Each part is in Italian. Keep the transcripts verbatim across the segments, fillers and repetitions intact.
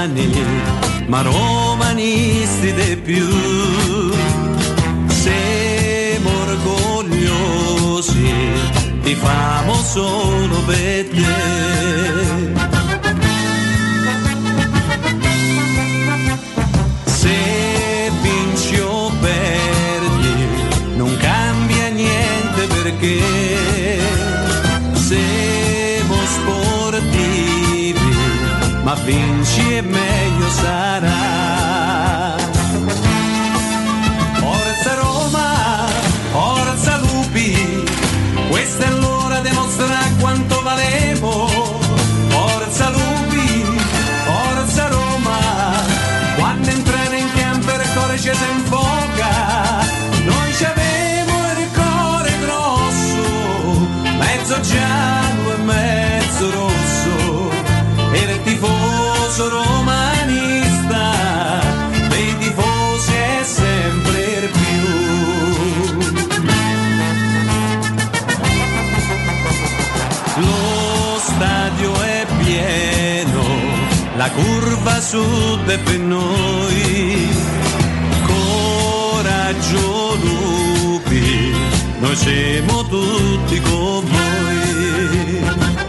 romani, ma romanisti di più. Siamo orgogliosi, ti famo solo per te. Se vinci o perdi, non cambia niente perché siamo sportivi, ma vinci e meglio sarà. Forza Roma, forza Lupi, questa è l'ora di mostrare quanto valemo. Forza Lupi, forza Roma, quando entrare in campo il cuore ci si infoca. Noi ci avevo il cuore grosso, mezzo giallo e mezzo rosso, il tifoso romanista, dei tifosi è sempre più. Lo stadio è pieno, la curva sud è per noi. Coraggio Lupi, noi siamo tutti con voi.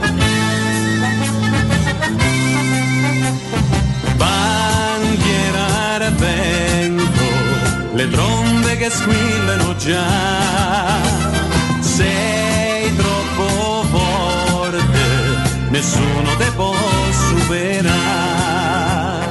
Bandiera al vento, le trombe che squillano già. Sei troppo forte, nessuno te può superare.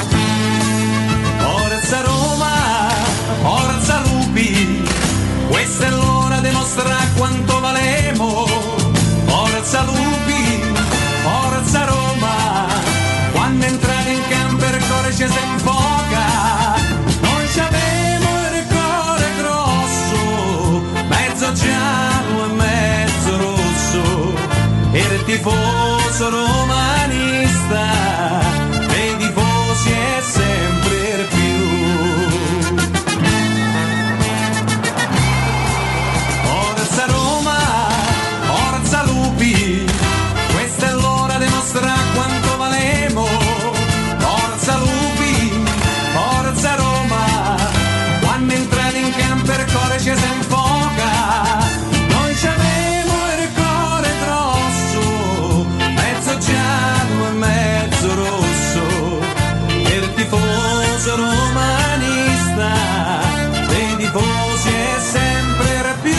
Forza Roma, forza Lupi, questa è l'ora di mostrare quanto valemo. Forza Lupi, forza Roma, quando entrate in campo il cuore ci si infoca. Noi ci avevo il cuore grosso, mezzo giallo e mezzo rosso, il tifoso romanista, dei tifosi è sempre più. Forza Roma, forza Lupi, questa è l'ora di mostrare quanto valemo. Forza Lupi, forza Roma, quando entrate in campo il cuore ci si infoca. Noi ci avevo il cuore grosso, mezzo giallo e mezzo rosso, il tifoso romanista, dei tifosi è sempre più.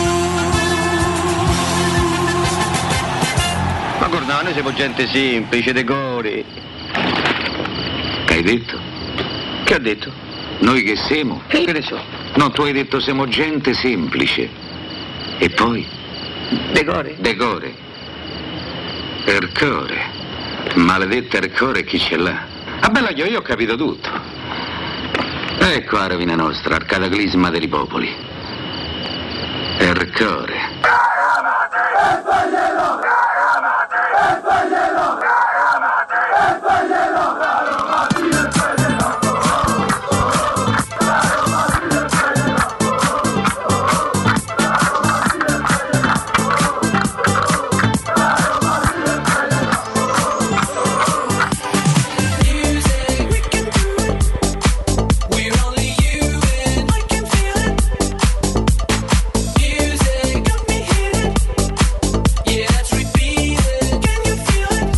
Ma guarda, noi siamo gente semplice, decori. Che hai detto? Che ha detto? Noi che siamo? Che ne so? No, tu hai detto siamo gente semplice. E poi? Decore? Decore. Ercore. Maledetta Ercore, chi ce l'ha? Ah, bella io, io ho capito tutto. Ecco la rovina nostra, al cataclisma dei popoli. Ercore. Yeah, that's repeated. Can you feel it?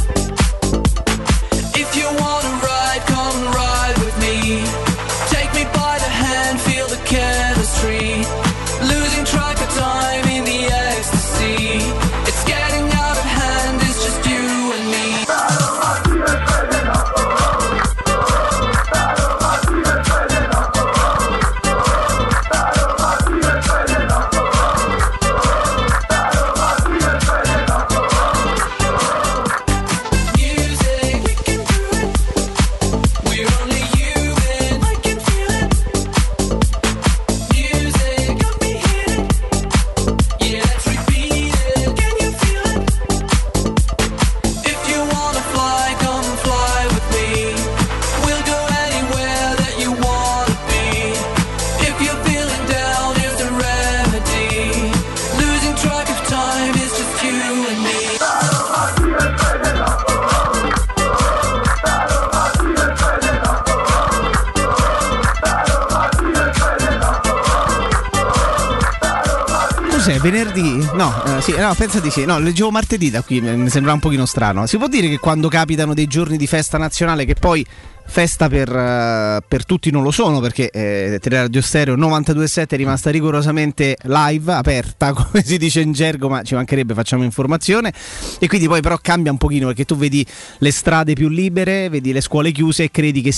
venerdì? No, eh, sì, no, pensa di sì. No, leggevo martedì da qui, mi sembra un pochino strano. Si può dire che quando capitano dei giorni di festa nazionale, che poi festa per, uh, per tutti non lo sono, perché eh, Teleradio Stereo novantadue virgola sette è rimasta rigorosamente live, aperta, come si dice in gergo, ma ci mancherebbe, facciamo informazione. E quindi poi però cambia un pochino, perché tu vedi le strade più libere, vedi le scuole chiuse e credi che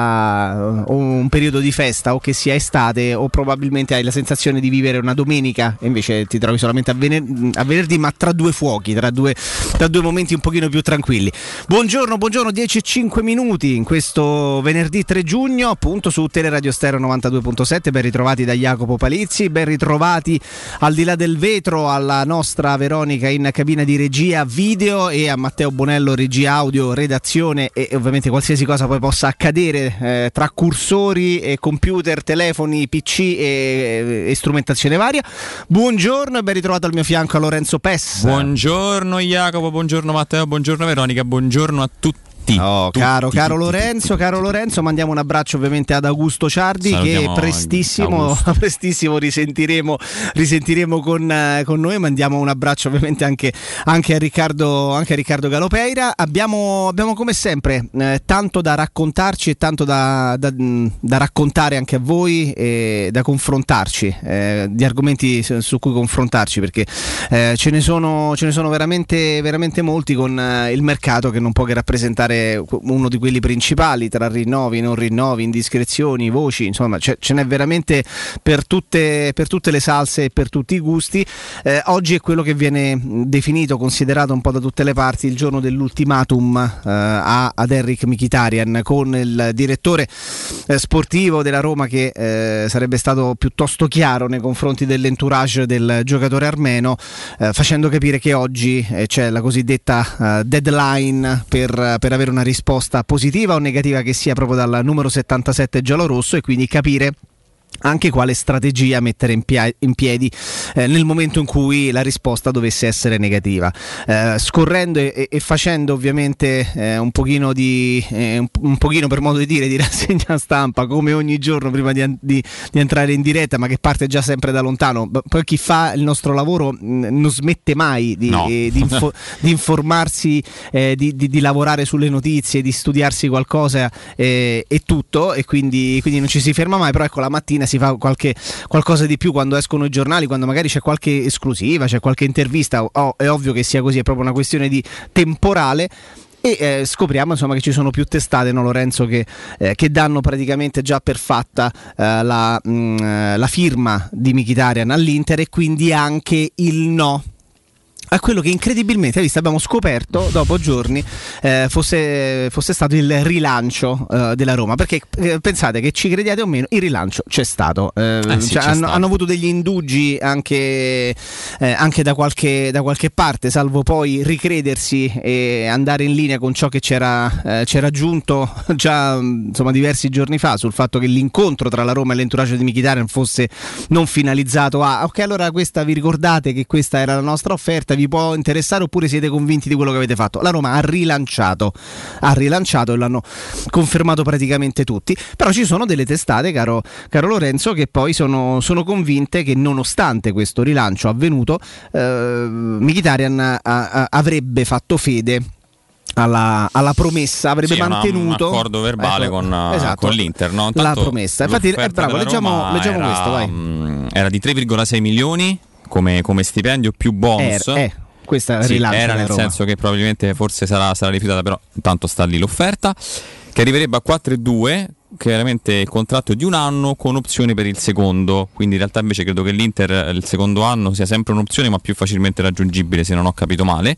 sia uh, un periodo di festa, o che sia estate, o probabilmente hai la sensazione di vivere una domenica e invece ti trovi solamente a, vener- a venerdì, ma tra due fuochi, tra due, tra due momenti un pochino più tranquilli. Buongiorno, buongiorno, dieci e cinque minuti in questo venerdì tre giugno, appunto su Teleradio Stereo novantadue virgola sette. Ben ritrovati da Jacopo Palizzi, ben ritrovati al di là del vetro alla nostra Veronica in cabina di regia video e a Matteo Bonello regia audio, redazione e ovviamente qualsiasi cosa poi possa accadere eh, tra cursori e computer, telefoni, pc e, e strumentazione varia. Buongiorno e ben ritrovato al mio fianco a Lorenzo Pes. Buongiorno Jacopo, buongiorno Matteo, buongiorno Veronica, buongiorno a tutti. Oh, tutti, caro, tutti, caro tutti, Lorenzo, tutti. caro Lorenzo, mandiamo un abbraccio ovviamente ad Augusto Ciardi. Salutiamo che prestissimo, Augusto. prestissimo risentiremo, risentiremo con, eh, con noi. Mandiamo un abbraccio ovviamente anche, anche, a, Riccardo, anche a Riccardo Galopeira. Abbiamo, abbiamo come sempre eh, tanto da raccontarci e tanto da, da, da raccontare anche a voi e da confrontarci, eh, di argomenti su cui confrontarci, perché eh, ce ne sono, ce ne sono veramente, veramente molti, con eh, il mercato che non può che rappresentare uno di quelli principali, tra rinnovi, non rinnovi, indiscrezioni, voci, insomma ce, ce n'è veramente per tutte, per tutte le salse e per tutti i gusti. Eh, oggi è quello che viene definito, considerato un po' da tutte le parti, il giorno dell'ultimatum eh, a, ad Henrikh Mkhitaryan, con il direttore eh, sportivo della Roma che eh, sarebbe stato piuttosto chiaro nei confronti dell'entourage del giocatore armeno, eh, facendo capire che oggi eh, c'è la cosiddetta eh, deadline per, per avere una risposta positiva o negativa, che sia proprio dal numero settantasette giallorosso, e quindi capire anche quale strategia mettere in, pia- in piedi eh, nel momento in cui la risposta dovesse essere negativa. Eh, scorrendo e, e facendo ovviamente eh, un pochino di eh, un, un pochino per modo di dire di rassegna stampa, come ogni giorno prima di, di, di entrare in diretta, ma che parte già sempre da lontano. Poi chi fa il nostro lavoro mh, non smette mai di, no. eh, di, info- di informarsi, eh, di, di, di lavorare sulle notizie, di studiarsi qualcosa eh, e tutto, e quindi, quindi non ci si ferma mai. Però ecco, la mattina si fa qualche, qualcosa di più quando escono i giornali, quando magari c'è qualche esclusiva, c'è qualche intervista. Oh, è ovvio che sia così, è proprio una questione di temporale. E eh, scopriamo insomma che ci sono più testate, no Lorenzo, che, eh, che danno praticamente già per fatta eh, la, mh, la firma di Mkhitaryan all'Inter, e quindi anche il no a quello che incredibilmente, hai visto, abbiamo scoperto dopo giorni eh, fosse, fosse stato il rilancio eh, della Roma, perché eh, pensate che ci crediate o meno, il rilancio c'è stato, eh, eh sì, cioè, c'è hanno, stato. hanno avuto degli indugi anche, eh, anche da, qualche, da qualche parte, salvo poi ricredersi e andare in linea con ciò che c'era, eh, c'era giunto già insomma diversi giorni fa, sul fatto che l'incontro tra la Roma e l'entourage di Mkhitaryan fosse non finalizzato a ok, allora questa, vi ricordate che questa era la nostra offerta, vi può interessare, oppure siete convinti di quello che avete fatto? La Roma ha rilanciato, ha rilanciato e l'hanno confermato praticamente tutti. Però ci sono delle testate, caro, caro Lorenzo, che poi sono, sono convinte che nonostante questo rilancio avvenuto, eh, Mkhitaryan a, a, avrebbe fatto fede Alla, alla promessa, avrebbe sì, mantenuto un accordo verbale ecco, con, esatto, con l'Inter, no? la promessa. Infatti è bravo, leggiamo, leggiamo era, questo, vai. Mh, era di tre virgola sei milioni come, come stipendio più bonus. Er, eh, questa è la sì, rilancio era nel Roma. senso che probabilmente forse sarà, sarà rifiutata, però intanto sta lì l'offerta, che arriverebbe a quattro virgola due. Chiaramente il contratto è di un anno con opzioni per il secondo, quindi in realtà invece credo che l'Inter il secondo anno sia sempre un'opzione, ma più facilmente raggiungibile, se non ho capito male.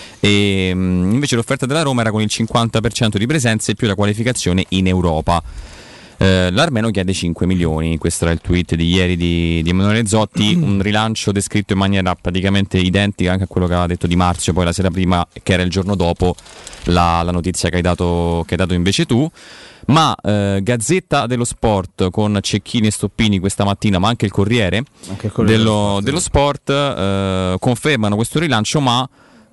E invece l'offerta della Roma era con il cinquanta per cento di presenze e più la qualificazione in Europa. Eh, l'Armeno chiede cinque milioni, questo era il tweet di ieri di, di Emanuele Zotti, mm. un rilancio descritto in maniera praticamente identica anche a quello che aveva detto Di Marzio poi la sera prima, che era il giorno dopo la, la notizia che hai dato, che hai dato invece tu. Ma eh, Gazzetta dello Sport con Cecchini e Stoppini questa mattina, ma anche il Corriere, anche il Corriere dello, dello Sport, dello sport eh, confermano questo rilancio, ma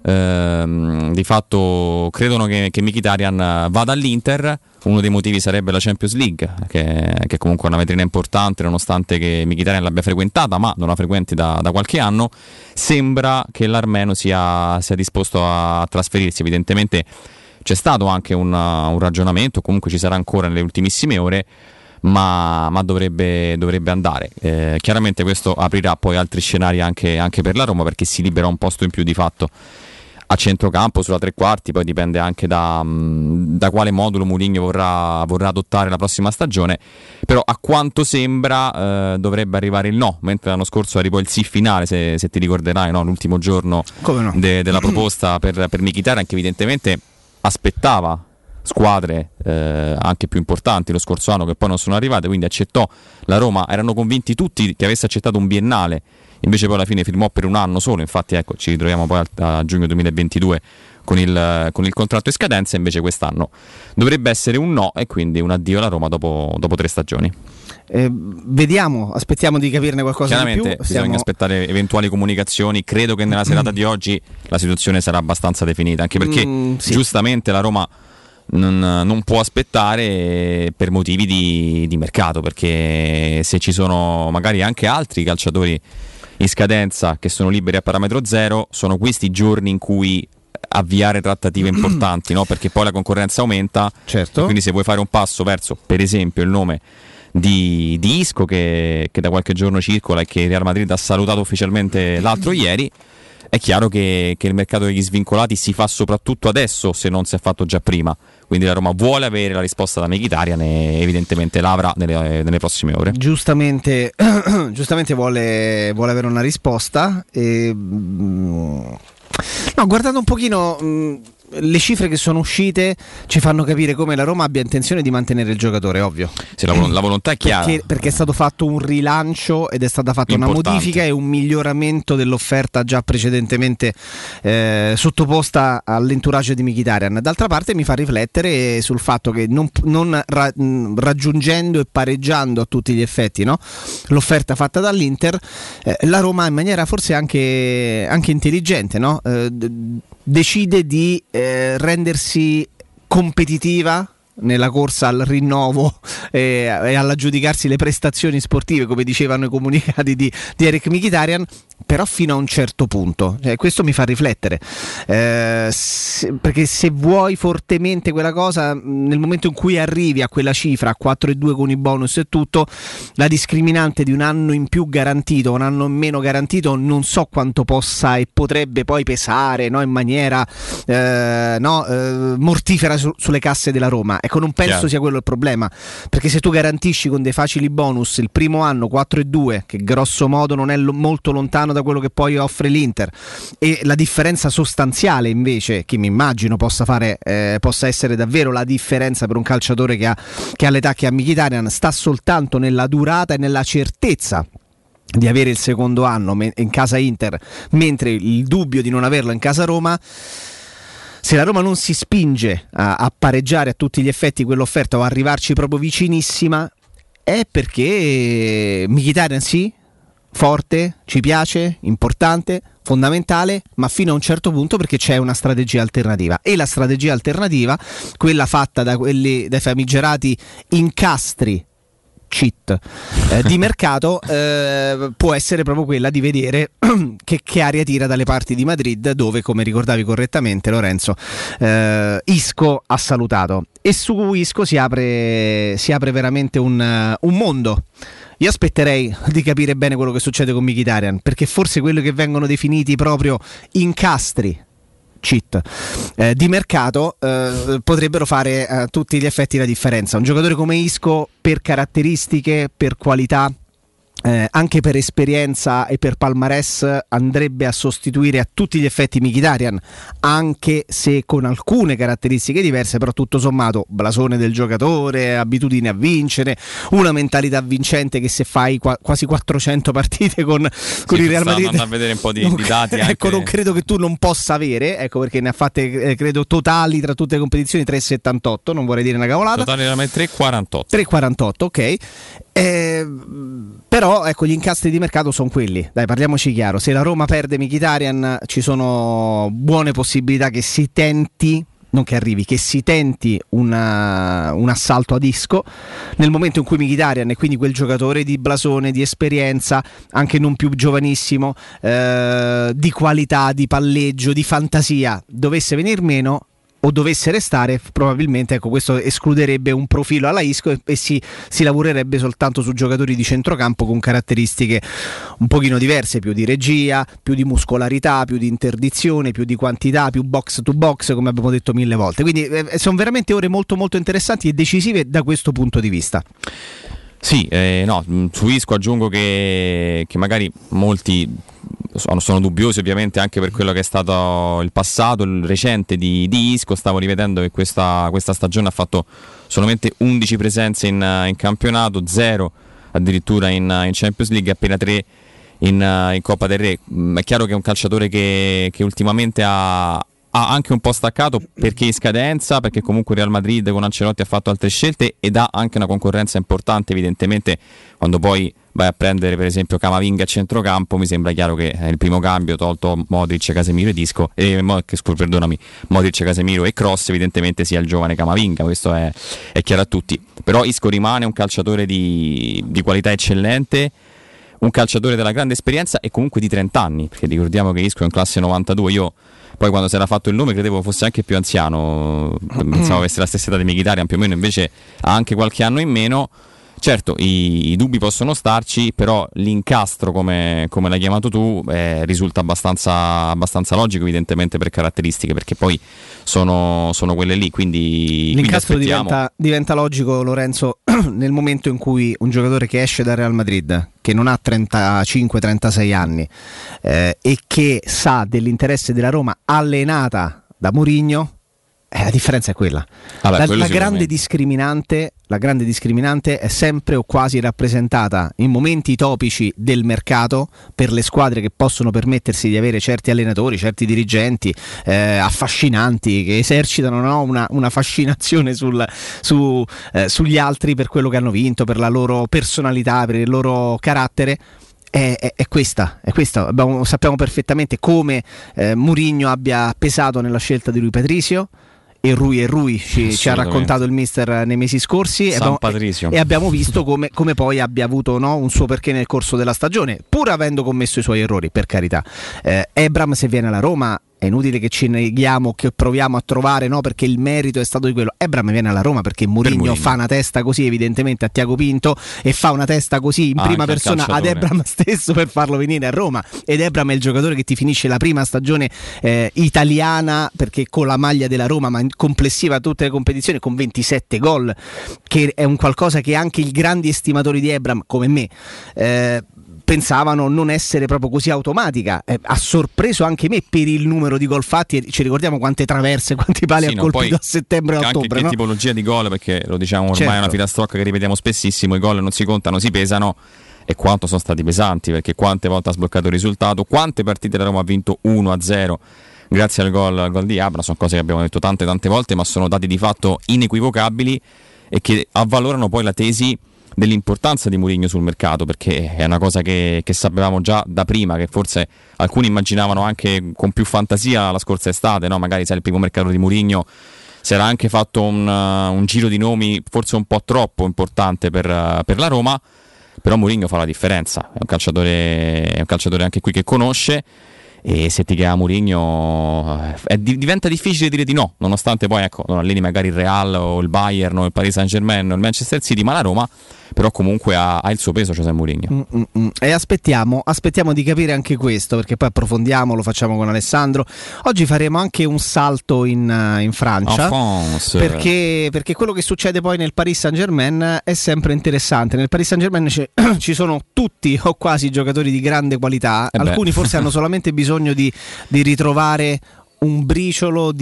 ehm, di fatto credono che, che Mkhitaryan vada all'Inter. Uno dei motivi sarebbe la Champions League, che, che comunque è una vetrina importante, nonostante che Mkhitaryan l'abbia frequentata, ma non la frequenti da, da qualche anno. Sembra che l'armeno sia, sia disposto a trasferirsi. Evidentemente c'è stato anche un, un ragionamento, comunque ci sarà ancora nelle ultimissime ore, ma, ma dovrebbe, dovrebbe andare. Eh, chiaramente questo aprirà poi altri scenari anche, anche per la Roma, perché si libera un posto in più di fatto a centrocampo, sulla tre quarti. Poi dipende anche da, da quale modulo Mourinho vorrà, vorrà adottare la prossima stagione, però a quanto sembra eh, dovrebbe arrivare il no, mentre l'anno scorso arrivò il sì finale, se, se ti ricorderai, no? L'ultimo giorno no? de, della proposta per, per Mkhitaryan, che evidentemente aspettava squadre eh, anche più importanti lo scorso anno, che poi non sono arrivate, quindi accettò la Roma. Erano convinti tutti che avesse accettato un biennale, invece poi alla fine firmò per un anno solo. Infatti ecco, ci ritroviamo poi a, a giugno duemilaventidue con il, con il contratto in scadenza. Invece quest'anno dovrebbe essere un no, e quindi un addio alla Roma dopo, dopo tre stagioni. Eh, vediamo, aspettiamo di capirne qualcosa di più. Chiaramente Siamo... bisogna aspettare eventuali comunicazioni. Credo che nella serata di oggi la situazione sarà abbastanza definita, anche perché mm, sì. giustamente la Roma non, non può aspettare per motivi di, di mercato, perché se ci sono magari anche altri calciatori in scadenza che sono liberi a parametro zero, sono questi giorni in cui avviare trattative importanti, no? Perché poi la concorrenza aumenta, certo. E quindi se vuoi fare un passo verso, per esempio, il nome di, di Isco, che, che da qualche giorno circola e che il Real Madrid ha salutato ufficialmente l'altro ieri, è chiaro che, che il mercato degli svincolati si fa soprattutto adesso, se non si è fatto già prima. Quindi la Roma vuole avere la risposta da Mkhitaryan e evidentemente l'avrà nelle, nelle prossime ore. Giustamente, giustamente vuole, vuole avere una risposta. E, no, guardando un pochino mh, le cifre che sono uscite ci fanno capire come la Roma abbia intenzione di mantenere il giocatore, ovvio. Sì, la, vol- la volontà è chiara. Perché, perché è stato fatto un rilancio ed è stata fatta Importante. Una modifica e un miglioramento dell'offerta già precedentemente eh, sottoposta all'entourage di Mkhitaryan. D'altra parte mi fa riflettere sul fatto che non, non ra- raggiungendo e pareggiando a tutti gli effetti, no? l'offerta fatta dall'Inter, eh, la Roma in maniera forse anche, anche intelligente, no? eh, d- decide di eh, rendersi competitiva nella corsa al rinnovo e, e all'aggiudicarsi le prestazioni sportive, come dicevano i comunicati di, di Eric Mkhitaryan, però fino a un certo punto. Eh, questo mi fa riflettere, eh, se, perché se vuoi fortemente quella cosa, nel momento in cui arrivi a quella cifra, a quattro e due con i bonus e tutto, la discriminante di un anno in più garantito, un anno in meno garantito, non so quanto possa e potrebbe poi pesare, no, in maniera eh, no, eh, mortifera su, sulle casse della Roma. Ecco, non penso Chiaro. sia quello il problema, perché se tu garantisci con dei facili bonus il primo anno quattro e due, che grosso modo non è lo, molto lontano da quello che poi offre l'Inter, e la differenza sostanziale invece, che mi immagino possa fare eh, possa essere davvero la differenza per un calciatore che ha, che ha l'età che ha Mkhitaryan, sta soltanto nella durata e nella certezza di avere il secondo anno in casa Inter, mentre il dubbio di non averlo in casa Roma. Se la Roma non si spinge a, a pareggiare a tutti gli effetti quell'offerta o a arrivarci proprio vicinissima, è perché Mkhitaryan sì, forte, ci piace, importante, fondamentale, ma fino a un certo punto, perché c'è una strategia alternativa, e la strategia alternativa, quella fatta da quelli, dai famigerati incastri cheat eh, di mercato, eh, può essere proprio quella di vedere che, che aria tira dalle parti di Madrid, dove, come ricordavi correttamente Lorenzo, eh, Isco ha salutato, e su Isco si apre, si apre veramente un, un mondo. Io aspetterei di capire bene quello che succede con Mkhitaryan, perché forse quelli che vengono definiti proprio incastri cheat eh, di mercato eh, potrebbero fare a eh, tutti gli effetti la differenza. Un giocatore come Isco, per caratteristiche, per qualità, eh, anche per esperienza e per palmarès, andrebbe a sostituire a tutti gli effetti Mkhitaryan, anche se con alcune caratteristiche diverse, però tutto sommato blasone del giocatore, abitudine a vincere, una mentalità vincente che se fai qua- quasi quattrocento partite con, con sì, il Real Madrid, andando a vedere un po' di, non, di dati anche. Ecco, non credo che tu non possa avere, ecco, perché ne ha fatte eh, credo totali tra tutte le competizioni tre virgola settantotto, non vorrei dire una cavolata, totali tre virgola quarantotto tre virgola quarantotto, ok. Eh, però ecco, gli incastri di mercato sono quelli, dai, parliamoci chiaro, se la Roma perde Mkhitaryan ci sono buone possibilità che si tenti, non che arrivi, che si tenti una, un assalto a Isco nel momento in cui Mkhitaryan, e quindi quel giocatore di blasone, di esperienza, anche non più giovanissimo, eh, di qualità, di palleggio, di fantasia, dovesse venir meno o dovesse restare, probabilmente ecco, questo escluderebbe un profilo alla Isco e, e si, si lavorerebbe soltanto su giocatori di centrocampo con caratteristiche un pochino diverse, più di regia, più di muscolarità, più di interdizione, più di quantità, più box to box, come abbiamo detto mille volte. Quindi eh, sono veramente ore molto molto interessanti e decisive da questo punto di vista. Sì, eh, no, su Isco aggiungo che, che magari molti sono, sono dubbiosi ovviamente anche per quello che è stato il passato, il recente di, di Isco. Stavo rivedendo che questa, questa stagione ha fatto solamente undici presenze in, in campionato, zero addirittura in, in Champions League, appena tre in, in Coppa del Re. È chiaro che è un calciatore che, che ultimamente ha... ha anche un po' staccato perché in scadenza, perché comunque Real Madrid con Ancelotti ha fatto altre scelte ed ha anche una concorrenza importante evidentemente. Quando poi vai a prendere per esempio Camavinga a centrocampo, mi sembra chiaro che è il primo cambio, tolto Modric, Casemiro e Disco, e, perdonami, Modric, Casemiro e Cross, evidentemente sia il giovane Camavinga, questo è, è chiaro a tutti. Però Isco rimane un calciatore di, di qualità eccellente, un calciatore della grande esperienza e comunque di trenta anni, perché ricordiamo che Isco è in classe novantadue. Io poi quando si era fatto il nome credevo fosse anche più anziano, pensavo avesse la stessa età di Mkhitaryan più o meno, invece ha anche qualche anno in meno. Certo, i, i dubbi possono starci, però l'incastro, come, come l'hai chiamato tu, eh, risulta abbastanza, abbastanza logico evidentemente per caratteristiche, perché poi sono, sono quelle lì, quindi l'incastro quindi diventa, diventa logico, Lorenzo, nel momento in cui un giocatore che esce dal Real Madrid, che non ha trentacinque trentasei anni eh, e che sa dell'interesse della Roma allenata da Mourinho, eh, la differenza è quella. Vabbè, la, la, grande discriminante, la grande discriminante è sempre o quasi rappresentata in momenti topici del mercato per le squadre che possono permettersi di avere certi allenatori, certi dirigenti eh, affascinanti, che esercitano, no, una, una fascinazione sul, su, eh, sugli altri per quello che hanno vinto, per la loro personalità, per il loro carattere. È, è, è questa, è questa. Abbiamo, sappiamo perfettamente come eh, Mourinho abbia pesato nella scelta di Rui Patricio, e Rui e Rui ci, ci ha raccontato il mister nei mesi scorsi, e abbiamo, e abbiamo visto come, come poi abbia avuto, no, un suo perché nel corso della stagione, pur avendo commesso i suoi errori, per carità. eh, Ebram, se viene alla Roma, è inutile che ci neghiamo, che proviamo a trovare, no, perché il merito è stato di quello. Ebram viene alla Roma perché Mourinho per fa una testa così evidentemente a Tiago Pinto, e fa una testa così in ah, prima persona ad Ebram stesso per farlo venire a Roma, ed Ebram è il giocatore che ti finisce la prima stagione eh, italiana, perché con la maglia della Roma, ma in complessiva tutte le competizioni, con ventisette gol, che è un qualcosa che anche i grandi estimatori di Ebram come me eh, pensavano non essere proprio così automatica. Eh, ha sorpreso anche me per il numero di gol fatti, e ci ricordiamo quante traverse, quanti pali sì, ha colpito a settembre e a ottobre. Anche che no? tipologia di gol, perché lo diciamo ormai, certo, è una filastrocca che ripetiamo spessissimo, i gol non si contano, si pesano, e quanto sono stati pesanti, perché quante volte ha sbloccato il risultato, quante partite la Roma ha vinto uno a zero grazie al gol, al gol di Abra. Sono cose che abbiamo detto tante tante volte, ma sono dati di fatto inequivocabili e che avvalorano poi la tesi dell'importanza di Mourinho sul mercato, perché è una cosa che, che sapevamo già da prima, che forse alcuni immaginavano anche con più fantasia la scorsa estate, no? Magari sai, il primo mercato di Mourinho si era anche fatto un, uh, un giro di nomi forse un po' troppo importante per, uh, per la Roma, però Mourinho fa la differenza, è un calciatore, è un calciatore anche qui che conosce, e se ti chiama Mourinho è, diventa difficile dire di no, nonostante poi ecco non alleni magari il Real o il Bayern o il Paris Saint-Germain o il Manchester City, ma la Roma però comunque ha, ha il suo peso, José Mourinho. Mm, mm, mm. E aspettiamo, aspettiamo di capire anche questo, perché poi approfondiamo, lo facciamo con Alessandro. Oggi faremo anche un salto in, in Francia, perché, perché quello che succede poi nel Paris Saint-Germain è sempre interessante. Nel Paris Saint-Germain c- ci sono tutti o quasi giocatori di grande qualità, eh alcuni forse hanno solamente bisogno di, di ritrovare un briciolo di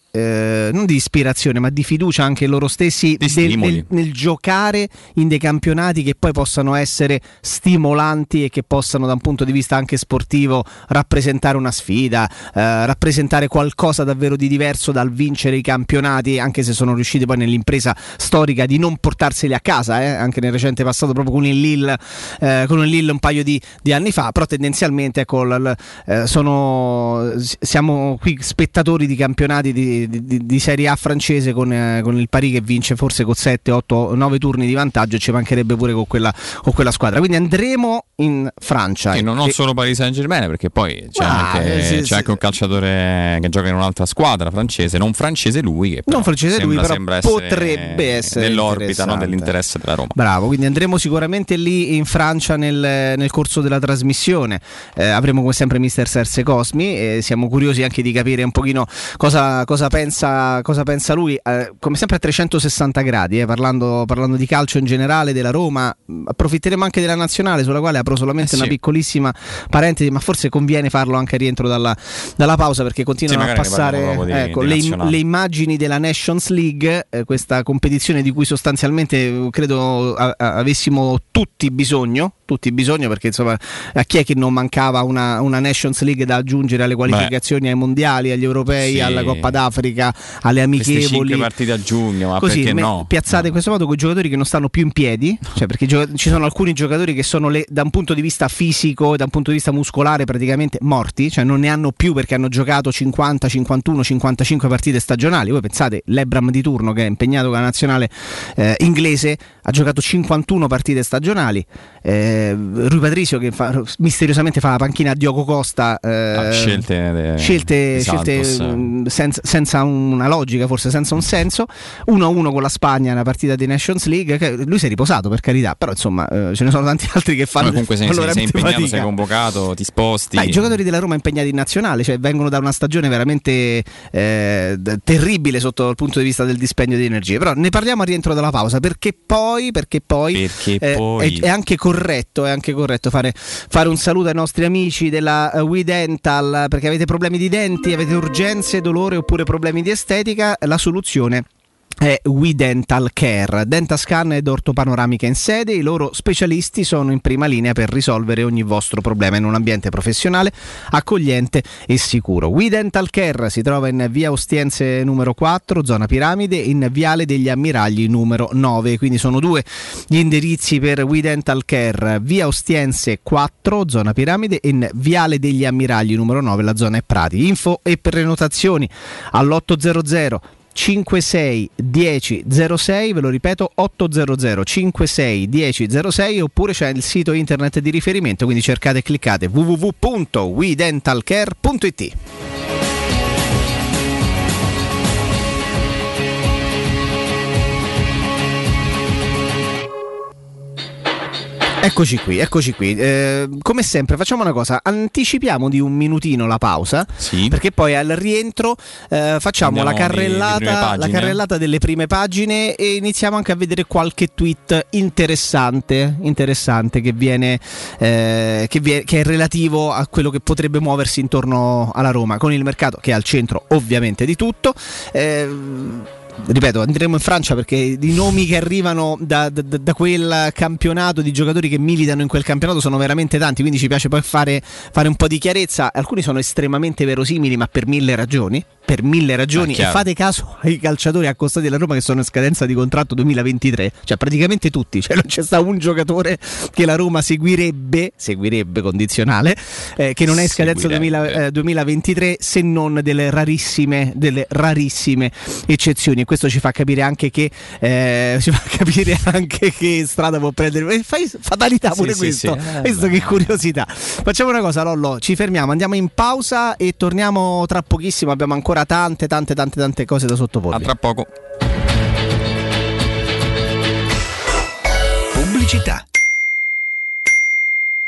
eh, non di ispirazione, ma di fiducia anche loro stessi del, nel, nel giocare in dei campionati che poi possano essere stimolanti e che possano da un punto di vista anche sportivo rappresentare una sfida, eh, rappresentare qualcosa davvero di diverso dal vincere i campionati, anche se sono riusciti poi nell'impresa storica di non portarseli a casa, eh, anche nel recente passato proprio con il Lille, eh, con il Lille un paio di, di anni fa, però tendenzialmente ecco, l, l, eh, sono, siamo qui spettatori di campionati di Di, di, di Serie A francese con, eh, con il Paris che vince forse con sette, otto, nove turni di vantaggio, e ci mancherebbe pure con quella, con quella squadra. Quindi andremo in Francia. E non, non e... solo Paris Saint-Germain, perché poi c'è, ah, anche, eh, sì, c'è sì. anche un calciatore che gioca in un'altra squadra francese, non francese lui, che non francese sembra, lui, però sembra potrebbe essere nell'orbita, no, dell'interesse della Roma. Bravo, quindi andremo sicuramente lì in Francia nel, nel corso della trasmissione. Eh, avremo come sempre mister Serse Cosmi e siamo curiosi anche di capire un pochino cosa, cosa pensa cosa pensa lui, eh, come sempre a trecentosessanta gradi, eh, parlando, parlando di calcio in generale, della Roma. Approfitteremo anche della nazionale, sulla quale apro solamente eh sì. una piccolissima parentesi, ma forse conviene farlo anche a rientro dalla, dalla pausa, perché continuano sì, a passare di, ecco, di le, le immagini della Nations League, eh, questa competizione di cui sostanzialmente credo a, a, avessimo tutti bisogno tutti bisogno, perché insomma a chi è che non mancava una, una Nations League da aggiungere alle qualificazioni Beh. ai mondiali, agli europei, sì. alla Coppa d'Africa, alle amichevoli, queste cinque partite a giugno, ma così, perché no? piazzate no. in questo modo con giocatori che non stanno più in piedi, cioè perché gio- ci sono alcuni giocatori che sono le, da un punto di vista fisico, da un punto di vista muscolare praticamente morti, cioè non ne hanno più perché hanno giocato cinquanta, cinquantuno, cinquantacinque partite stagionali. Voi pensate, l'Ebram di turno, che è impegnato con la nazionale eh, inglese, ha giocato cinquantuno partite stagionali. eh, Rui Patricio che fa, misteriosamente fa la panchina a Diogo Costa, eh, ah, scelte, de, scelte, scelte senza, senza una logica, forse senza un senso. uno a uno con la Spagna nella partita di Nations League, che lui si è riposato per carità, però insomma eh, ce ne sono tanti altri che fanno. Ma comunque sei, sei, sei impegnato, fatica. sei convocato, ti sposti. Dai, i giocatori della Roma impegnati in nazionale, cioè vengono da una stagione veramente eh, terribile sotto il punto di vista del dispendio di energie, però ne parliamo a rientro dalla pausa, perché poi perché poi, perché eh, poi... È, è anche corretto è anche corretto fare, fare un saluto ai nostri amici della uh, We Dental, perché avete problemi di denti, avete urgenze, dolore oppure problemi di estetica, la soluzione è We Dental Care, Dentascan ed ortopanoramica in sede. I loro specialisti sono in prima linea per risolvere ogni vostro problema in un ambiente professionale, accogliente e sicuro. We Dental Care si trova in via Ostiense numero quattro, zona Piramide, in viale degli Ammiragli numero nove, quindi sono due gli indirizzi per We Dental Care: via Ostiense quattro, zona Piramide, e in viale degli Ammiragli numero nove, la zona è Prati. Info e prenotazioni all'ottocento cinquantasei dieci zero sei, ve lo ripeto, ottocento cinquantasei dieci zero sei, oppure c'è il sito internet di riferimento, quindi cercate e cliccate w w w punto we dental care punto i t. Eccoci qui, eccoci qui. Eh, come sempre facciamo una cosa, anticipiamo di un minutino la pausa, sì. perché poi al rientro eh, facciamo la carrellata, la carrellata delle prime pagine e iniziamo anche a vedere qualche tweet interessante, interessante che viene, eh, che, viene che è relativo a quello che potrebbe muoversi intorno alla Roma, con il mercato che è al centro ovviamente di tutto. Eh, Ripeto, andremo in Francia perché i nomi che arrivano da, da, da quel campionato, di giocatori che militano in quel campionato, sono veramente tanti, quindi ci piace poi fare, fare un po' di chiarezza. Alcuni sono estremamente verosimili, ma per mille ragioni per mille ragioni ah, e fate caso ai calciatori accostati alla Roma che sono in scadenza di contratto duemilaventitré, cioè praticamente tutti, cioè non c'è stato un giocatore che la Roma seguirebbe seguirebbe condizionale eh, che non è in scadenza duemila, eh, duemilaventitré, se non delle rarissime delle rarissime eccezioni, e questo ci fa capire anche che eh, ci fa capire anche che strada può prendere. Fai fatalità pure sì, questo sì, sì. Questo che curiosità. Facciamo una cosa, Lollo, ci fermiamo, andiamo in pausa e torniamo tra pochissimo, abbiamo ancora tante tante tante tante cose da sottoporre. A tra poco. Pubblicità.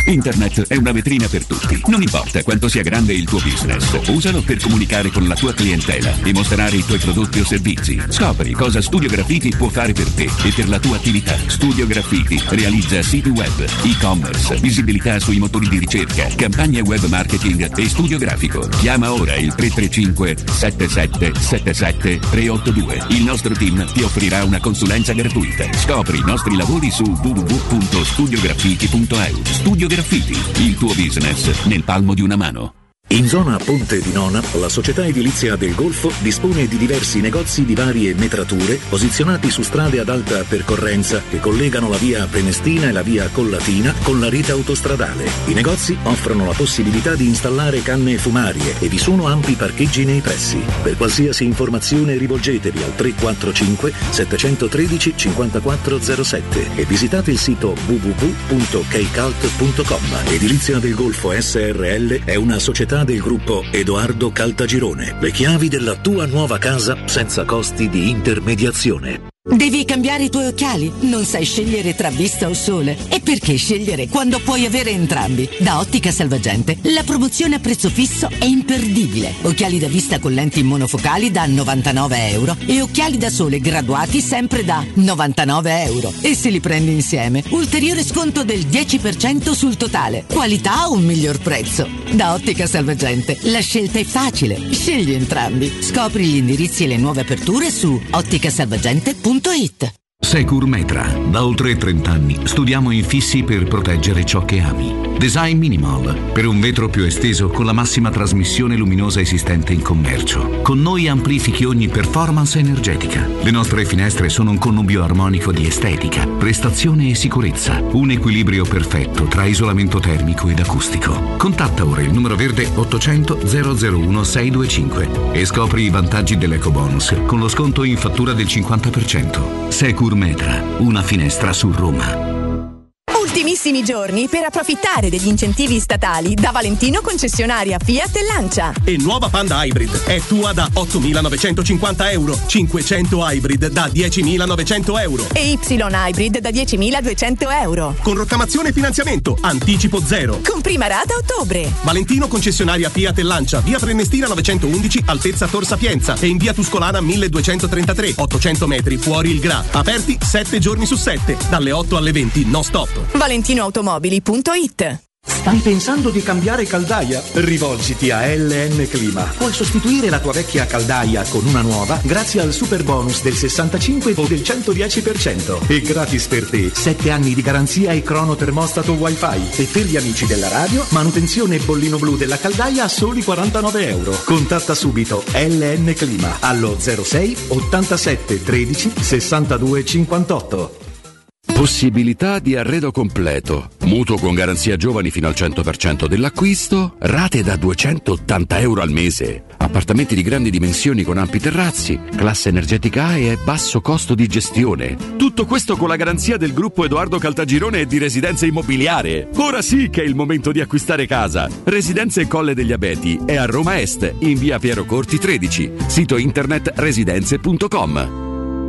Internet è una vetrina per tutti. Non importa quanto sia grande il tuo business, usalo per comunicare con la tua clientela e mostrare i tuoi prodotti o servizi. Scopri cosa Studio Graffiti può fare per te e per la tua attività. Studio Graffiti realizza siti web, e-commerce, visibilità sui motori di ricerca, campagne web marketing e studio grafico. Chiama ora il tre tre cinque sette sette sette sette tre otto due. Il nostro team ti offrirà una consulenza gratuita. Scopri i nostri lavori su w w w punto studio graffiti punto e u. Studio Graffiti, il tuo business nel palmo di una mano. In zona Ponte di Nona, la società edilizia del Golfo dispone di diversi negozi di varie metrature posizionati su strade ad alta percorrenza che collegano la via Prenestina e la via Collatina con la rete autostradale. I negozi offrono la possibilità di installare canne fumarie e vi sono ampi parcheggi nei pressi. Per qualsiasi informazione rivolgetevi al tre quattro cinque sette uno tre cinque quattro zero sette e visitate il sito w w w punto keicalt punto com. Edilizia del Golfo S R L è una società del gruppo Edoardo Caltagirone. Le chiavi della tua nuova casa senza costi di intermediazione. Devi cambiare i tuoi occhiali? Non sai scegliere tra vista o sole? E perché scegliere quando puoi avere entrambi? Da Ottica Salvagente la promozione a prezzo fisso è imperdibile. Occhiali da vista con lenti monofocali da novantanove euro e occhiali da sole graduati sempre da novantanove euro. E se li prendi insieme, ulteriore sconto del dieci per cento sul totale. Qualità o un miglior prezzo? Da Ottica Salvagente la scelta è facile. Scegli entrambi. Scopri gli indirizzi e le nuove aperture su otticasalvagente punto it. Securmetra. Da oltre trenta anni studiamo infissi per proteggere ciò che ami. Design Minimal, per un vetro più esteso con la massima trasmissione luminosa esistente in commercio. Con noi amplifichi ogni performance energetica. Le nostre finestre sono un connubio armonico di estetica, prestazione e sicurezza. Un equilibrio perfetto tra isolamento termico ed acustico. Contatta ora il numero verde ottocento zero zero uno sei due cinque e scopri i vantaggi dell'ecobonus con lo sconto in fattura del cinquanta per cento. Securmetra, una finestra su Roma. Ultimissimi giorni per approfittare degli incentivi statali da Valentino concessionaria Fiat e Lancia. E nuova Panda Hybrid è tua da ottomilanovecentocinquanta euro, cinquecento Hybrid da diecimilanovecento euro e Y Hybrid da diecimiladuecento euro. Con rottamazione e finanziamento, anticipo zero. Con prima rata a ottobre. Valentino concessionaria Fiat e Lancia, via Prenestina novecentoundici, altezza Tor Sapienza e in via Tuscolana milleduecentotrentatré, ottocento metri fuori il Gra. Aperti sette giorni su sette, dalle otto alle venti, non stop. valentinoautomobili punto it. Stai pensando di cambiare caldaia? Rivolgiti a L N Clima. Puoi sostituire la tua vecchia caldaia con una nuova grazie al super bonus del sessantacinque o del centodieci per cento. E gratis per te sette anni di garanzia e crono termostato wifi. E per gli amici della radio, manutenzione e bollino blu della caldaia a soli quarantanove euro. Contatta subito L N Clima allo zero sei ottantasette tredici sessantadue cinquantotto. Possibilità di arredo completo, mutuo con garanzia giovani fino al cento per cento dell'acquisto, rate da duecentottanta euro al mese, appartamenti di grandi dimensioni con ampi terrazzi, classe energetica A e basso costo di gestione. Tutto questo con la garanzia del gruppo Edoardo Caltagirone e di Residenza Immobiliare. Ora sì che è il momento di acquistare casa. Residenze Colle degli Abeti è a Roma Est, in via Piero Corti tredici, sito internet residenze punto com.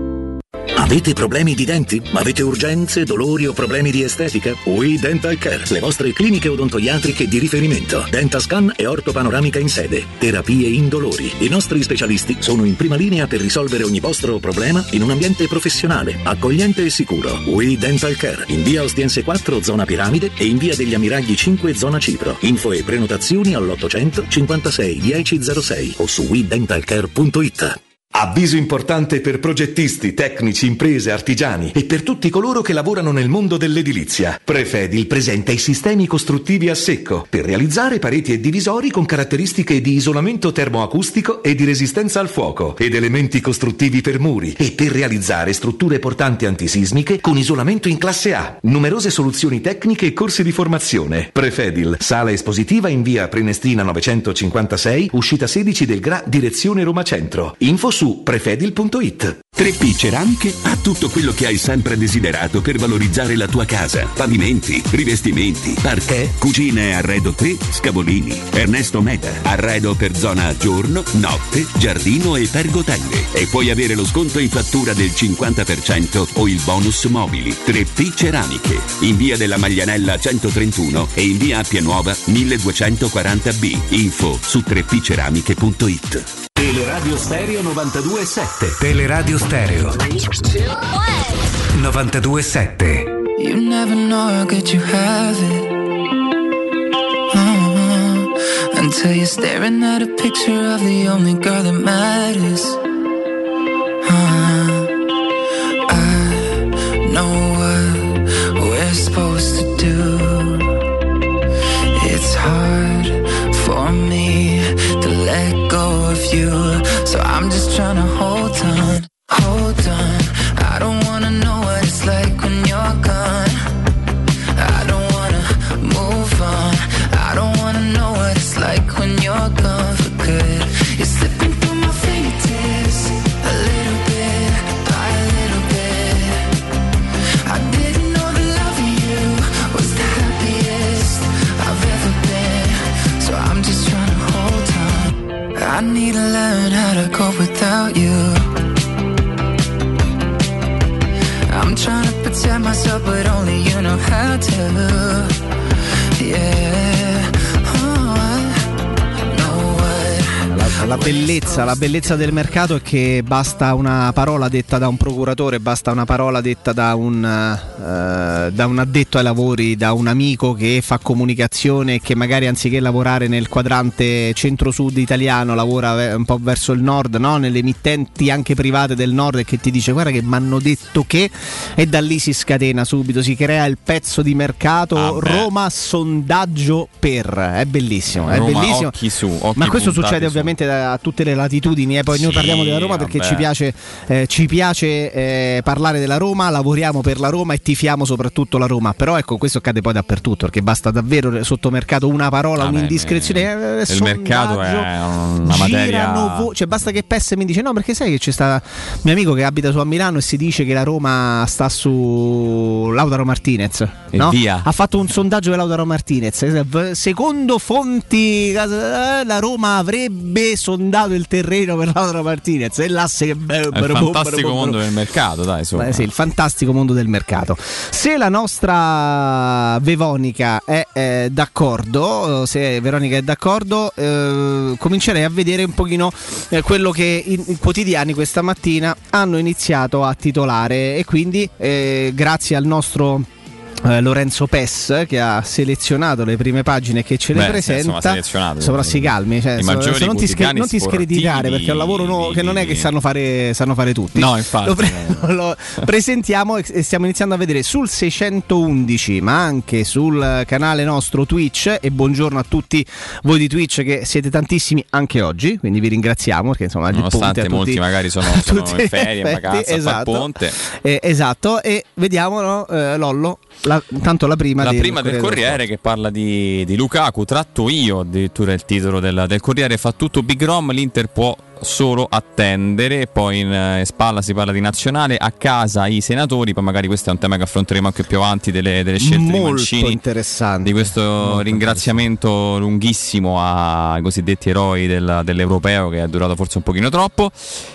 Avete problemi di denti? Avete urgenze, dolori o problemi di estetica? We Dental Care, le vostre cliniche odontoiatriche di riferimento. Dentascan e ortopanoramica in sede. Terapie indolori. I nostri specialisti sono in prima linea per risolvere ogni vostro problema in un ambiente professionale, accogliente e sicuro. We Dental Care, in via Ostiense quattro, zona Piramide e in via degli Ammiragli cinque, zona Cipro. Info e prenotazioni all'ottocento cinquantasei dieci zero sei o su we dental care punto it. Avviso importante per progettisti, tecnici, imprese, artigiani e per tutti coloro che lavorano nel mondo dell'edilizia. Prefedil presenta i sistemi costruttivi a secco per realizzare pareti e divisori con caratteristiche di isolamento termoacustico e di resistenza al fuoco ed elementi costruttivi per muri e per realizzare strutture portanti antisismiche con isolamento in classe A. Numerose soluzioni tecniche e corsi di formazione. Prefedil, sala espositiva in via Prenestina novecentocinquantasei, uscita sedici del Gra, direzione Roma Centro. Info su prefedil punto it. tre P Ceramiche ha tutto quello che hai sempre desiderato per valorizzare la tua casa. Pavimenti, rivestimenti, parquet, cucine e arredo tre, Scavolini. Ernesto Meda, arredo per zona giorno, notte, giardino e pergotelle. E puoi avere lo sconto in fattura del cinquanta per cento o il bonus mobili. tre P Ceramiche, in via della Maglianella centotrentuno e in via Appia Nuova milleduecentoquaranta B. Info su tre p ceramiche punto it. Teleradio Stereo novantadue sette. Teleradio Stereo novantadue sette. You never know how good you have it, uh-huh. Until you're staring at a picture of the only girl that matters, uh-huh. I know what we're supposed to do. It's hard for me to let go of you, so I'm just trying to hold on, hold on. I don't wanna know what it's like when you're gone. I don't wanna move on. I don't wanna know what it's like when you're gone for good. You're slipping through my fingertips, a little bit by a little bit. I didn't know the love of you was the happiest I've ever been, so I'm just trying to hold on. I need to learn how to cope without you. I'm trying to protect myself, but only you know how to. Yeah. Oh, I know what. La, la bellezza, la bellezza del mercato è che basta una parola detta da un procuratore, basta una parola detta da un, uh, da un addetto ai lavori, da un amico che fa comunicazione e che magari anziché lavorare nel quadrante centro-sud italiano lavora un po' verso il nord, no? Nelle emittenti anche private del nord, e che ti dice guarda che mi hanno detto che, e da lì si scatena subito, si crea il pezzo di mercato. ah, Roma sondaggio per, è bellissimo, è Roma, bellissimo. Occhi su, occhi ma questo puntati succede su. ovviamente a tutte le latitudini, e eh. poi sì, noi parliamo della Roma perché vabbè. ci piace, eh, ci piace eh, parlare della Roma, lavoriamo per la Roma e tifiamo soprattutto la Roma, però ecco, questo accade poi dappertutto, perché basta davvero sotto mercato una parola, ah, un'indiscrezione, beh, eh, il mercato è una materia, vo- cioè basta che P S mi dice no, perché sai che c'è sta mio amico che abita su a Milano e si dice che la Roma sta su Lautaro Martinez, no? Via. Ha fatto un sondaggio di Lautaro Martinez, secondo fonti la Roma avrebbe sondato il terreno per Lautaro Martinez, e l'asse che bello, è il fantastico mondo del mercato, dai, Beh, sì, il fantastico mondo del mercato. Se la nostra Veronica è eh, d'accordo, se Veronica è d'accordo, eh, comincerei a vedere un pochino eh, quello che i, i quotidiani questa mattina hanno iniziato a titolare, e quindi eh, grazie al nostro Eh, Lorenzo Pes, che ha selezionato le prime pagine che ce le Beh, presenta. insomma, sopra si calmi, cioè, so, so non, ti scri- non ti screditare, perché è un lavoro no, che non è che sanno fare, sanno fare tutti. No, infatti. Lo, pre- lo presentiamo e stiamo iniziando a vedere sul seicentoundici, ma anche sul canale nostro Twitch, e buongiorno a tutti voi di Twitch che siete tantissimi anche oggi, quindi vi ringraziamo, perché insomma nonostante il ponte molti tutti, magari sono, sono in ferie, in vacanza, esatto, a far ponte. Eh, esatto, e vediamo, no, eh, Lollo, la, tanto la prima, la del, prima del Corriere, che parla di, di Lukaku, tratto io, addirittura il titolo del, del Corriere, fa tutto Big Rom, l'Inter può solo attendere. Poi in, in spalla si parla di nazionale, a casa i senatori, poi magari questo è un tema che affronteremo anche più avanti, delle, delle scelte molto di Mancini, interessante, di questo molto ringraziamento lunghissimo ai cosiddetti eroi del, dell'Europeo, che è durato forse un pochino troppo,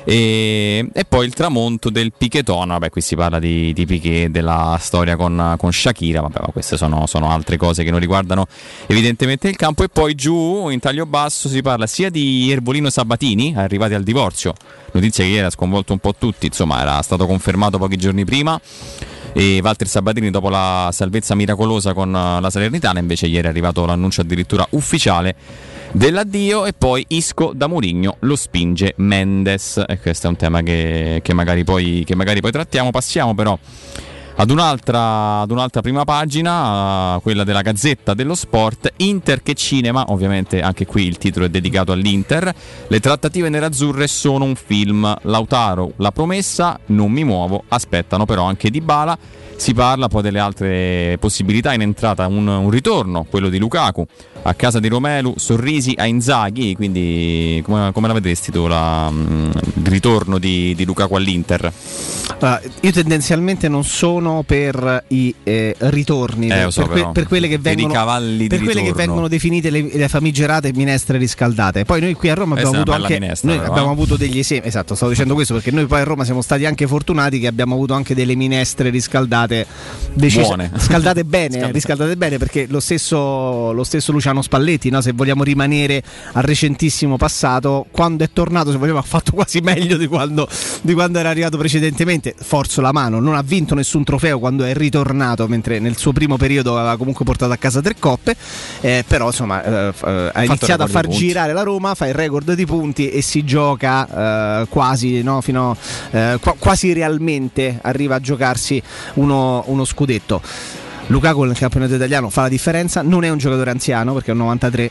e, e poi il tramonto del Piquetón. Vabbè, qui si parla di, di Piquet, della storia con, con Shakira, vabbè, ma queste sono, sono altre cose che non riguardano evidentemente il campo. E poi giù in taglio basso si parla sia di Ervolino Sabatini, arrivati al divorzio, notizia che ieri ha sconvolto un po' tutti, insomma era stato confermato pochi giorni prima, e Walter Sabatini dopo la salvezza miracolosa con la Salernitana, invece ieri è arrivato l'annuncio addirittura ufficiale dell'addio. E poi Isco da Mourinho lo spinge Mendes, e questo è un tema che, che, magari poi, che magari poi trattiamo. Passiamo però Ad un'altra, ad un'altra prima pagina, uh, quella della Gazzetta dello Sport, Inter che cinema, ovviamente anche qui il titolo è dedicato all'Inter, le trattative nerazzurre sono un film, Lautaro la promessa, non mi muovo, aspettano però anche Dybala, si parla poi delle altre possibilità in entrata, un, un ritorno, quello di Lukaku, a casa di Romelu, sorrisi a Inzaghi, quindi come, come la vedresti tu la, il ritorno di, di Lukaku all'Inter? Allora, io tendenzialmente non sono per i eh, ritorni, eh, per, so, per, que- per quelle che per vengono, i cavalli per di quelle ritorno. che vengono definite le, le famigerate minestre riscaldate. Poi noi qui a Roma abbiamo Questa avuto anche minestra, noi però, abbiamo eh. avuto degli esempi. Esatto, stavo dicendo questo perché noi poi a Roma siamo stati anche fortunati che abbiamo avuto anche delle minestre riscaldate decise, buone, scaldate bene, Scaldate. riscaldate bene, perché lo stesso, lo stesso Luciano Spalletti, no? Se vogliamo rimanere al recentissimo passato, quando è tornato, se vogliamo, ha fatto quasi meglio di quando, di quando era arrivato precedentemente. Forzo la mano, non ha vinto nessun trofeo quando è ritornato, mentre nel suo primo periodo aveva comunque portato a casa tre coppe, eh, però insomma eh, eh, ha iniziato a far girare la Roma, fa il record di punti e si gioca eh, quasi, no, fino, eh, qu- quasi realmente arriva a giocarsi uno, uno scudetto. Lukaku nel campionato italiano fa la differenza, non è un giocatore anziano perché è un novantatré.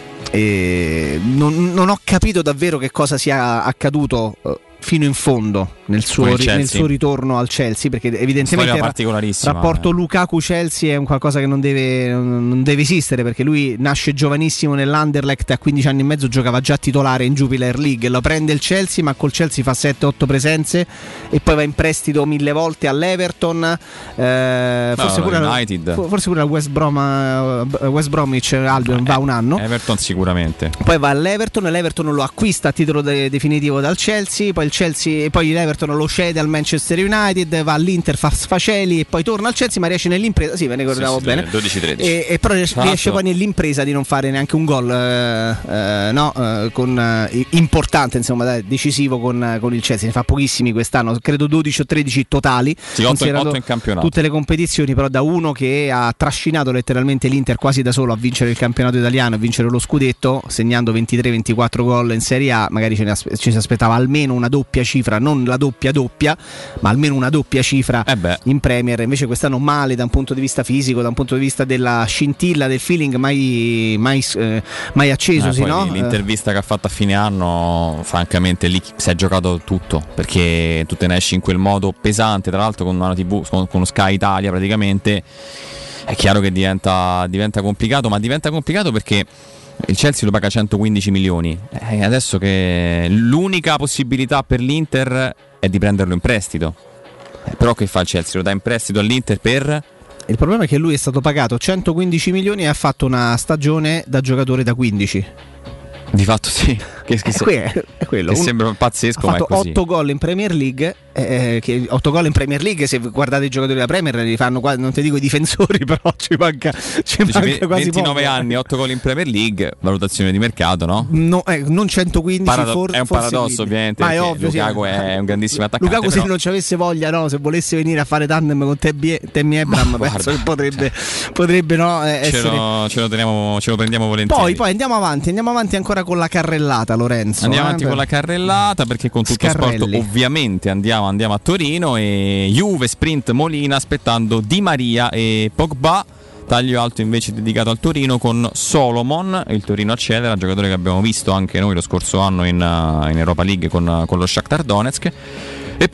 E non, non ho capito davvero che cosa sia accaduto uh, fino in fondo nel suo, ri- nel suo ritorno al Chelsea, perché evidentemente il ra- rapporto eh. Lukaku-Chelsea è un qualcosa che non deve, non deve esistere, perché lui nasce giovanissimo nell'Anderlecht, a quindici anni e mezzo giocava già titolare in Jupiler League, lo prende il Chelsea, ma col Chelsea fa sette otto presenze e poi va in prestito mille volte all'Everton, eh, forse, no, pure United. al, forse pure al West, Brom, uh, West Bromwich Albion, va un anno, Everton sicuramente, poi va all'Everton, l'Everton lo acquista a titolo de- definitivo dal Chelsea, poi il Chelsea, poi l'Everton lo cede al Manchester United, va all'Inter, fa sfaceli e poi torna al Chelsea, ma riesce nell'impresa, sì, ve ne ricordavo sì, sì, bene, dodici tredici. E, e però riesce, Esatto. riesce poi nell'impresa di non fare neanche un gol eh, eh, no, eh, con, eh, importante, insomma, dai, decisivo con, con il Chelsea. Ne fa pochissimi quest'anno, credo dodici o tredici totali, sì, otto, otto in campionato, tutte le competizioni, però da uno che ha trascinato letteralmente l'Inter quasi da solo a vincere il campionato italiano, a vincere lo scudetto, segnando ventitré ventiquattro gol in Serie A. Magari ce ne aspe- ci si aspettava almeno una doppia cifra, non la doppia doppia, ma almeno una doppia cifra eh beh. in Premier. Invece quest'anno male da un punto di vista fisico, da un punto di vista della scintilla, del feeling mai, mai, eh, mai acceso, eh, sì, no? L'intervista che ha fatto a fine anno, francamente lì si è giocato tutto, perché tu te ne esci in quel modo pesante, tra l'altro con una tivù, con, con Sky Italia praticamente. È chiaro che diventa, diventa complicato, ma diventa complicato perché il Chelsea lo paga centoquindici milioni, e adesso che l'unica possibilità per l'Inter è di prenderlo in prestito, eh, però che fa il Chelsea? Lo dà in prestito all'Inter per... Il problema è che lui è stato pagato centoquindici milioni e ha fatto una stagione da giocatore da quindici. Di fatto sì, che, che, è, que- è quello. che Un, sembra pazzesco, ha ma è fatto così. otto gol in Premier League, eh, che otto gol in Premier League, se guardate i giocatori della Premier li fanno quasi, non ti dico i difensori, però ci manca, ci Dici, manca quasi ventinove poco. anni, otto gol in Premier League, valutazione di mercato, no? No, eh, non centoquindici, Parado- for- è un forse paradosso lì. ovviamente, ma è perché ovvio, Lukaku sì. è un grandissimo attaccante. Lukaku però... se non ci avesse voglia, no, se volesse venire a fare tandem con Tammy, Tammy Abraham, penso che potrebbe, potrebbe no, eh, ce, essere... lo, ce, lo teniamo, ce lo prendiamo volentieri. Poi, poi andiamo avanti, andiamo avanti ancora con la carrellata, Lorenzo. Andiamo eh, avanti per... con la carrellata, perché con tutto Scarrelli. sport ovviamente andiamo, andiamo a Torino, e Juve sprint Molina aspettando Di Maria e Pogba. Taglio alto invece dedicato al Torino con Solomon, il Torino accelera, giocatore che abbiamo visto anche noi lo scorso anno in, uh, in Europa League con, con lo Shakhtar Donetsk. E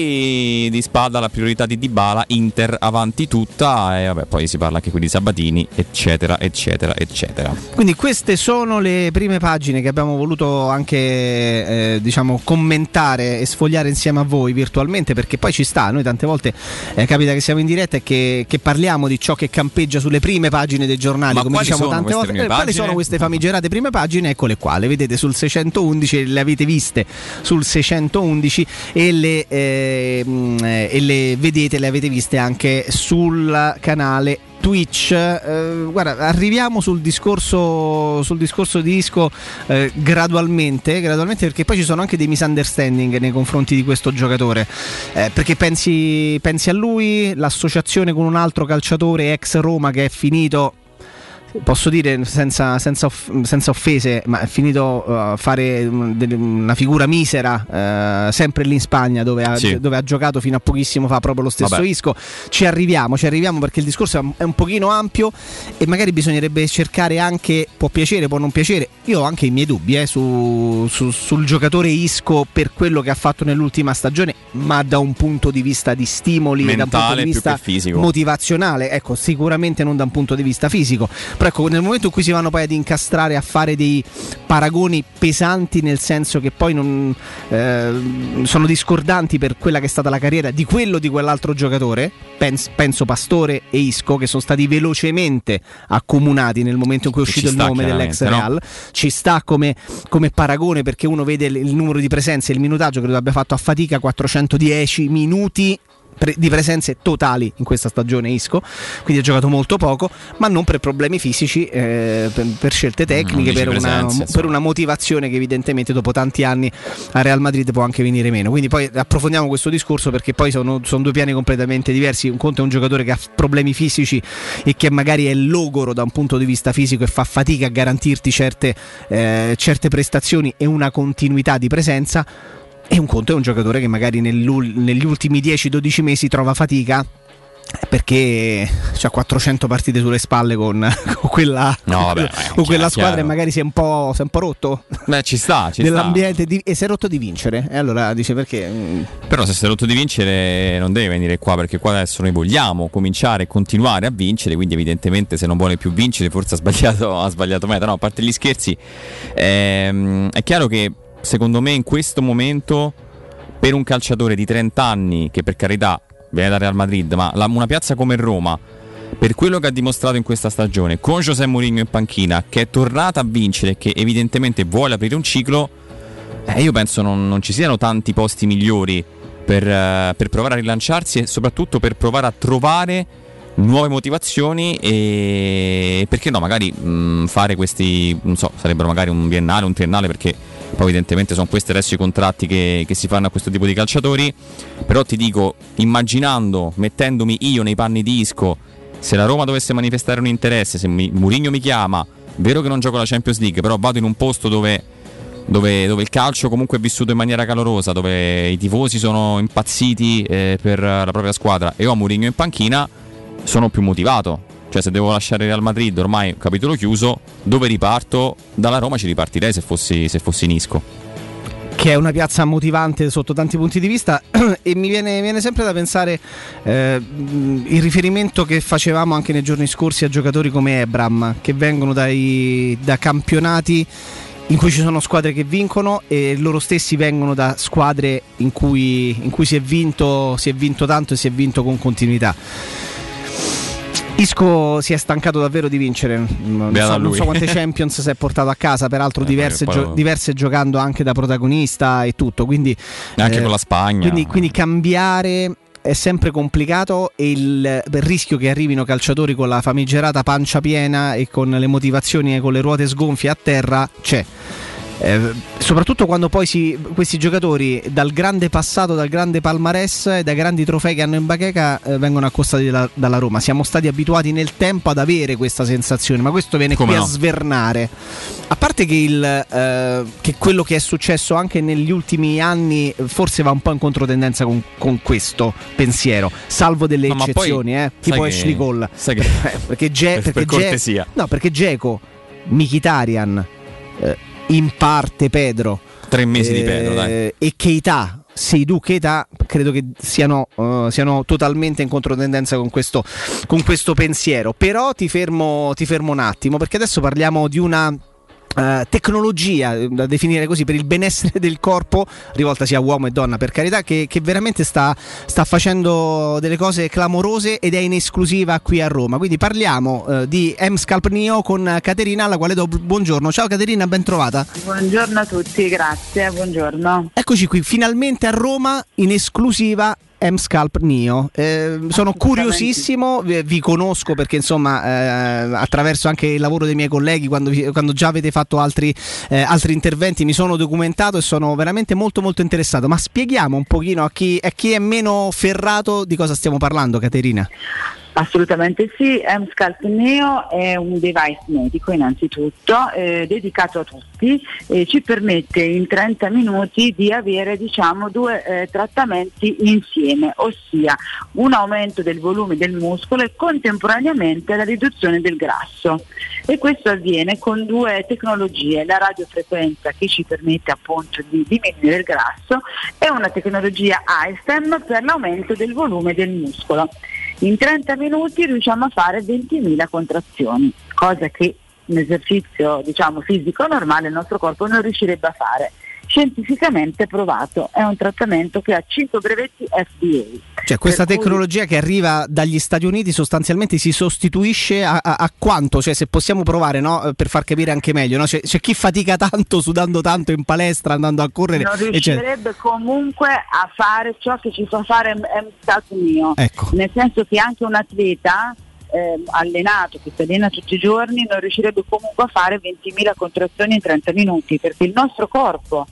poi di spada la priorità di Dybala, Inter avanti tutta, e vabbè, poi si parla anche qui di Sabatini, eccetera eccetera eccetera. Quindi queste sono le prime pagine che abbiamo voluto anche eh, diciamo commentare e sfogliare insieme a voi virtualmente, perché poi ci sta, noi tante volte eh, capita che siamo in diretta e che, che parliamo di ciò che campeggia sulle prime pagine dei giornali. Ma come quali diciamo sono tante volte, queste eh, prime quali pagine? sono queste famigerate prime pagine? Eccole qua, le vedete sul seicentoundici, le avete viste sul seicentoundici e le Eh, e le vedete, le avete viste anche sul canale Twitch. Eh, guarda, arriviamo sul discorso sul discorso di Isco eh, gradualmente, gradualmente, perché poi ci sono anche dei misunderstanding nei confronti di questo giocatore, eh, perché pensi, pensi a lui, l'associazione con un altro calciatore ex Roma che è finito. posso dire senza, senza, off- senza offese, ma è finito a uh, fare un, de- una figura misera uh, sempre lì in Spagna dove ha, sì. dove ha giocato fino a pochissimo fa proprio lo stesso Vabbè. Isco. Ci arriviamo, ci arriviamo perché il discorso è un pochino ampio e magari bisognerebbe cercare anche, può piacere, può non piacere, io ho anche i miei dubbi eh, su, su, sul giocatore Isco per quello che ha fatto nell'ultima stagione, ma da un punto di vista di stimoli, mentale, da un punto di vista motivazionale, ecco, sicuramente non da un punto di vista fisico. Però ecco, nel momento in cui si vanno poi ad incastrare a fare dei paragoni pesanti, nel senso che poi non eh, sono discordanti per quella che è stata la carriera di quello di quell'altro giocatore, penso, penso Pastore e Isco, che sono stati velocemente accomunati nel momento in cui è uscito il nome dell'ex Real, no? Ci sta come, come paragone, perché uno vede il, il numero di presenze, il minutaggio, credo abbia fatto a fatica quattrocentodieci minuti Pre- di presenze totali in questa stagione Isco, quindi ha giocato molto poco, ma non per problemi fisici, eh, per, per scelte tecniche, per una, presenze, per una motivazione che evidentemente dopo tanti anni a Real Madrid può anche venire meno. Quindi poi approfondiamo questo discorso, perché poi sono, sono due piani completamente diversi. Un conto è un giocatore che ha problemi fisici e che magari è logoro da un punto di vista fisico e fa fatica a garantirti certe, eh, certe prestazioni e una continuità di presenza. E un conto è un giocatore che magari negli ultimi dieci dodici mesi trova fatica perché ha quattrocento partite sulle spalle con, con quella, no, vabbè, con quella squadra, e magari si è un po', si è un po' rotto. Beh, ci sta, ci dell'ambiente sta. Di, e si è rotto di vincere. E allora dice perché. Però se si è rotto di vincere non deve venire qua, perché qua adesso noi vogliamo cominciare e continuare a vincere, quindi evidentemente se non vuole più vincere forse ha sbagliato, ha sbagliato meta. No, a parte gli scherzi, ehm, è chiaro che secondo me in questo momento per un calciatore di trenta anni, che per carità viene da Real Madrid, ma la, una piazza come Roma, per quello che ha dimostrato in questa stagione con José Mourinho in panchina, che è tornata a vincere e che evidentemente vuole aprire un ciclo, eh, io penso non, non ci siano tanti posti migliori per, uh, per provare a rilanciarsi e soprattutto per provare a trovare nuove motivazioni e perché no, magari mh, fare questi, non so, sarebbero magari un biennale, un triennale, perché poi evidentemente sono questi adesso i contratti che, che si fanno a questo tipo di calciatori. Però ti dico, immaginando, mettendomi io nei panni di Isco, se la Roma dovesse manifestare un interesse, se mi, Mourinho mi chiama, vero che non gioco la Champions League, però vado in un posto dove, dove, dove il calcio comunque è vissuto in maniera calorosa, dove i tifosi sono impazziti eh, per la propria squadra, e ho Mourinho in panchina, sono più motivato. Cioè, se devo lasciare Real Madrid, ormai capitolo chiuso, dove riparto? Dalla Roma ci ripartirei se fossi, se fossi in Isco, che è una piazza motivante sotto tanti punti di vista. E mi viene, viene sempre da pensare eh, il riferimento che facevamo anche nei giorni scorsi a giocatori come Ebram, che vengono dai, da campionati in cui ci sono squadre che vincono, e loro stessi vengono da squadre in cui, in cui si è vinto, si è vinto tanto e si è vinto con continuità. Isco si è stancato davvero di vincere, non so, non so quante Champions si è portato a casa, peraltro eh, diverse, poi... gio- diverse giocando anche da protagonista e tutto, quindi anche eh, con la Spagna, quindi, quindi cambiare è sempre complicato, e il, il rischio che arrivino calciatori con la famigerata pancia piena e con le motivazioni e con le ruote sgonfie a terra c'è. Eh, soprattutto quando poi si, questi giocatori dal grande passato, dal grande palmarès e dai grandi trofei che hanno in bacheca eh, vengono accostati da, dalla Roma. Siamo stati abituati nel tempo ad avere questa sensazione, ma questo viene Come qui no? a svernare. A parte che, il, eh, che quello che è successo anche negli ultimi anni forse va un po' in controtendenza con, con questo pensiero, salvo delle no, eccezioni, poi, eh, tipo che, Ashley Cole, sai che, eh, perché Ge- per, perché per cortesia Ge- no, perché Dzeko, Mkhitaryan, eh, in parte Pedro, tre mesi eh, di Pedro, dai. E Keita, Seydou Keita, credo che siano, uh, siano totalmente in controtendenza con questo, con questo pensiero. Però ti fermo, ti fermo un attimo, perché adesso parliamo di una Uh, tecnologia, da definire così, per il benessere del corpo, rivolta sia uomo e donna, per carità, che, che veramente sta, sta facendo delle cose clamorose ed è in esclusiva qui a Roma. Quindi parliamo uh, di M-Scalp Neo con Caterina, alla quale do buongiorno. Ciao Caterina, ben trovata. Buongiorno a tutti, grazie, buongiorno. Eccoci qui, finalmente a Roma in esclusiva M-Scalp Neo. Eh, sono curiosissimo, vi, vi conosco perché insomma eh, attraverso anche il lavoro dei miei colleghi, quando, quando già avete fatto altri, eh, altri interventi, mi sono documentato e sono veramente molto molto interessato. Ma spieghiamo un pochino a chi, a chi è meno ferrato di cosa stiamo parlando, Caterina. Assolutamente sì, M-Scalp Neo è un device medico innanzitutto, eh, dedicato a tutti, e ci permette in trenta minuti di avere diciamo due eh, trattamenti insieme, ossia un aumento del volume del muscolo e contemporaneamente la riduzione del grasso, e questo avviene con due tecnologie: la radiofrequenza, che ci permette appunto di diminuire il grasso, e una tecnologia I S T E M per l'aumento del volume del muscolo. In trenta minuti riusciamo a fare ventimila contrazioni, cosa che un esercizio diciamo fisico normale il nostro corpo non riuscirebbe a fare. Scientificamente provato, è un trattamento che ha cinque brevetti F D A. Cioè questa per tecnologia cui... che arriva dagli Stati Uniti sostanzialmente si sostituisce a, a, a quanto? Cioè se possiamo provare, no? Per far capire anche meglio, no? c'è, c'è chi fatica tanto, sudando tanto in palestra, andando a correre. Non riuscirebbe cioè... comunque a fare ciò che ci fa fare M-Scalp Neo, ecco. Nel senso che anche un atleta eh, allenato, che si allena tutti i giorni, non riuscirebbe comunque a fare ventimila contrazioni in trenta minuti, perché il nostro corpo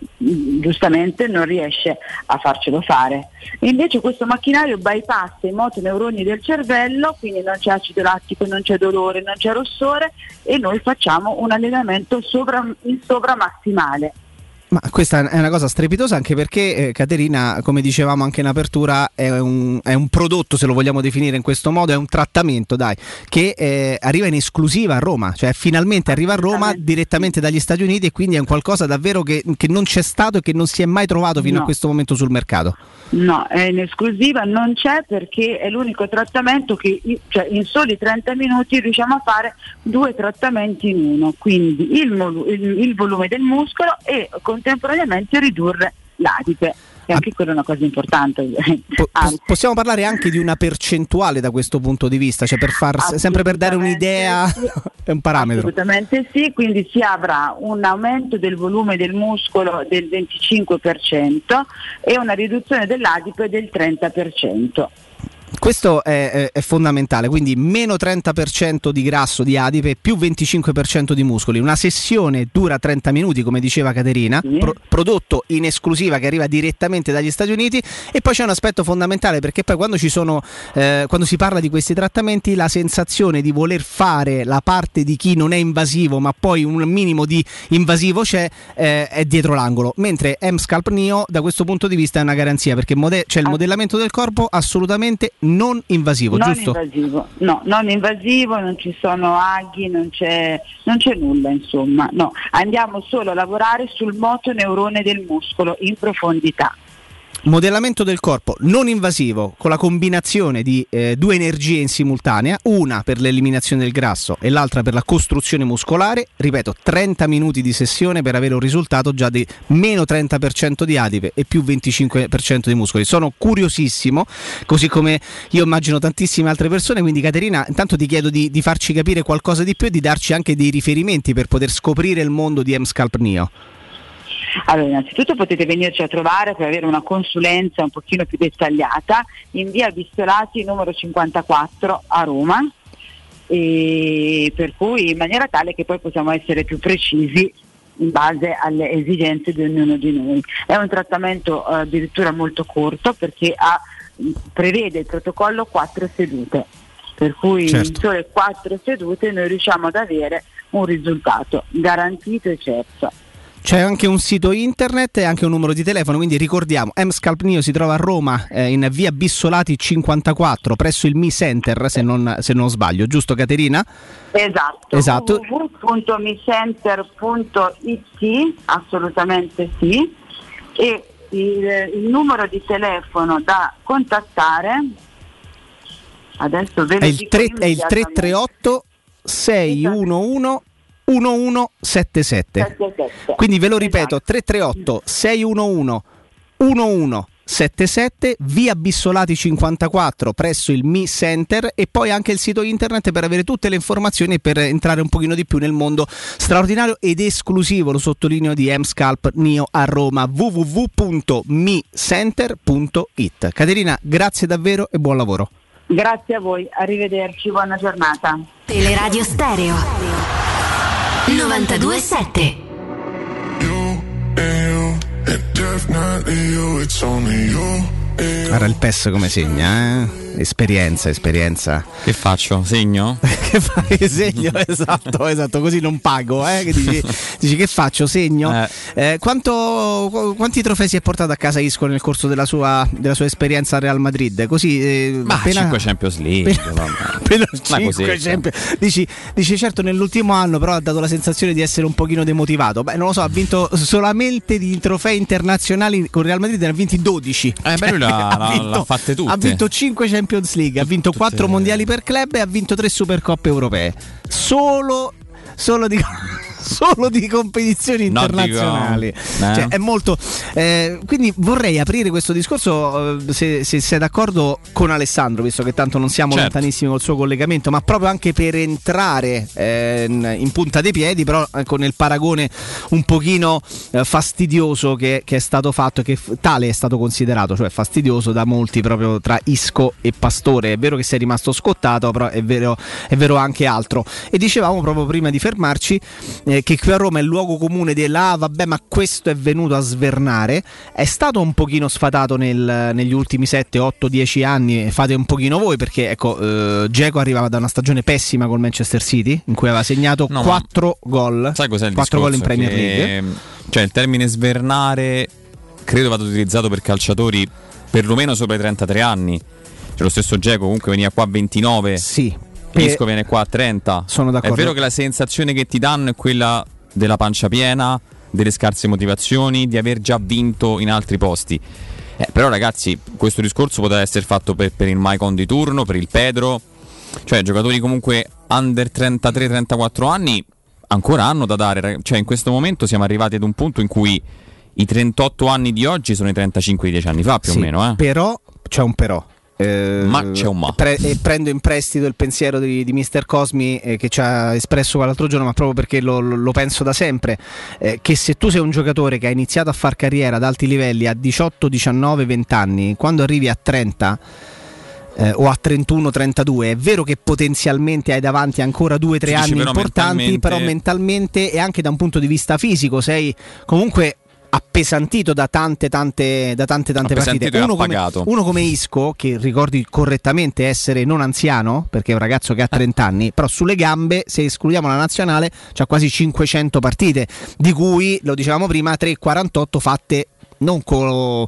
giustamente non riesce a farcelo fare. Invece questo macchinario bypassa i motoneuroni del cervello, quindi non c'è acido lattico, non c'è dolore, non c'è rossore, e noi facciamo un allenamento sovra, in sovramassimale. Ma questa è una cosa strepitosa, anche perché eh, Caterina, come dicevamo anche in apertura, è un, è un prodotto, se lo vogliamo definire in questo modo, è un trattamento, dai, che eh, arriva in esclusiva a Roma, cioè finalmente arriva a Roma direttamente dagli Stati Uniti, e quindi è un qualcosa davvero che, che non c'è stato e che non si è mai trovato fino no. a questo momento sul mercato. No, è in esclusiva, non c'è, perché è l'unico trattamento che cioè, in soli trenta minuti riusciamo a fare due trattamenti in uno, quindi il, il, il volume del muscolo e contemporaneamente ridurre l'adipe, e anche quella è una cosa importante. Po- possiamo parlare anche di una percentuale da questo punto di vista, cioè per far sempre per dare un'idea, sì. È un parametro. Assolutamente sì, quindi si avrà un aumento del volume del muscolo del venticinque per cento e una riduzione dell'adipe del trenta per cento. Questo è, è, è fondamentale, quindi meno trenta per cento di grasso, di adipe, più venticinque per cento di muscoli. Una sessione dura trenta minuti, come diceva Caterina, sì. pro- prodotto in esclusiva che arriva direttamente dagli Stati Uniti. E poi c'è un aspetto fondamentale, perché poi quando ci sono eh, quando si parla di questi trattamenti, la sensazione di voler fare la parte di chi non è invasivo, ma poi un minimo di invasivo c'è, eh, è dietro l'angolo, mentre M-Scalp Neo da questo punto di vista è una garanzia, perché mode- c'è il modellamento del corpo assolutamente non invasivo, non giusto? Invasivo, no, non invasivo, non ci sono aghi, non c'è, non c'è nulla, insomma, no, andiamo solo a lavorare sul motoneurone del muscolo in profondità. Modellamento del corpo non invasivo, con la combinazione di eh, due energie in simultanea, una per l'eliminazione del grasso e l'altra per la costruzione muscolare. Ripeto, trenta minuti di sessione per avere un risultato già di meno trenta per cento di adipe e più venticinque per cento di muscoli. Sono curiosissimo, così come io immagino tantissime altre persone, quindi Caterina, intanto ti chiedo di, di farci capire qualcosa di più e di darci anche dei riferimenti per poter scoprire il mondo di M-Scalp Neo. Allora, innanzitutto potete venirci a trovare per avere una consulenza un pochino più dettagliata in via Bissolati numero cinquantaquattro a Roma, e per cui in maniera tale che poi possiamo essere più precisi in base alle esigenze di ognuno di noi. È un trattamento eh, addirittura molto corto, perché ha, prevede il protocollo quattro sedute, per cui certo. in sole quattro sedute noi riusciamo ad avere un risultato garantito e certo. C'è anche un sito internet e anche un numero di telefono, quindi ricordiamo, M-Scalp Neo si trova a Roma, eh, in via Bissolati cinquantaquattro, presso il Mi Center, se non, se non sbaglio, giusto Caterina? Esatto, esatto. w w w punto mi center punto i t, assolutamente sì, e il, il numero di telefono da contattare, adesso ve lo è il, dico tre, è il tre tre otto sei uno uno uno uno sette sette, quindi ve lo ripeto, tre tre otto sei uno uno uno uno sette sette, via Bissolati cinquantaquattro presso il Mi Center, e poi anche il sito internet per avere tutte le informazioni e per entrare un pochino di più nel mondo straordinario ed esclusivo, lo sottolineo, di M-Scalp Neo a Roma, w w w punto mi center punto i t. Caterina, grazie davvero e buon lavoro. Grazie a voi, arrivederci, buona giornata. Teleradio Stereo novantadue sette. Guarda il P E S come segna, eh? esperienza, esperienza. Che faccio? Segno? Che fai? Segno, esatto, esatto, così non pago, eh? Che dici, dici che faccio? Segno? Eh. Eh, quanto, quanti trofei si è portato a casa Isco nel corso della sua, della sua esperienza al Real Madrid? Così, eh, ma appena, cinque Champions League, appena cinque Champions. Dici, dici certo nell'ultimo anno però ha dato la sensazione di essere un pochino demotivato. Beh, non lo so, ha vinto solamente di trofei internazionali con Real Madrid, ne ha vinti dodici. Eh, beh, lui l'ha, l'ha, vinto, l'ha fatte tutte. Ha vinto cinque Champions League, ha vinto quattro mondiali per club e ha vinto tre Supercoppe europee. Solo solo di solo di competizioni internazionali, no, cioè, è molto eh, quindi vorrei aprire questo discorso eh, se, se sei d'accordo con Alessandro, visto che tanto non siamo certo. lontanissimi col suo collegamento, ma proprio anche per entrare eh, in, in punta dei piedi, però eh, con il paragone un pochino eh, fastidioso che, che è stato fatto e che f- tale è stato considerato, cioè fastidioso da molti, proprio tra Isco e Pastore. È vero che sei rimasto scottato, però è vero, è vero anche altro. E dicevamo proprio prima di fermarci eh, che qui a Roma è il luogo comune della ah, vabbè, ma questo è venuto a svernare. È stato un pochino sfatato nel, negli ultimi sette, otto, dieci anni. Fate un pochino voi, perché ecco, eh, Dzeko arrivava da una stagione pessima col Manchester City, in cui aveva segnato no, quattro gol. Sai cos'è il quattro gol in Premier che, League. Cioè il termine svernare credo vada utilizzato per calciatori perlomeno sopra i trentatré anni. Cioè lo stesso Dzeko comunque veniva qua a ventinove. Sì. Isco viene qua a trenta. Sono d'accordo. È vero che la sensazione che ti danno è quella della pancia piena, delle scarse motivazioni, di aver già vinto in altri posti. Eh, però ragazzi, questo discorso poteva essere fatto per, per il Maicon di turno, per il Pedro. Cioè giocatori comunque under trentatré trentaquattro anni ancora hanno da dare. Cioè in questo momento siamo arrivati ad un punto in cui i trentotto anni di oggi sono i trentacinque di dieci anni fa più sì, o meno. Eh. Però c'è un però. Eh, ma c'è un ma pre- e prendo in prestito il pensiero di, di mister Cosmi eh, che ci ha espresso l'altro giorno, ma proprio perché lo, lo penso da sempre, eh, che se tu sei un giocatore che ha iniziato a far carriera ad alti livelli a diciotto, diciannove, venti anni, quando arrivi a trenta eh, o a trentuno trentadue, è vero che potenzialmente hai davanti ancora due tre anni però importanti, mentalmente... però mentalmente e anche da un punto di vista fisico sei comunque appesantito da tante tante da tante tante partite. Uno come, uno come Isco, che ricordi correttamente essere non anziano, perché è un ragazzo che ha trenta anni, però sulle gambe, se escludiamo la nazionale, c'ha quasi cinquecento partite, di cui, lo dicevamo prima, tre quarantotto fatte non con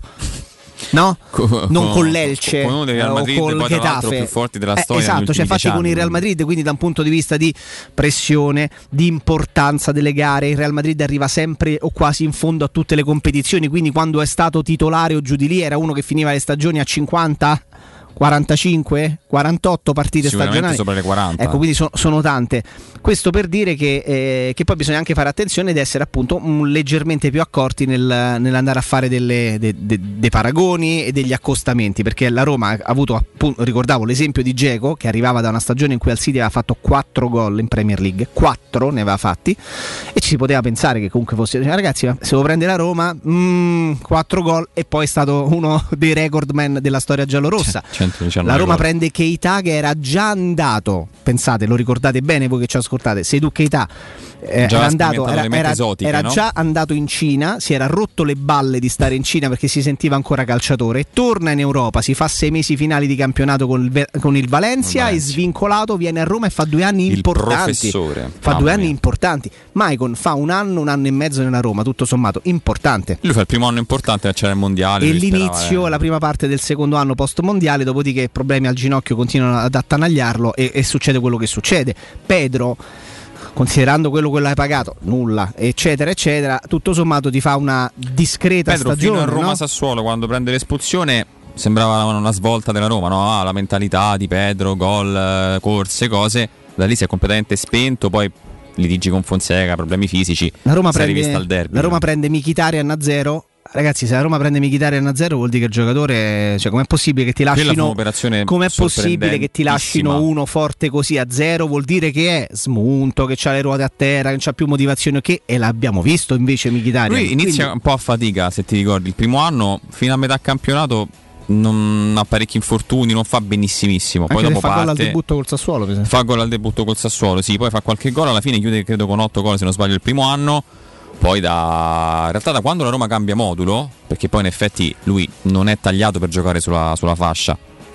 no? Co- non con l'Elce con uno dei Real Madrid, o con il Getafe più forti della storia, eh, esatto, cioè fatti con il Real Madrid, quindi da un punto di vista di pressione, di importanza delle gare, il Real Madrid arriva sempre o quasi in fondo a tutte le competizioni, quindi quando è stato titolare o giù di lì era uno che finiva le stagioni a cinquanta quarantacinque quarantotto partite stagionali, sopra le quaranta. Ecco, quindi so, sono tante. Questo per dire che, eh, che poi bisogna anche fare attenzione ed essere appunto un, leggermente più accorti nel, nell'andare a fare delle, de, de, dei paragoni e degli accostamenti, perché la Roma ha avuto, appunto, ricordavo l'esempio di Dzeko, che arrivava da una stagione in cui al City aveva fatto quattro gol in Premier League, quattro ne aveva fatti, e ci si poteva pensare che comunque fosse, cioè, ragazzi, ma se lo prende la Roma, quattro gol, e poi è stato uno dei recordman della storia giallorossa. La Roma gol. Prende Keita, che era già andato, pensate, lo ricordate bene voi che ci ascoltate, Seydou Keita eh, era, andato, era, era, esotiche, era no? già andato in Cina, si era rotto le balle di stare in Cina perché si sentiva ancora calciatore, torna in Europa, si fa sei mesi finali di campionato con il, con il Valencia, Valencia, è svincolato, viene a Roma e fa due anni il importanti professore. fa Mamma due anni mia. importanti. Maicon fa un anno, un anno e mezzo nella Roma, tutto sommato importante. Lui fa il primo anno importante, c'era il mondiale e l'inizio, eh. la prima parte del secondo anno post mondiale, dopodiché problemi al ginocchio continuano ad attanagliarlo e, e succede quello che succede. Pedro, considerando quello che l'hai pagato, nulla, eccetera eccetera, tutto sommato ti fa una discreta Pedro, stagione. Fino a Roma no? Sassuolo, quando prende l'espulsione, sembrava una svolta della Roma, no? Ah, la mentalità di Pedro, gol, corse, cose. Da lì si è completamente spento, poi litigi con Fonseca, problemi fisici. La Roma, si prende, al derby, la Roma prende Mkhitaryan a zero. Ragazzi, se la Roma prende Mkhitaryan a zero vuol dire che il giocatore, cioè, com'è possibile che ti lasciano com'è possibile che ti lasciano uno forte così a zero? Vuol dire che è smunto, che c'ha le ruote a terra, che c'ha più motivazione, che e l'abbiamo visto invece Mkhitaryan. Lui inizia Quindi... un po' a fatica, se ti ricordi, il primo anno fino a metà campionato non ha parecchi infortuni, non fa benissimissimo. Poi Anche dopo fa parte, gol al debutto col Sassuolo, per fa gol al debutto col Sassuolo, sì, poi fa qualche gol, alla fine chiude credo con otto gol se non sbaglio il primo anno. Poi da in realtà da quando la Roma cambia modulo, perché poi in effetti lui non è tagliato per giocare sulla, sulla fascia,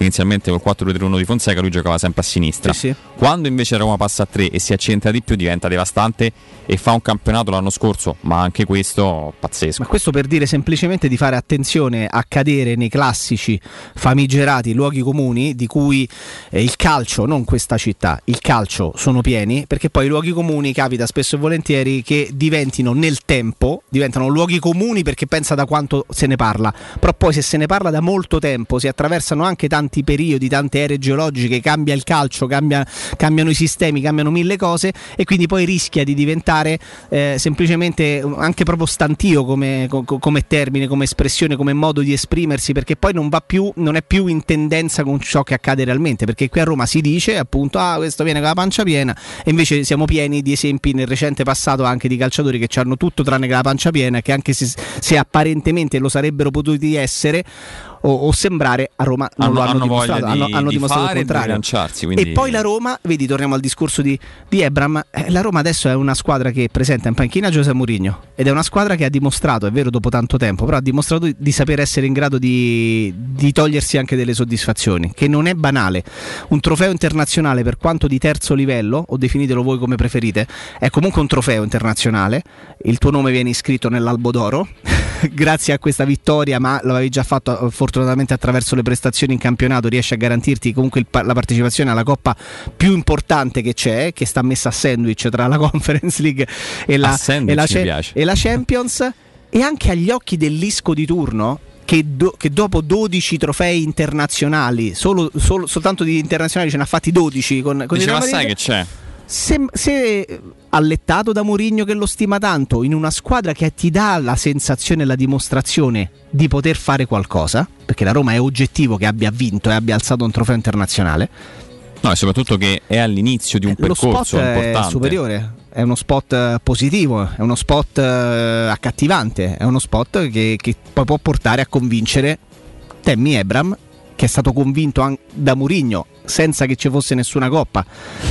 inizialmente col quattro due tre uno di Fonseca lui giocava sempre a sinistra. Sì, sì. Quando invece Roma passa a tre e si accentra di più diventa devastante e fa un campionato l'anno scorso, ma anche questo pazzesco. Ma questo per dire semplicemente di fare attenzione a cadere nei classici famigerati luoghi comuni di cui eh, il calcio, non questa città, il calcio sono pieni, perché poi i luoghi comuni capita spesso e volentieri che diventino nel tempo, diventano luoghi comuni perché pensa da quanto se ne parla, però poi se se ne parla da molto tempo, si attraversano anche tanti periodi, tante ere geologiche, cambia il calcio, cambia, cambiano i sistemi, cambiano mille cose e quindi poi rischia di diventare eh, semplicemente anche proprio stantio come, come termine, come espressione, come modo di esprimersi, perché poi non va più, non è più in tendenza con ciò che accade realmente, perché qui a Roma si dice appunto ah questo viene con la pancia piena e invece siamo pieni di esempi nel recente passato anche di calciatori che hanno tutto tranne che la pancia piena, che anche se, se apparentemente lo sarebbero potuti essere o, o sembrare, a Roma non hanno, lo hanno, hanno dimostrato, di, hanno, hanno di dimostrato fare il contrario. E, di quindi... e poi la Roma, vedi, torniamo al discorso di, di Ebram, eh, la Roma adesso è una squadra che presenta in panchina José Mourinho ed è una squadra che ha dimostrato, è vero dopo tanto tempo, però ha dimostrato di, di saper essere in grado di, di togliersi anche delle soddisfazioni, che non è banale. Un trofeo internazionale, per quanto di terzo livello, o definitelo voi come preferite, è comunque un trofeo internazionale, il tuo nome viene iscritto nell'albo d'oro grazie a questa vittoria, ma lo avevi già fatto fortunatamente attraverso le prestazioni in campionato, riesci a garantirti comunque il, la partecipazione alla coppa più importante che c'è, che sta messa a sandwich tra la Conference League e la, e la, e la Champions, e anche agli occhi dell'isco di turno che, do, che dopo dodici trofei internazionali, solo, solo, soltanto di internazionali ce n'ha fatti dodici con, con Dice, ma sai che c'è? Se, se allettato da Mourinho che lo stima tanto, in una squadra che ti dà la sensazione e la dimostrazione di poter fare qualcosa, perché la Roma è oggettivo che abbia vinto e abbia alzato un trofeo internazionale, no, e soprattutto che è all'inizio di un lo percorso spot importante. È superiore, è uno spot positivo, è uno spot accattivante, è uno spot che, che poi può portare a convincere Tammy Abraham, che è stato convinto anche da Mourinho senza che ci fosse nessuna coppa,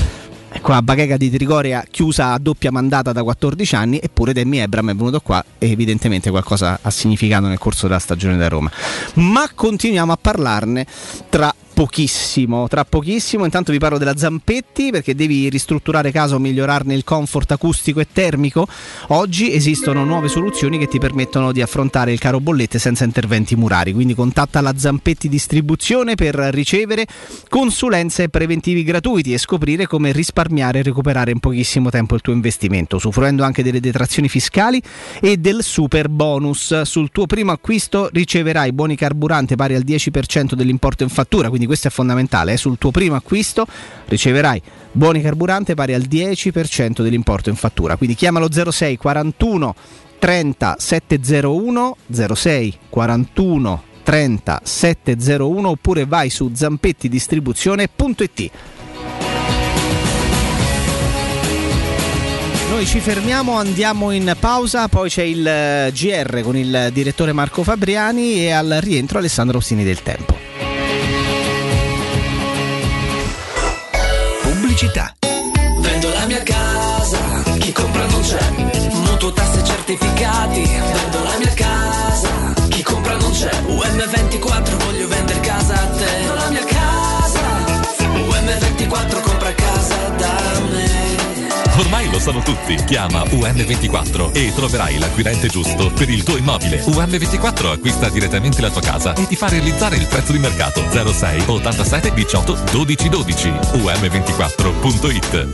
con la bacheca di Trigoria chiusa a doppia mandata da quattordici anni, eppure Tammy Abraham è venuto qua e evidentemente qualcosa ha significato nel corso della stagione da Roma. Ma continuiamo a parlarne tra pochissimo, tra pochissimo. Intanto vi parlo della Zampetti, perché devi ristrutturare casa o migliorarne il comfort acustico e termico. Oggi esistono nuove soluzioni che ti permettono di affrontare il caro bollette senza interventi murari, quindi contatta la Zampetti Distribuzione per ricevere consulenze e preventivi gratuiti e scoprire come risparmiare e recuperare in pochissimo tempo il tuo investimento, usufruendo anche delle detrazioni fiscali e del super bonus. Sul tuo primo acquisto riceverai buoni carburante pari al dieci per cento dell'importo in fattura, quindi questo è fondamentale, eh? Sul tuo primo acquisto riceverai buoni carburante pari al dieci per cento dell'importo in fattura, quindi chiamalo zero sei quarantuno trenta settecentouno zero sei quarantuno trenta settecentouno oppure vai su zampettidistribuzione punto it. Noi ci fermiamo, andiamo in pausa, poi c'è il G R con il direttore Marco Fabriani e al rientro Alessandro Ossini del Tempo. Pubblicità. Vendo la mia casa, chi compra non c'è. Mutuo, tasse, certificati. Vendo la mia casa, chi compra non c'è. U M ventiquattro, voglio vendere casa a te. Vendo la mia casa, U M ventiquattro, compra casa da me. Ormai lo sanno tutti, chiama U M ventiquattro e troverai l'acquirente giusto per il tuo immobile. U M ventiquattro acquista direttamente la tua casa e ti fa realizzare il prezzo di mercato. Zero sei ottantasette diciotto dodici dodici U M ventiquattro punto it.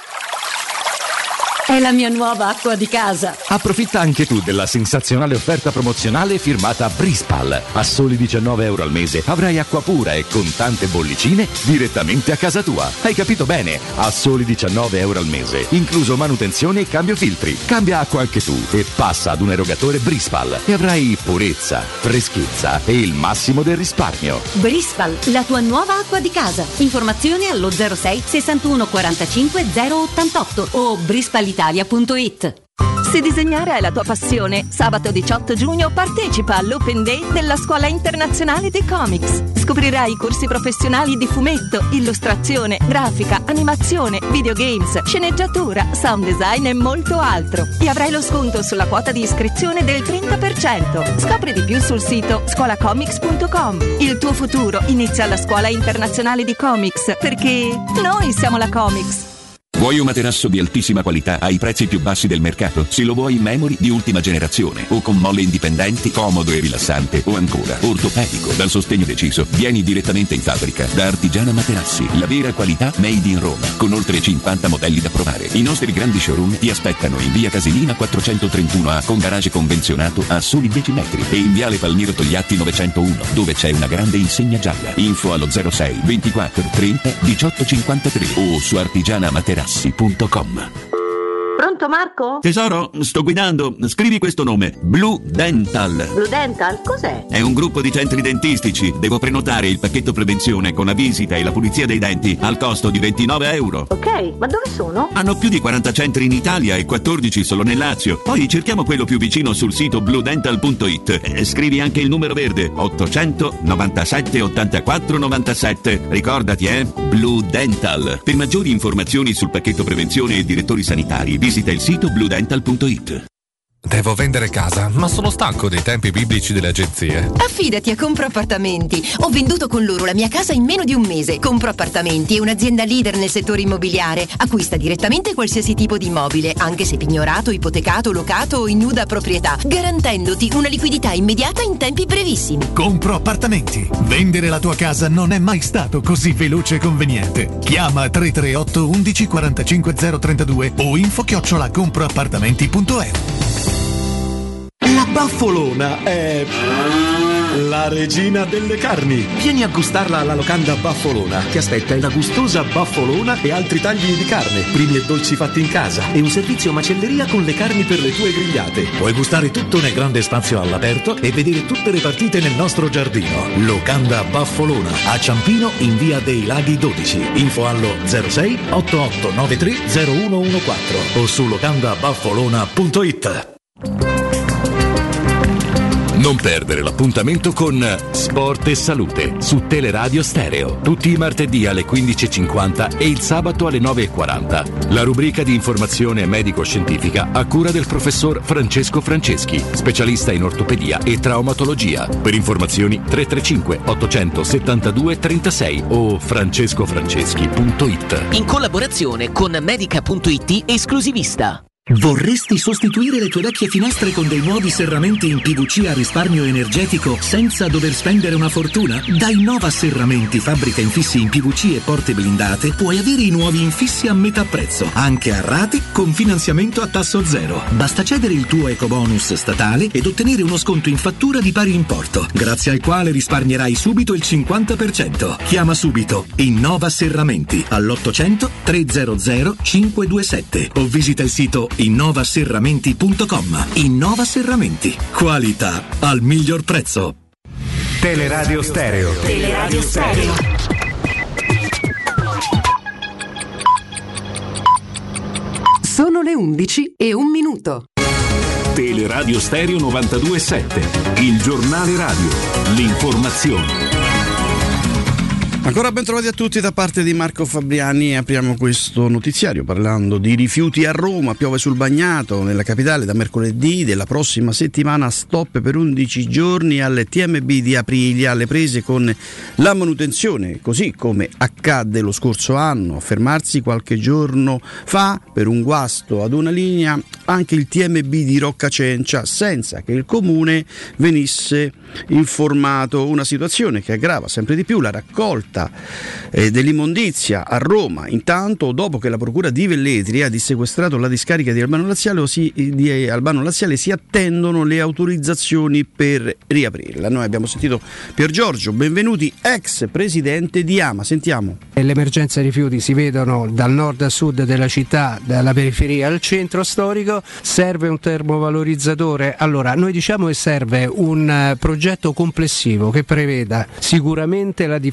È la mia nuova acqua di casa. Approfitta anche tu della sensazionale offerta promozionale firmata Brispal. A soli diciannove euro al mese avrai acqua pura e con tante bollicine direttamente a casa tua. Hai capito bene? A soli diciannove euro al mese, incluso manutenzione e cambio filtri. Cambia acqua anche tu e passa ad un erogatore Brispal e avrai purezza, freschezza e il massimo del risparmio. Brispal, la tua nuova acqua di casa. Informazioni allo zero sei sessantuno quarantacinque zero ottantotto o brispal italia punto it. Se disegnare è la tua passione, sabato diciotto giugno partecipa all'Open Day della Scuola Internazionale dei Comics. Scoprirai corsi professionali di fumetto, illustrazione, grafica, animazione, videogames, sceneggiatura, sound design e molto altro. E avrai lo sconto sulla quota di iscrizione del trenta per cento. Scopri di più sul sito scuola comics punto com. Il tuo futuro inizia alla Scuola Internazionale di Comics, perché noi siamo la Comics. Vuoi un materasso di altissima qualità ai prezzi più bassi del mercato? Se lo vuoi in memory di ultima generazione o con molle indipendenti, comodo e rilassante, o ancora ortopedico dal sostegno deciso, vieni direttamente in fabbrica da Artigiana Materassi, la vera qualità made in Roma, con oltre cinquanta modelli da provare. I nostri grandi showroom ti aspettano in via Casilina quattrocentotrentuno A con garage convenzionato a soli dieci metri e in viale Palmiro Togliatti novecentouno, dove c'è una grande insegna gialla. Info allo zero sei ventiquattro trenta diciotto cinquantatré o su artigiana materassi punto com. Pronto Marco? Tesoro, sto guidando. Scrivi questo nome: Blue Dental. Blue Dental? Cos'è? È un gruppo di centri dentistici. Devo prenotare il pacchetto prevenzione con la visita e la pulizia dei denti al costo di ventinove euro. Ok, ma dove sono? Hanno più di quaranta centri in Italia e quattordici solo nel Lazio. Poi cerchiamo quello più vicino sul sito blue dental punto it. E scrivi anche il numero verde: ottocento novantasette ottantaquattro novantasette. Ricordati, eh? Blue Dental. Per maggiori informazioni sul pacchetto prevenzione e direttori sanitari, visita il sito blue dental punto it. Devo vendere casa, ma sono stanco dei tempi biblici delle agenzie. Affidati a Compro Appartamenti. Ho venduto con loro la mia casa in meno di un mese. Compro Appartamenti è un'azienda leader nel settore immobiliare. Acquista direttamente qualsiasi tipo di immobile, anche se pignorato, ipotecato, locato o in nuda proprietà, garantendoti una liquidità immediata in tempi brevissimi. Compro Appartamenti. Vendere la tua casa non è mai stato così veloce e conveniente. Chiama tre tre otto undici quarantacinque zero trentadue o info chiocciola comproappartamenti punto e u. La Baffolona è la regina delle carni. Vieni a gustarla alla locanda Baffolona. Ti aspetta una gustosa baffolona e altri tagli di carne, primi e dolci fatti in casa e un servizio macelleria con le carni per le tue grigliate. Puoi gustare tutto nel grande spazio all'aperto e vedere tutte le partite nel nostro giardino. Locanda Baffolona a Ciampino in via dei Laghi dodici. Info allo zero sei ottantotto novantatré zero uno quattordici o su locanda baffolona punto it. Non perdere l'appuntamento con Sport e Salute su Teleradio Stereo, tutti i martedì alle quindici e cinquanta e il sabato alle nove e quaranta. La rubrica di informazione medico-scientifica a cura del professor Francesco Franceschi, specialista in ortopedia e traumatologia. Per informazioni tre tre cinque ottocentosettantadue trentasei o francescofranceschi punto it. In collaborazione con medica punto it esclusivista. Vorresti sostituire le tue vecchie finestre con dei nuovi serramenti in P V C a risparmio energetico senza dover spendere una fortuna? Da Innova Serramenti, fabbrica infissi in P V C e porte blindate, puoi avere i nuovi infissi a metà prezzo, anche a rate con finanziamento a tasso zero. Basta cedere il tuo ecobonus statale ed ottenere uno sconto in fattura di pari importo, grazie al quale risparmierai subito il cinquanta per cento. Chiama subito Innova Serramenti all'ottocento trecento cinquecentoventisette o visita il sito innova serramenti punto com. Innova Serramenti, qualità al miglior prezzo. Teleradio Stereo. Teleradio Stereo. Sono le undici e un minuto. Teleradio Stereo novantadue virgola sette, il giornale radio, l'informazione. Ancora ben trovati a tutti da parte di Marco Fabriani. Apriamo questo notiziario parlando di rifiuti a Roma. Piove sul bagnato nella capitale da mercoledì della prossima settimana. Stop per undici giorni alle T M B di Aprilia, alle prese con la manutenzione, così come accadde lo scorso anno. A fermarsi qualche giorno fa per un guasto ad una linea anche il T M B di Roccacencia, senza che il comune venisse informato. Una situazione che aggrava sempre di più la raccolta eh, dell'immondizia a Roma. Intanto, dopo che la procura di Velletri ha dissequestrato la discarica di Albano Laziale, si, di Albano Laziale si attendono le autorizzazioni per riaprirla. Noi abbiamo sentito Pier Giorgio Benvenuti, ex presidente di AMA. Sentiamo. L'emergenza rifiuti si vedono dal nord a sud della città, dalla periferia al centro storico. Serve un termovalorizzatore. Allora, noi diciamo che serve un uh, progetto complessivo che preveda sicuramente la diffusione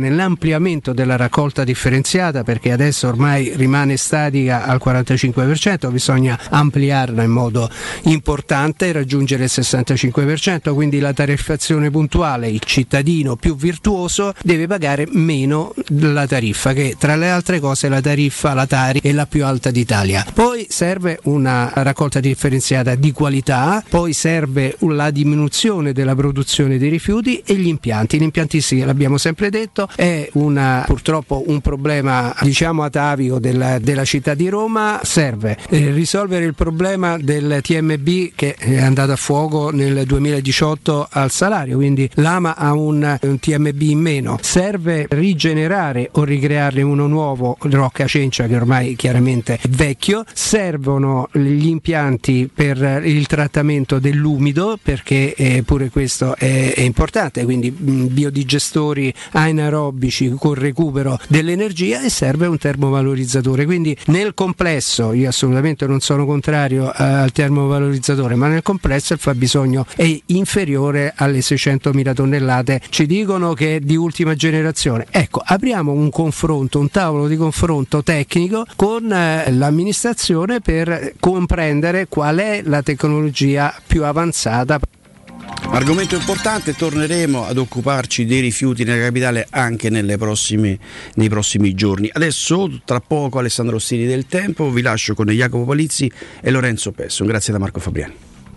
l'ampliamento della raccolta differenziata, perché adesso ormai rimane statica al quarantacinque per cento, bisogna ampliarla in modo importante, raggiungere il sessantacinque per cento, quindi la tariffazione puntuale, il cittadino più virtuoso deve pagare meno la tariffa, che tra le altre cose la tariffa, la Tari, è la più alta d'Italia. Poi serve una raccolta differenziata di qualità, poi serve la diminuzione della produzione dei rifiuti e gli impianti. L'impiantistica, l'abbiamo sempre detto, è una, purtroppo un problema diciamo atavico della, della città di Roma. Serve eh, risolvere il problema del T M B che è andato a fuoco nel duemiladiciotto al Salario, quindi l'Ama ha un, un T M B in meno. Serve rigenerare o ricrearne uno nuovo, Rocca Cencia, che ormai chiaramente è vecchio. Servono gli impianti per il trattamento dell'umido, perché eh, pure questo è, è importante, quindi mh, biodigestori anaerobici con recupero dell'energia, e serve un termovalorizzatore. Quindi nel complesso, io assolutamente non sono contrario eh, al termovalorizzatore, ma nel complesso il fabbisogno è inferiore alle seicentomila tonnellate. Ci dicono che è di ultima generazione. Ecco, apriamo un confronto, un tavolo di confronto tecnico con eh, l'amministrazione per comprendere qual è la tecnologia più avanzata. Argomento importante, torneremo ad occuparci dei rifiuti nella capitale anche nelle prossime, nei prossimi giorni. Adesso, tra poco, Alessandro Ostini del Tempo, vi lascio con Jacopo Palizzi e Lorenzo Pesso. Grazie da Marco Fabriani.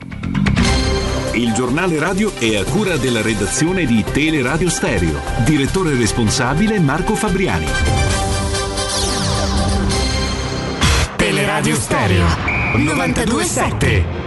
Il giornale radio è a cura della redazione di Teleradio Stereo. Direttore responsabile Marco Fabriani. Teleradio Stereo novantadue sette.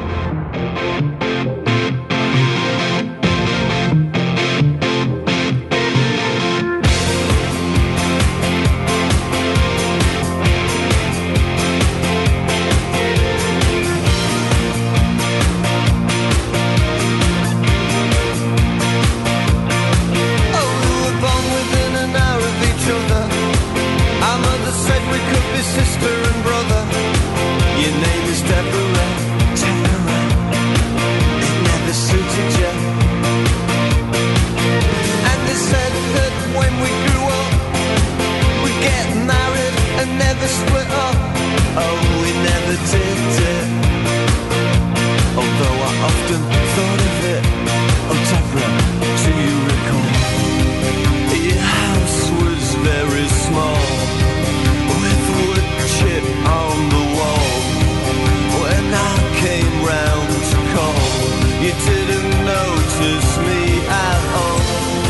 Sister and brother, your name is Deborah, Deborah. It never suited you. And they said that when we grew up, we'd get married and never split up. Oh, we never did it. Although I often thought of it. Oh, Deborah, do you recall? Your house was very small, chip on the wall. When I came round to call, you didn't notice me at all.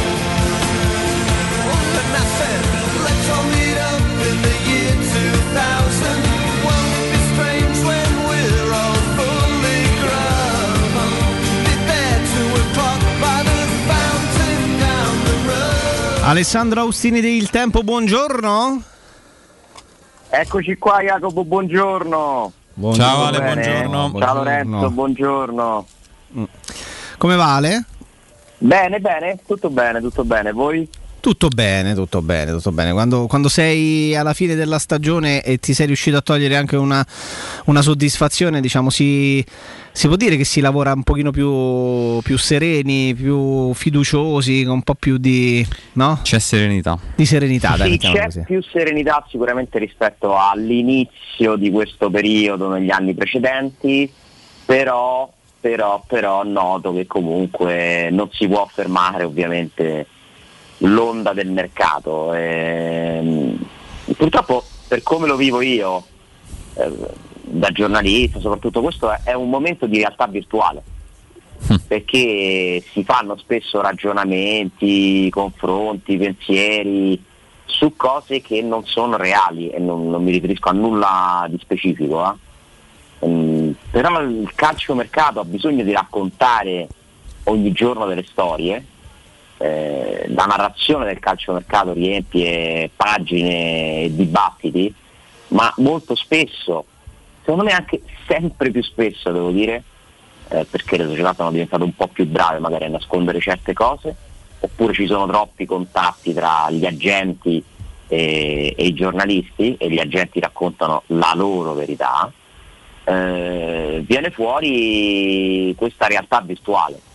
And I said, let's all meet up in the year two thousand. Won't it be strange when we're all fully grown? Be there two o'clock by the fountain down the road. Alessandro Austini del Tempo, buongiorno. Eccoci qua Jacopo, buongiorno. buongiorno. Ciao Ale, buongiorno. Ciao Lorenzo, buongiorno. Come va Ale? Bene, bene, tutto bene, tutto bene, voi? Tutto bene, tutto bene, tutto bene. Quando, quando sei alla fine della stagione e ti sei riuscito a togliere anche una, una soddisfazione, diciamo, si, si può dire che si lavora un pochino più, più sereni, più fiduciosi, con un po' più di, no? C'è serenità. Di serenità, dai, sì, c'è così. Più serenità sicuramente rispetto all'inizio di questo periodo negli anni precedenti, però, però, però noto che comunque non si può fermare ovviamente l'onda del mercato. E, purtroppo, per come lo vivo io, eh, da giornalista, soprattutto questo è, è un momento di realtà virtuale, perché si fanno spesso ragionamenti, confronti, pensieri su cose che non sono reali, e non, non mi riferisco a nulla di specifico, eh. um, però il calciomercato ha bisogno di raccontare ogni giorno delle storie. Eh, la narrazione del calciomercato riempie pagine e dibattiti, ma molto spesso, secondo me anche sempre più spesso devo dire, eh, perché le società sono diventate un po' più brave magari a nascondere certe cose, oppure ci sono troppi contatti tra gli agenti e, e i giornalisti, e gli agenti raccontano la loro verità, eh, viene fuori questa realtà virtuale.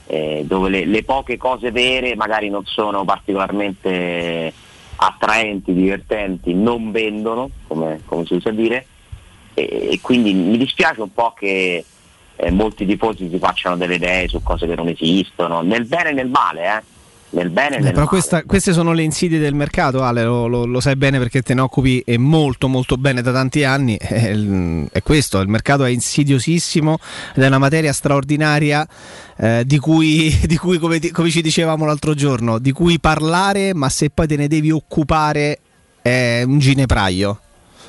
eh, dove le, le poche cose vere magari non sono particolarmente attraenti, divertenti, non vendono, come, come si usa dire, e, e quindi mi dispiace un po' che eh, molti tifosi si facciano delle idee su cose che non esistono, nel bene e nel male, eh. Nel bene e nel eh, però male. questa, queste sono le insidie del mercato, Ale, lo, lo, lo sai bene perché te ne occupi e molto molto bene da tanti anni. È, è questo, il mercato è insidiosissimo ed è una materia straordinaria, eh, di cui, di cui come, come ci dicevamo l'altro giorno, di cui parlare, ma se poi te ne devi occupare è un ginepraio.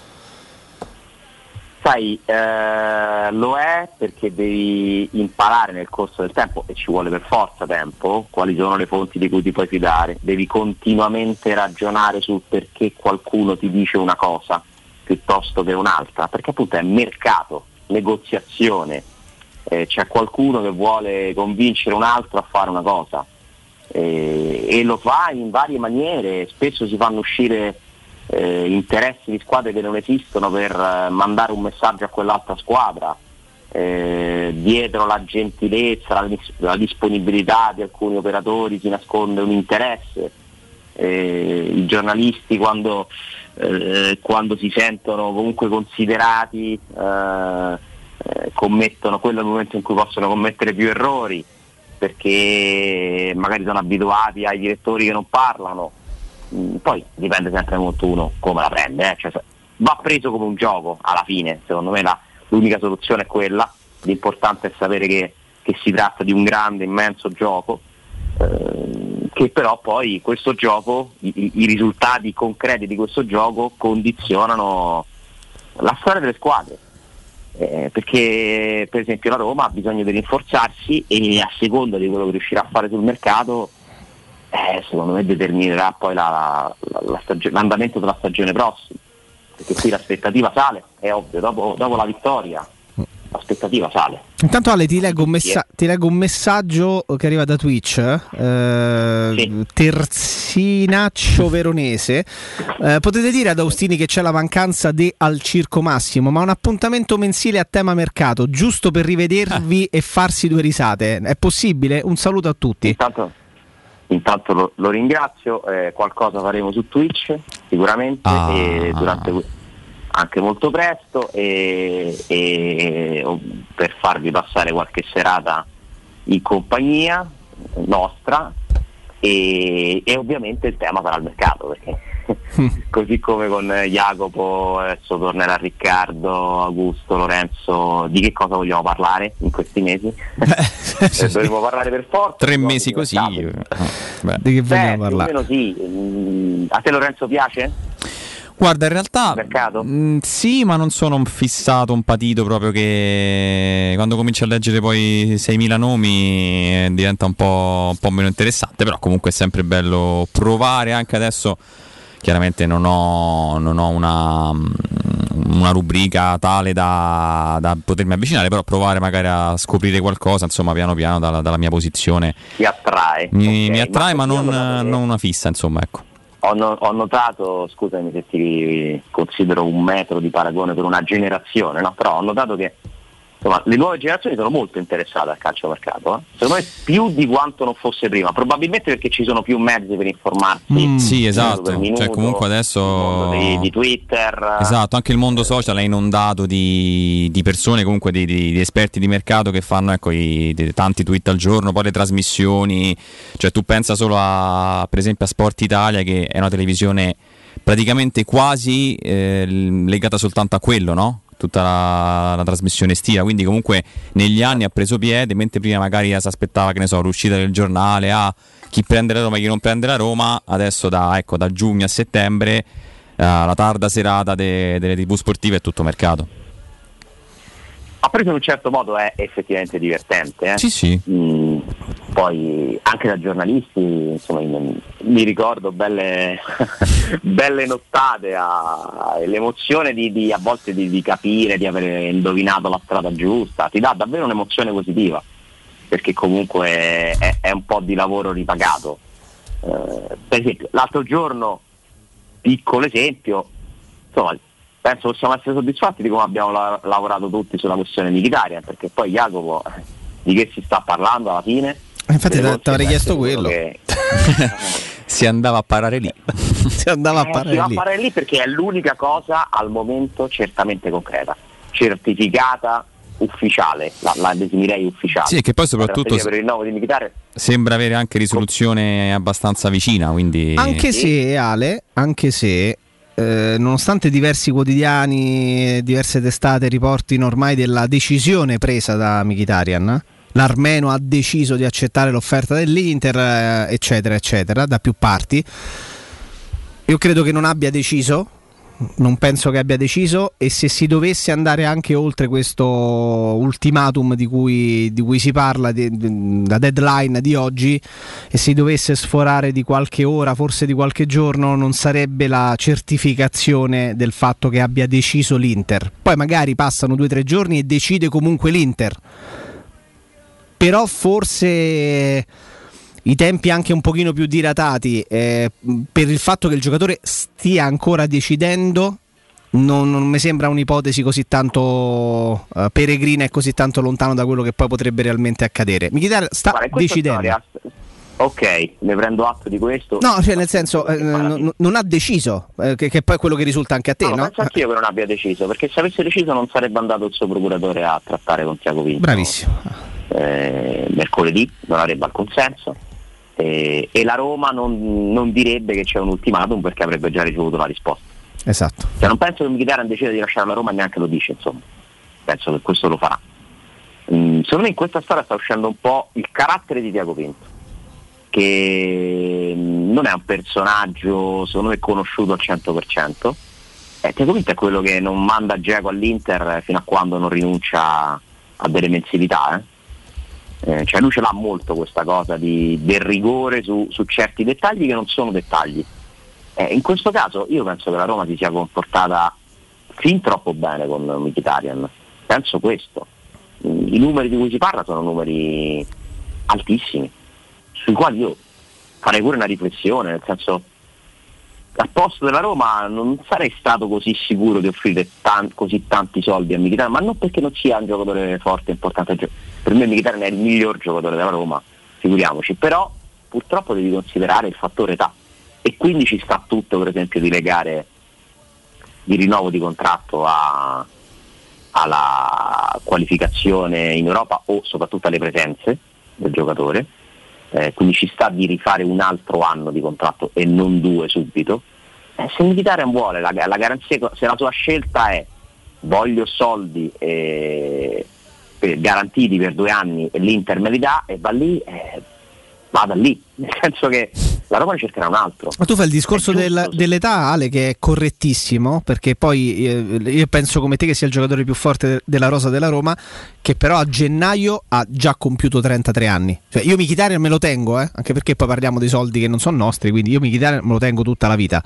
Sai, eh, lo è perché devi imparare nel corso del tempo, e ci vuole per forza tempo, quali sono le fonti di cui ti puoi fidare. Devi continuamente ragionare sul perché qualcuno ti dice una cosa piuttosto che un'altra, perché appunto è mercato, negoziazione, eh, c'è qualcuno che vuole convincere un altro a fare una cosa, eh, e lo fa in varie maniere. Spesso si fanno uscire Eh, interessi di squadre che non esistono per eh, mandare un messaggio a quell'altra squadra, eh, dietro la gentilezza, la, la disponibilità di alcuni operatori si nasconde un interesse, eh, i giornalisti quando, eh, quando si sentono comunque considerati eh, eh, commettono, quello è il momento in cui possono commettere più errori, perché magari sono abituati ai direttori che non parlano. Poi dipende sempre molto uno come la prende, eh? Cioè, va preso come un gioco alla fine, secondo me la, l'unica soluzione è quella, l'importante è sapere che, che si tratta di un grande, immenso gioco, eh, che però poi questo gioco, i, i risultati concreti di questo gioco condizionano la storia delle squadre, eh, perché per esempio la Roma ha bisogno di rinforzarsi e a seconda di quello che riuscirà a fare sul mercato, Eh, secondo me determinerà poi la, la, la stagio- l'andamento della stagione prossima, perché qui l'aspettativa sale, è ovvio, dopo, dopo la vittoria l'aspettativa sale. Intanto Ale ti leggo un, messa- ti leggo un messaggio che arriva da Twitch, eh, sì. Terzinaccio Veronese, eh, potete dire ad Austini che c'è la mancanza di al Circo Massimo, ma un appuntamento mensile a tema mercato giusto per rivedervi eh. e farsi due risate, è possibile? Un saluto a tutti. Intanto Intanto lo, lo ringrazio, eh, qualcosa faremo su Twitch sicuramente, ah. e durante, anche molto presto, e, e per farvi passare qualche serata in compagnia nostra, e, e ovviamente il tema sarà il mercato, perché così come con Jacopo adesso tornerà Riccardo, Augusto, Lorenzo, di che cosa vogliamo parlare in questi mesi? eh, dovremo parlare per forza tre mesi così. Beh, di che vogliamo Beh, parlare? Più o meno sì. A te Lorenzo piace? Guarda, in realtà mercato? Mh, sì, ma non sono un fissato, un patito proprio che quando cominci a leggere poi seimila nomi eh, diventa un po', un po' meno interessante, però comunque è sempre bello provare. Anche adesso chiaramente non ho, non ho una, una rubrica tale da, da potermi avvicinare, però provare magari a scoprire qualcosa, insomma, piano piano dalla, dalla mia posizione ti attrae. Mi, okay. mi attrae, ma, ma non, non non una fissa, insomma, ecco. Ho, no, ho notato, scusami se ti considero un metro di paragone per una generazione, no? Però ho notato che insomma, le nuove generazioni sono molto interessate al calciomercato, eh? Secondo me più di quanto non fosse prima, probabilmente perché ci sono più mezzi per informarsi. Mm, sì, esatto, minuto, cioè comunque adesso di, di Twitter. Esatto, anche il mondo social è inondato di, di persone, comunque di, di, di esperti di mercato che fanno ecco i, di, tanti tweet al giorno, poi le trasmissioni, cioè tu pensa solo a per esempio a Sport Italia, che è una televisione praticamente quasi eh, legata soltanto a quello, no? Tutta la, la trasmissione estiva, quindi comunque negli anni ha preso piede, mentre prima magari si aspettava, che ne so, l'uscita del giornale a ah, chi prende la Roma e chi non prende la Roma. Adesso da, ecco, da giugno a settembre eh, la tarda serata de, delle tivù sportive è tutto mercato. Ha preso in un certo modo, è effettivamente divertente, eh? Sì, sì. Mm, poi anche da giornalisti, insomma, mi ricordo belle, belle nottate, a, l'emozione di, di a volte di, di capire, di aver indovinato la strada giusta, ti dà davvero un'emozione positiva, perché comunque è, è un po' di lavoro ripagato. Eh, per esempio, l'altro giorno, piccolo esempio, insomma, penso possiamo essere soddisfatti di come abbiamo la- lavorato tutti sulla questione Mkhitaryan, perché poi Jacopo di che si sta parlando alla fine? Infatti ti avrei chiesto quello. Che... si andava a parare lì. si andava eh, a parare si va lì. a parare lì perché è l'unica cosa al momento certamente concreta, certificata, ufficiale, la, la definirei ufficiale. Sì, che poi soprattutto per il rinnovo di Mkhitaryan sembra avere anche risoluzione abbastanza vicina, quindi anche se Ale, anche se eh, nonostante diversi quotidiani, diverse testate riportino ormai della decisione presa da Mkhitaryan, l'armeno ha deciso di accettare l'offerta dell'Inter, eh, eccetera eccetera, da più parti, io credo che non abbia deciso. Non penso che abbia deciso, e se si dovesse andare anche oltre questo ultimatum di cui, di cui si parla, di, di, la deadline di oggi, e si dovesse sforare di qualche ora, forse di qualche giorno, non sarebbe la certificazione del fatto che abbia deciso l'Inter. Poi magari passano due o tre giorni e decide comunque l'Inter, però forse i tempi anche un pochino più dilatati, eh, per il fatto che il giocatore stia ancora decidendo, non, non mi sembra un'ipotesi così tanto uh, peregrina e così tanto lontano da quello che poi potrebbe realmente accadere. Mkhitaryan sta Guarda, decidendo. Storia, ok, ne prendo atto di questo. No, cioè nel senso eh, n- non ha deciso, eh, che, che poi è quello che risulta anche a te, no? no? Penso anch'io che non abbia deciso, perché se avesse deciso non sarebbe andato il suo procuratore a trattare con Tiago Pinto. Bravissimo. Eh, mercoledì non avrebbe il consenso. Eh, e la Roma non, non direbbe che c'è un ultimatum perché avrebbe già ricevuto la risposta. Esatto. Cioè, non penso che Mkhitaryan decida di lasciare la Roma, neanche lo dice, insomma. Penso che questo lo farà. Mm, secondo me in questa storia sta uscendo un po' il carattere di Tiago Pinto, che non è un personaggio secondo me conosciuto al cento per cento. Eh, Tiago Pinto è quello che non manda Dzeko all'Inter fino a quando non rinuncia a delle mensilità, eh. Eh, cioè lui ce l'ha molto questa cosa di, del rigore su, su certi dettagli che non sono dettagli. Eh, in questo caso io penso che la Roma si sia comportata fin troppo bene con Mkhitaryan, penso questo. I numeri di cui si parla sono numeri altissimi, sui quali io farei pure una riflessione, nel senso, al posto della Roma non sarei stato così sicuro di offrire tan- così tanti soldi a Mkhitaryan, ma non perché non sia un giocatore forte, importante. Per me Mkhitaryan è il miglior giocatore della Roma, figuriamoci, però purtroppo devi considerare il fattore età, e quindi ci sta tutto, per esempio, di legare il rinnovo di contratto a, alla qualificazione in Europa o soprattutto alle presenze del giocatore. Eh, quindi ci sta di rifare un altro anno di contratto e non due subito. Eh, se Mkhitaryan vuole la, la garanzia, se la sua scelta è voglio soldi eh, per, garantiti per due anni e l'Inter me li dà e va lì, eh, vada lì, nel senso che la Roma ne cercherà un altro. Ma tu fai il discorso del, dell'età, Ale, che è correttissimo, perché poi eh, io penso come te che sia il giocatore più forte de- della rosa della Roma, che però a gennaio ha già compiuto trentatré anni. Cioè io Mkhitaryan me lo tengo, eh, anche perché poi parliamo dei soldi che non sono nostri, quindi io Mkhitaryan me lo tengo tutta la vita.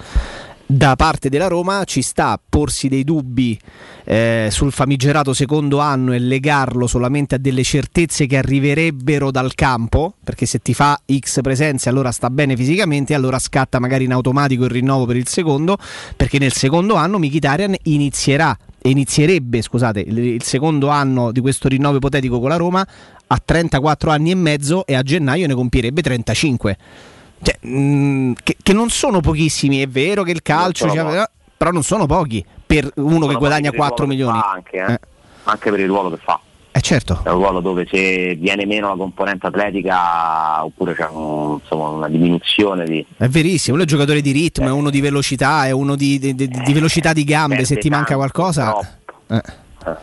Da parte della Roma ci sta a porsi dei dubbi eh, sul famigerato secondo anno e legarlo solamente a delle certezze che arriverebbero dal campo, perché se ti fa X presenze allora sta bene fisicamente, allora scatta magari in automatico il rinnovo per il secondo, perché nel secondo anno Mkhitaryan inizierà inizierebbe scusate il, il secondo anno di questo rinnovo ipotetico con la Roma a trentaquattro anni e mezzo, e a gennaio ne compierebbe trentacinque. Cioè, mh, che, che non sono pochissimi, è vero che il calcio cioè, però non sono pochi per uno sono che guadagna quattro milioni anche, eh. Eh. anche per il ruolo che fa, eh certo, è un ruolo dove se viene meno la componente atletica oppure c'è un, insomma, una diminuzione di... È verissimo, uno è giocatore di ritmo, eh. è uno di velocità, è uno di, di, di, di velocità di gambe, eh, se ti manca qualcosa eh. Eh.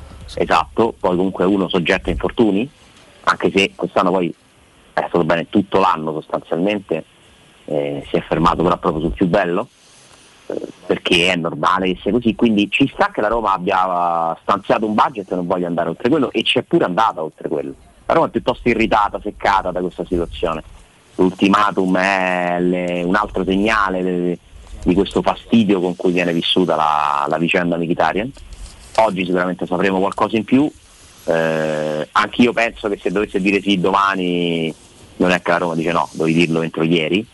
esatto, poi comunque uno soggetto a infortuni, anche se quest'anno poi è stato bene tutto l'anno sostanzialmente, eh, si è fermato però proprio sul più bello, eh, perché è normale che sia così, quindi ci sta che la Roma abbia stanziato un budget e non voglia andare oltre quello, e ci è pure andata oltre quello. La Roma è piuttosto irritata, seccata da questa situazione. L'ultimatum è le, un altro segnale de, di questo fastidio con cui viene vissuta la, la vicenda Mkhitaryan. Oggi sicuramente sapremo qualcosa in più. Eh, anch'io penso che se dovesse dire sì domani non è che la Roma dice no, dovevi dirlo entro ieri,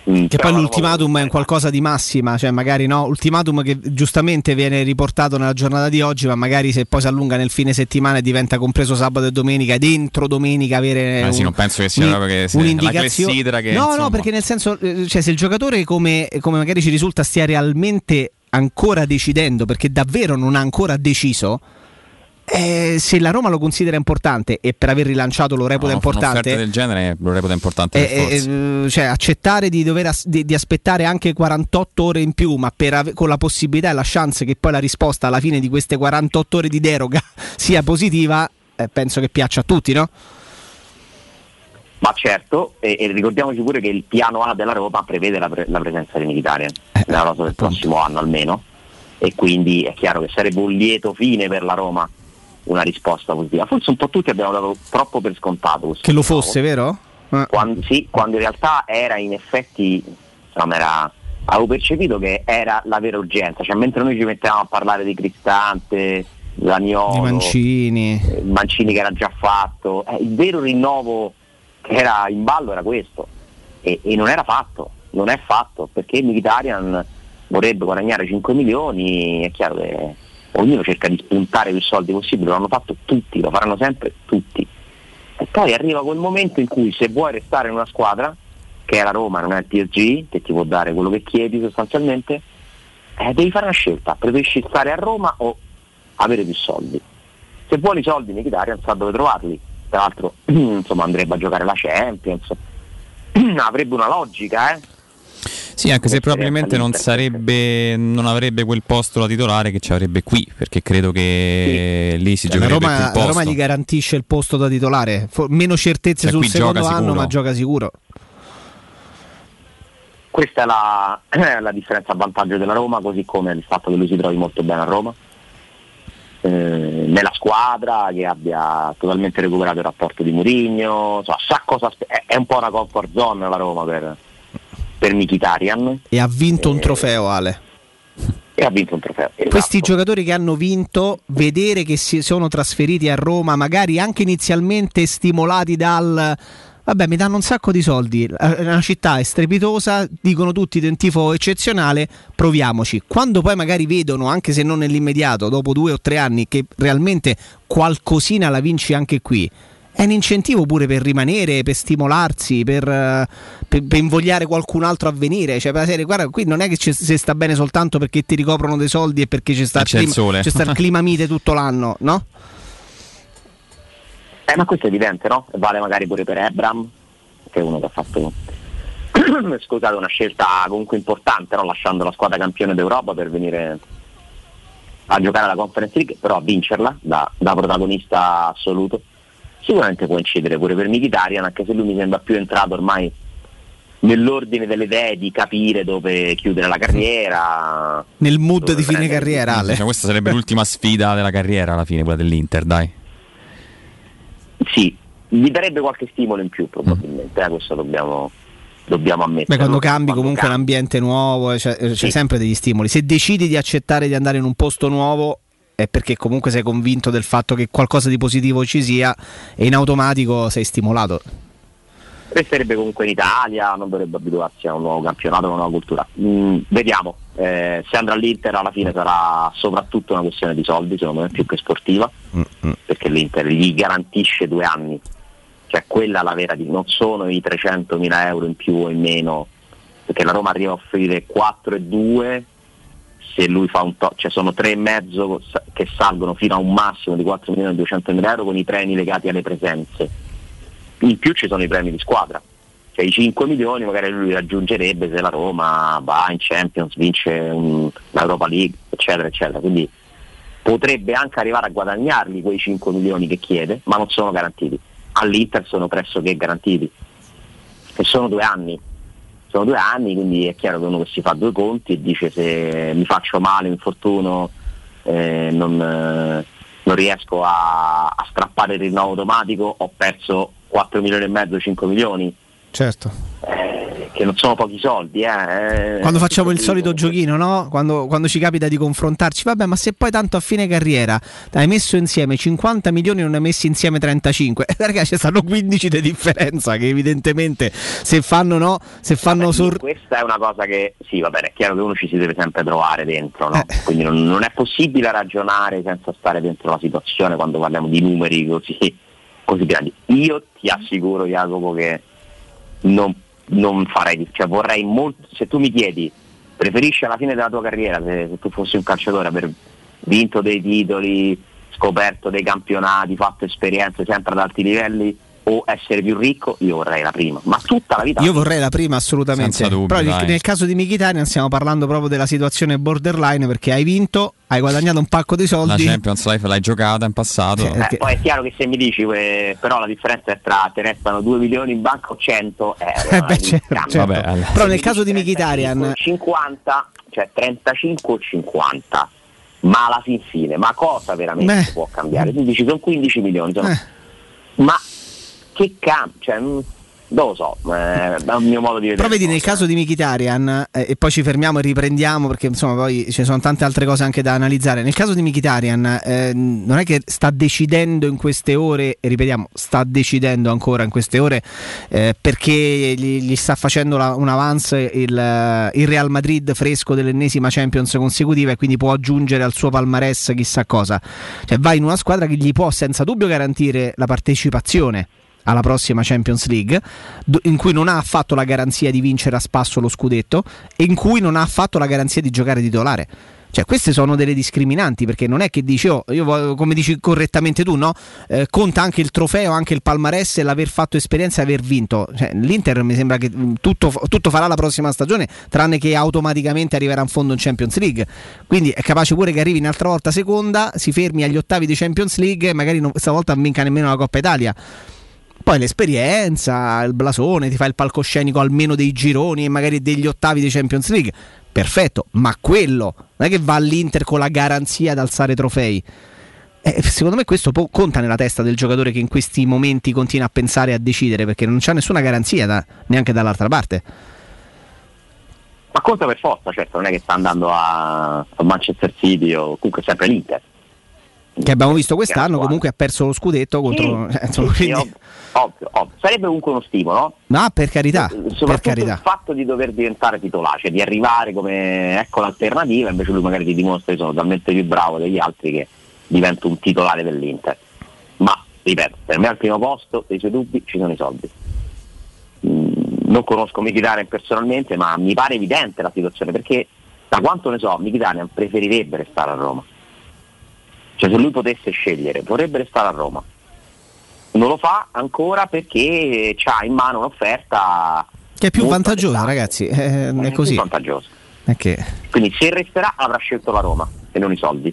Mm, che poi l'ultimatum è un qualcosa di massima, cioè magari no, ultimatum che giustamente viene riportato nella giornata di oggi, ma magari se poi si allunga nel fine settimana e diventa compreso sabato e domenica, dentro domenica avere eh un, sì, non penso che sia un, proprio che sia un'indicazione. La che, no, insomma... no, perché nel senso, cioè se il giocatore come, come magari ci risulta stia realmente ancora decidendo, perché davvero non ha ancora deciso. Eh, se la Roma lo considera importante e per aver rilanciato lo reputa no, importante, un'offerta del genere lo reputa importante eh, eh, cioè accettare di dover as- di, di aspettare anche quarantotto ore in più, ma per ave- con la possibilità e la chance che poi la risposta alla fine di queste quarantotto ore di deroga sia positiva, eh, penso che piaccia a tutti, no? Ma certo, e, e ricordiamoci pure che il piano A della Roma prevede la, pre- la presenza di Mkhitaryan eh, nella rosa del prossimo anno almeno, e quindi è chiaro che sarebbe un lieto fine per la Roma una risposta positiva. Forse un po' tutti abbiamo dato troppo per scontato che lo fosse, vero? Eh. Quando, sì, quando in realtà era in effetti, insomma, era, avevo percepito che era la vera urgenza, cioè mentre noi ci mettevamo a parlare di Cristante, Zaniolo, Mancini, eh, Mancini che era già fatto, eh, il vero rinnovo che era in ballo era questo, e, e non era fatto, non è fatto, perché Mkhitaryan vorrebbe guadagnare cinque milioni, è chiaro che ognuno cerca di spuntare più soldi possibile, lo hanno fatto tutti, lo faranno sempre tutti, e poi arriva quel momento in cui se vuoi restare in una squadra che è la Roma, non è il P S G che ti può dare quello che chiedi sostanzialmente, eh, devi fare una scelta, preferisci stare a Roma o avere più soldi. Se vuoi i soldi Mkhitaryan sa dove trovarli, tra l'altro insomma andrebbe a giocare la Champions, avrebbe una logica, eh sì, anche se probabilmente non sarebbe, non avrebbe quel posto da titolare che ci avrebbe qui, perché credo che sì. lì si cioè, giocherebbe la Roma, più posto. La Roma gli garantisce il posto da titolare, For- meno certezze cioè, sul secondo anno, sicuro. ma gioca sicuro. Questa è la, la differenza a vantaggio della Roma, così come il fatto che lui si trovi molto bene a Roma, eh, nella squadra, che abbia totalmente recuperato il rapporto di Mourinho, so, sa cosa aspe- è un po' una comfort zone la Roma per per Mkhitaryan, e ha vinto eh, un trofeo, Ale. E ha vinto un trofeo. Esatto. Questi giocatori che hanno vinto, vedere che si sono trasferiti a Roma, magari anche inizialmente stimolati dal vabbè, mi danno un sacco di soldi, una città è strepitosa, dicono tutti di un tifo eccezionale, proviamoci. Quando poi magari vedono, anche se non nell'immediato, dopo due o tre anni, che realmente qualcosina la vinci anche qui, è un incentivo pure per rimanere, per stimolarsi, per, per, per invogliare qualcun altro a venire. Cioè, per la serie, guarda, qui non è che ci, si sta bene soltanto perché ti ricoprono dei soldi e perché c'è sta, il, c'è clima, il sole. c'è sta il clima mite tutto l'anno, no? Eh, ma questo è evidente, no? Vale magari pure per Ebram, che è uno che ha fatto scusate, una scelta comunque importante, no? Lasciando la squadra campione d'Europa per venire a giocare alla Conference League, però a vincerla da, da protagonista assoluto. Sicuramente può incidere pure per Mkhitaryan, anche se lui mi sembra più entrato ormai nell'ordine delle idee di capire dove chiudere la carriera, nel mood di fine carriera, Ale. Cioè, questa sarebbe l'ultima sfida della carriera alla fine, quella dell'Inter, dai. Sì, gli darebbe qualche stimolo in più probabilmente, eh, questo dobbiamo, dobbiamo ammettere. Beh, quando cambi quando comunque cambi. un ambiente nuovo, cioè, c'è Sì. sempre degli stimoli. Se decidi di accettare di andare in un posto nuovo è perché comunque sei convinto del fatto che qualcosa di positivo ci sia e in automatico sei stimolato. Resterebbe comunque in Italia, non dovrebbe abituarsi a un nuovo campionato, a una nuova cultura. Mm, vediamo, eh, se andrà all'Inter alla fine sarà soprattutto una questione di soldi, secondo me, più che sportiva, mm-hmm. perché l'Inter gli garantisce due anni, cioè quella la vera di, non sono i trecentomila euro in più o in meno, perché la Roma arriva a offrire quattro e due, se lui fa un to- cioè sono tre e mezzo che salgono fino a un massimo di quattro milioni e duecentomila euro con i premi legati alle presenze. In più ci sono i premi di squadra, cioè i cinque milioni magari lui raggiungerebbe se la Roma va in Champions, vince un, l'Europa League, eccetera eccetera, quindi potrebbe anche arrivare a guadagnarli quei cinque milioni che chiede, ma non sono garantiti. All'Inter sono pressoché garantiti, e sono due anni sono due anni, quindi è chiaro che uno che si fa due conti e dice se mi faccio male, mi infortuno, eh, non, eh, non riesco a, a strappare il rinnovo automatico, ho perso quattro milioni e mezzo, cinque milioni. Certo. Eh, che non sono pochi soldi, eh. Quando facciamo il solito giochino, no? Quando, quando ci capita di confrontarci, vabbè, ma se poi tanto a fine carriera hai messo insieme cinquanta milioni e non hai messi insieme trentacinque, ragazzi, ci stanno quindici di differenza che evidentemente se fanno, no? Se fanno vabbè, sor- questa è una cosa che sì, va bene, è chiaro che uno ci si deve sempre trovare dentro, no? Eh. Quindi non, non è possibile ragionare senza stare dentro la situazione quando parliamo di numeri così, così grandi. Io ti assicuro, Jacopo, che non non farei, cioè vorrei molto, se tu mi chiedi preferisci alla fine della tua carriera, se, se tu fossi un calciatore, aver vinto dei titoli, scoperto dei campionati, fatto esperienze sempre ad alti livelli, o essere più ricco, io vorrei la prima, ma tutta la vita. Io vorrei la prima assolutamente. Senza dubbio, però nel, nel caso di Mkhitaryan stiamo parlando proprio della situazione borderline, perché hai vinto, hai guadagnato un pacco di soldi. La Champions League l'hai giocata in passato. Eh, eh, poi è chiaro che se mi dici eh, però la differenza è tra te restano due milioni in banca o cento, eh, eh beh, certo, certo. Vabbè, allora. Però nel caso di Mkhitaryan cinquanta, cioè trentacinque o cinquanta, ma alla fin fine, ma cosa veramente beh. può cambiare? Tu dici sono quindici milioni, sono... Eh. ma che cambia? Cioè, non lo so, eh, è un mio modo di vedere. Però vedi, nel caso di Mkhitaryan, eh, e poi ci fermiamo e riprendiamo perché insomma poi ci sono tante altre cose anche da analizzare. Nel caso di Mkhitaryan eh, non è che sta decidendo in queste ore, e ripetiamo, sta decidendo ancora in queste ore eh, perché gli, gli sta facendo la, un avance il, il Real Madrid fresco dell'ennesima Champions consecutiva e quindi può aggiungere al suo palmarès chissà cosa. Cioè va in una squadra che gli può senza dubbio garantire la partecipazione alla prossima Champions League, in cui non ha affatto la garanzia di vincere a spasso lo scudetto e in cui non ha affatto la garanzia di giocare titolare. Cioè queste sono delle discriminanti, perché non è che dici, oh, io, come dici correttamente tu, no? Eh, conta anche il trofeo, anche il palmarès e l'aver fatto esperienza e aver vinto. Cioè, l'Inter mi sembra che tutto, tutto farà la prossima stagione, tranne che automaticamente arriverà in fondo in Champions League. Quindi è capace pure che arrivi un'altra volta seconda, si fermi agli ottavi di Champions League e magari non, stavolta non vinca nemmeno la Coppa Italia. Poi l'esperienza, il blasone, ti fa il palcoscenico almeno dei gironi e magari degli ottavi di Champions League. Perfetto, ma quello non è che va all'Inter con la garanzia di alzare trofei. Eh, secondo me questo po- conta nella testa del giocatore che in questi momenti continua a pensare e a decidere, perché non c'ha nessuna garanzia da, neanche dall'altra parte. Ma conta per forza, certo, non è che sta andando a, a Manchester City o comunque sempre l'Inter. Che abbiamo visto quest'anno, comunque ha perso lo scudetto contro. Sì, eh, insomma, sì, quindi... ovvio, ovvio, ovvio. Sarebbe comunque uno stimolo, no? No, per carità. Soprattutto per carità. il fatto di dover diventare titolare, cioè di arrivare come ecco l'alternativa, invece lui magari ti dimostra che sono talmente più bravo degli altri che diventa un titolare dell'Inter. Ma ripeto, per me al primo posto dei suoi dubbi ci sono i soldi. Mm, non conosco Mkhitaryan personalmente, ma mi pare evidente la situazione, perché da quanto ne so Mkhitaryan preferirebbe restare a Roma. Cioè se lui potesse scegliere vorrebbe restare a Roma, non lo fa ancora perché ha in mano un'offerta che è più vantaggiosa, ragazzi, eh, è così, più vantaggiosa. È che... quindi se resterà avrà scelto la Roma e non i soldi.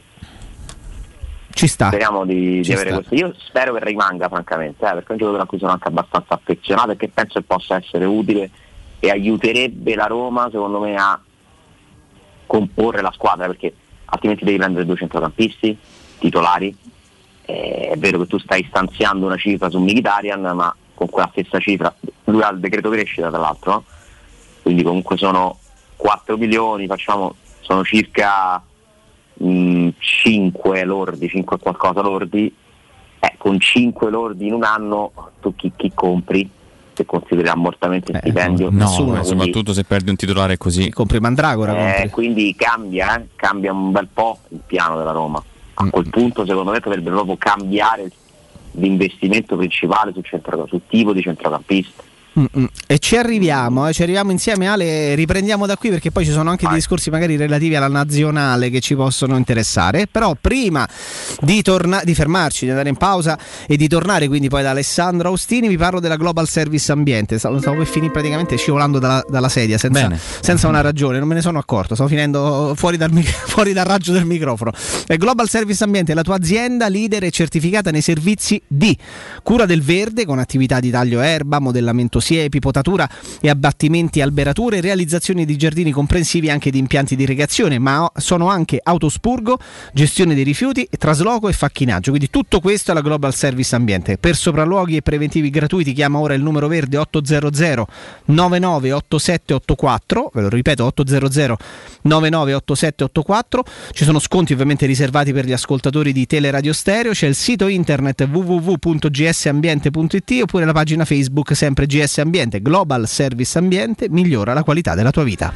Ci sta, speriamo di, Ci di avere sta. questo. Io spero che rimanga francamente, eh, perché è un giocatore a cui sono anche abbastanza affezionato e che penso che possa essere utile e aiuterebbe la Roma secondo me a comporre la squadra, perché altrimenti devi prendere due centrocampisti titolari. Eh, è vero che tu stai stanziando una cifra su Mkhitaryan, ma con quella stessa cifra lui ha il decreto crescita tra l'altro, no? Quindi comunque sono quattro milioni, facciamo, sono circa mh, cinque lordi, cinque qualcosa lordi, eh, con cinque lordi in un anno tu chi, chi compri? Se consideri ammortamento e stipendio, no, nessuno, quindi, soprattutto se perdi un titolare così. Compri Mandragora, eh, compri. quindi cambia, eh? cambia un bel po' il piano della Roma. A quel punto secondo me dovrebbe proprio cambiare l'investimento principale sul, centro, sul tipo di centrocampista. Mm-mm. E ci arriviamo, eh, ci arriviamo insieme, Ale, riprendiamo da qui perché poi ci sono anche dei discorsi magari relativi alla nazionale che ci possono interessare, però prima di, torna- di fermarci, di andare in pausa e di tornare quindi poi da Alessandro Austini, vi parlo della Global Service Ambiente. Stavo, stavo per finire praticamente scivolando dalla, dalla sedia senza, senza una ragione, non me ne sono accorto, stavo finendo fuori dal, mic- fuori dal raggio del microfono. E Global Service Ambiente è la tua azienda leader e certificata nei servizi di cura del verde con attività di taglio erba, modellamento siepi, potatura e abbattimenti alberature, realizzazione di giardini comprensivi anche di impianti di irrigazione, ma sono anche autospurgo, gestione dei rifiuti, trasloco e facchinaggio. Quindi tutto questo è la Global Service Ambiente. Per sopralluoghi e preventivi gratuiti chiama ora il numero verde otto zero zero nove nove otto sette otto quattro, ve lo ripeto otto zero zero nove nove otto sette otto quattro. Ci sono sconti ovviamente riservati per gli ascoltatori di Teleradio Stereo, c'è il sito internet w w w punto g s ambiente punto i t oppure la pagina Facebook sempre G S Ambiente. Global Service Ambiente migliora la qualità della tua vita.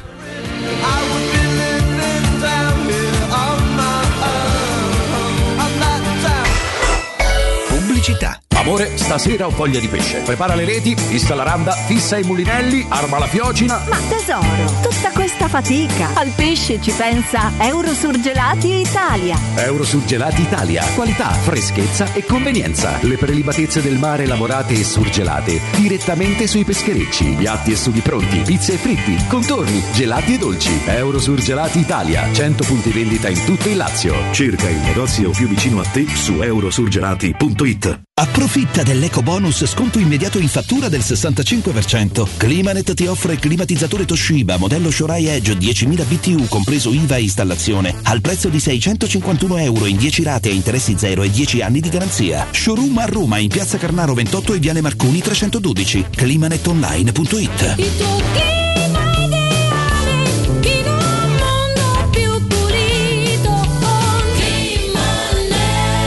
Pubblicità. Amore, stasera ho voglia di pesce. Prepara le reti, fissa la randa, fissa i mulinelli, arma la fiocina. Ma tesoro, tutta questa fatica. Al pesce ci pensa Eurosurgelati Italia. Eurosurgelati Italia. Qualità, freschezza e convenienza. Le prelibatezze del mare lavorate e surgelate direttamente sui pescherecci. Piatti e sughi pronti, pizze e fritti, contorni, gelati e dolci. Eurosurgelati Italia. cento punti vendita in tutto il Lazio. Cerca il negozio più vicino a te su eurosurgelati punto it. Approfitta dell'eco bonus sconto immediato in fattura del sessantacinque per cento. Climanet ti offre il climatizzatore Toshiba modello Shorai Edge diecimila B T U compreso I V A e installazione al prezzo di seicentocinquantuno euro in dieci rate a interessi zero e dieci anni di garanzia. Showroom a Roma in piazza Carnaro ventotto e viale Marconi trecentododici. climanetonline punto it. Il tuo clima ideale in un mondo più pulito con Climanet.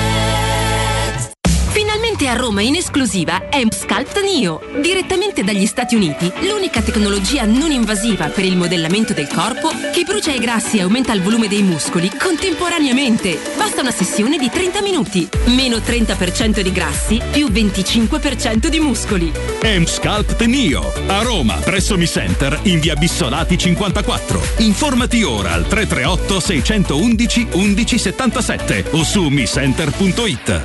Finalmente a Roma in esclusiva M-Sculpt Neo, direttamente dagli Stati Uniti, l'unica tecnologia non invasiva per il modellamento del corpo che brucia i grassi e aumenta il volume dei muscoli contemporaneamente. Basta una sessione di trenta minuti, meno trenta per cento di grassi, più venticinque per cento di muscoli. M-Sculpt Neo, a Roma, presso Mi Center, in via Bissolati cinquantaquattro. Informati ora al tre tre otto sei uno uno uno uno sette sette o su mi center punto it.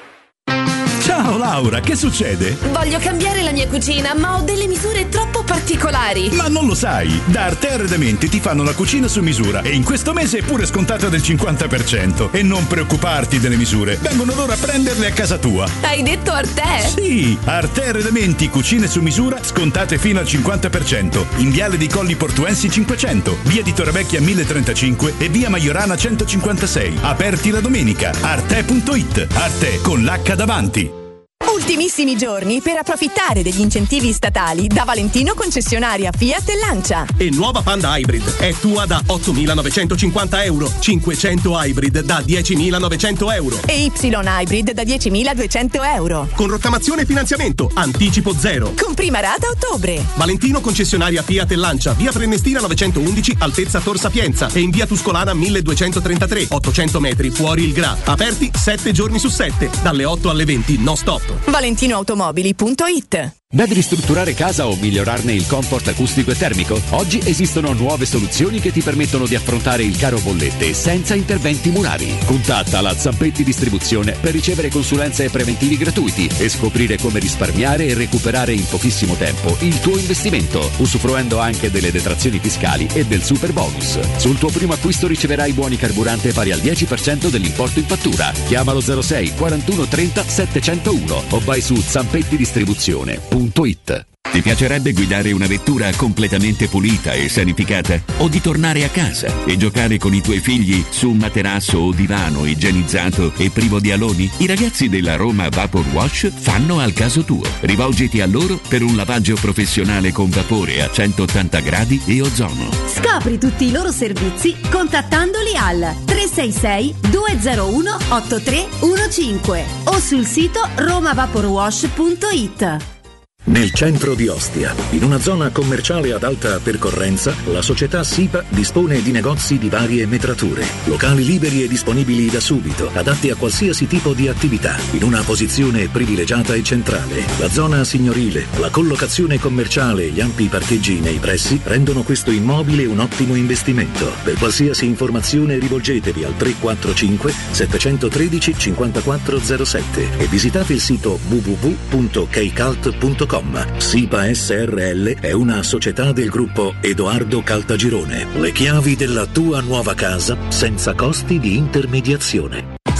Ciao Laura, che succede? Voglio cambiare la mia cucina, ma ho delle misure troppo particolari. Ma non lo sai, da Arte Arredamenti ti fanno la cucina su misura e in questo mese è pure scontata del cinquanta per cento. E non preoccuparti delle misure, vengono loro a prenderle a casa tua. Hai detto Arte? Sì, Arte Arredamenti, cucine su misura, scontate fino al cinquanta per cento. In viale dei Colli Portuensi cinquecento, via di Torrevecchia mille trentacinque e via Maiorana centocinquantasei. Aperti la domenica. Arte punto it. Arte con l'H davanti. Ultimissimi giorni per approfittare degli incentivi statali da Valentino concessionaria Fiat e Lancia. E nuova Panda Hybrid è tua da ottomilanovecentocinquanta euro, cinquecento Hybrid da diecimilanovecento euro e Y Hybrid da diecimiladuecento euro. Con rottamazione e finanziamento, anticipo zero. Con prima rata a ottobre. Valentino concessionaria Fiat e Lancia, via Prenestina novecentoundici, altezza Tor Sapienza e in via Tuscolana milleduecentotrentatré, ottocento metri fuori il Gra. Aperti sette giorni su sette, dalle otto alle venti, no stop. valentinoautomobili punto it. Devi ristrutturare casa o migliorarne il comfort acustico e termico? Oggi esistono nuove soluzioni che ti permettono di affrontare il caro bollette senza interventi murari. Contatta la Zampetti Distribuzione per ricevere consulenze e preventivi gratuiti e scoprire come risparmiare e recuperare in pochissimo tempo il tuo investimento, usufruendo anche delle detrazioni fiscali e del super bonus. Sul tuo primo acquisto riceverai buoni carburante pari al dieci per cento dell'importo in fattura. Chiamalo zero sei quarantuno trenta settecentouno o vai su zampettidistribuzione punto it. Ti piacerebbe guidare una vettura completamente pulita e sanificata? O di tornare a casa e giocare con i tuoi figli su un materasso o divano igienizzato e privo di aloni? I ragazzi della Roma Vapor Wash fanno al caso tuo. Rivolgiti a loro per un lavaggio professionale con vapore a centottanta gradi e ozono. Scopri tutti i loro servizi contattandoli al tre sei sei due zero uno otto tre uno cinque o sul sito roma vapor wash punto it. Nel centro di Ostia, in una zona commerciale ad alta percorrenza, la società SIPA dispone di negozi di varie metrature, locali liberi e disponibili da subito, adatti a qualsiasi tipo di attività, in una posizione privilegiata e centrale. La zona signorile, la collocazione commerciale e gli ampi parcheggi nei pressi rendono questo immobile un ottimo investimento. Per qualsiasi informazione rivolgetevi al tre quattro cinque sette uno tre cinque zero sette e visitate il sito w w w punto keicalt punto com. SIPA S R L è una società del gruppo Edoardo Caltagirone. Le chiavi della tua nuova casa senza costi di intermediazione.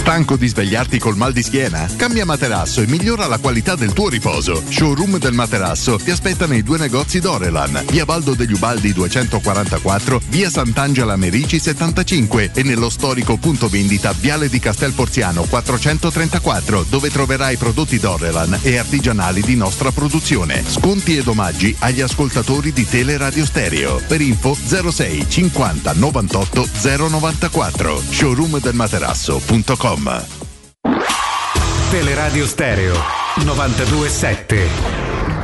Stanco di svegliarti col mal di schiena? Cambia materasso e migliora la qualità del tuo riposo. Showroom del materasso ti aspetta nei due negozi Dorelan, via Baldo degli Ubaldi duecentoquarantaquattro, via Sant'Angela Merici settantacinque e nello storico punto vendita Viale di Castel Porziano quattrocentotrentaquattro, dove troverai prodotti Dorelan e artigianali di nostra produzione. Sconti ed omaggi agli ascoltatori di Teleradio Stereo. Per info zero sei cinquanta novantotto zero novantaquattro. showroom del materasso punto com. Teleradio Stereo novantadue sette.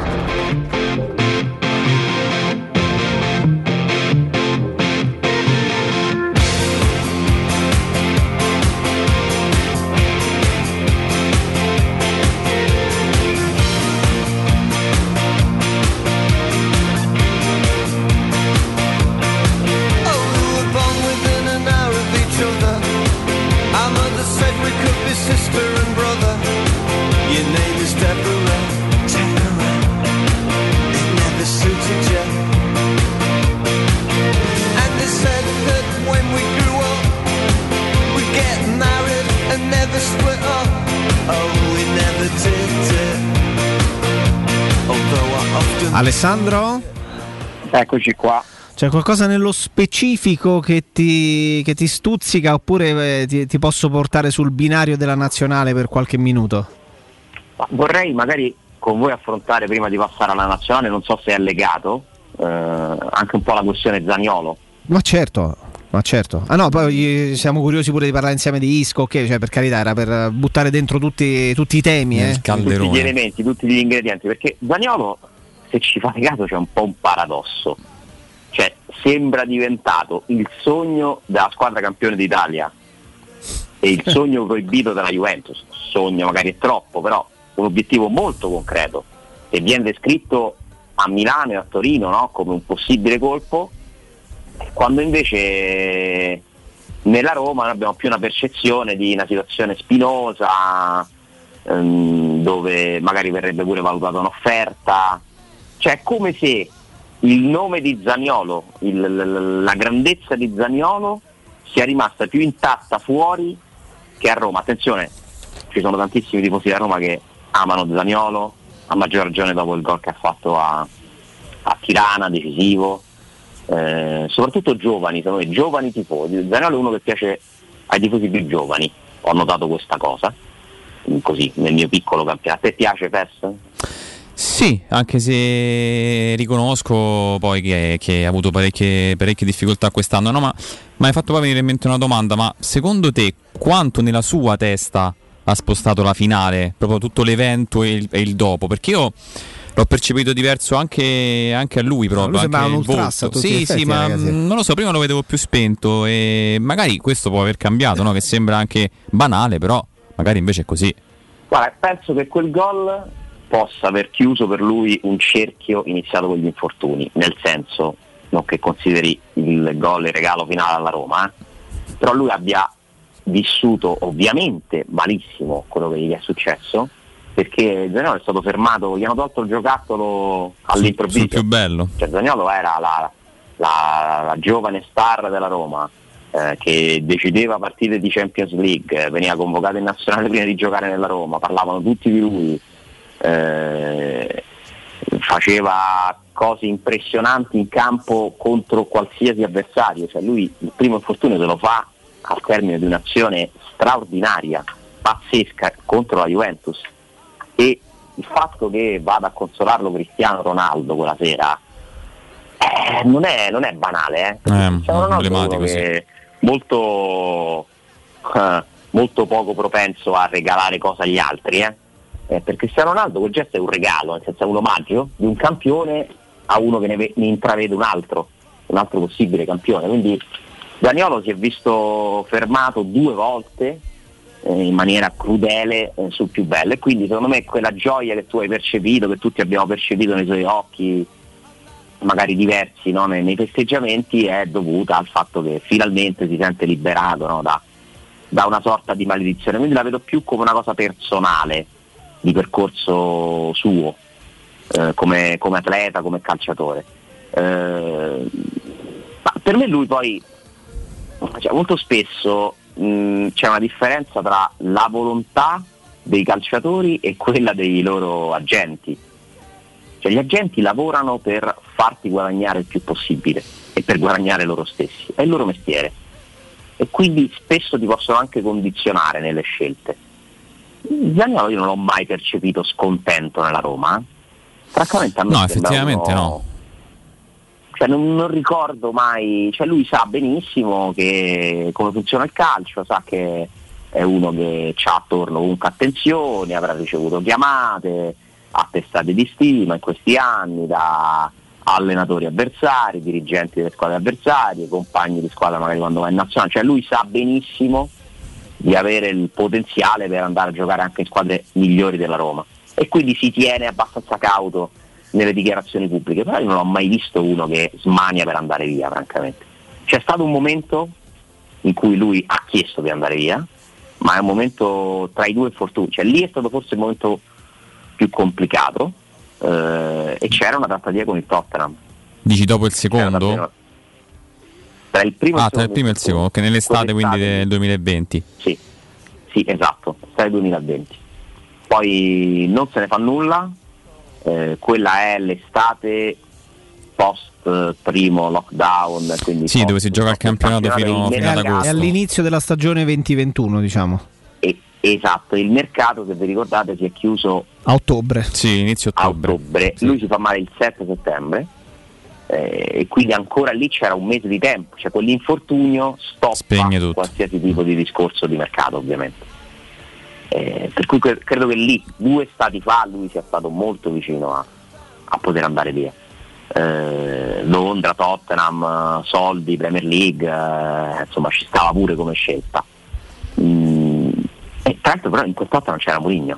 Alessandro? Eccoci qua. C'è qualcosa nello specifico che ti, che ti stuzzica, oppure eh, ti, ti posso portare sul binario della nazionale per qualche minuto? Ma vorrei magari con voi affrontare, prima di passare alla nazionale, non so se è legato, eh, anche un po' la questione Zaniolo. Ma certo, ma certo. Ah no, poi siamo curiosi pure di parlare insieme di Isco, ok, cioè per carità, era per buttare dentro tutti, tutti i temi, eh. Tutti gli elementi, tutti gli ingredienti, perché Zaniolo, se ci fate caso, c'è un po' un paradosso. Cioè, sembra diventato il sogno della squadra campione d'Italia e il sogno proibito della Juventus. Sogno magari è troppo, però un obiettivo molto concreto che viene descritto a Milano e a Torino, no? Come un possibile colpo, quando invece nella Roma noi abbiamo più una percezione di una situazione spinosa, ehm, dove magari verrebbe pure valutata un'offerta. Cioè è come se il nome di Zaniolo, il, la grandezza di Zaniolo sia rimasta più intatta fuori che a Roma. Attenzione, ci sono tantissimi tifosi da Roma che amano Zaniolo, a maggior ragione dopo il gol che ha fatto a, a Tirana, decisivo, eh, soprattutto giovani, sono i giovani tifosi. Zaniolo è uno che piace ai tifosi più giovani, ho notato questa cosa, così nel mio piccolo campionato. A te piace Pes? Sì, anche se riconosco poi che, che ha avuto parecchie, parecchie difficoltà quest'anno. No, ma mi hai fatto poi venire in mente una domanda: ma secondo te quanto nella sua testa ha spostato la finale, proprio tutto l'evento e il, e il dopo? Perché io l'ho percepito diverso anche, anche a lui proprio. Lui sembrava un anche il ultras a volto. tutti Sì, gli effetti, sì, ma ragazzi. non lo so, prima lo vedevo più spento e magari questo può aver cambiato, no? Che sembra anche banale, però magari invece è così. Guarda, penso che quel gol possa aver chiuso per lui un cerchio iniziato con gli infortuni, nel senso, non che consideri il gol il regalo finale alla Roma, eh, però lui abbia vissuto ovviamente malissimo quello che gli è successo, perché Zaniolo è stato fermato, gli hanno tolto il giocattolo all'improvviso. Sul più bello. Cioè Zaniolo era la, la, la giovane star della Roma, eh, che decideva partite di Champions League, veniva convocato in nazionale prima di giocare nella Roma, parlavano tutti di lui. Eh, faceva cose impressionanti in campo contro qualsiasi avversario. Cioè lui il primo infortunio se lo fa al termine di un'azione straordinaria, pazzesca contro la Juventus, e il fatto che vada a consolarlo Cristiano Ronaldo quella sera eh, non, è, non è banale, eh. Eh, Cristiano Ronaldo è uno sì. che è molto, eh, molto poco propenso a regalare cose agli altri, eh. Eh, per Cristiano Ronaldo quel gesto è un regalo, nel senso è un omaggio di un campione a uno che ne, ve- ne intravede un altro, un altro possibile campione. Quindi Zaniolo si è visto fermato due volte eh, in maniera crudele eh, sul più bello, e quindi secondo me quella gioia che tu hai percepito, che tutti abbiamo percepito nei suoi occhi, magari diversi, no? nei, nei festeggiamenti, è dovuta al fatto che finalmente si sente liberato, no? da, da una sorta di maledizione. Quindi la vedo più come una cosa personale, di percorso suo, eh, come, come atleta, come calciatore. Eh, ma per me lui poi, cioè, molto spesso mh, c'è una differenza tra la volontà dei calciatori e quella dei loro agenti. Cioè gli agenti lavorano per farti guadagnare il più possibile e per guadagnare loro stessi, è il loro mestiere, e quindi spesso ti possono anche condizionare nelle scelte. Zaniolo io non l'ho mai percepito scontento nella Roma, eh? Francamente a me no, effettivamente uno... no. Cioè non, non ricordo mai, cioè lui sa benissimo che come funziona il calcio, sa che è uno che c'ha attorno comunque attenzioni, avrà ricevuto chiamate, attestati di stima in questi anni da allenatori avversari, dirigenti delle squadre avversarie, compagni di squadra magari quando va in nazionale, cioè lui sa benissimo di avere il potenziale per andare a giocare anche in squadre migliori della Roma e quindi si tiene abbastanza cauto nelle dichiarazioni pubbliche, però io non ho mai visto uno che smania per andare via, francamente. C'è stato un momento in cui lui ha chiesto di andare via, ma è un momento tra i due infortuni, cioè lì è stato forse il momento più complicato, eh, e c'era una trattativa con il Tottenham. Dici dopo il secondo? Tra il primo ah, e il tra il primo e il secondo, che nell'estate quindi del duemilaventi. Sì, sì, esatto, estate duemilaventi. Poi non se ne fa nulla, eh, quella è l'estate post eh, primo lockdown, quindi sì, dove si gioca il campionato fino, fino ad agosto. È all'inizio della stagione venti ventuno, diciamo. E, esatto, il mercato, se vi ricordate, si è chiuso a ottobre. Sì, inizio ottobre. A ottobre. Sì. Lui si fa male il sette settembre. Eh, e quindi ancora lì c'era un mese di tempo, cioè quell'infortunio stoppa qualsiasi tipo di discorso di mercato, ovviamente. Eh, per cui cre- credo che lì, due stati fa, lui sia stato molto vicino a, a poter andare via. Eh, Londra, Tottenham, soldi, Premier League, eh, insomma ci stava pure come scelta. Mm, e tra l'altro però in quest'altro non c'era Mourinho.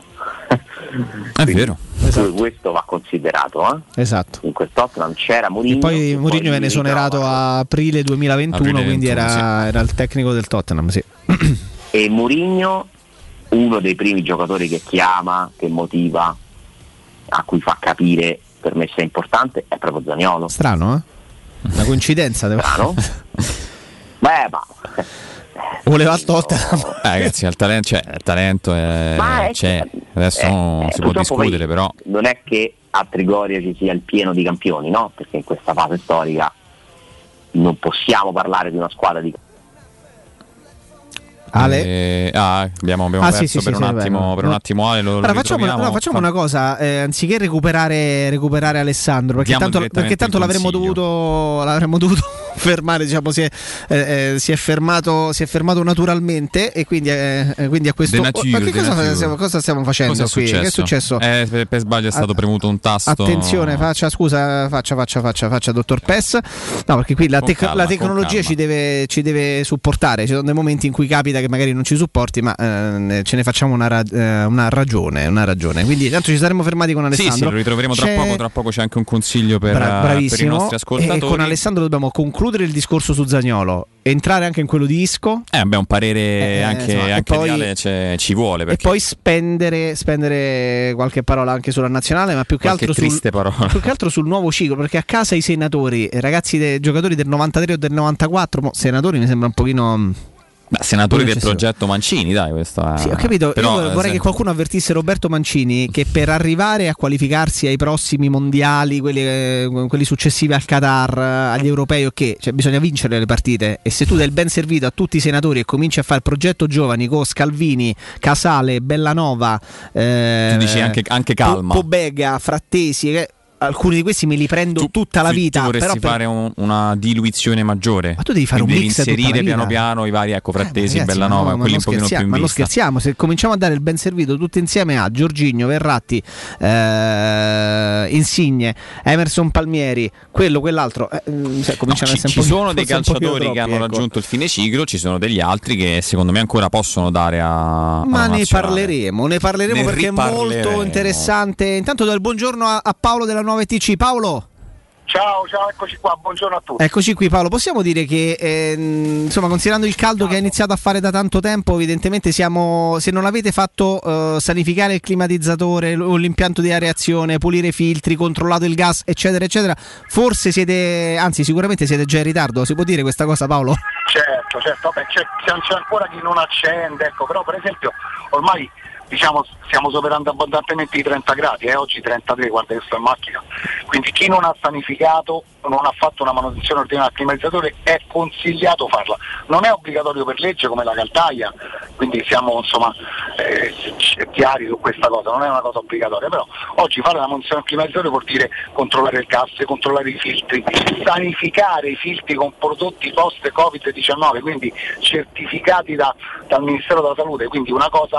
È vero. Esatto. Questo va considerato, eh? Esatto. In quest'otto non c'era Mourinho. E poi Mourinho venne esonerato a aprile duemilaventuno, aprile quindi era, sì. era il tecnico del Tottenham, sì. E Mourinho, uno dei primi giocatori che chiama, che motiva, a cui fa capire per me se è importante, è proprio Zaniolo. Strano, eh? Una coincidenza. Strano? Beh, ma... voleva il Tottenham. Eh, ragazzi, il talento, cioè, il talento è, è c'è. Adesso è, non si può discutere, poi, però non è che a Trigoria ci sia il pieno di campioni, no? Perché in questa fase storica non possiamo parlare di una squadra di Ale? Eh, ah, abbiamo, abbiamo ah, perso sì, sì, per, sì, un sì, attimo, per un attimo Ale, lo, allora, lo facciamo, una, no, facciamo una cosa, eh, anziché recuperare, recuperare Alessandro, perché Diamo tanto, perché tanto l'avremmo dovuto, l'avremmo dovuto fermare, diciamo, si è, eh, eh, si è fermato si è fermato naturalmente e quindi, eh, quindi a questo nature, ma che cosa stiamo, cosa stiamo facendo cosa qui? Successo? Che è successo? Eh, per, per sbaglio è stato Att- premuto un tasto. Attenzione, faccia scusa, faccia faccia faccia faccia dottor Pess. No, perché qui la, tec- calma, la tecnologia ci deve, ci deve supportare. Ci sono dei momenti in cui capita che magari non ci supporti, ma eh, ce ne facciamo una, ra- eh, una ragione, una ragione. Quindi tanto ci saremo fermati con Alessandro. Sì, sì, lo ritroveremo tra c'è... poco, tra poco c'è anche un consiglio per, Bra- per i nostri ascoltatori. E con Alessandro dobbiamo concludere il discorso su Zaniolo, entrare anche in quello di Isco. Eh, beh, un parere eh, anche, insomma, anche poi, reale c'è, ci vuole. Perché... E poi spendere, spendere qualche parola anche sulla nazionale, ma più che, altro sul, più che altro sul nuovo ciclo, perché a casa i senatori, ragazzi, dei giocatori del novantatré o del novantaquattro, mo, senatori mi sembra un pochino... Beh, senatori del progetto Mancini, dai, questo è... Sì, ho capito. Però, io vorrei se... che qualcuno avvertisse Roberto Mancini che per arrivare a qualificarsi ai prossimi mondiali, quelli, eh, quelli successivi al Qatar, agli europei, ok, cioè bisogna vincere le partite. E se tu dai il ben servito a tutti i senatori e cominci a fare il progetto giovani con Scalvini, Casale, Bellanova, eh, tu dici anche, anche calma, Pobega, Frattesi, eh, alcuni di questi me li prendo tu, tutta la vita. Tu vorresti però per... fare un, una diluizione maggiore. Ma tu devi fare Quindi un mix devi inserire tutta la vita. piano piano i vari, ecco, Frattesi, eh, ragazzi, Bellanova, no, quelli un pochino più in ma vista. non scherziamo, se cominciamo a dare il ben servito tutti insieme a Giorginio, Verratti, eh, Insigne, Emerson Palmieri, quello, quell'altro, eh, cioè, cominciano no, a essere ci, un ci po', sono dei calciatori troppi, che hanno ecco. raggiunto il fine ciclo, ci sono degli altri che secondo me ancora possono dare a ma ne nazionale. parleremo, ne parleremo ne perché è molto interessante. Intanto do il buongiorno a, a Paolo della nuova E T C. Paolo. Ciao, ciao, eccoci qua, buongiorno a tutti. Eccoci qui Paolo, possiamo dire che eh, insomma, considerando il caldo che ha iniziato a fare da tanto tempo, evidentemente siamo, se non avete fatto uh, sanificare il climatizzatore o l'impianto di areazione, pulire i filtri, controllato il gas, eccetera eccetera, forse siete, anzi sicuramente siete già in ritardo, si può dire questa cosa, Paolo? Certo, certo, vabbè, c'è, c'è ancora chi non accende, ecco, però per esempio ormai diciamo stiamo superando abbondantemente i trenta gradi, eh? Oggi trentatré, guarda che sto in macchina, quindi chi non ha sanificato, non ha fatto una manutenzione ordinaria al climatizzatore, è consigliato farla, non è obbligatorio per legge come la caldaia, quindi siamo insomma eh, chiari su questa cosa, non è una cosa obbligatoria, però oggi fare la manutenzione al climatizzatore vuol dire controllare il gas, controllare i filtri, sanificare i filtri con prodotti post covid diciannove, quindi certificati da, dal Ministero della Salute, quindi una cosa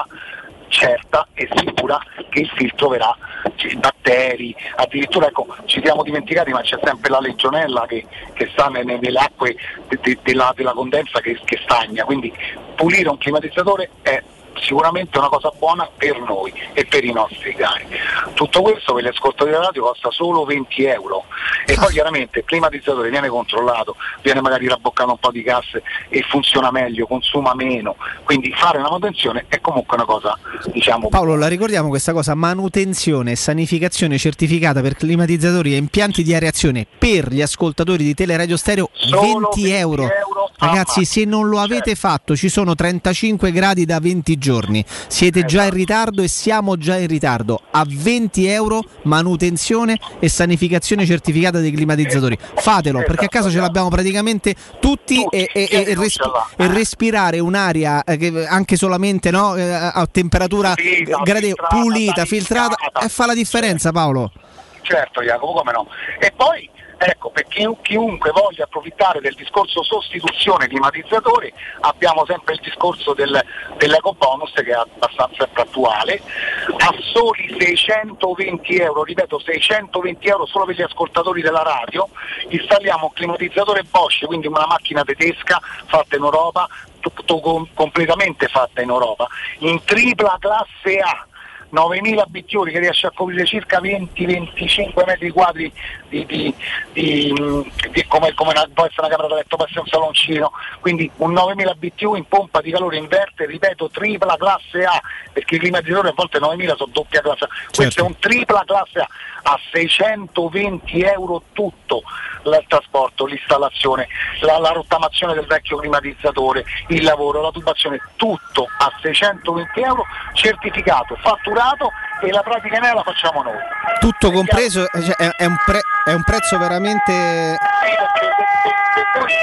certa e sicura che il filtro verrà, i batteri, addirittura ecco ci siamo dimenticati, ma c'è sempre la legionella che, che sta nelle, nelle acque de, de, della, della condensa che, che stagna, quindi pulire un climatizzatore è sicuramente una cosa buona per noi e per i nostri cari. Tutto questo per gli ascoltatori della radio costa solo venti euro e poi chiaramente il climatizzatore viene controllato, viene magari rabboccato un po' di gas e funziona meglio, consuma meno, quindi fare una manutenzione è comunque una cosa, diciamo. Paolo, la ricordiamo questa cosa, manutenzione e sanificazione certificata per climatizzatori e impianti di areazione per gli ascoltatori di Teleradio Stereo, venti euro. Ragazzi, se non lo avete fatto, ci sono trentacinque gradi da venti giorni, siete già in ritardo e siamo già in ritardo. A venti euro manutenzione e sanificazione certificata dei climatizzatori. Fatelo, perché a casa ce l'abbiamo praticamente tutti, tutti e, e, e, respi- e respirare un'aria che anche solamente, no, a temperatura pulita, grade- filtrata, pulita filtrata, e fa la differenza, Paolo. Certo, Jacopo, come no? E poi ecco, per chi, chiunque voglia approfittare del discorso sostituzione climatizzatore, abbiamo sempre il discorso del, dell'ecobonus che è abbastanza sempre attuale, a soli seicentoventi euro, ripeto seicentoventi euro solo per gli ascoltatori della radio, installiamo un climatizzatore Bosch, quindi una macchina tedesca fatta in Europa, tutto com- completamente fatta in Europa, in tripla classe A, novemila B T U che riesce a coprire circa venti venticinque metri quadri di, di, di, di come, come una, può essere una camera da letto, può essere un saloncino, quindi un novemila B T U in pompa di calore inverte, ripeto tripla classe A, perché i climatizzatori a volte novemila sono doppia classe A, certo. Questo è un tripla classe A, a seicentoventi euro tutto, il trasporto, l'installazione, la, la rottamazione del vecchio climatizzatore, il lavoro, la tubazione, tutto a seicentoventi euro, certificato, fatturato, e la pratica nera la facciamo noi. Tutto compreso, cioè, è, è, un pre- è un prezzo veramente... Sì, perché se, se, se, voi,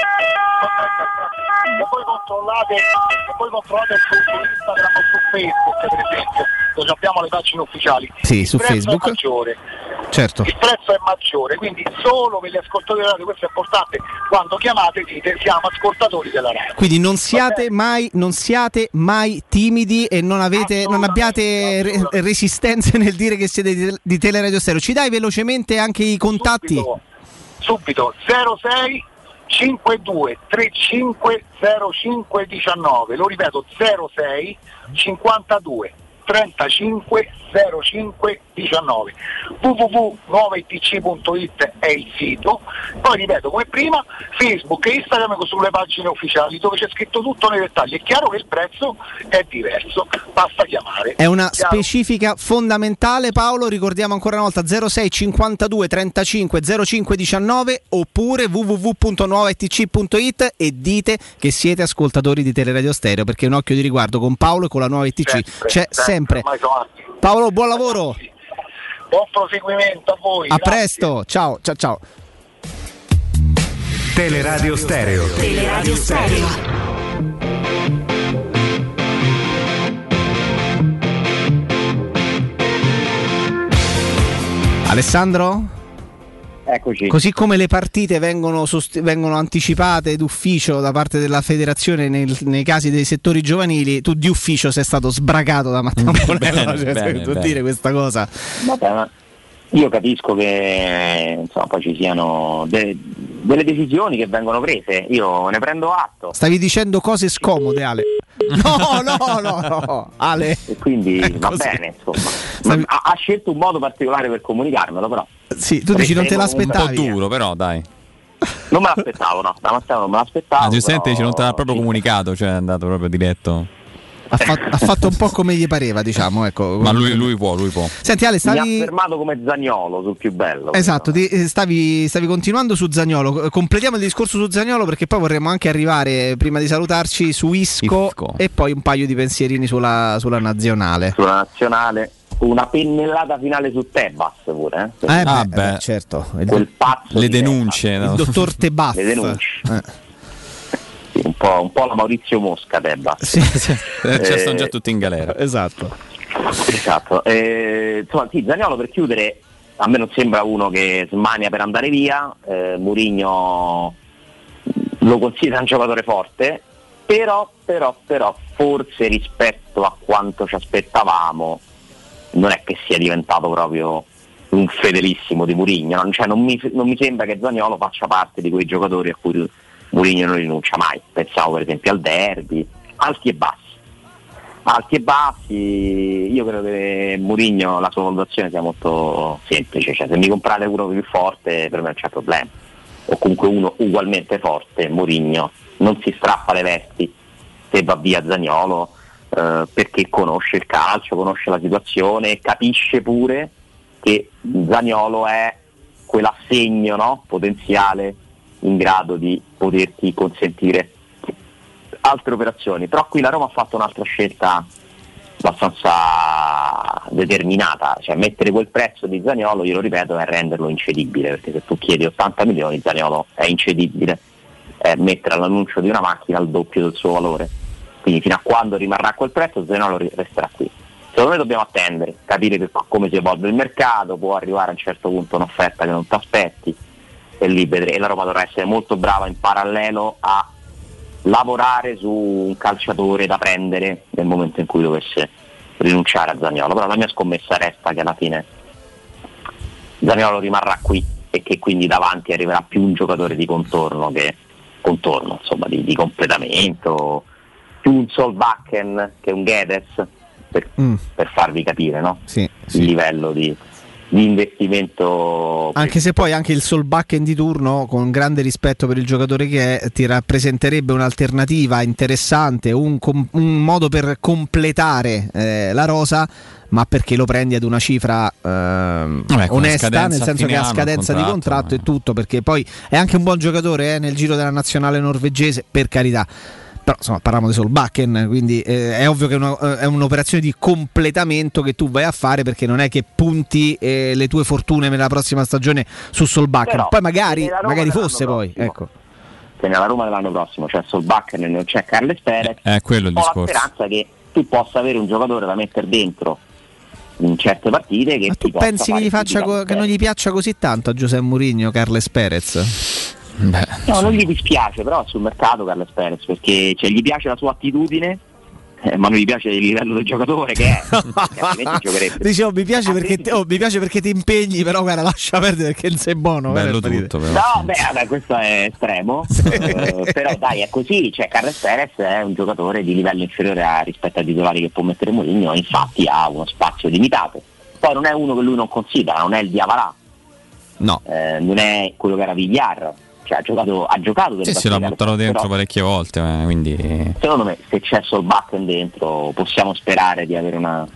se voi controllate, se voi controllate su, su Instagram o su Facebook, per esempio, dove abbiamo le pagine ufficiali, sì, il su prezzo Facebook. è maggiore. Certo. Il prezzo è maggiore, quindi solo per gli ascoltatori della radio, questo è importante, quando chiamate dite siamo ascoltatori della radio. Quindi non siate mai, non siate mai timidi e non avete, non abbiate re- resistenze nel dire che siete di, di Teleradio Stereo. Ci dai velocemente anche i contatti? Subito, subito zero sei cinquantadue trentacinque zero cinque diciannove, lo ripeto zero sei cinquantadue trentacinque zero cinque diciannove, w w w punto nuova i t c punto i t è il sito, poi ripeto come prima Facebook e Instagram sulle pagine ufficiali dove c'è scritto tutto nei dettagli. È chiaro che il prezzo è diverso, basta chiamare. È una chiaro? Specifica fondamentale, Paolo, ricordiamo ancora una volta zero sei cinquantadue trentacinque zero cinque diciannove oppure w w w punto nuova i t c punto i t e dite che siete ascoltatori di Teleradio Stereo, perché un occhio di riguardo con Paolo e con la Nuova I T C sempre, c'è sempre. sempre. Paolo, buon lavoro. Buon proseguimento a voi. A grazie. presto. Ciao, ciao, ciao. Teleradio Stereo. Teleradio Stereo. Alessandro? Eccoci. Così come le partite vengono, sost- vengono anticipate d'ufficio da parte della federazione nel, nei casi dei settori giovanili, tu di ufficio sei stato sbragato da Matteo Bonello, cioè, bene, devo bene. dire questa cosa. Vabbè, ma io capisco che insomma, poi ci siano de- delle decisioni che vengono prese, io ne prendo atto. Stavi dicendo cose scomode, Ale. No, no, no, no. Ale. E quindi È va così. bene, insomma. Ha, ha scelto un modo particolare per comunicarmelo, però. Sì, tu dici non te l'aspettavi. Un po' duro, però dai. Non me l'aspettavo, no, da Matteo non me l'aspettavo. Ah, giustamente però... dici, non te l'ha proprio comunicato, cioè è andato proprio diretto. Ha, fa- ha fatto un po' come gli pareva, diciamo, ecco. Ma lui, lui può, lui può. Senti Ale, stavi... Mi ha fermato come Zaniolo sul più bello. Esatto, ti, stavi, stavi continuando su Zaniolo. Completiamo il discorso su Zaniolo perché poi vorremmo anche arrivare, prima di salutarci, su Isco, Isco. E poi un paio di pensierini sulla, sulla nazionale. Sulla nazionale. Una pennellata finale su Tebas pure, eh? Eh beh, Ah, beh. eh, certo. Quel pazzo Le di denunce, Tebas. no? Il dottor Tebaff. Le denunce. Eh. Sì, un po', un po' la Maurizio Mosca Tebas. Sì, sì. Cioè, sono già tutti in galera. Esatto. Esatto. Eh, insomma, sì, Zaniolo, per chiudere, a me non sembra uno che smania per andare via. eh, Mourinho lo considera un giocatore forte, però, però, però forse rispetto a quanto ci aspettavamo non è che sia diventato proprio un fedelissimo di Mourinho, no? Cioè, non, mi, non mi sembra che Zaniolo faccia parte di quei giocatori a cui Mourinho non rinuncia mai. Pensavo per esempio al derby, alti e bassi. Alti e bassi, io credo che Mourinho, la sua valutazione sia molto semplice, cioè se mi comprate uno più forte per me non c'è problema, o comunque uno ugualmente forte. Mourinho non si strappa le vesti se va via Zaniolo, eh, perché conosce il calcio, conosce la situazione e capisce pure che Zaniolo è quell'assegno, no? Potenziale in grado di poterti consentire altre operazioni. Però qui la Roma ha fatto un'altra scelta abbastanza determinata, cioè mettere quel prezzo di Zaniolo, io lo ripeto, è renderlo incedibile, perché se tu chiedi ottanta milioni Zaniolo è incedibile, è mettere all'annuncio di una macchina il doppio del suo valore, quindi fino a quando rimarrà quel prezzo Zaniolo resterà qui. Secondo me dobbiamo attendere, capire che, come si evolve il mercato, può arrivare a un certo punto un'offerta che non ti aspetti e lì vedremo. E la Roma dovrà essere molto brava in parallelo a lavorare su un calciatore da prendere nel momento in cui dovesse rinunciare a Zaniolo. Però la mia scommessa resta che alla fine Zaniolo rimarrà qui e che quindi davanti arriverà più un giocatore di contorno che contorno, insomma, di, di completamento, più un Solbakken che un Guedes, per, mm. per farvi capire, no? Sì, sì. Il livello di, di investimento. Anche se poi anche il Solbakken di turno, con grande rispetto per il giocatore che è, ti rappresenterebbe un'alternativa interessante, un, com- un modo per completare eh, la rosa, ma perché lo prendi ad una cifra eh, Vabbè, onesta, nel senso che ha scadenza di contratto e tutto, perché poi è anche un buon giocatore eh, nel giro della nazionale norvegese, per carità. Però insomma parliamo di Solbakken, quindi eh, è ovvio che è, una, è un'operazione di completamento che tu vai a fare, perché non è che punti eh, le tue fortune nella prossima stagione su Solbakken. Però, poi magari, magari fosse poi prossimo, ecco. Se nella Roma dell'anno prossimo c'è Solbakken e non c'è Carles Perez, è quello il ho discorso. la speranza che tu possa avere un giocatore da mettere dentro in certe partite che ma ti tu pensi che, gli faccia co- che non gli piaccia così tanto a Giuseppe Mourinho Carles Perez? Beh, no, non gli dispiace, però sul mercato Carles Perez, perché cioè, gli piace la sua attitudine, eh, ma non gli piace il livello del giocatore che è, che altrimenti giocherebbe. Dicevo, mi piace perché ti, oh, mi piace perché ti impegni, però guarda, lascia perdere perché non sei buono. Bello tutto, però. No, beh, vabbè, questo è estremo. eh, però dai, è così, cioè Carles Perez è un giocatore di livello inferiore a, rispetto ai titolari che può mettere Mourinho, e infatti ha uno spazio limitato. Poi non è uno che lui non considera, non è il Diavarà. No. Eh, non è quello che era Villar. Cioè, ha giocato, ha giocato sì, se l'ha buttato dentro però, parecchie volte, eh, quindi secondo me se c'è Solbakken dentro possiamo sperare di avere una,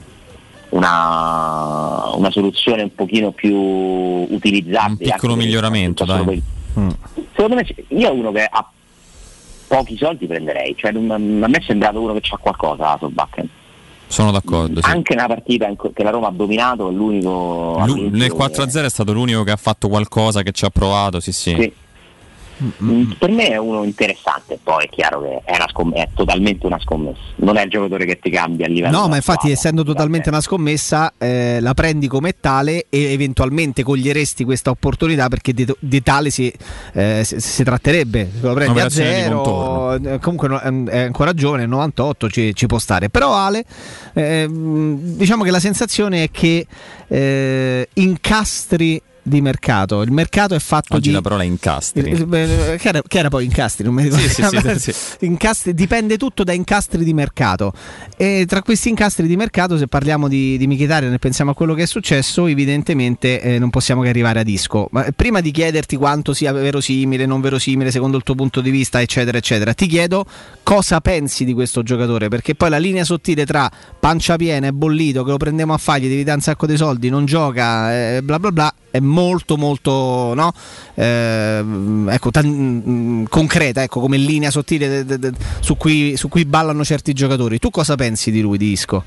una, una soluzione un pochino più utilizzabile, un piccolo miglioramento, dai. Per... Mm. Secondo me io uno che ha pochi soldi prenderei, cioè a me è sembrato uno che c'ha qualcosa Solbakken. Sono d'accordo, sì. Anche nella partita che la Roma ha dominato, l'unico L- nel quattro a zero è stato l'unico che ha fatto qualcosa, che ci ha provato, sì sì, sì. Mm-hmm. Per me è uno interessante, poi è chiaro che è, una scomm- è totalmente una scommessa, non è il giocatore che ti cambia a livello. No, ma infatti squadra, essendo totalmente una scommessa eh, la prendi come tale e eventualmente coglieresti questa opportunità, perché di, di tale si, eh, si, si tratterebbe, lo prendi a zero, eh, comunque è ancora giovane, novantotto ci, ci può stare. Però Ale, eh, diciamo che la sensazione è che eh, incastri di mercato. Il mercato è fatto Oggi di la parola è incastri. Il- beh, Che era, che era poi incastri, non mi ricordo. Sì, sì, sì, sì. Incastri, dipende tutto da incastri di mercato. E tra questi incastri di mercato, se parliamo di, di Mkhitaryan e pensiamo a quello che è successo, evidentemente eh, non possiamo che arrivare a Isco. Ma prima di chiederti quanto sia verosimile, non verosimile, secondo il tuo punto di vista, eccetera, eccetera, ti chiedo cosa pensi di questo giocatore, perché poi la linea sottile tra pancia piena e bollito, che lo prendiamo a fagli, devi dare un sacco di soldi, non gioca, eh, bla bla bla, è molto molto no eh, ecco tan- concreta, ecco, come linea sottile de- de- de- su cui su cui ballano certi giocatori. Tu cosa pensi di lui, di Isco?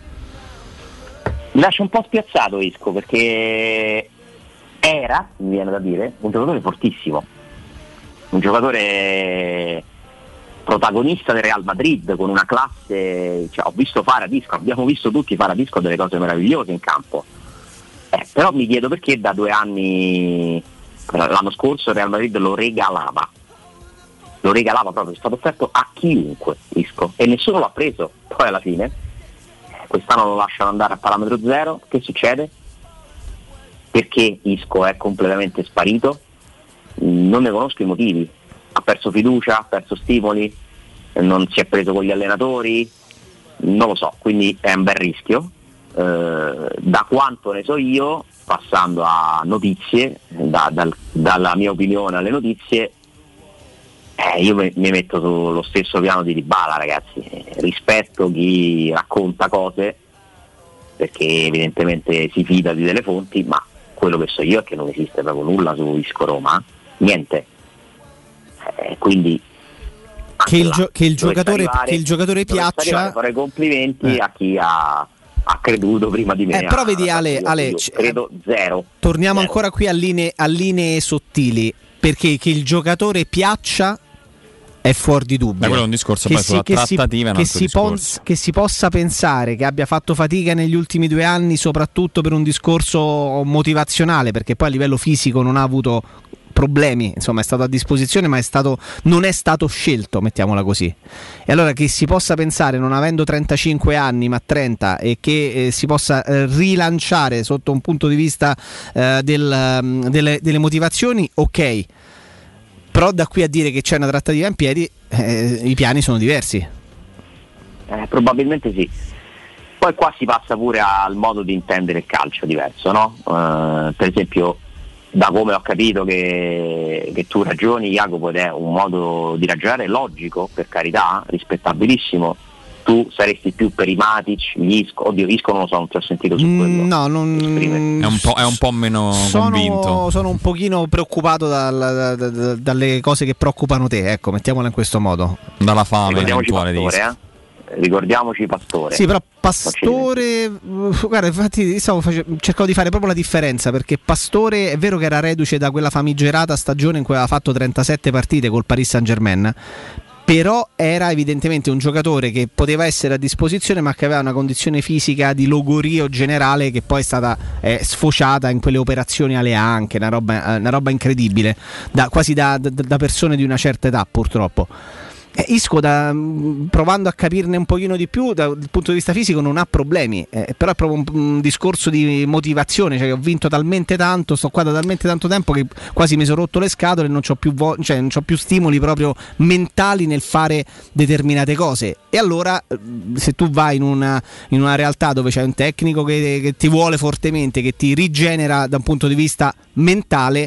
Mi lascia un po' spiazzato Isco, perché era, mi viene da dire, un giocatore fortissimo, un giocatore protagonista del Real Madrid, con una classe, cioè, ho visto fare a Isco, abbiamo visto tutti fare a Isco delle cose meravigliose in campo. Eh, però mi chiedo perché da due anni, l'anno scorso il Real Madrid lo regalava, lo regalava proprio, è stato offerto a chiunque Isco e nessuno l'ha preso. Poi alla fine, quest'anno lo lasciano andare a parametro zero. Che succede? Perché Isco è completamente sparito? Non ne conosco i motivi. Ha perso fiducia, ha perso stimoli, non si è preso con gli allenatori, non lo so, quindi è un bel rischio. Eh, da quanto ne so io, passando a notizie, da, dal, dalla mia opinione alle notizie, eh, io mi, mi metto sullo stesso piano di Dybala, ragazzi. Eh, rispetto chi racconta cose, perché evidentemente si fida di delle fonti, ma quello che so io è che non esiste proprio nulla su Isco Roma, niente. Eh, quindi Che il, là, gio- che il giocatore, arrivare, che il giocatore piaccia. Fare complimenti Eh. a chi ha, ha creduto prima di me. Eh, però a- vedi, Ale, io- Ale, io c- credo zero. Torniamo Zero. ancora qui a linee, a linee sottili, perché che il giocatore piaccia è fuori di dubbio. Beh, quello è un discorso, Che poi si- sulla che si- trattativa è un che altro si, discorso. pons- che si possa pensare che abbia fatto fatica negli ultimi due anni, soprattutto per un discorso motivazionale, perché poi a livello fisico non ha avuto problemi, insomma è stato a disposizione, ma è stato, non è stato scelto, mettiamola così. E allora che si possa pensare, non avendo trentacinque anni ma trenta, e che eh, si possa eh, rilanciare sotto un punto di vista eh, del, um, delle, delle motivazioni, ok, però da qui a dire che c'è una trattativa in piedi, eh, i piani sono diversi. Eh, probabilmente sì. Poi qua si passa pure al modo di intendere il calcio diverso, no? Eh, per esempio, da come ho capito che, che tu ragioni, Jacopo, ed è un modo di ragionare logico, per carità, rispettabilissimo. Tu saresti più per i Matic, gli Isco, oddio Isco non lo so, non ti ho sentito su quello. Mm, no, non È un po', è un po' meno convinto. sono, sono un pochino preoccupato dal- da- da- da- dalle cose che preoccupano te, ecco, mettiamola in questo modo. Dalla fame Ricordiamoci eventuale di Pastore, Isco. eh? Ricordiamoci Pastore. Sì, però Pastore, guarda, infatti stavo face- cercavo di fare proprio la differenza, perché Pastore è vero che era reduce da quella famigerata stagione in cui aveva fatto trentasette partite col Paris Saint-Germain, però era evidentemente un giocatore che poteva essere a disposizione, ma che aveva una condizione fisica di logorio generale che poi è stata eh, sfociata in quelle operazioni alle anche, una roba, una roba incredibile, da, quasi da, da, da persone di una certa età, purtroppo. Eh, Isco, da, mh, provando a capirne un pochino di più dal punto di vista fisico, non ha problemi, eh, però è proprio un, un discorso di motivazione, cioè che ho vinto talmente tanto, sto qua da talmente tanto tempo che quasi mi sono rotto le scatole e non c'ho più, vo- cioè, non c'ho più stimoli proprio mentali nel fare determinate cose. E allora eh, se tu vai in una, in una realtà dove c'è un tecnico che, che ti vuole fortemente, che ti rigenera da un punto di vista mentale,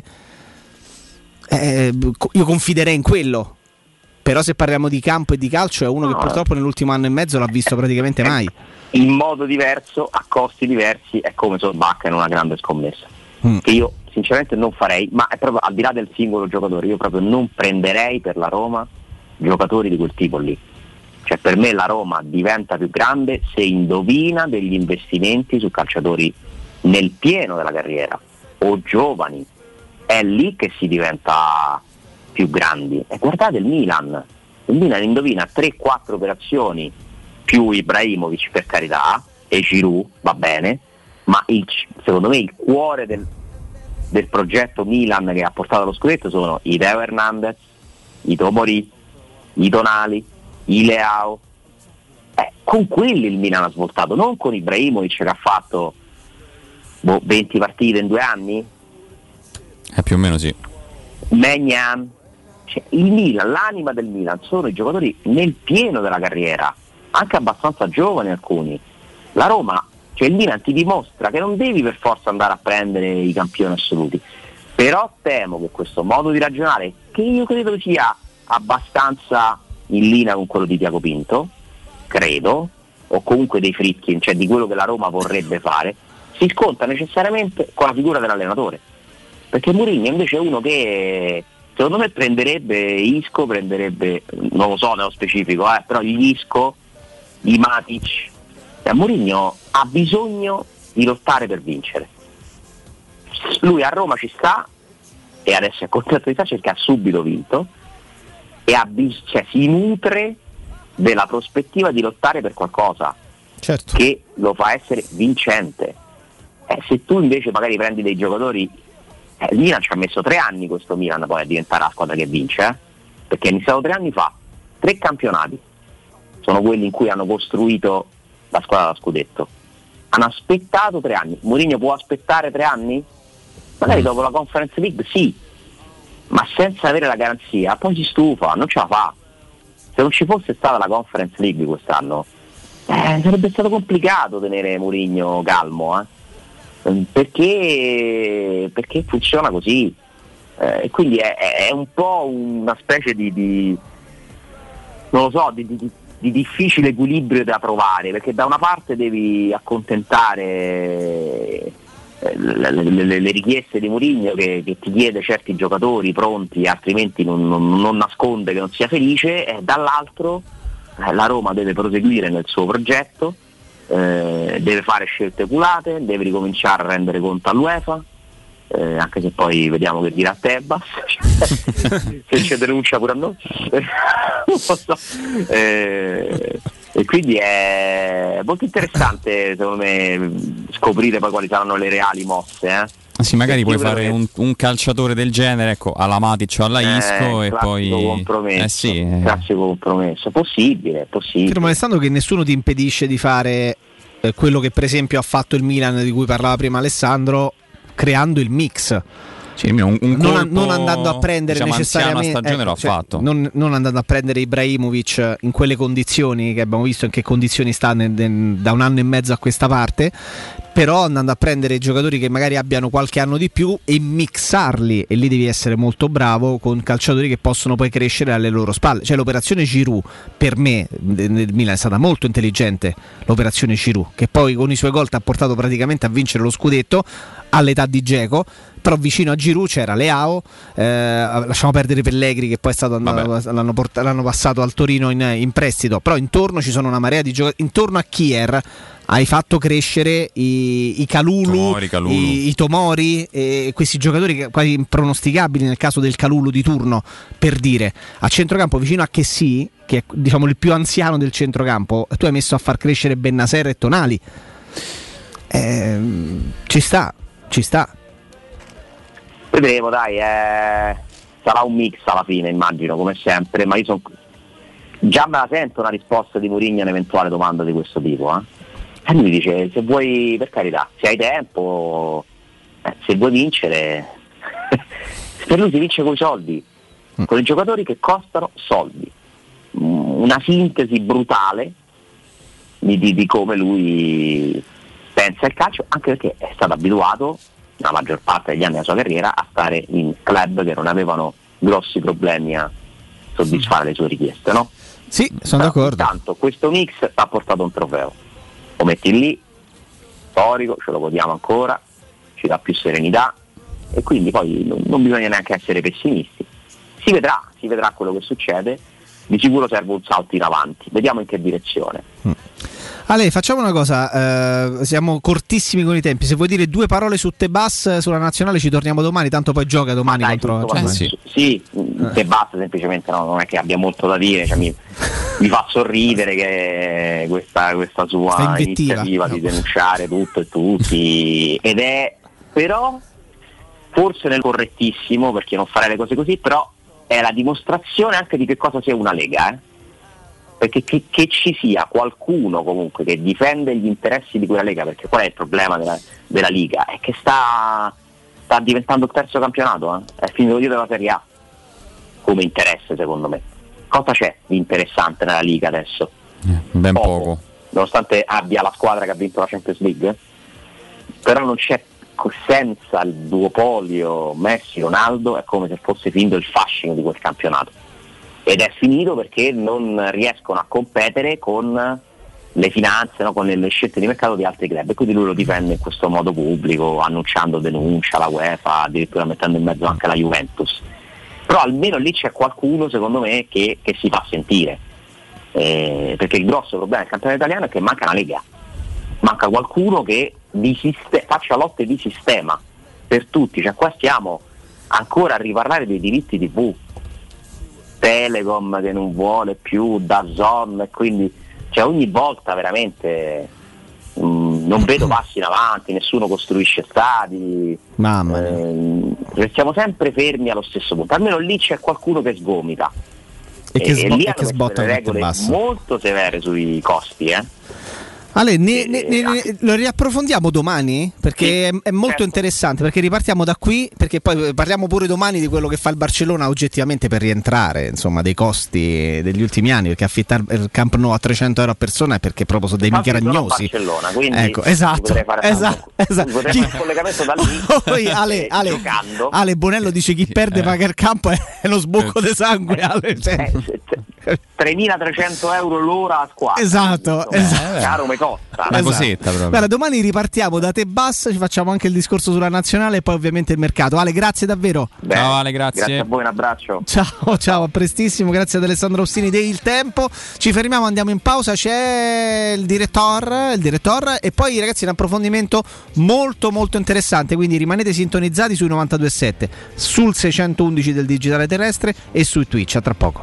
eh, io confiderei in quello. Però se parliamo di campo e di calcio è uno No. che purtroppo nell'ultimo anno e mezzo l'ha visto praticamente mai. In modo diverso, a costi diversi, è come Solbacca in una grande scommessa. Mm. Che io sinceramente non farei, ma è proprio al di là del singolo giocatore, io proprio non prenderei per la Roma giocatori di quel tipo lì. Cioè per me la Roma diventa più grande se indovina degli investimenti su calciatori nel pieno della carriera o giovani. È lì che si diventa più grandi. E guardate il Milan, il Milan indovina tre quattro operazioni più Ibrahimovic, per carità, e Giroud, va bene, ma il, secondo me il cuore del, del progetto Milan che ha portato allo scudetto sono i Teo Hernandez, i Tomori, i Tonali, i Leao. Eh, con quelli il Milan ha svoltato, non con Ibrahimovic che ha fatto boh, venti partite in due anni. Eh, più o meno sì. Maignan, cioè, il Milan, l'anima del Milan sono i giocatori nel pieno della carriera, anche abbastanza giovani alcuni. La Roma, cioè il Milan ti dimostra che non devi per forza andare a prendere i campioni assoluti, però temo che questo modo di ragionare, che io credo sia abbastanza in linea con quello di Tiago Pinto, credo, o comunque dei Friedkin, cioè di quello che la Roma vorrebbe fare, si scontra necessariamente con la figura dell'allenatore, perché Mourinho invece è uno che secondo me prenderebbe Isco, prenderebbe, non lo so nello specifico, eh, però gli Isco, i Matic. Cioè, Mourinho ha bisogno di lottare per vincere. Lui a Roma ci sta e adesso è contratto di facile perché ha subito vinto e ha bis- cioè, si nutre della prospettiva di lottare per qualcosa, certo, che lo fa essere vincente. Eh, se tu invece magari prendi dei giocatori, eh, il Milan ci ha messo tre anni questo Milan poi a diventare la squadra che vince, eh? Perché è iniziato tre anni fa, tre campionati sono quelli in cui hanno costruito la squadra da scudetto, hanno aspettato tre anni. Mourinho può aspettare tre anni? Magari dopo la Conference League sì, ma senza avere la garanzia poi si stufa, non ce la fa. Se non ci fosse stata la Conference League quest'anno, eh, sarebbe stato complicato tenere Mourinho calmo, eh? perché perché funziona così, eh, quindi è, è un po' una specie di, di non lo so, di, di, di difficile equilibrio da trovare, perché da una parte devi accontentare Le, le, le richieste di Mourinho che, che ti chiede certi giocatori pronti, altrimenti non, non, non nasconde che non sia felice, e dall'altro eh, la Roma deve proseguire nel suo progetto, eh, deve fare scelte oculate, deve ricominciare a rendere conto all'UEFA, eh, anche se poi vediamo che dirà Tebas se ci denuncia pure a noi non lo so. eh, E quindi è molto interessante secondo me scoprire poi quali saranno le reali mosse. Eh? Sì, magari puoi fare che... un, un calciatore del genere, ecco, alla Matic o alla Isco, eh, e poi compromesso, eh sì, eh. classico compromesso, possibile, è possibile. Fermo restando che nessuno ti impedisce di fare eh, quello che per esempio ha fatto il Milan, di cui parlava prima Alessandro, creando il mix. Sì, un, un non, colpo, non andando a prendere diciamo, necessariamente stagione ecco, l'ha cioè, fatto. Non, non andando a prendere Ibrahimovic in quelle condizioni che abbiamo visto in che condizioni sta nel, nel, da un anno e mezzo a questa parte, però andando a prendere giocatori che magari abbiano qualche anno di più e mixarli, e lì devi essere molto bravo, con calciatori che possono poi crescere alle loro spalle. Cioè l'operazione Giroud per me nel Milan è stata molto intelligente, l'operazione Giroud, che poi con i suoi gol ti ha portato praticamente a vincere lo scudetto all'età di Dzeko. Però vicino a Giroud c'era Leao, eh, lasciamo perdere Pellegrini che poi è stato andato, l'hanno, port- l'hanno passato al Torino in, in prestito, però intorno ci sono una marea di giocatori, intorno a Kier hai fatto crescere i, i Kalulu, Tomori, Kalulu. I, i Tomori, e questi giocatori che, quasi impronosticabili nel caso del Kalulu di turno, per dire. A centrocampo vicino a Chessy, che è diciamo il più anziano del centrocampo, tu hai messo a far crescere Bennaser e Tonali, eh, ci sta, ci sta. Vedremo, dai, eh, sarà un mix alla fine, immagino, come sempre, ma io son... già me la sento una risposta di Mourinho a un'eventuale domanda di questo tipo. Eh? E lui dice, se vuoi, per carità, se hai tempo, eh, se vuoi vincere, per lui si vince con i soldi, con i giocatori che costano soldi. Una sintesi brutale di, di, di come lui pensa il calcio, anche perché è stato abituato la maggior parte degli anni della sua carriera a stare in club che non avevano grossi problemi a soddisfare le sue richieste, no? Sì, sono Però, d'accordo. intanto questo mix ha portato un trofeo, lo metti lì, storico, ce lo godiamo ancora, ci dà più serenità, e quindi poi non, non bisogna neanche essere pessimisti. Si vedrà, si vedrà quello che succede. Di sicuro serve un salto in avanti, vediamo in che direzione. Mm. Ale, facciamo una cosa, eh, siamo cortissimi con i tempi, se vuoi dire due parole su Tebas, sulla nazionale, ci torniamo domani, tanto poi gioca domani dai, contro... tutto, cioè, sì, sì eh. Tebas semplicemente no, non è che abbia molto da dire, cioè, mi, mi fa sorridere che questa, questa sua iniziativa di denunciare tutto e tutti, ed è però forse nel correttissimo, perché non fare le cose così, però è la dimostrazione anche di che cosa sia una lega, eh? Perché che, che ci sia qualcuno comunque che difende gli interessi di quella lega, perché qual è il problema della, della Liga? È che sta sta diventando il terzo campionato, eh? È finito io della Serie A come interesse, secondo me. Cosa c'è di interessante nella Liga adesso? Ben poco, poco. Nonostante abbia la squadra che ha vinto la Champions League, eh? Però non c'è, senza il duopolio Messi-Ronaldo è come se fosse finito il fascino di quel campionato, ed è finito perché non riescono a competere con le finanze, no? Con le, le scelte di mercato di altri club, e quindi lui lo difende in questo modo pubblico, annunciando denuncia alla UEFA, addirittura mettendo in mezzo anche la Juventus. Però almeno lì c'è qualcuno, secondo me, che, che si fa sentire, eh, perché il grosso problema del campionato italiano è che manca una Lega, manca qualcuno che di siste- faccia lotte di sistema per tutti. Cioè qua stiamo ancora a riparlare dei diritti tivù, Telecom che non vuole più, DAZN, e quindi cioè ogni volta veramente mh, non vedo passi in avanti, nessuno costruisce stadi, mamma mia. Eh, restiamo sempre fermi allo stesso punto. Almeno lì c'è qualcuno che sgomita e, e che, sbo- e lì e hanno che sbotta delle regole basso. molto severe sui costi, eh. Ale, ne, ne, ne, ne, lo riapprofondiamo domani? Perché sì, è, è molto certo. interessante, perché ripartiamo da qui, perché poi parliamo pure domani di quello che fa il Barcellona oggettivamente per rientrare, insomma, dei costi degli ultimi anni, perché affittare il Camp Nou a trecento euro a persona è perché proprio sono dei migragnosi. Barcellona, quindi ecco, esatto, fare esatto, esatto. Potrei fare un collegamento da lì. Poi Ale, Ale, giocando. Ale Bonello dice chi perde eh. paga il campo è lo sbocco di sangue, Ale. Cioè. Eh, tremilatrecento euro l'ora a squadra. Esatto, eh, esatto. Caro me costa. Una cosetta proprio. Guarda, domani ripartiamo da te Bass, ci facciamo anche il discorso sulla nazionale e poi ovviamente il mercato. Ale, grazie davvero. Beh, ciao Ale, grazie. Grazie a voi, un abbraccio. Ciao, ciao, a prestissimo, grazie ad Alessandro Ostini di Il Tempo. Ci fermiamo, andiamo in pausa, c'è il direttor, il direttor e poi ragazzi un approfondimento molto molto interessante, quindi rimanete sintonizzati sui novantadue virgola sette, sul seicentoundici del digitale terrestre e su Twitch, a tra poco.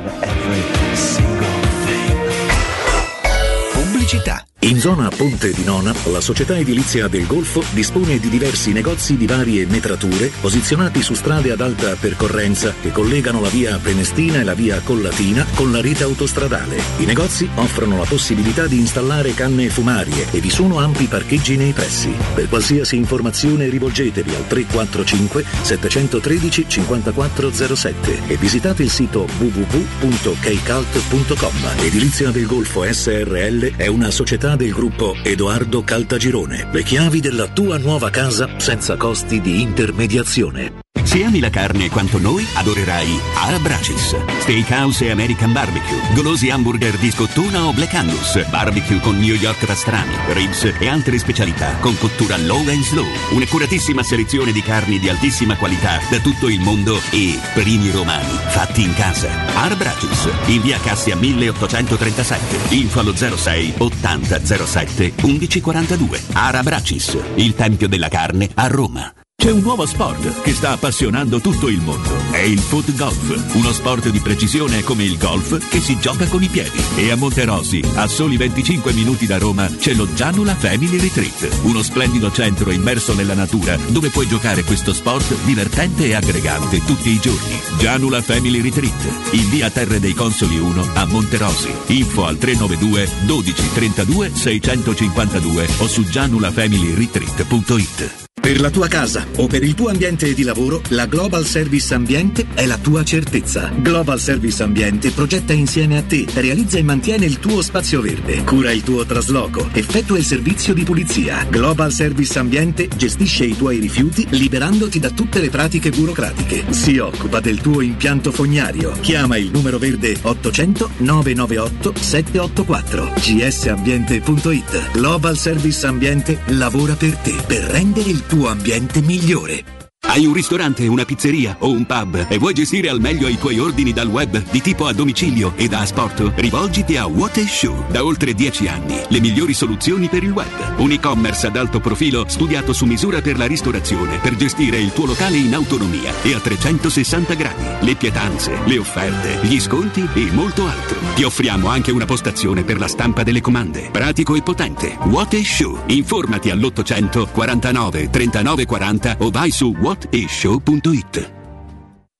Pubblicità. In zona Ponte di Nona, la società edilizia del Golfo dispone di diversi negozi di varie metrature posizionati su strade ad alta percorrenza che collegano la via Prenestina e la via Collatina con la rete autostradale. I negozi offrono la possibilità di installare canne fumarie e vi sono ampi parcheggi nei pressi. Per qualsiasi informazione rivolgetevi al tre quattro cinque sette uno tre cinque zero sette e visitate il sito w w w punto keicalt punto com. Edilizia del Golfo S R L è una società del gruppo Edoardo Caltagirone. Le chiavi della tua nuova casa senza costi di intermediazione. Se ami la carne quanto noi, adorerai Arabracis. Steakhouse e American Barbecue, golosi hamburger di scottuna o Black Angus, barbecue con New York pastrami, ribs e altre specialità con cottura low and slow. Un'accuratissima selezione di carni di altissima qualità da tutto il mondo e primi romani fatti in casa. Arabracis, in via Cassia milleottocentotrentasette, info allo zero sei ottanta zero sette undici quarantadue. Arabracis, il tempio della carne a Roma. C'è un nuovo sport che sta appassionando tutto il mondo. È il foot golf, uno sport di precisione come il golf che si gioca con i piedi. E a Monterosi, a soli venticinque minuti da Roma, c'è lo Gianula Family Retreat, uno splendido centro immerso nella natura dove puoi giocare questo sport divertente e aggregante tutti i giorni. Gianula Family Retreat, in via Terre dei Consoli uno a Monterosi. Info al tre nove due dodici trentadue seicentocinquantadue o su gianula family retreat punto it. Per la tua casa o per il tuo ambiente di lavoro, la Global Service Ambiente è la tua certezza. Global Service Ambiente progetta insieme a te, realizza e mantiene il tuo spazio verde, cura il tuo trasloco, effettua il servizio di pulizia. Global Service Ambiente gestisce i tuoi rifiuti liberandoti da tutte le pratiche burocratiche. Si occupa del tuo impianto fognario. Chiama il numero verde ottocento nove nove otto sette otto quattro g s ambiente punto it. Global Service Ambiente lavora per te per rendere il tuo ambiente migliore. Hai un ristorante, una pizzeria o un pub e vuoi gestire al meglio i tuoi ordini dal web di tipo a domicilio e da asporto? Rivolgiti a What is Shoe. Da oltre dieci anni, le migliori soluzioni per il web. Un e-commerce ad alto profilo studiato su misura per la ristorazione per gestire il tuo locale in autonomia e a trecentosessanta gradi. Le pietanze, le offerte, gli sconti e molto altro. Ti offriamo anche una postazione per la stampa delle comande. Pratico e potente. What is Shoe. Informati all'ottocento quarantanove trentanove quaranta o vai su what is show punto it.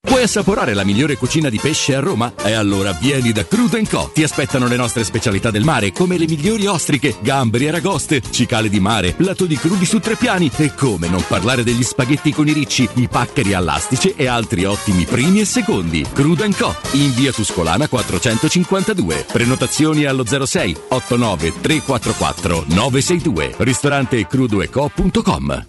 Vuoi assaporare la migliore cucina di pesce a Roma? E allora vieni da Crudo and Co. Ti aspettano le nostre specialità del mare, come le migliori ostriche, gamberi e aragoste, cicale di mare, platò crudi su tre piani e come non parlare degli spaghetti con i ricci, i paccheri all'astice e altri ottimi primi e secondi. Crudo and Co. in via Tuscolana quattrocentocinquantadue. Prenotazioni allo zero sei otto nove tre quattro quattro nove sei due. Ristorante crudo e co punto com.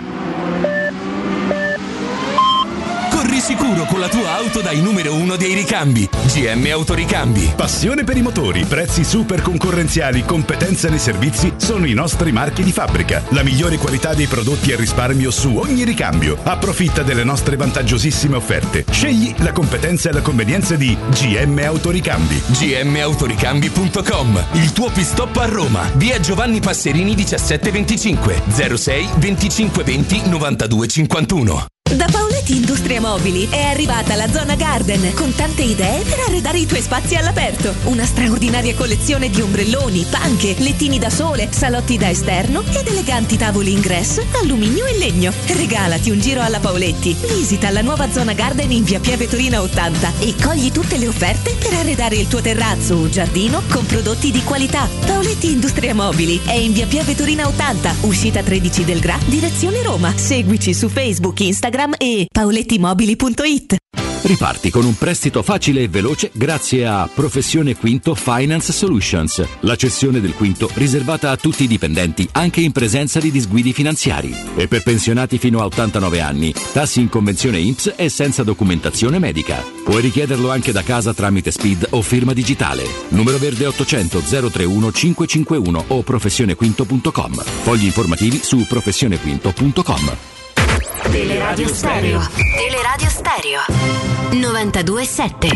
Corri sicuro con la tua auto dai numero uno dei ricambi. G M Autoricambi. Passione per i motori, prezzi super concorrenziali, competenza nei servizi sono i nostri marchi di fabbrica. La migliore qualità dei prodotti e risparmio su ogni ricambio. Approfitta delle nostre vantaggiosissime offerte. Scegli la competenza e la convenienza di G M Autoricambi. G M Autoricambi punto com. Il tuo pit-stop a Roma. Via Giovanni Passerini diciassette venticinque zero sei venticinque venti novantadue cinquantuno. Da Paoletti Industria Mobili è arrivata la Zona Garden con tante idee per arredare i tuoi spazi all'aperto. Una straordinaria collezione di ombrelloni, panche, lettini da sole, salotti da esterno ed eleganti tavoli ingresso, alluminio e legno. Regalati un giro alla Paoletti. Visita la nuova Zona Garden in via Pieve Torina ottanta e cogli tutte le offerte per arredare il tuo terrazzo o giardino con prodotti di qualità. Paoletti Industria Mobili è in via Pieve Torina ottanta, uscita tredici del Gra, direzione Roma. Seguici su Facebook, Instagram e paolettimobili punto it. Riparti con un prestito facile e veloce grazie a Professione Quinto Finance Solutions, la cessione del quinto riservata a tutti i dipendenti anche in presenza di disguidi finanziari e per pensionati fino a ottantanove anni, tassi in convenzione I N P S e senza documentazione medica. Puoi richiederlo anche da casa tramite S P I D o firma digitale. Numero verde ottocento zero trentuno cinquecentocinquantuno o professione quinto punto com. Fogli informativi su professione quinto punto com. Teleradio Stereo. Teleradio Stereo. novantadue sette.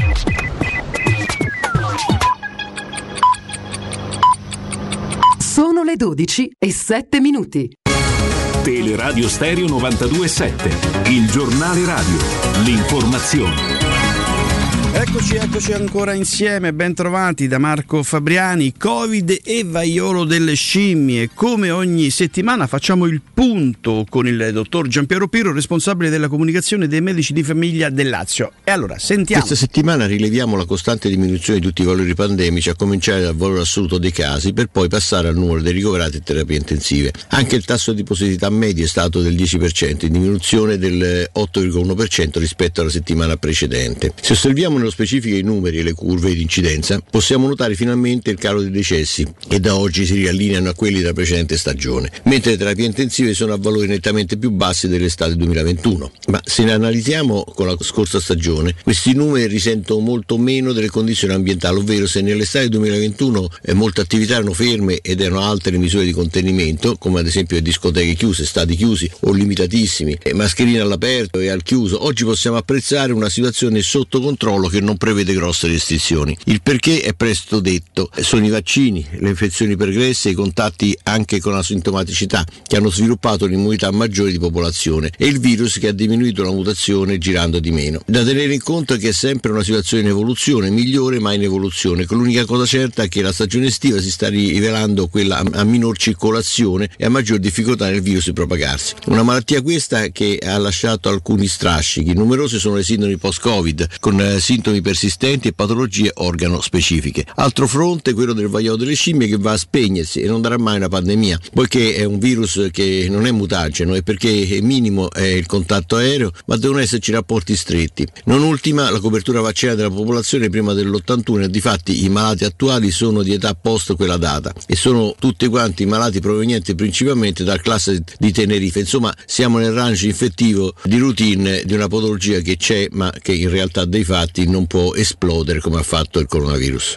Sono le dodici e sette minuti. Teleradio Stereo novantadue sette. Il giornale radio. L'informazione. Eccoci, eccoci ancora insieme, ben trovati da Marco Fabriani. Covid e vaiolo delle scimmie. Come ogni settimana facciamo il punto con il dottor Giampiero Pirro, responsabile della comunicazione dei medici di famiglia del Lazio. E allora, sentiamo. Questa settimana rileviamo la costante diminuzione di tutti i valori pandemici, a cominciare dal valore assoluto dei casi, per poi passare al numero dei ricoverati in terapie intensive. Anche il tasso di positività medio è stato del dieci per cento, in diminuzione del otto virgola uno per cento rispetto alla settimana precedente. Se osserviamo nello specifico i numeri e le curve di incidenza, possiamo notare finalmente il calo dei decessi, che da oggi si riallineano a quelli della precedente stagione, mentre le terapie intensive sono a valori nettamente più bassi dell'estate duemilaventuno. Ma se ne analizziamo con la scorsa stagione, questi numeri risentono molto meno delle condizioni ambientali, ovvero se nell'estate duemilaventuno eh, molte attività erano ferme ed erano alte le misure di contenimento, come ad esempio le discoteche chiuse, stadi chiusi o limitatissimi, eh, mascherine all'aperto e al chiuso, oggi possiamo apprezzare una situazione sotto controllo che non prevede grosse restrizioni. Il perché è presto detto: sono i vaccini, le infezioni pregresse e i contatti anche con asintomaticità che hanno sviluppato l'immunità maggiore di popolazione e il virus che ha diminuito la mutazione girando di meno. Da tenere in conto che è sempre una situazione in evoluzione, migliore ma in evoluzione, con l'unica cosa certa è che la stagione estiva si sta rivelando quella a minor circolazione e a maggior difficoltà nel virus di propagarsi. Una malattia questa che ha lasciato alcuni strascichi. Numerose sono le sindromi post-Covid con eh, sintomi persistenti e patologie organo specifiche. Altro fronte, quello del vaiolo delle scimmie, che va a spegnersi e non darà mai una pandemia, poiché è un virus che non è mutageno e perché è minimo è il contatto aereo, ma devono esserci rapporti stretti. Non ultima la copertura vaccinale della popolazione prima dell'ottantuno, e difatti i malati attuali sono di età post quella data e sono tutti quanti malati provenienti principalmente dal classe di Tenerife. Insomma, siamo nel range infettivo di routine di una patologia che c'è ma che in realtà dei fatti non può esplodere come ha fatto il coronavirus.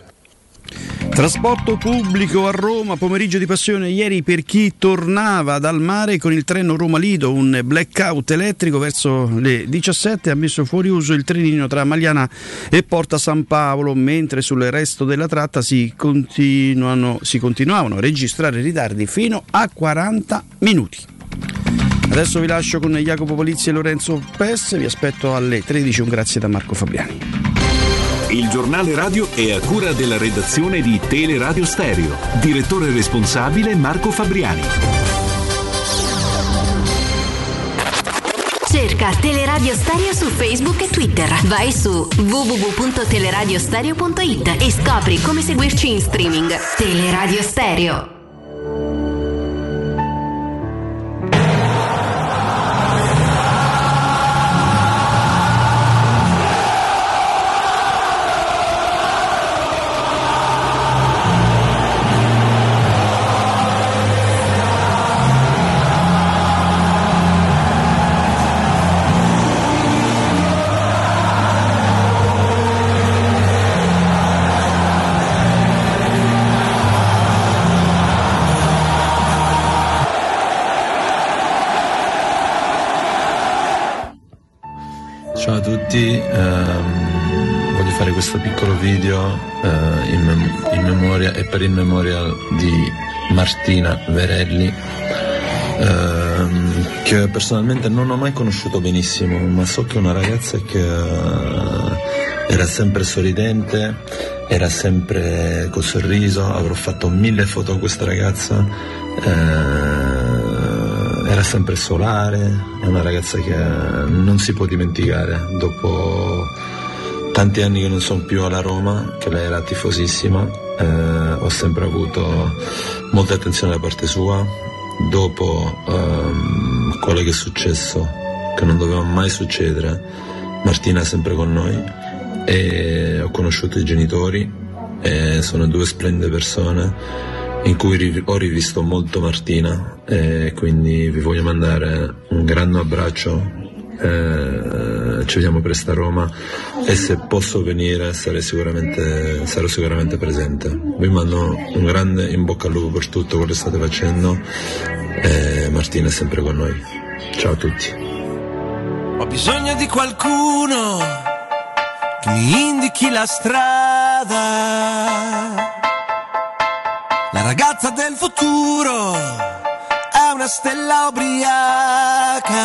Trasporto pubblico a Roma, pomeriggio di passione ieri per chi tornava dal mare con il treno Roma Lido. Un blackout elettrico verso le diciassette ha messo fuori uso il trenino tra Magliana e Porta San Paolo, mentre sul resto della tratta si continuano, si continuavano a registrare ritardi fino a quaranta minuti. Adesso vi lascio con Jacopo Polizzi e Lorenzo Pes, vi aspetto alle tredici. Un grazie da Marco Fabriani. Il giornale radio è a cura della redazione di Teleradio Stereo. Direttore responsabile Marco Fabriani. Cerca Teleradio Stereo su Facebook e Twitter. Vai su w w w punto teleradiostereo punto i t e scopri come seguirci in streaming. Teleradio Stereo. Ciao a tutti, ehm, voglio fare questo piccolo video eh, in, mem- in memoria e per il memorial di Martina Verelli, ehm, che personalmente non ho mai conosciuto benissimo, ma so che è una ragazza che eh, era sempre sorridente, era sempre col sorriso. Avrò fatto mille foto a questa ragazza, eh, era sempre solare, è una ragazza che non si può dimenticare. Dopo tanti anni che non sono più alla Roma, che lei era tifosissima, eh, ho sempre avuto molta attenzione da parte sua. Dopo ehm, quello che è successo, che non doveva mai succedere, Martina è sempre con noi e ho conosciuto i genitori e sono due splendide persone in cui ho rivisto molto Martina, e quindi vi voglio mandare un grande abbraccio, eh, ci vediamo presto a Roma e se posso venire sarò sicuramente, sarò sicuramente presente. Vi mando un grande in bocca al lupo per tutto quello che state facendo e Martina è sempre con noi. Ciao a tutti. Ho bisogno di qualcuno che mi indichi la strada. La ragazza del futuro è una stella ubriaca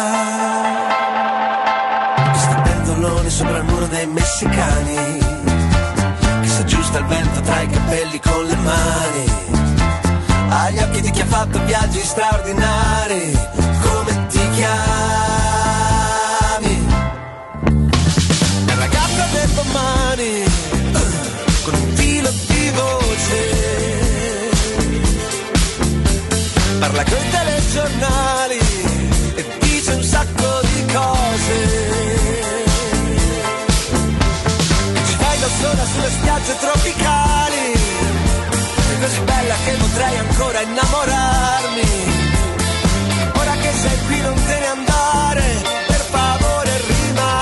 che sta pendolone sopra il muro dei messicani, che si aggiusta il vento tra i capelli con le mani, ha gli occhi di chi ha fatto viaggi straordinari. Come ti chiami? La ragazza del domani, con un filo di voce, parla coi telegiornali e dice un sacco di cose. Ci fai da sola sulle spiagge tropicali, sei così bella che potrei ancora innamorarmi. Ora che sei qui non te ne andare, per favore rimani.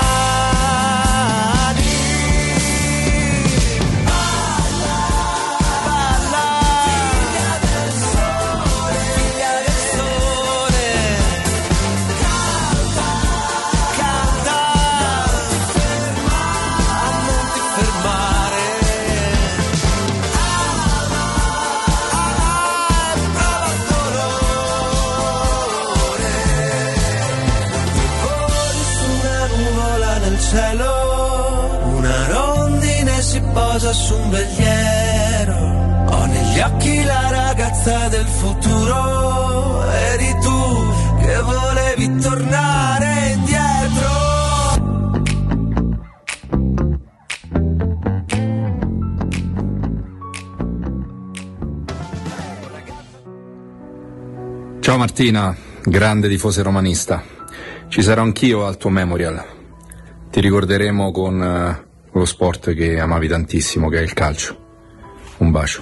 Una rondine si posa su un veliero, ho negli occhi la ragazza del futuro, eri tu che volevi tornare indietro. Ciao Martina, grande tifosa romanista, ci sarò anch'io al tuo memorial. Ti ricorderemo con uh, lo sport che amavi tantissimo, che è il calcio. Un bacio.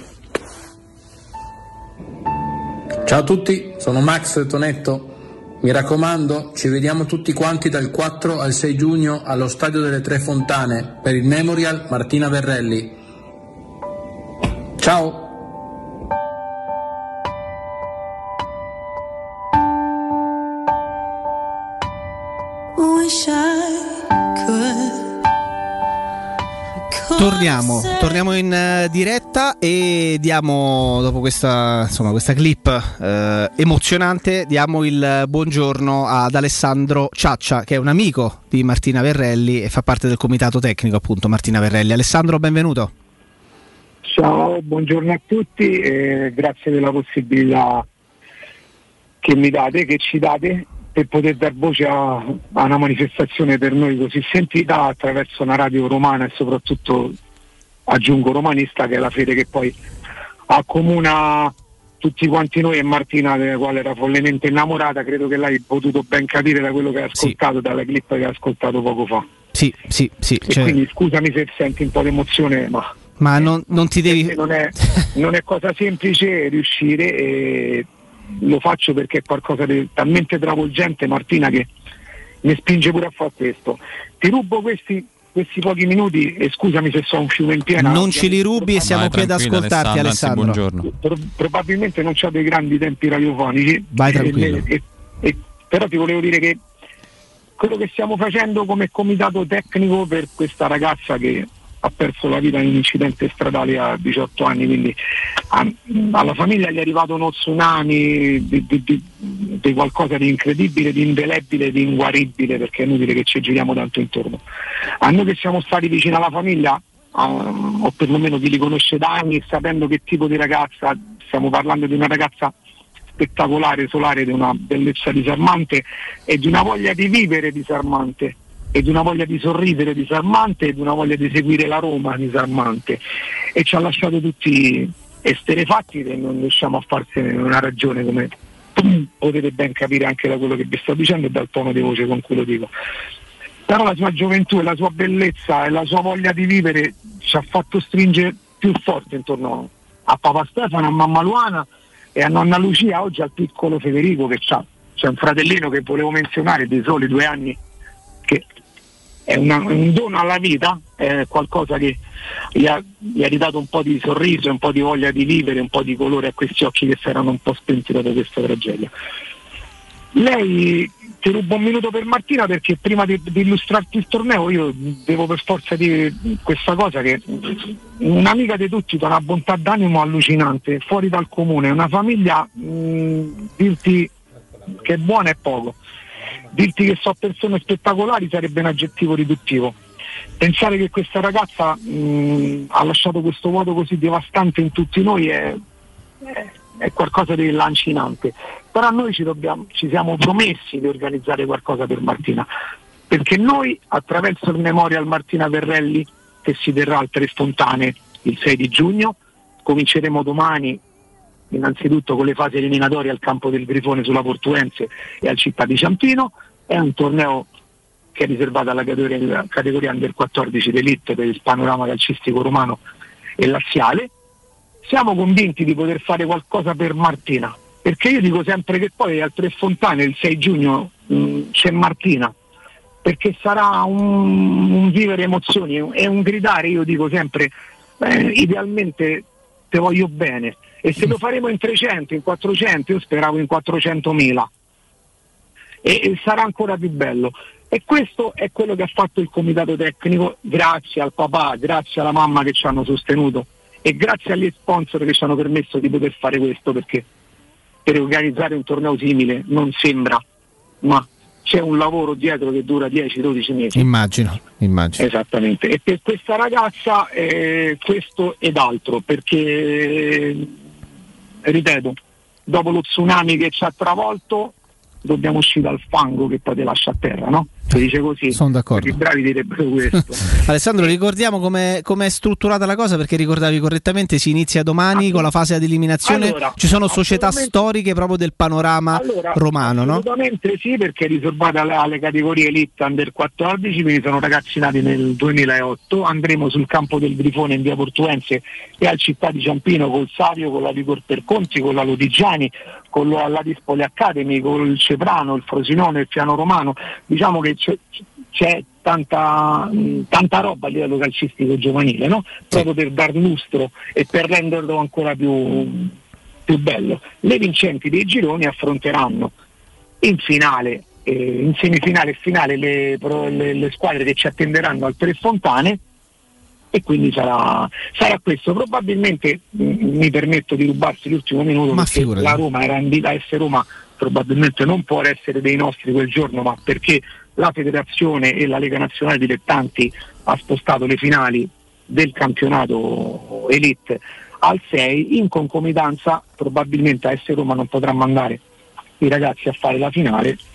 Ciao a tutti, sono Max Tonetto. Mi raccomando, ci vediamo tutti quanti dal quattro al sei giugno allo Stadio delle Tre Fontane per il Memorial Martina Verelli. Ciao! Torniamo, torniamo in uh, diretta e diamo, dopo questa, insomma, questa clip uh, emozionante, diamo il buongiorno ad Alessandro Ciaccia, che è un amico di Martina Verelli e fa parte del comitato tecnico, appunto, Martina Verelli. Alessandro, benvenuto. Ciao, buongiorno a tutti e grazie della possibilità che mi date, che ci date per poter dar voce a, a una manifestazione per noi così sentita attraverso una radio romana e soprattutto, aggiungo, romanista, che è la fede che poi accomuna tutti quanti noi, e Martina, della quale era follemente innamorata. Credo che l'hai potuto ben capire da quello che hai ascoltato, sì, dalla clip che hai ascoltato poco fa. Sì, sì, sì. E cioè... quindi scusami se senti un po' di emozione, ma, ma non, non ti devi... Non è, non è cosa semplice riuscire, e lo faccio perché è qualcosa di talmente travolgente, Martina, che mi spinge pure a fare questo. Ti rubo questi questi pochi minuti e scusami se sono un fiume in piena. Non ce li rubi e siamo qui ad ascoltarti, Alessandro. Anzi, buongiorno. Pro- probabilmente non c'ho dei grandi tempi radiofonici. Vai tranquillo. E, e, e, però ti volevo dire che quello che stiamo facendo come comitato tecnico per questa ragazza che ha perso la vita in un incidente stradale a diciotto anni, quindi a, alla famiglia gli è arrivato uno tsunami di, di, di, di qualcosa di incredibile, di indelebile, di inguaribile, perché è inutile che ci giriamo tanto intorno. A noi che siamo stati vicini alla famiglia, uh, o perlomeno chi li conosce da anni, sapendo che tipo di ragazza, stiamo parlando di una ragazza spettacolare, solare, di una bellezza disarmante e di una voglia di vivere disarmante, e di una voglia di sorridere disarmante, e di una voglia di seguire la Roma disarmante, e ci ha lasciato tutti esterefatti e non riusciamo a farsene una ragione, come potete ben capire anche da quello che vi sto dicendo e dal tono di voce con cui lo dico. Però la sua gioventù e la sua bellezza e la sua voglia di vivere ci ha fatto stringere più forte intorno a papà Stefano, a mamma Luana e a nonna Lucia, oggi al piccolo Federico, che c'ha, c'è un fratellino che volevo menzionare di soli due anni, che è una, un dono alla vita, è qualcosa che gli ha, gli ha ridato un po' di sorriso, un po' di voglia di vivere, un po' di colore a questi occhi che si erano un po' spenti da questa tragedia. Lei, ti rubo un minuto per Martina, perché prima di, di illustrarti il torneo io devo per forza dire questa cosa, che un'amica di tutti, da una bontà d'animo allucinante, fuori dal comune, una famiglia, mh, dirti che è buona è poco. Dirti che so persone spettacolari sarebbe un aggettivo riduttivo. Pensare che questa ragazza mh, ha lasciato questo vuoto così devastante in tutti noi è, è, è qualcosa di lancinante. Però noi ci, dobbiamo, ci siamo promessi di organizzare qualcosa per Martina, perché noi, attraverso il Memorial Martina Verrelli, che si terrà al Tre Fontane il sei di giugno, cominceremo domani innanzitutto con le fasi eliminatorie al campo del Grifone sulla Portuense e al Città di Ciampino. È un torneo che è riservato alla categoria, categoria under quattordici d'elite per il panorama calcistico romano e laziale. Siamo convinti di poter fare qualcosa per Martina, perché io dico sempre che poi al Tre Fontane il sei giugno mh, c'è Martina, perché sarà un, un vivere emozioni, è un gridare, io dico sempre, eh, idealmente te voglio bene. E se lo faremo in trecento, in quattrocento, io speravo in quattrocentomila, e, e sarà ancora più bello. E questo è quello che ha fatto il comitato tecnico, grazie al papà, grazie alla mamma che ci hanno sostenuto e grazie agli sponsor che ci hanno permesso di poter fare questo, perché per organizzare un torneo simile non sembra, ma c'è un lavoro dietro che dura dieci dodici mesi. Immagino, immagino. Esattamente. E per questa ragazza eh, questo ed altro, perché ripeto, dopo lo tsunami che ci ha travolto dobbiamo uscire dal fango che poi ti lascia a terra, no? Si dice così. Sono d'accordo. I bravi direbbero questo. Alessandro, ricordiamo come è strutturata la cosa, perché ricordavi correttamente, si inizia domani con la fase di eliminazione, allora, ci sono società storiche proprio del panorama allora, romano, no? Assolutamente sì, perché è riservata alle, alle categorie elite under quattordici, quindi sono ragazzi nati nel duemilaotto. Andremo sul campo del Grifone in via Portuense e al Città di Ciampino col Savio, con la Ligor Perconti, con la Lodigiani, con la Dispoli Academy, con il Ceprano, il Frosinone, il Fiano Romano. Diciamo che c'è, c'è tanta, tanta roba a livello calcistico giovanile, no? Proprio per dar lustro e per renderlo ancora più, più bello. Le vincenti dei gironi affronteranno in finale, eh, in semifinale e finale le, le, le squadre che ci attenderanno al Tre Fontane, e quindi sarà, sarà questo. Probabilmente mh, mi permetto di rubarsi l'ultimo minuto, ma perché figurati. La Roma era in vita a essere Roma, probabilmente non può essere dei nostri quel giorno, ma perché la federazione e la Lega Nazionale Dilettanti ha spostato le finali del campionato Elite al sei, in concomitanza probabilmente a S Roma non potrà mandare i ragazzi a fare la finale,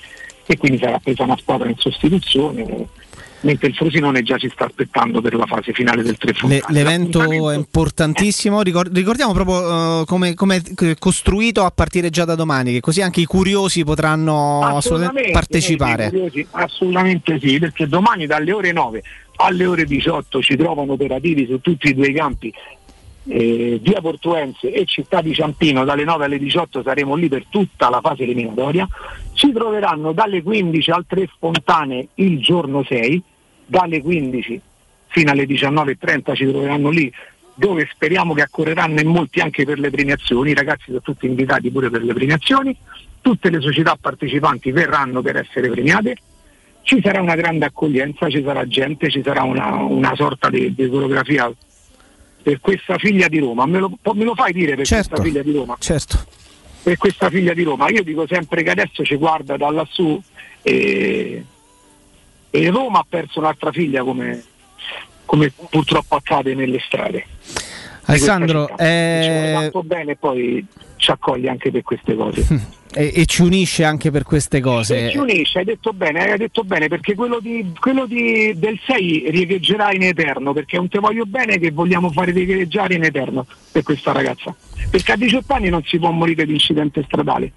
e quindi sarà presa una squadra in sostituzione, mentre il Frosinone già ci sta aspettando per la fase finale del tre Fontane. Le, l'evento è importantissimo, Ricord- ricordiamo proprio uh, come è costruito a partire già da domani, che così anche i curiosi potranno assolutamente partecipare. Sì, curiosi, assolutamente sì, perché domani dalle ore nove alle ore diciotto ci trovano operativi su tutti i due campi, eh, via Portuense e Città di Ciampino. Dalle nove alle diciotto saremo lì per tutta la fase eliminatoria. Ci troveranno dalle quindici al tre Fontane il giorno sei, dalle quindici fino alle diciannove e trenta ci troveranno lì, dove speriamo che accorreranno in molti anche per le premiazioni. I ragazzi sono tutti invitati pure per le premiazioni, tutte le società partecipanti verranno per essere premiate, ci sarà una grande accoglienza, ci sarà gente, ci sarà una, una sorta di, di coreografia per questa figlia di Roma. Me lo, me lo fai dire per certo, questa figlia di Roma? Certo. Per questa figlia di Roma. Io dico sempre che adesso ci guarda da lassù e, e Roma ha perso un'altra figlia, come, come purtroppo accade nelle strade. Alessandro, eh... ci vuole tanto bene, poi ci accoglie anche per queste cose. E, e ci unisce anche per queste cose. E ci unisce, hai detto bene, hai detto bene, perché quello, di, quello di, del sei riecheggerà in eterno, perché è un te voglio bene che vogliamo fare riecheggiare in eterno per questa ragazza, perché a diciotto anni non si può morire di incidente stradale.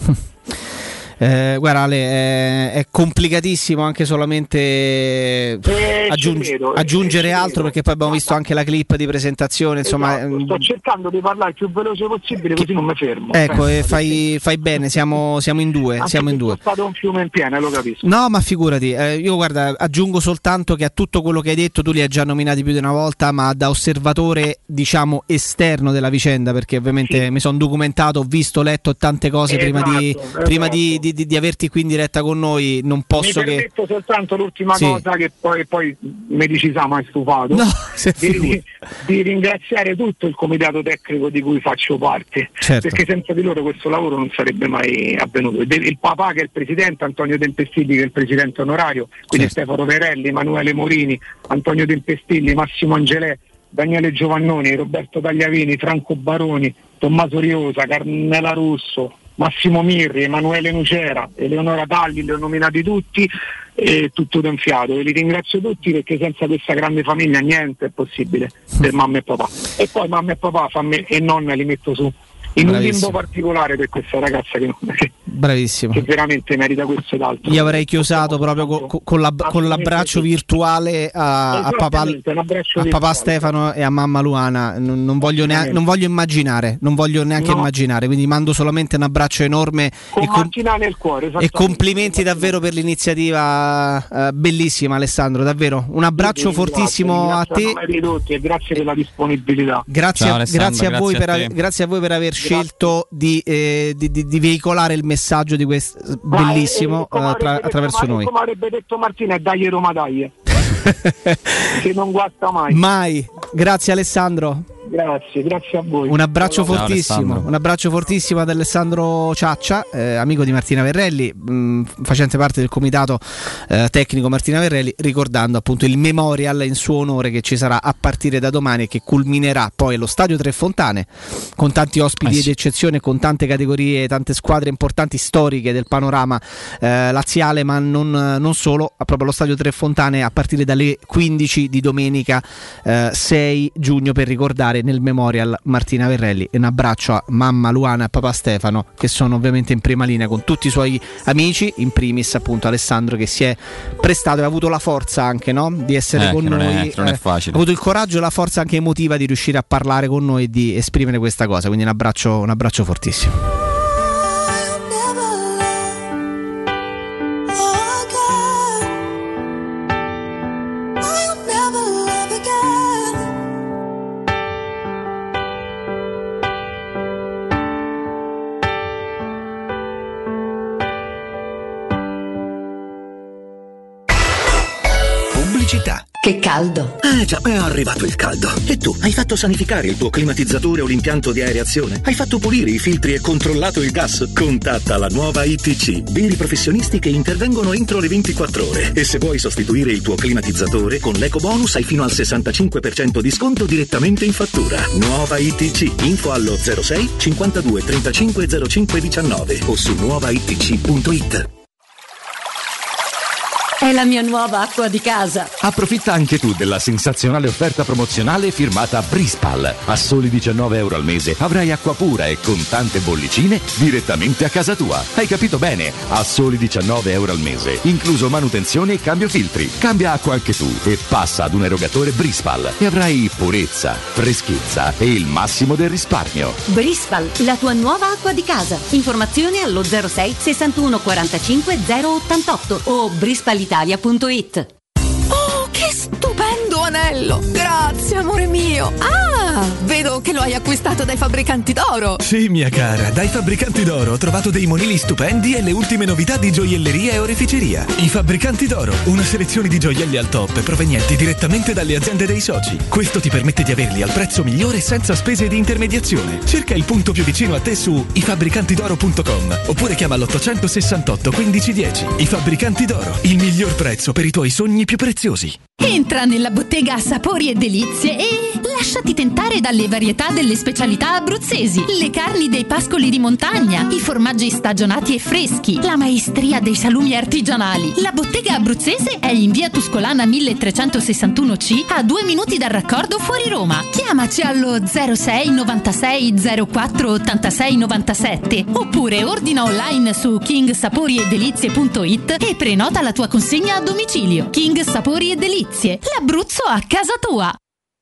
Eh, guarda Ale, è, è complicatissimo anche solamente eh, aggiungi- vedo, aggiungere eh, altro, perché poi abbiamo visto anche la clip di presentazione, insomma. Esatto, sto cercando di parlare il più veloce possibile, così non mi fermo. Ecco, e fai, fai bene, siamo, siamo in due, Anche siamo in due. È stato un fiume in piena, lo capisco. No, ma figurati, eh, io guarda, aggiungo soltanto che a tutto quello che hai detto tu li hai già nominati più di una volta, ma da osservatore, diciamo, esterno della vicenda, perché ovviamente sì, mi sono documentato, ho visto, letto tante cose esatto, prima di esatto. prima di, di Di, di averti qui in diretta con noi. Non posso mi che permetto soltanto l'ultima sì, cosa che poi, poi Medicisà mi ha stufato, no, di, di, di ringraziare tutto il comitato tecnico di cui faccio parte, certo, perché senza di loro questo lavoro non sarebbe mai avvenuto. Il papà che è il presidente, Antonio Tempestilli che è il presidente onorario, quindi certo, Stefano Verelli, Emanuele Morini, Antonio Tempestilli, Massimo Angelè, Daniele Giovannoni, Roberto Tagliavini, Franco Baroni, Tommaso Riosa, Carmela Russo, Massimo Mirri, Emanuele Nucera, Eleonora Talli, li ho nominati tutti, e tutto d'un fiato, e li ringrazio tutti, perché senza questa grande famiglia niente è possibile per mamma e papà. E poi mamma e papà fammi, e nonna li metto su in un limbo particolare per questa ragazza che, che, bravissimo, che veramente merita questo ed altro. Io avrei chiosato proprio con, con, la, con l'abbraccio virtuale a, a, papà, a papà Stefano e a mamma Luana. Non, non, voglio, neanche, non voglio immaginare, non voglio neanche no. immaginare, quindi mando solamente un abbraccio enorme con e, com- nel cuore, e complimenti davvero per l'iniziativa, uh, bellissima Alessandro, davvero un abbraccio sì, fortissimo grazie, a te ridotti, e grazie per la disponibilità. Grazie, Ciao, a, grazie, grazie a voi a per, grazie a voi per aver scelto di, eh, di, di, di veicolare il messaggio di questo bellissimo eh, eh, tra, attraverso detto, noi. Come avrebbe detto Martina, dai Roma dai, che non guasta mai. Mai. Grazie Alessandro. Grazie, grazie a voi. Un abbraccio Ciao, fortissimo, un abbraccio fortissimo ad Alessandro Ciaccia, eh, amico di Martina Verrelli, mh, facente parte del comitato eh, tecnico Martina Verrelli, ricordando appunto il memorial in suo onore che ci sarà a partire da domani e che culminerà poi allo Stadio Tre Fontane, con tanti ospiti eh sì. d'eccezione, con tante categorie, tante squadre importanti storiche del panorama eh, laziale, ma non, non solo, proprio allo Stadio Tre Fontane a partire dalle quindici di domenica eh, sei giugno, per ricordare nel memorial Martina Verrelli. E un abbraccio a mamma Luana e a papà Stefano, che sono ovviamente in prima linea con tutti i suoi amici, in primis appunto Alessandro, che si è prestato e ha avuto la forza anche, no? di essere eh, con non noi, è, non è facile. ha avuto il coraggio e la forza anche emotiva di riuscire a parlare con noi e di esprimere questa cosa, quindi un abbraccio, un abbraccio fortissimo. Che caldo! Eh già, è arrivato il caldo. E tu, hai fatto sanificare il tuo climatizzatore o l'impianto di areazione? Hai fatto pulire i filtri e controllato il gas? Contatta la nuova I T C, veri professionisti che intervengono entro le ventiquattro ore. E se vuoi sostituire il tuo climatizzatore, con l'eco bonus hai fino al sessantacinque per cento di sconto direttamente in fattura. Nuova I T C, info allo zero sei cinquantadue trentacinque zero cinque diciannove o su nuova I T C punto it. È la mia nuova acqua di casa. Approfitta anche tu della sensazionale offerta promozionale firmata Brispal. A soli diciannove euro al mese avrai acqua pura e con tante bollicine direttamente a casa tua. Hai capito bene? A soli diciannove euro al mese, incluso manutenzione e cambio filtri. Cambia acqua anche tu e passa ad un erogatore Brispal e avrai purezza, freschezza e il massimo del risparmio. Brispal, la tua nuova acqua di casa. Informazioni allo zero sei sessantuno quarantacinque zero ottantotto o brispal italia punto it. Oh, che stupendo anello! Grazie, amore mio! Ah, vedo che lo hai acquistato dai fabbricanti d'oro! Sì, mia cara, dai fabbricanti d'oro ho trovato dei monili stupendi e le ultime novità di gioielleria e oreficeria. I fabbricanti d'oro, una selezione di gioielli al top provenienti direttamente dalle aziende dei soci. Questo ti permette di averli al prezzo migliore senza spese di intermediazione. Cerca il punto più vicino a te su i fabbricanti d'oro punto com oppure chiama l'ottocentosessantotto quindici dieci. I fabbricanti d'oro, il miglior prezzo per i tuoi sogni più preziosi. Entra nella bottega Sapori e Delizie e lasciati tentare dalle varietà delle specialità abruzzesi, le carni dei pascoli di montagna, i formaggi stagionati e freschi, la maestria dei salumi artigianali. La bottega abruzzese è in via Tuscolana milletrecentosessantuno C, a due minuti dal raccordo fuori Roma. Chiamaci allo zero sei novantasei zero quattro ottantasei novantasette oppure ordina online su king sapori e delizie punto it e prenota la tua consegna a domicilio. King Sapori e Delizie, l'Abruzzo a casa tua.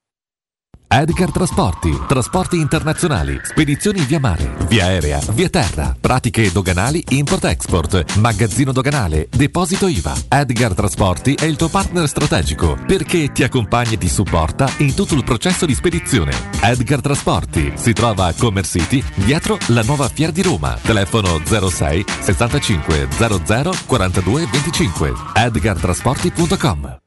Edgar Trasporti, trasporti internazionali, spedizioni via mare, via aerea, via terra, pratiche doganali import-export, magazzino doganale, deposito I V A. Edgar Trasporti è il tuo partner strategico perché ti accompagna e ti supporta in tutto il processo di spedizione. Edgar Trasporti si trova a Commerce City, dietro la nuova Fiera di Roma. Telefono zero sei sessantacinque zero zero quarantadue venticinque. edgar trasporti punto com.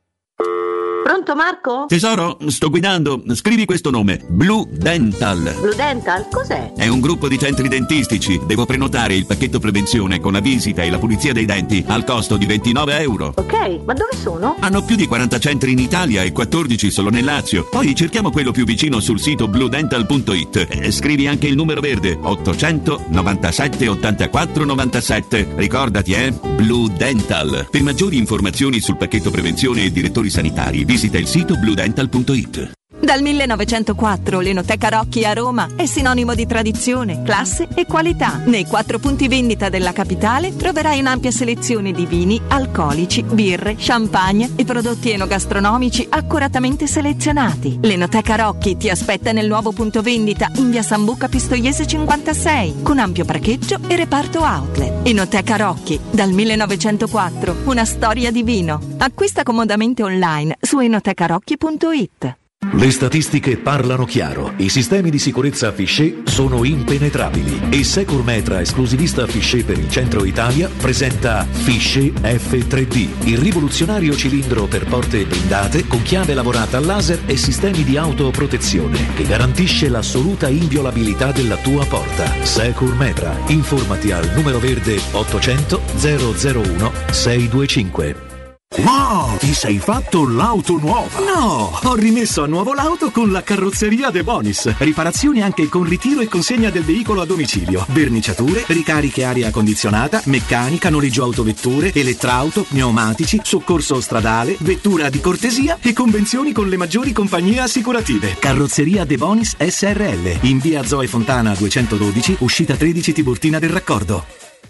Pronto Marco? Tesoro, sto guidando. Scrivi questo nome. Blue Dental. Blue Dental? Cos'è? È un gruppo di centri dentistici. Devo prenotare il pacchetto prevenzione con la visita e la pulizia dei denti al costo di ventinove euro. Ok, ma dove sono? Hanno più di quaranta centri in Italia e quattordici solo nel Lazio. Poi cerchiamo quello più vicino sul sito blue dental punto it. Eh, scrivi anche il numero verde ottocento novantasette ottantaquattro novantasette. Ricordati, eh? Blue Dental. Per maggiori informazioni sul pacchetto prevenzione e direttori sanitari visita il sito blue dental punto it. Dal millenovecentoquattro l'Enoteca Rocchi a Roma è sinonimo di tradizione, classe e qualità. Nei quattro punti vendita della capitale troverai un'ampia selezione di vini, alcolici, birre, champagne e prodotti enogastronomici accuratamente selezionati. L'Enoteca Rocchi ti aspetta nel nuovo punto vendita in via Sambuca Pistoiese cinquantasei con ampio parcheggio e reparto outlet. Enoteca Rocchi, dal millenovecentoquattro, una storia di vino. Acquista comodamente online su enotecarocchi punto it. Le statistiche parlano chiaro. I sistemi di sicurezza Fichet sono impenetrabili e Securmetra, esclusivista Fichet per il centro Italia, presenta Fichet F tre D, il rivoluzionario cilindro per porte blindate con chiave lavorata a laser e sistemi di autoprotezione che garantisce l'assoluta inviolabilità della tua porta. Securmetra, informati al numero verde ottocento zero zero uno sei due cinque. Wow, ti sei fatto l'auto nuova? No, ho rimesso a nuovo l'auto con la carrozzeria De Bonis. Riparazioni anche con ritiro e consegna del veicolo a domicilio. Verniciature, ricariche aria condizionata, meccanica, noleggio autovetture, elettrauto, pneumatici, soccorso stradale, vettura di cortesia e convenzioni con le maggiori compagnie assicurative. Carrozzeria De Bonis S R L, in via Zoe Fontana duecentododici, uscita tredici Tiburtina del Raccordo.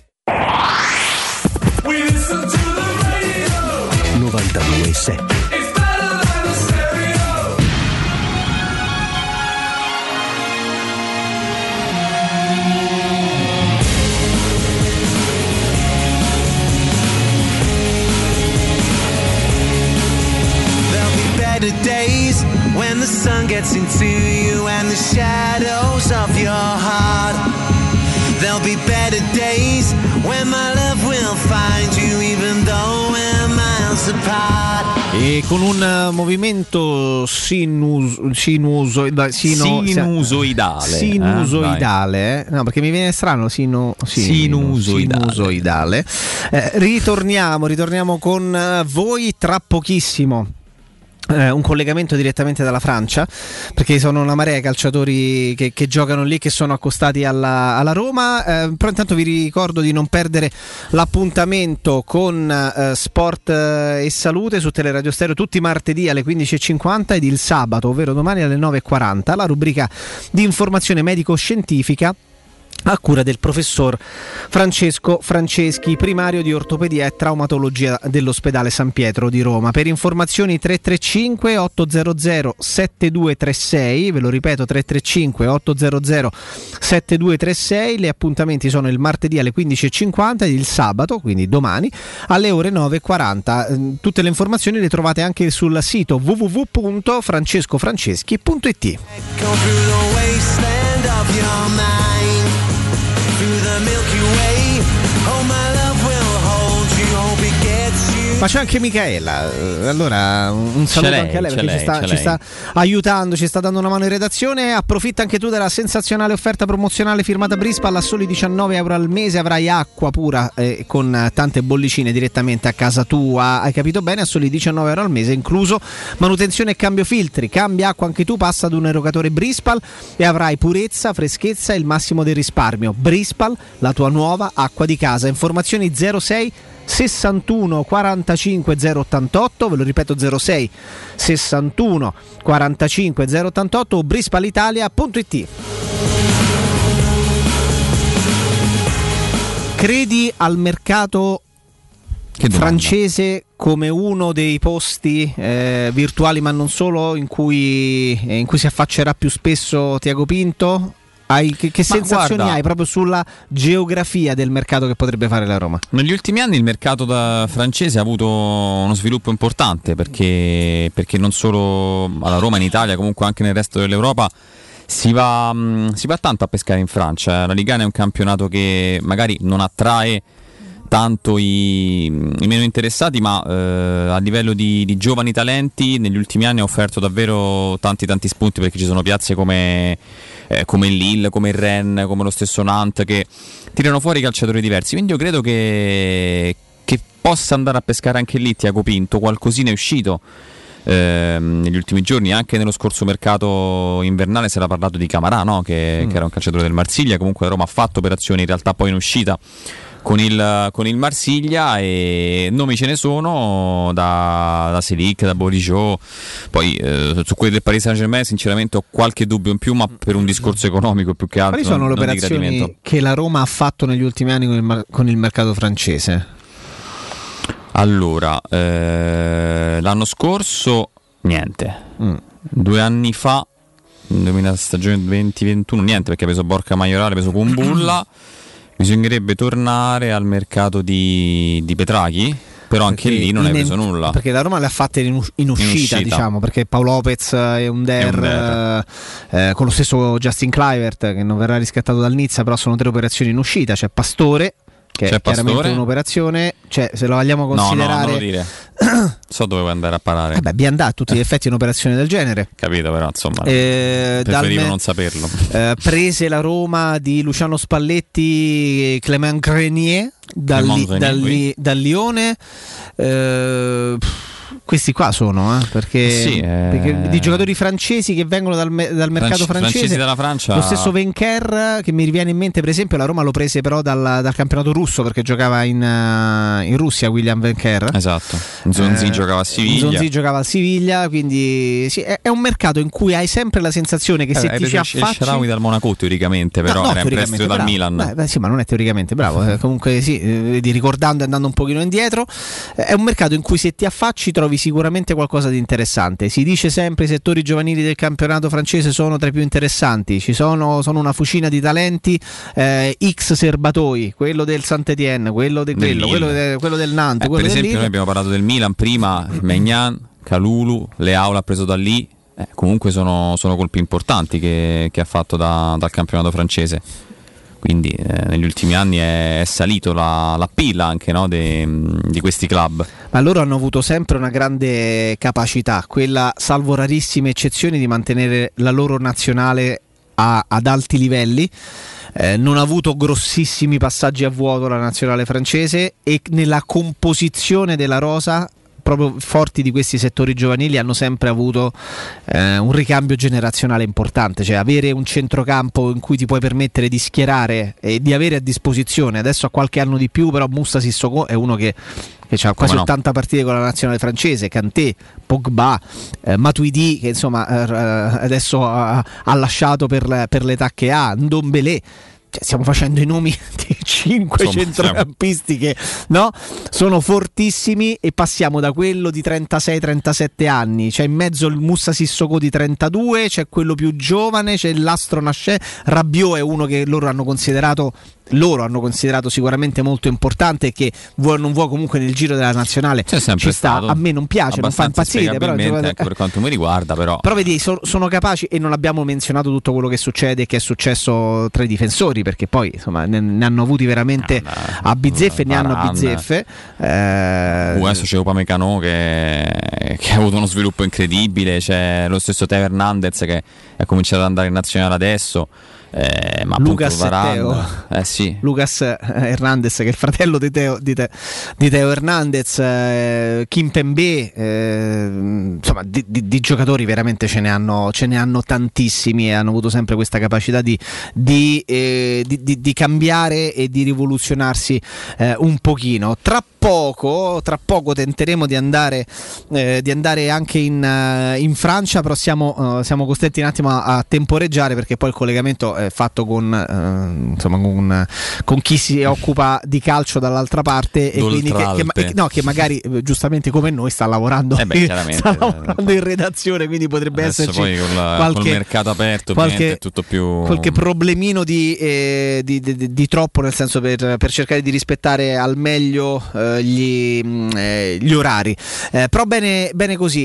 novantadue sette. There'll be better days when the sun gets into you and the shadows of your heart. There'll be better days when my love will find you even though we're miles apart. E con un movimento sinus, sinuso, sino, sinusoidale, sinusoidale, eh, no, perché mi viene strano sino, sinusoidale. sinusoidale. Eh, ritorniamo, ritorniamo con voi tra pochissimo. eh, un collegamento direttamente dalla Francia, perché sono una marea di calciatori che, che giocano lì, che sono accostati alla, alla Roma. Eh, però intanto vi ricordo di non perdere l'appuntamento con eh, Sport eh, e Salute su Teleradio Stereo tutti i martedì alle quindici e cinquanta ed il sabato, ovvero domani alle nove e quaranta, la rubrica di informazione medico-scientifica a cura del professor Francesco Franceschi, primario di ortopedia e traumatologia dell'ospedale San Pietro di Roma. Per informazioni tre tre cinque otto zero zero sette due tre sei, ve lo ripeto tre tre cinque otto zero zero sette due tre sei. Gli appuntamenti sono il martedì alle quindici e cinquanta ed il sabato, quindi domani, alle ore nove e quaranta. Tutte le informazioni le trovate anche sul sito w w w punto francescofranceschi punto i t. Ma c'è anche Micaela, allora un saluto lei, anche a lei perché lei, ci, sta, ci sta aiutando, ci sta dando una mano in redazione. Approfitta anche tu della sensazionale offerta promozionale firmata Brispal. A soli diciannove euro al mese avrai acqua pura eh, con tante bollicine direttamente a casa tua, hai capito bene? A soli diciannove euro al mese, incluso manutenzione e cambio filtri. Cambia acqua anche tu, passa ad un erogatore Brispal e avrai purezza, freschezza e il massimo del risparmio. Brispal, la tua nuova acqua di casa. Informazioni zero sei sessantuno quarantacinque zero ottantotto, ve lo ripeto zero sei sessantuno quarantacinque zero ottantotto o brispalitalia punto i t. Credi al mercato francese come uno dei posti eh, virtuali, ma non solo, in cui, eh, in cui si affaccerà più spesso Tiago Pinto? Hai, che, che sensazioni guarda, hai proprio sulla geografia del mercato che potrebbe fare la Roma? Negli ultimi anni il mercato da francese ha avuto uno sviluppo importante perché, perché non solo alla Roma, in Italia, comunque anche nel resto dell'Europa si va, mh, si va tanto a pescare in Francia. La Ligue uno è un campionato che magari non attrae tanto i, i meno interessati, ma eh, a livello di, di giovani talenti negli ultimi anni ha offerto davvero tanti tanti spunti, perché ci sono piazze come, eh, come il Lille, come il Rennes, come lo stesso Nantes, che tirano fuori calciatori diversi. Quindi io credo che, che possa andare a pescare anche lì Tiago Pinto. Qualcosina è uscito eh, negli ultimi giorni, anche nello scorso mercato invernale si era parlato di Camarà, no? che, mm. che era un calciatore del Marsiglia. Comunque la Roma ha fatto operazioni in realtà poi in uscita con il, con il Marsiglia, e nomi ce ne sono da, da Selic, da Bourigeaud. Poi eh, su quelli del Paris Saint-Germain sinceramente ho qualche dubbio in più, ma per un discorso economico più che altro. Quali sono non, le operazioni che la Roma ha fatto negli ultimi anni con il, con il mercato francese? Allora, eh, l'anno scorso niente, mm. due anni fa, in stagione venti ventuno niente, perché ha preso Borca Maiorale, ha preso Kumbulla. Bisognerebbe tornare al mercato di, di Petraghi, però anche perché lì non hai preso nulla. Perché la Roma le ha fatte in, us- in, uscita, in uscita, diciamo, perché Paolo Lopez e Under, eh, con lo stesso Justin Kluivert, che non verrà riscattato dal Nizza, però sono tre operazioni in uscita. C'è Pastore, che C'è è chiaramente Pastore. un'operazione, cioè se lo vogliamo considerare... No, no, non lo dire. So dove vuoi andare a parare. Eh beh, Biandà a tutti gli effetti è un'operazione del genere. Capito, però insomma eh, preferivo dal, non saperlo. Eh, prese la Roma di Luciano Spalletti, Clément Grenier dal, Clément Grenier, dal, oui. dal Lione. Eh, questi qua sono eh, perché, sì, eh... perché di giocatori francesi che vengono dal, me- dal mercato Franci- francese, francesi dalla Francia. Lo stesso Venker, che mi riviene in mente, per esempio la Roma lo prese però dal, dal campionato russo, perché giocava in, uh, in Russia William Venker. Esatto. Zonzi eh, giocava a Siviglia. Zonzi giocava a Siviglia, quindi sì, è, è un mercato in cui hai sempre la sensazione che eh, se beh, ti ci affacci... Sharawi dal Monaco teoricamente, però no, no, era in prestito dal Milan. Beh, beh, sì, ma non è teoricamente bravo. eh, comunque sì, eh, ricordando e andando un pochino indietro, eh, è un mercato in cui se ti affacci trovi sicuramente qualcosa di interessante. Si dice sempre i settori giovanili del campionato francese sono tra i più interessanti, ci sono, sono una fucina di talenti, eh, X serbatoi, quello del Saint-Étienne, quello, de, quello, quello, de, quello del Nantes, eh, quello per esempio del noi abbiamo parlato del Milan prima, Maignan, Kalulu, Leao l'ha preso da lì, eh, comunque sono, sono colpi importanti che, che ha fatto da, dal campionato francese. Quindi eh, negli ultimi anni è, è salito la, la pila anche, no, de, di questi club. Ma loro hanno avuto sempre una grande capacità, quella, salvo rarissime eccezioni, di mantenere la loro nazionale a, ad alti livelli. Eh, non ha avuto grossissimi passaggi a vuoto la nazionale francese, e nella composizione della rosa proprio forti di questi settori giovanili hanno sempre avuto eh, un ricambio generazionale importante, cioè avere un centrocampo in cui ti puoi permettere di schierare e di avere a disposizione, adesso ha qualche anno di più, però Moussa Sissoko è uno che che ha quasi no? ottanta partite con la nazionale francese, Kanté, Pogba, eh, Matuidi che insomma eh, adesso ha, ha lasciato per, per l'età che ha, Ndombele. Cioè, stiamo facendo i nomi di cinque Insomma, centrocampisti che no? sono fortissimi, e passiamo da quello di trentasei trentasette anni, c'è in mezzo il Moussa Sissoko di trentadue, c'è quello più giovane, c'è l'Astro Nascè, Rabiot è uno che loro hanno considerato loro hanno considerato sicuramente molto importante e che vuoi o non vuoi comunque nel giro della nazionale ci sta, a me non piace, non fa impazzire, però anche per quanto mi riguarda, però però vedi so, sono capaci, e non abbiamo menzionato tutto quello che succede, che è successo tra i difensori, perché poi insomma ne, ne hanno avuti veramente ah, a bizzeffe, ne hanno a bizzeffe. Eh, uh, adesso c'è Upamecano che, che ha avuto uno sviluppo incredibile, c'è lo stesso Teo Hernandez che è cominciato ad andare in nazionale adesso. Eh, ma Lucas Varane, eh sì. Lucas Hernandez che è il fratello di Teo, di Teo, di Teo Hernandez, eh, Kimpembe, eh, insomma di, di, di giocatori veramente ce ne hanno, ce ne hanno tantissimi, e hanno avuto sempre questa capacità di, di, eh, di, di, di cambiare e di rivoluzionarsi eh, un pochino. Tra poco, tra poco tenteremo di andare, eh, di andare anche in, uh, in Francia, però siamo, uh, siamo costretti un attimo a, a temporeggiare, perché poi il collegamento è fatto con, uh, insomma, con, con chi si occupa di calcio dall'altra parte, e quindi che, che, no, che magari giustamente come noi sta lavorando, eh beh, sta lavorando in redazione, quindi potrebbe adesso esserci poi con la, qualche, col mercato aperto qualche, è tutto più... qualche problemino di, eh, di, di, di, di troppo, nel senso per, per cercare di rispettare al meglio eh, Gli, eh, gli orari, eh, però bene, bene così.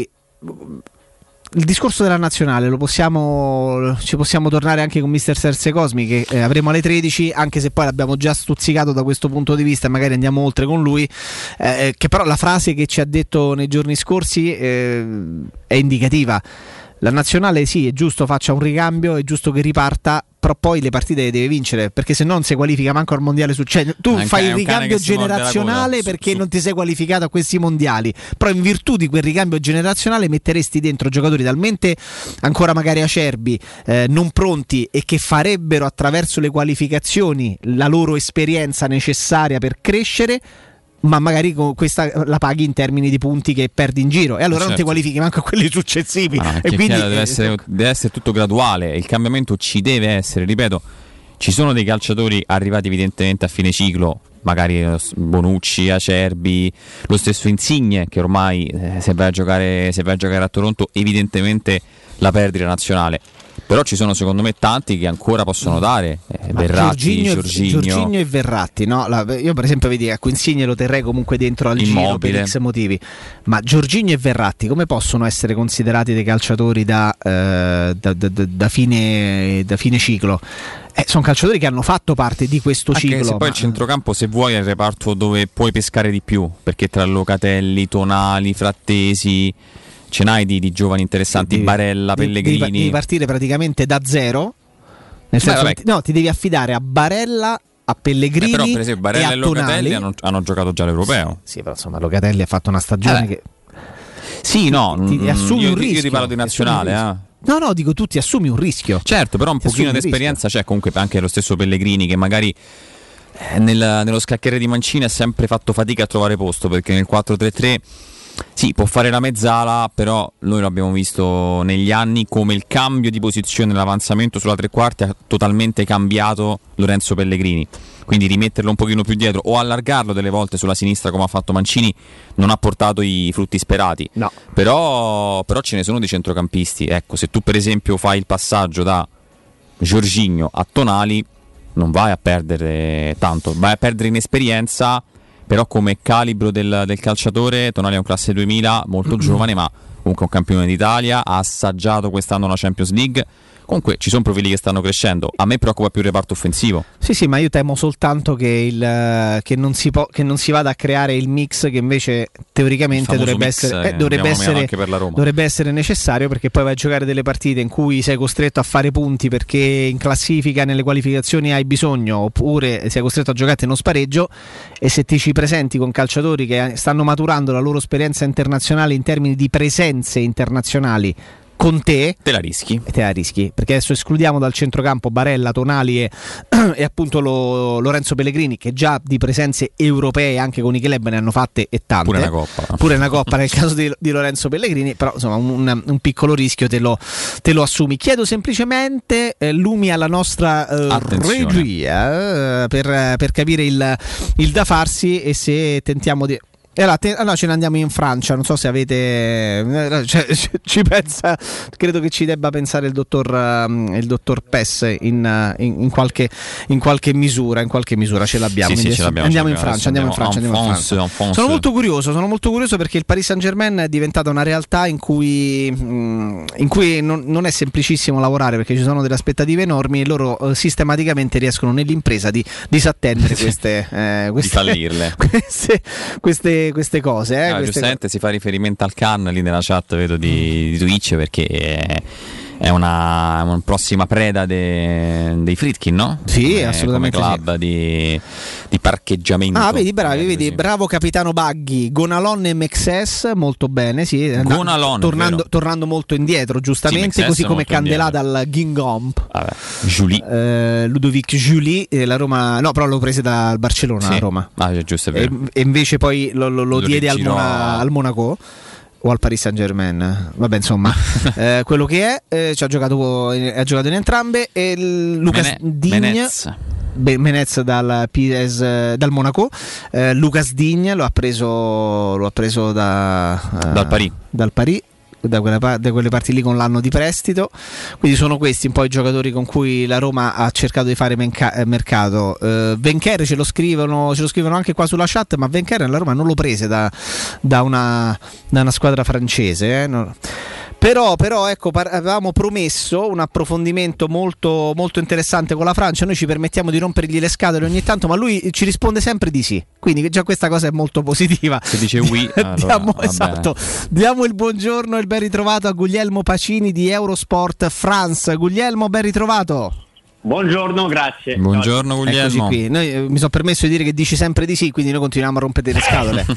Il discorso della nazionale lo possiamo, ci possiamo tornare anche con mister Serse Cosmi, che eh, avremo alle tredici, anche se poi l'abbiamo già stuzzicato da questo punto di vista, magari andiamo oltre con lui, eh, che però la frase che ci ha detto nei giorni scorsi eh, è indicativa. La nazionale sì, è giusto faccia un ricambio, è giusto che riparta, però poi le partite le deve vincere, perché se no non sei qualifica manco al mondiale succede. Tu anche, fai il ricambio generazionale perché su, non ti sei qualificato a questi mondiali, però in virtù di quel ricambio generazionale metteresti dentro giocatori talmente ancora magari acerbi, eh, non pronti, e che farebbero attraverso le qualificazioni la loro esperienza necessaria per crescere, ma magari con questa la paghi in termini di punti che perdi in giro, e allora certo, non ti qualifichi manco a quelli successivi. Ah, e quindi deve, essere, deve essere tutto graduale, il cambiamento ci deve essere, ripeto, ci sono dei calciatori arrivati evidentemente a fine ciclo, magari Bonucci, Acerbi, lo stesso Insigne, che ormai eh, se vai a giocare se vai a giocare a Toronto evidentemente la perdita nazionale. Però ci sono secondo me tanti che ancora possono dare, eh, Verratti, Jorginho. Jorginho e Verratti, no? La, io per esempio vedi, ecco, Insigne lo terrei comunque dentro al Immobile. Giro per X motivi, ma Jorginho e Verratti come possono essere considerati dei calciatori da, eh, da, da, da, da, fine, da fine ciclo? Eh, sono calciatori che hanno fatto parte di questo Anche ciclo. Se poi ma... il centrocampo, se vuoi, è il reparto dove puoi pescare di più, perché tra Locatelli, Tonali, Frattesi ce n'hai di, di giovani interessanti, devi, Barella, Pellegrini. Devi, devi partire praticamente da zero, nel senso Beh, che, no, ti devi affidare a Barella, a Pellegrini, eh, però per esempio Barella e, e Locatelli hanno, hanno giocato già l'Europeo. Sì, sì, però insomma Locatelli ha fatto una stagione eh. che sì, no, ti, ti assumi io, un rischio. Io ti parlo di nazionale, eh. No, no, dico tu ti assumi un rischio. Certo, però un ti pochino di esperienza c'è, comunque anche lo stesso Pellegrini, che magari eh, nel, nello scacchiere di Mancini ha sempre fatto fatica a trovare posto, perché nel quattro tre tre sì, può fare la mezzala, però noi lo abbiamo visto negli anni come il cambio di posizione nell'avanzamento sulla tre quarti ha totalmente cambiato Lorenzo Pellegrini, quindi rimetterlo un pochino più dietro o allargarlo delle volte sulla sinistra come ha fatto Mancini non ha portato i frutti sperati. No. Però, però ce ne sono dei centrocampisti, ecco, se tu per esempio fai il passaggio da Jorginho a Tonali non vai a perdere tanto, vai a perdere in esperienza, però come calibro del, del calciatore Tonali è un classe duemila, molto giovane, ma comunque un campione d'Italia, ha assaggiato quest'anno la Champions League, Comunque ci sono profili che stanno crescendo. A me preoccupa più il reparto offensivo. Sì, sì, ma io temo soltanto che, il, che, non si po- che non si vada a creare il mix che invece teoricamente dovrebbe essere, eh, dovrebbe, essere, anche per la Roma. dovrebbe essere necessario, perché poi vai a giocare delle partite in cui sei costretto a fare punti perché in classifica, nelle qualificazioni hai bisogno, oppure sei costretto a giocare non spareggio, e se ti ci presenti con calciatori che stanno maturando la loro esperienza internazionale in termini di presenze internazionali con te, te la rischi. Te la rischi, perché adesso escludiamo dal centrocampo Barella, Tonali e, e appunto lo, Lorenzo Pellegrini, che già di presenze europee anche con i club ne hanno fatte e tante. Pure una coppa. Pure una coppa nel caso di, di Lorenzo Pellegrini, però insomma un, un piccolo rischio te lo, te lo assumi. Chiedo semplicemente eh, lumi alla nostra eh, regia eh, per, per capire il, il da farsi, e se tentiamo di... E allora, te, allora ce ne andiamo in Francia, non so se avete, cioè, ci pensa, credo che ci debba pensare il dottor, um, il dottor Pes in, in, in, qualche, in qualche misura, in qualche misura ce l'abbiamo. Sì, sì, ce l'abbiamo andiamo, ce in Francia, andiamo in Francia, andiamo in Francia, andiamo in Francia. Sono molto curioso, sono molto curioso perché il Paris Saint-Germain è diventata una realtà in cui, mh, in cui non, non è semplicissimo lavorare, perché ci sono delle aspettative enormi e loro uh, sistematicamente riescono nell'impresa di disattendere queste, eh, queste, di fallirle. queste, queste queste cose, eh, ah, queste giustamente co- si fa riferimento al Cannes lì nella chat, vedo, di, di Twitch, perché è, è una, una prossima preda de, dei Friedkin, no? Sì, come, assolutamente come club sì. di, di parcheggiamento. Ah, vedi, bravi, eh, vedi, bravo capitano Baghi, Gonalon e Mexes, molto bene, sì. Gonalon, tornando, tornando molto indietro, giustamente, sì, così come Candelà dal Guingamp. Vabbè, Julie. Eh, Ludovic Julie, eh, la Roma, no, però l'ho presa dal Barcellona, sì. La Roma. Ah, giusto, è vero. E, e invece poi lo, lo, lo, lo diede al, Mona, al Monaco. O al Paris Saint-Germain, vabbè, insomma, eh, quello che è, eh, ci ha giocato, ha giocato in entrambe. E Lucas Mene- Digne, Menez. Be- Menez dal, P S, dal Monaco, eh, Lucas Digne lo ha preso, lo ha preso da, uh, dal Paris. Dal Paris. Da quelle, da quelle parti lì con l'anno di prestito, quindi sono questi un po' i giocatori con cui la Roma ha cercato di fare menca- mercato. uh, Venker ce lo scrivono ce lo scrivono anche qua sulla chat, ma Venker la Roma non lo prese da, da, una, da una squadra francese, eh? no. Però, però ecco, par- avevamo promesso un approfondimento molto, molto interessante con la Francia. Noi ci permettiamo di rompergli le scatole ogni tanto, ma lui ci risponde sempre di sì. Quindi già questa cosa è molto positiva. Se dice oui, allora, diamo, esatto, diamo il buongiorno e il ben ritrovato a Guglielmo Pacini di Eurosport France. Guglielmo, ben ritrovato. Buongiorno, grazie. Buongiorno Guglielmo. Eccoci qui. Noi, eh, mi sono permesso di dire che dici sempre di sì, quindi noi continuiamo a rompere le scatole.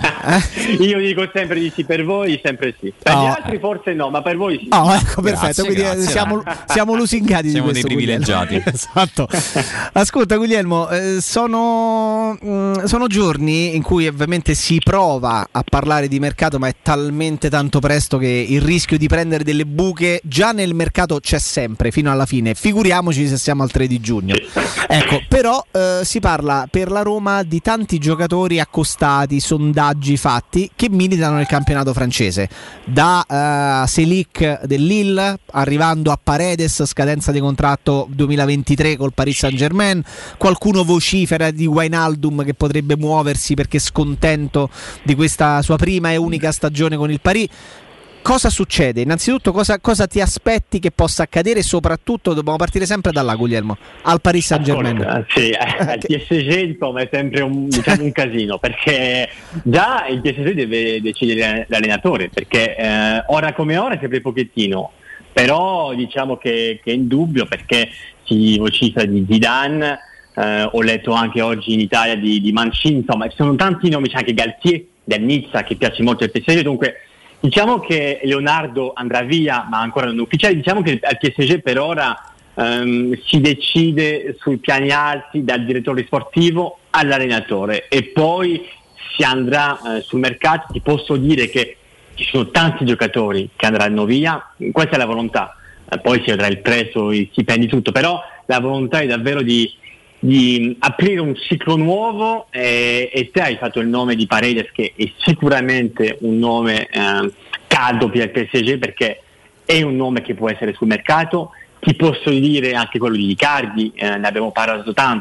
eh? Io dico sempre di sì per voi, sempre sì. Per oh. gli altri forse no, ma per voi sì. Oh, ecco, perfetto. Grazie, quindi grazie, siamo, siamo lusingati siamo di questo, dei privilegiati. Esatto. Ascolta Guglielmo, eh, sono, mh, sono giorni in cui ovviamente si prova a parlare di mercato, ma è talmente tanto presto che il rischio di prendere delle buche già nel mercato c'è sempre fino alla fine. Figuriamoci se siamo al tre di giugno. Ecco, però eh, si parla per la Roma di tanti giocatori accostati, sondaggi fatti che militano nel campionato francese, da uh, Selic del Lille arrivando a Paredes, scadenza di contratto duemilaventitré col Paris Saint-Germain, qualcuno vocifera di Wijnaldum che potrebbe muoversi perché scontento di questa sua prima e unica stagione con il Paris. Cosa succede? Innanzitutto cosa, cosa ti aspetti che possa accadere, e soprattutto dobbiamo partire sempre da là, Guglielmo, al Paris Saint-Germain. Ascolta, sì, al P S G insomma è sempre un, diciamo, un casino, perché già il P S G deve decidere l'allenatore, perché eh, ora come ora è sempre pochettino, però diciamo che, che è indubbio, perché si vocifera di Zidane, eh, ho letto anche oggi in Italia di, di Mancini, insomma ci sono tanti nomi, c'è anche Galtier del Nizza che piace molto al P S G, dunque diciamo che Leonardo andrà via, ma ancora non è ufficiale. Diciamo che al P S G per ora um, si decide sui piani alti, dal direttore sportivo all'allenatore, e poi si andrà uh, sul mercato. Ti posso dire che ci sono tanti giocatori che andranno via, questa è la volontà, uh, poi si vedrà il prezzo, i stipendi, tutto, però la volontà è davvero di di aprire un ciclo nuovo, eh, e te hai fatto il nome di Paredes, che è sicuramente un nome eh, caldo per il P S G, perché è un nome che può essere sul mercato. Ti posso dire anche quello di Icardi, eh, ne abbiamo parlato tanto,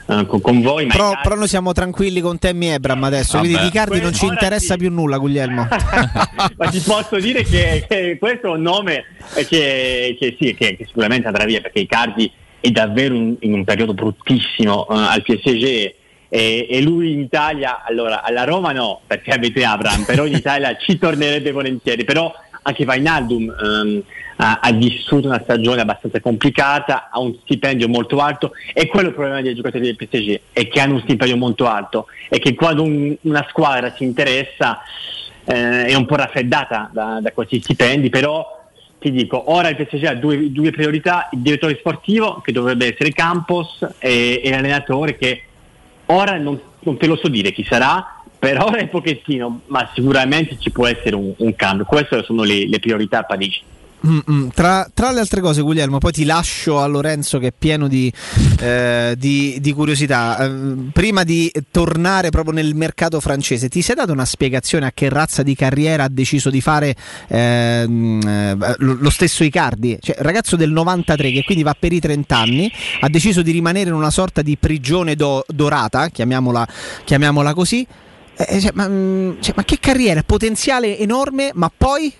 uh, con, con voi. Ma però, Icardi... però noi siamo tranquilli con Tammy Abraham adesso, Vabbè. quindi di Icardi non ci Ora interessa sì. più nulla, Guglielmo. Ma ti posso dire che, che questo è un nome che, che sì, che, che sicuramente andrà via, perché Icardi è davvero in, in un periodo bruttissimo uh, al P S G. E, e lui in Italia, allora alla Roma no, perché avete Abraham, però in Italia ci tornerebbe volentieri. Però anche Wijnaldum um, ha, ha vissuto una stagione abbastanza complicata, ha un stipendio molto alto, e quello è il problema dei giocatori del P S G, è che hanno un stipendio molto alto e che quando un, una squadra si interessa eh, è un po' raffreddata da, da questi stipendi. Però ti dico, ora il P S G ha due, due priorità: il direttore sportivo, che dovrebbe essere Campos, e, e l'allenatore, che ora non, non te lo so dire chi sarà, per ora è Pochettino, ma sicuramente ci può essere un, un cambio. Queste sono le, le priorità a Parigi. Mm-mm. Tra, tra le altre cose, Guglielmo, poi ti lascio a Lorenzo che è pieno di, eh, di, di curiosità. Eh, prima di tornare proprio nel mercato francese, ti sei dato una spiegazione a che razza di carriera ha deciso di fare eh, lo, lo stesso Icardi? Cioè, ragazzo del novantatré, che quindi va per i trenta anni, ha deciso di rimanere in una sorta di prigione do, dorata, chiamiamola, chiamiamola così. Eh, cioè, ma, cioè, ma che carriera, potenziale enorme, ma poi...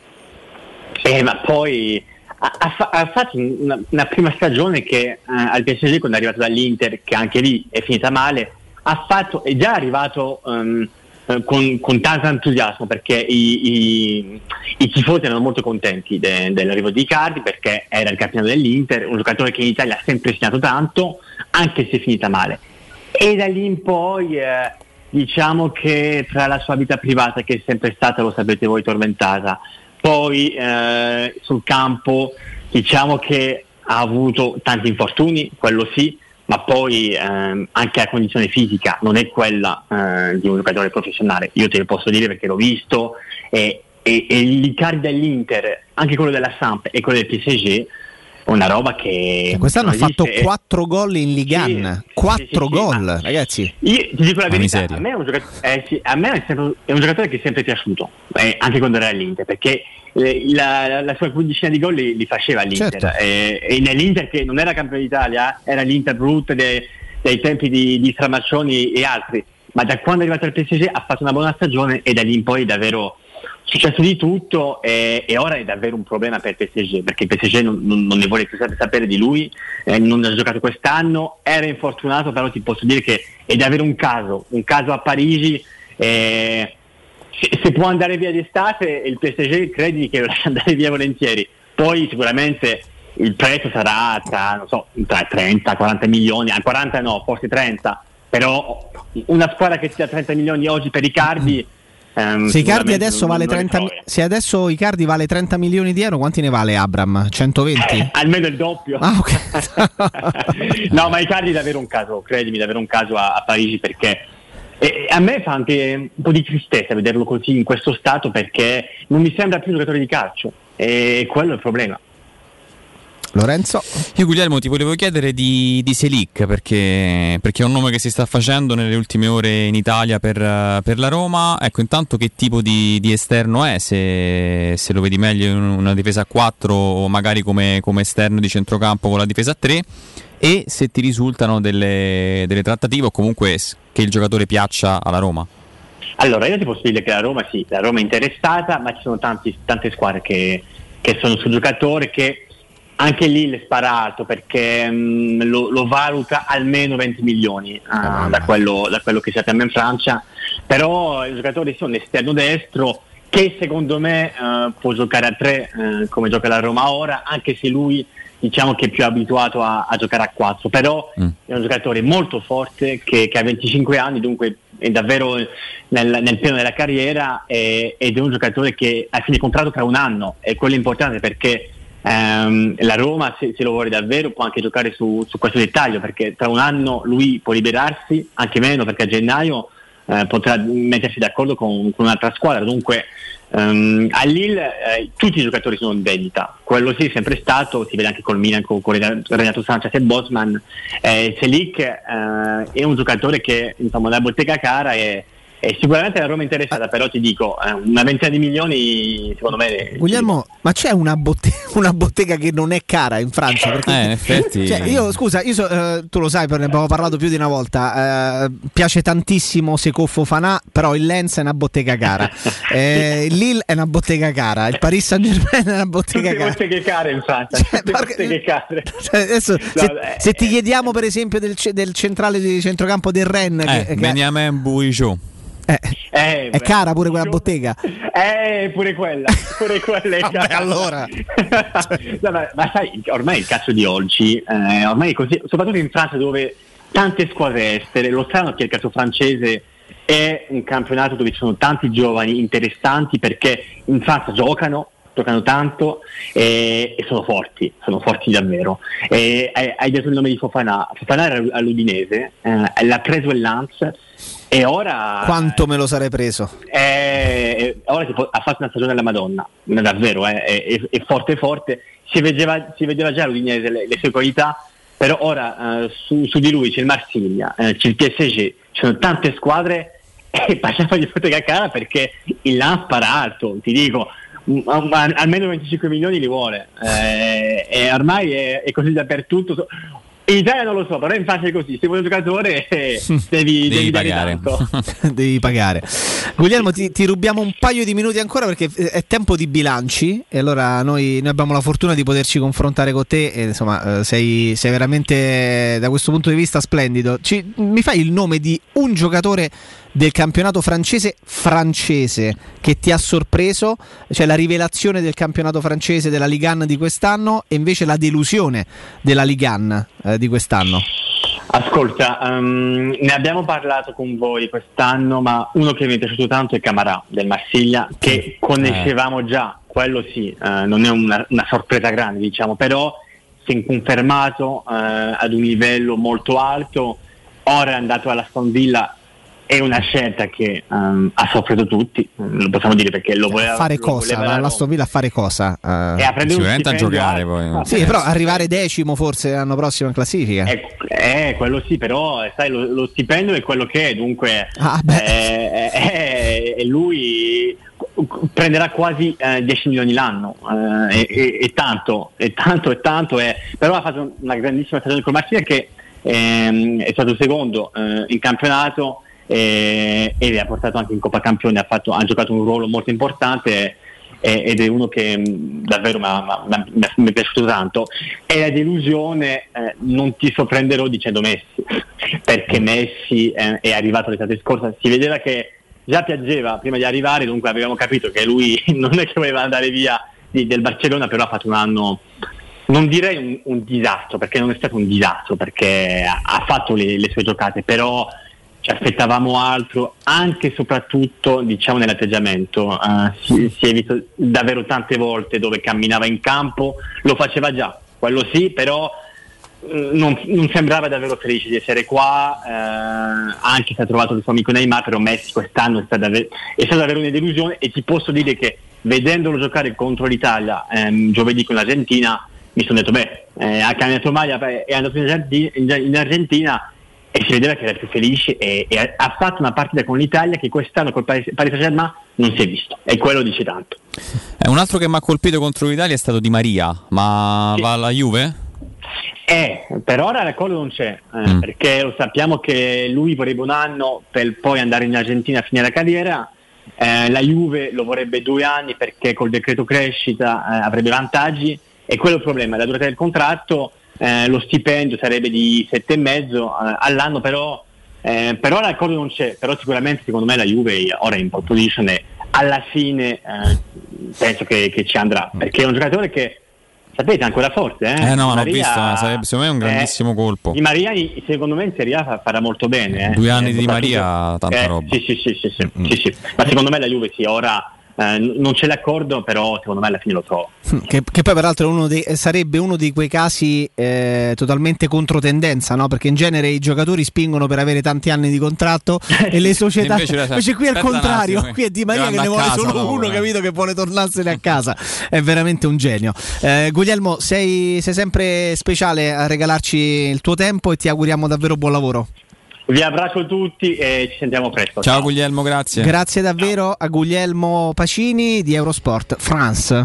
Eh, ma poi ha, ha, fa- ha fatto una, una prima stagione che eh, al P S G, quando è arrivato dall'Inter, che anche lì è finita male, ha fatto, è già arrivato um, eh, con, con tanto entusiasmo, perché i, i, i tifosi erano molto contenti de, dell'arrivo di Icardi, perché era il capitano dell'Inter, un giocatore che in Italia ha sempre segnato tanto, anche se è finita male. E da lì in poi eh, diciamo che tra la sua vita privata, che è sempre stata, lo sapete voi, tormentata, poi eh, sul campo diciamo che ha avuto tanti infortuni, quello sì, ma poi ehm, anche la condizione fisica non è quella eh, di un giocatore professionale. Io te lo posso dire perché l'ho visto, e, e, e l'Icardi dell'Inter, anche quello della Samp e quello del P S G, una roba che quest'anno ha fatto esiste. quattro gol in Ligue uno, Sì, quattro sì, sì, gol, ma ragazzi. Io ti dico la Una verità, miseria. a me è un giocatore, eh, sì, a me è, sempre, è un giocatore che è sempre piaciuto, eh, anche quando era all'Inter, perché eh, la, la sua quindicina di gol li, li faceva all'Inter, Certo. eh, e nell'Inter, che non era campione d'Italia, era l'Inter brutta dei, dei tempi di, di Stramaccioni e altri, ma da quando è arrivato al P S G ha fatto una buona stagione, e da lì in poi davvero successo di tutto, e, e ora è davvero un problema per il P S G, perché il P S G non, non, non ne vuole più sapere di lui, eh, non ha giocato quest'anno, era infortunato, però ti posso dire che è davvero un caso, un caso a Parigi. eh, se, se può andare via d'estate, il P S G credi che lo lascia andare via volentieri, poi sicuramente il prezzo sarà tra, non so, tra trenta quaranta milioni, a quaranta no, forse trenta, però una squadra che sia trenta milioni oggi per Icardi. Um, se Icardi adesso vale trenta, se adesso Icardi vale trenta milioni di euro, quanti ne vale Abraham? centoventi? Eh, almeno il doppio. Ah, okay. No, ma Icardi è davvero un caso, credimi, davvero un caso a, a Parigi, perché e, a me fa anche un po' di tristezza vederlo così in questo stato, perché non mi sembra più un giocatore di calcio, e quello è il problema. Lorenzo? Io, Guglielmo, ti volevo chiedere di, di Selic, perché, perché è un nome che si sta facendo nelle ultime ore in Italia per, per la Roma. Ecco, intanto che tipo di, di esterno è, se, se lo vedi meglio in una difesa a quattro o magari come, come esterno di centrocampo con la difesa a tre, e se ti risultano delle, delle trattative o comunque che il giocatore piaccia alla Roma. Allora, io ti posso dire che la Roma sì, la Roma è interessata, ma ci sono tanti, tante squadre che, che sono sul giocatore, che anche lì le spara alto, perché mh, lo, lo valuta almeno venti milioni uh, da, quello, da quello che sappiamo in Francia. Però il giocatore è un esterno destro che secondo me uh, può giocare a tre uh, come gioca la Roma ora, anche se lui diciamo che è più abituato a, a giocare a quattro, però mm. è un giocatore molto forte che, che ha venticinque anni, dunque è davvero nel, nel pieno della carriera, e, ed è un giocatore che ha fine contratto tra un anno, e quello è importante, perché Um, la Roma, se, se lo vuole davvero, può anche giocare su, su questo dettaglio, perché tra un anno lui può liberarsi, anche meno, perché a gennaio uh, potrà mettersi d'accordo con, con un'altra squadra. Dunque um, a Lille uh, tutti i giocatori sono in vendita, quello sì, è sempre stato, si vede anche col Milan, con, con Renato Sanchez e Bosman. eh, Selic uh, è un giocatore che, insomma, la bottega cara, e e sicuramente la Roma è interessata, però ti dico, eh, una ventina di milioni secondo me. Guglielmo, ma c'è una, botte- una bottega che non è cara in Francia? Perché eh, in effetti. Cioè, io scusa, io so, eh, tu lo sai, ne abbiamo parlato più di una volta. Eh, piace tantissimo Secco Fofana, però il Lens è una bottega cara. eh, il Lille è una bottega cara. Il Paris Saint-Germain è una bottega tutte cara. botteghe care in Francia. Cioè, tutte botteghe care. Cioè, adesso, no, se, eh, se ti chiediamo per esempio del, del centrale di centrocampo del Rennes, eh, che, Benjamin Bouillaud. Eh, eh, è cara pure quella bottega. Eh, pure quella, pure quella è Vabbè, cara. allora. no, ma, ma sai, ormai il calcio di oggi, eh, ormai è così, soprattutto in Francia dove tante squadre estere, lo sanno che il calcio francese è un campionato dove ci sono tanti giovani interessanti, perché in Francia giocano, giocano tanto e, e sono forti, sono forti davvero. E, hai, hai detto il nome di Fofana, Fofana era all'Udinese, eh, l'ha preso il Lens. E ora quanto me lo sarei preso? Eh, ora tipo, ha fatto una stagione della Madonna, davvero, eh, è, è forte forte. Si vedeva, si vedeva già l'Udinese le, le sue qualità, però ora eh, su, su di lui c'è il Marsiglia, eh, c'è il P S G, ci sono tante squadre e facciamo di bottega cara perché il Lens spara alto, ti dico, um, um, almeno venticinque milioni li vuole, eh, e ormai è, è così dappertutto. In Italia non lo so, però in Francia è così, se vuoi un giocatore eh, devi, devi, devi pagare. Devi pagare. Guglielmo, ti, ti rubiamo un paio di minuti ancora perché è tempo di bilanci e allora noi, noi abbiamo la fortuna di poterci confrontare con te e insomma sei, sei veramente da questo punto di vista splendido. Ci, mi fai il nome di un giocatore del campionato francese francese che ti ha sorpreso, cioè la rivelazione del campionato francese della Ligue uno di quest'anno e invece la delusione della Ligue uno eh, di quest'anno? Ascolta, um, ne abbiamo parlato con voi quest'anno, ma uno che mi è piaciuto tanto è Camara del Marsiglia, che conoscevamo già, quello sì, uh, non è una, una sorpresa grande diciamo, però si è confermato uh, ad un livello molto alto, ora è andato alla Aston Villa. È una scelta che um, ha soffrito tutti, lo possiamo dire, perché lo voleva fare lo cosa? voleva La Aston Villa a fare cosa? Uh, e a prendere sicuramente un a giocare alto. poi. Ah, sì, eh, però arrivare decimo forse l'anno prossimo in classifica. Eh, eh, quello sì, però sai, lo, lo stipendio è quello che è, dunque ah, eh, eh, eh, lui prenderà quasi eh, dieci milioni l'anno, eh, è, è tanto, è tanto, è tanto, è, però ha fatto una grandissima stagione col Marsiglia che ehm, è stato secondo eh, in campionato. E, e ha portato anche in Coppa Campioni, ha, fatto, ha giocato un ruolo molto importante e, ed è uno che mh, davvero mi è piaciuto tanto. E la delusione eh, non ti sorprenderò dicendo Messi, perché Messi eh, è arrivato l'estate scorsa, si vedeva che già piangeva prima di arrivare, dunque avevamo capito che lui non è che voleva andare via di, del Barcellona, però ha fatto un anno, non direi un, un disastro, perché non è stato un disastro, perché ha, ha fatto le, le sue giocate, però ci aspettavamo altro, anche e soprattutto diciamo nell'atteggiamento. Uh, si, si è visto davvero tante volte dove camminava in campo, lo faceva già, quello sì, però uh, non, non sembrava davvero felice di essere qua, uh, anche se ha trovato il suo amico Neymar, però Messi quest'anno è stata, è stata davvero una delusione e ti posso dire che vedendolo giocare contro l'Italia um, giovedì con l'Argentina mi sono detto beh, eh, ha cambiato maglia, è andato in Argentina, in Argentina e si vedeva che era più felice e, e ha fatto una partita con l'Italia che quest'anno col Paris, Paris Saint-Germain non si è visto, e quello dice tanto. Eh, un altro che mi ha colpito contro l'Italia è stato Di Maria, ma sì. Va alla Juve? Eh, per ora l'accordo non c'è, eh, mm. perché lo sappiamo che lui vorrebbe un anno per poi andare in Argentina a finire la carriera, eh, la Juve lo vorrebbe due anni perché col decreto crescita eh, avrebbe vantaggi, e quello è il problema, la durata del contratto. Eh, lo stipendio sarebbe di sette e mezzo eh, all'anno, però eh, per ora l'accordo non c'è, però sicuramente secondo me la Juve ora è in pole position e alla fine eh, penso che, che ci andrà, perché è un giocatore che sapete è ancora forte eh, eh no, Maria, l'ho visto, sarebbe secondo me un grandissimo eh, colpo. Di Maria secondo me in Serie A farà molto bene eh. Due anni eh, di Maria, tanta eh, roba. Sì sì sì, sì, sì, mm. sì, sì. Ma secondo me la Juve sì, ora Eh, non c'è l'accordo, però secondo me alla fine lo trovo. Che, che poi peraltro uno dei, sarebbe uno di quei casi eh, totalmente controtendenza, no? Perché in genere i giocatori spingono per avere tanti anni di contratto e le società invece, invece qui è il contrario, attimo, qui è Di Maria che ne vuole solo no, uno, eh. capito, che vuole tornarsene a casa. È veramente un genio. eh, Guglielmo, sei, sei sempre speciale a regalarci il tuo tempo e ti auguriamo davvero buon lavoro. Vi abbraccio tutti e ci sentiamo presto. Ciao, ciao. Guglielmo, grazie. Grazie davvero a Guglielmo Pacini di Eurosport France.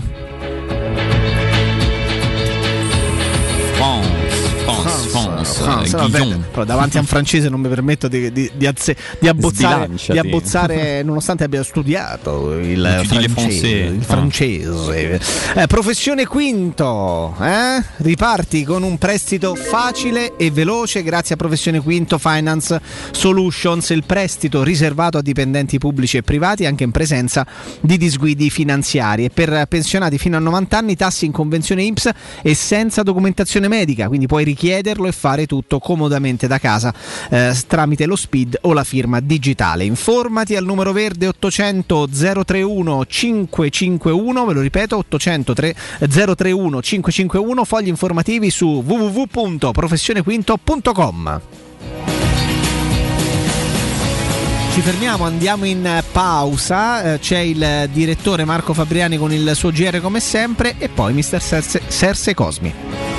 France. France, France, France, vabbè, però davanti a un francese non mi permetto di, di, di, azze, di abbozzare, di abbozzare nonostante abbia studiato il francese, il francese. Eh, professione Quinto, eh? Riparti con un prestito facile e veloce grazie a Professione Quinto Finance Solutions, il prestito riservato a dipendenti pubblici e privati anche in presenza di disguidi finanziari, e per pensionati fino a novanta anni tassi in convenzione I N P S e senza documentazione medica, quindi puoi richiederlo e fare tutto comodamente da casa eh, tramite lo S P I D o la firma digitale. Informati al numero verde ottocento zero trentuno cinquecentocinquantuno, ve lo ripeto ottocento zero trentuno cinquecentocinquantuno, fogli informativi su w w w punto professionequinto punto com. Ci fermiamo, andiamo in pausa, eh, c'è il direttore Marco Fabriani con il suo G R come sempre e poi mister Serse, Serse Cosmi.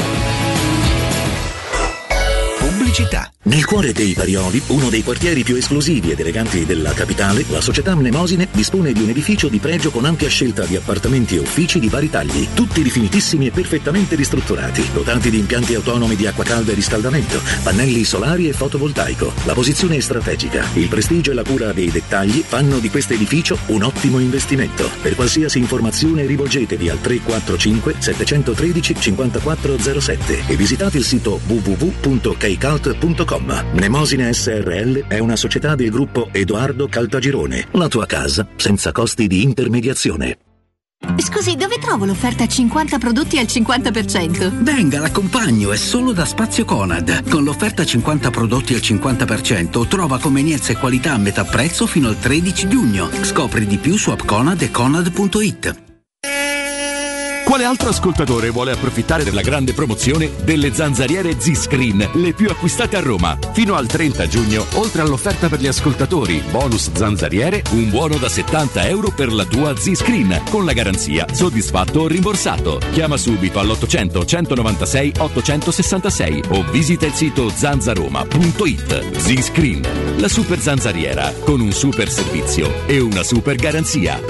Pubblicità. Nel cuore dei Parioli, uno dei quartieri più esclusivi ed eleganti della capitale, la società Mnemosine dispone di un edificio di pregio con ampia scelta di appartamenti e uffici di vari tagli, tutti rifinitissimi e perfettamente ristrutturati, dotati di impianti autonomi di acqua calda e riscaldamento, pannelli solari e fotovoltaico. La posizione è strategica, il prestigio e la cura dei dettagli fanno di questo edificio un ottimo investimento. Per qualsiasi informazione rivolgetevi al tre quattro cinque sette uno tre cinque zero sette e visitate il sito w w w punto keycult punto com. Mnemosine S R L è una società del gruppo Edoardo Caltagirone. La tua casa senza costi di intermediazione. Scusi, dove trovo l'offerta cinquanta prodotti al cinquanta per cento? Venga, l'accompagno, è solo da Spazio Conad. Con l'offerta cinquanta prodotti al cinquanta per cento trova convenienza e qualità a metà prezzo fino al tredici giugno. Scopri di più su app Conad e conad punto it. Quale altro ascoltatore vuole approfittare della grande promozione delle zanzariere Z-Screen, le più acquistate a Roma? Fino al trenta giugno, oltre all'offerta per gli ascoltatori, bonus zanzariere, un buono da settanta euro per la tua Z-Screen, con la garanzia soddisfatto o rimborsato. Chiama subito all'ottocento centonovantasei ottocentosessantasei o visita il sito zanzaroma punto it. Z-Screen, la super zanzariera, con un super servizio e una super garanzia.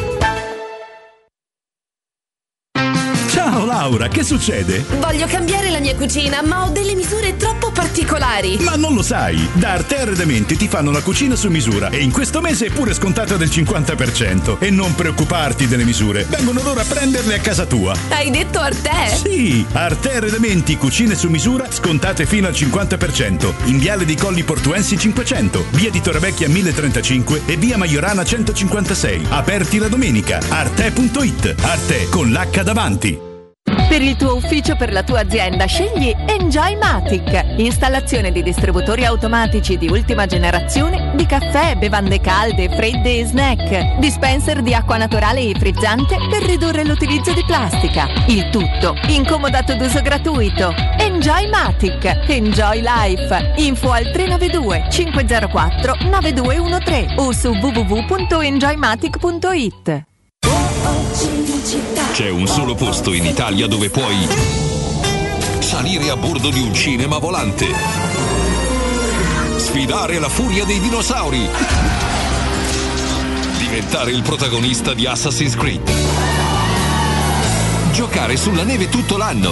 Ciao Laura, che succede? Voglio cambiare la mia cucina, ma ho delle misure troppo particolari. Ma non lo sai, da Arte Arredamenti ti fanno la cucina su misura e in questo mese è pure scontata del cinquanta per cento. E non preoccuparti delle misure, vengono loro a prenderle a casa tua. Hai detto Arte? Sì, Arte Arredamenti, cucine su misura, scontate fino al cinquanta per cento. In Viale dei Colli Portuensi cinquecento, via di Torrevecchia mille trentacinque e via Maiorana centocinquantasei. Aperti la domenica. Arte punto it. Arte con l'H davanti. Per il tuo ufficio, per la tua azienda, scegli Enjoymatic. Installazione di distributori automatici di ultima generazione di caffè, bevande calde, fredde e snack. Dispenser di acqua naturale e frizzante per ridurre l'utilizzo di plastica. Il tutto incomodato d'uso gratuito. Enjoymatic. Enjoy Life. Info al tre nove due cinque zero quattro nove due uno tre o su w w w punto enjoymatic punto it. C'è un solo posto in Italia dove puoi salire a bordo di un cinema volante, sfidare la furia dei dinosauri, diventare il protagonista di Assassin's Creed, giocare sulla neve tutto l'anno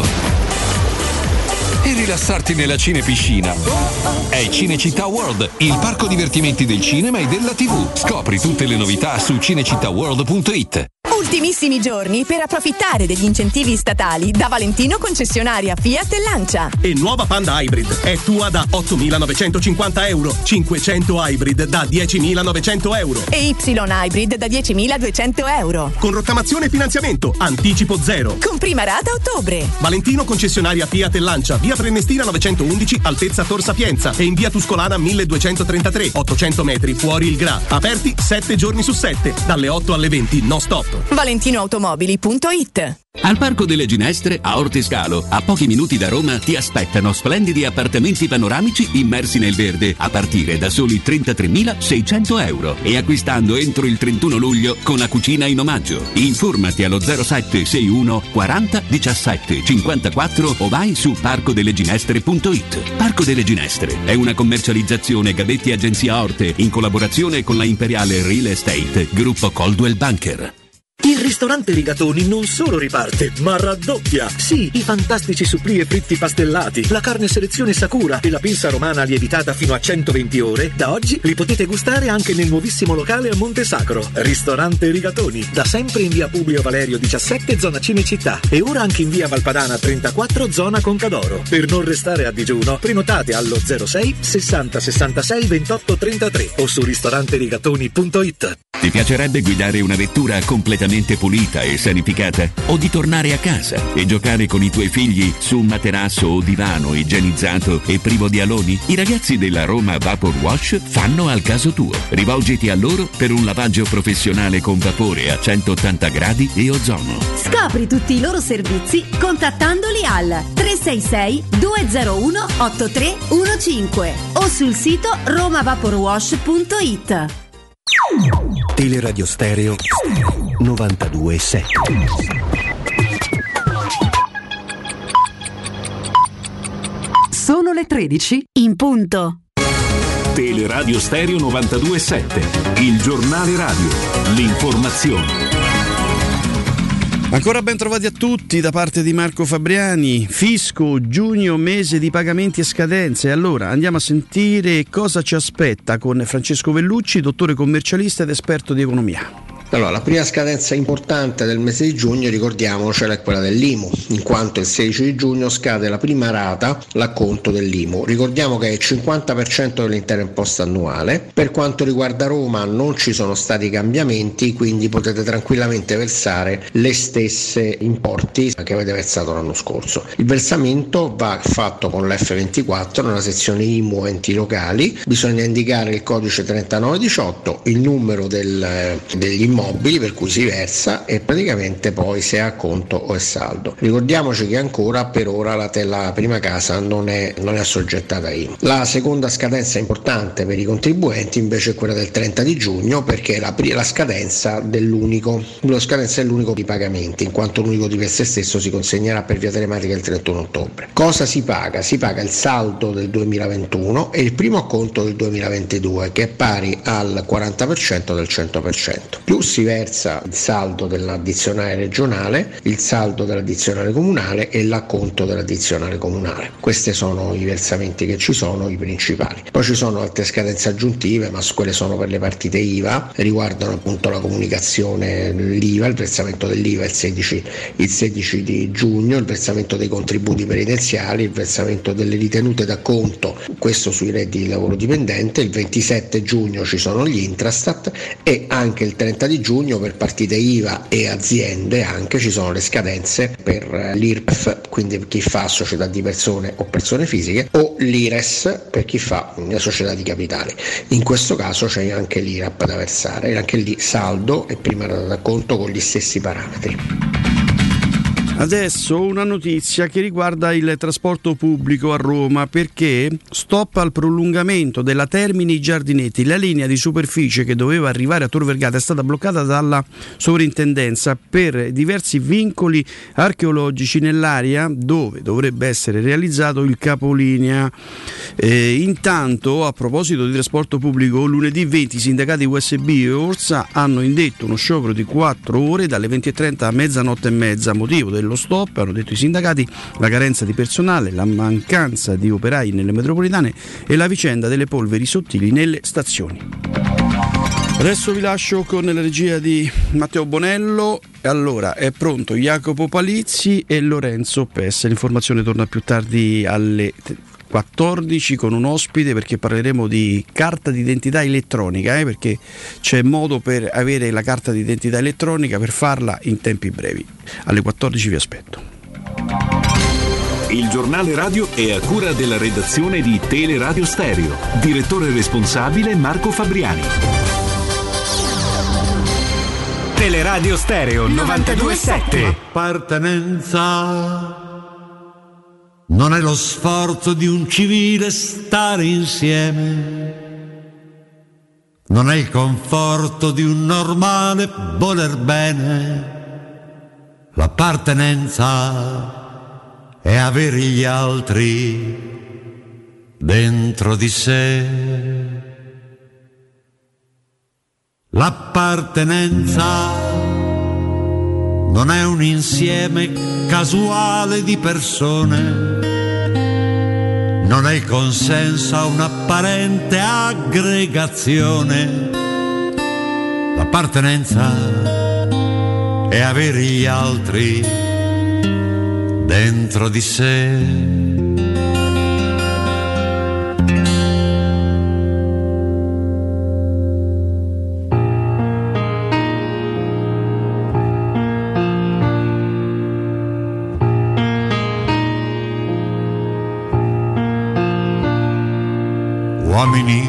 e rilassarti nella cinepiscina. È Cinecittà World, il parco divertimenti del cinema e della tivù. Scopri tutte le novità su cinecittà world punto it. Ultimissimi giorni per approfittare degli incentivi statali da Valentino concessionaria Fiat e Lancia. E nuova Panda Hybrid è tua da ottomilanovecentocinquanta euro, cinquecento Hybrid da diecimilanovecento euro e Y Hybrid da diecimiladuecento euro. Con rottamazione e finanziamento, anticipo zero. Con prima rata a ottobre. Valentino concessionaria Fiat e Lancia, via Prenestina novecentoundici, altezza Tor Sapienza e in via Tuscolana milleduecentotrentatré, ottocento metri fuori il Gra. Aperti sette giorni su sette, dalle otto alle venti, no stop. valentinoautomobili punto it. Al Parco delle Ginestre, a Ortiscalo, a pochi minuti da Roma, ti aspettano splendidi appartamenti panoramici immersi nel verde a partire da soli trentatremilaseicento euro e acquistando entro il trentuno luglio con la cucina in omaggio. Informati allo zero sette sei uno quaranta diciassette cinquantaquattro o vai su parco delle ginestre punto it. Parco delle Ginestre è una commercializzazione Gabetti Agenzia Orte in collaborazione con la Imperiale Real Estate, gruppo Coldwell Banker. Il ristorante Rigatoni non solo riparte, ma raddoppia! Sì, i fantastici supplì e fritti pastellati, la carne selezione Sakura e la pinza romana lievitata fino a centoventi ore, da oggi li potete gustare anche nel nuovissimo locale a Monte Sacro. Ristorante Rigatoni, da sempre in via Publio Valerio diciassette, zona Cinecittà, e ora anche in via Valpadana trentaquattro, zona Concadoro. Per non restare a digiuno, prenotate allo zero sei sessanta sessantasei ventotto trentatré o su ristorante rigatoni punto it. Ti piacerebbe guidare una vettura completamente pulita e sanificata? O di tornare a casa e giocare con i tuoi figli su un materasso o divano igienizzato e privo di aloni? I ragazzi della Roma Vapor Wash fanno al caso tuo. Rivolgiti a loro per un lavaggio professionale con vapore a centottanta gradi e ozono. Scopri tutti i loro servizi contattandoli al tre sei sei due zero uno otto tre uno cinque o sul sito roma vapor wash punto it. Teleradio Stereo novantadue sette. Sono le tredici in punto. Teleradio Stereo novantadue sette, il giornale radio, l'informazione. Ancora ben trovati a tutti da parte di Marco Fabriani. Fisco, giugno, mese di pagamenti e scadenze. Allora andiamo a sentire cosa ci aspetta con Francesco Vellucci, dottore commercialista ed esperto di economia. Allora, la prima scadenza importante del mese di giugno, ricordiamocela, è quella dell'I M U, in quanto il sedici di giugno scade la prima rata, l'acconto dell'I M U. Ricordiamo che è il cinquanta per cento dell'intera imposta annuale. Per quanto riguarda Roma non ci sono stati cambiamenti, quindi potete tranquillamente versare le stesse importi che avete versato l'anno scorso. Il versamento va fatto con l'F ventiquattro nella sezione I M U enti locali, bisogna indicare il codice trentanove diciotto, il numero del, degli immobili per cui si versa e praticamente poi se è a conto o è saldo. Ricordiamoci che ancora per ora la, la prima casa non è, non è assoggettata a I M U. La seconda scadenza importante per i contribuenti invece è quella del trenta di giugno, perché è la, la scadenza dell'unico la scadenza dell'unico di pagamenti, in quanto l'unico di per sé stesso si consegnerà per via telematica il trentuno ottobre. Cosa si paga? Si paga il saldo del duemilaventuno e il primo acconto del duemilaventidue, che è pari al quaranta per cento del cento per cento. Più si versa il saldo dell'addizionale regionale, il saldo dell'addizionale comunale e l'acconto dell'addizionale comunale. Questi sono i versamenti che ci sono, i principali. Poi ci sono altre scadenze aggiuntive, ma quelle sono per le partite I V A, riguardano appunto la comunicazione dell'I V A, il versamento dell'I V A il sedici, il sedici di giugno, il versamento dei contributi previdenziali, il versamento delle ritenute d'acconto, questo sui redditi di lavoro dipendente, il ventisette giugno ci sono gli Intrastat e anche il trenta di giugno per partite I V A e aziende anche ci sono le scadenze per l'I R P F, quindi per chi fa società di persone o persone fisiche, o l'I R E S per chi fa una società di capitali. In questo caso c'è anche l'I R A P da versare, anche lì saldo e prima rata d'acconto con gli stessi parametri. Adesso una notizia che riguarda il trasporto pubblico a Roma, perché stop al prolungamento della Termini Giardinetti. La linea di superficie che doveva arrivare a Tor Vergata è stata bloccata dalla sovrintendenza per diversi vincoli archeologici nell'area dove dovrebbe essere realizzato il capolinea. Eh, intanto, a proposito di trasporto pubblico, lunedì venti i sindacati U S B e Orsa hanno indetto uno sciopero di quattro ore dalle venti e trenta a mezzanotte e mezza. Motivo del lo stop, hanno detto i sindacati, la carenza di personale, la mancanza di operai nelle metropolitane e la vicenda delle polveri sottili nelle stazioni. Adesso vi lascio con la regia di Matteo Bonello. Allora, è pronto Jacopo Palizzi e Lorenzo Pessa. L'informazione torna più tardi alle quattordici con un ospite, perché parleremo di carta d'identità elettronica, eh, perché c'è modo per avere la carta d'identità elettronica, per farla in tempi brevi. Alle quattordici vi aspetto. Il giornale radio è a cura della redazione di Teleradio Stereo. Direttore responsabile Marco Fabriani. Teleradio Stereo novantadue sette. L'appartenenza non è lo sforzo di un civile stare insieme, non è il conforto di un normale voler bene. L'appartenenza è avere gli altri dentro di sé. L'appartenenza non è un insieme casuale di persone, non è il consenso a un'apparente aggregazione. L'appartenenza è avere gli altri dentro di sé. Uomini,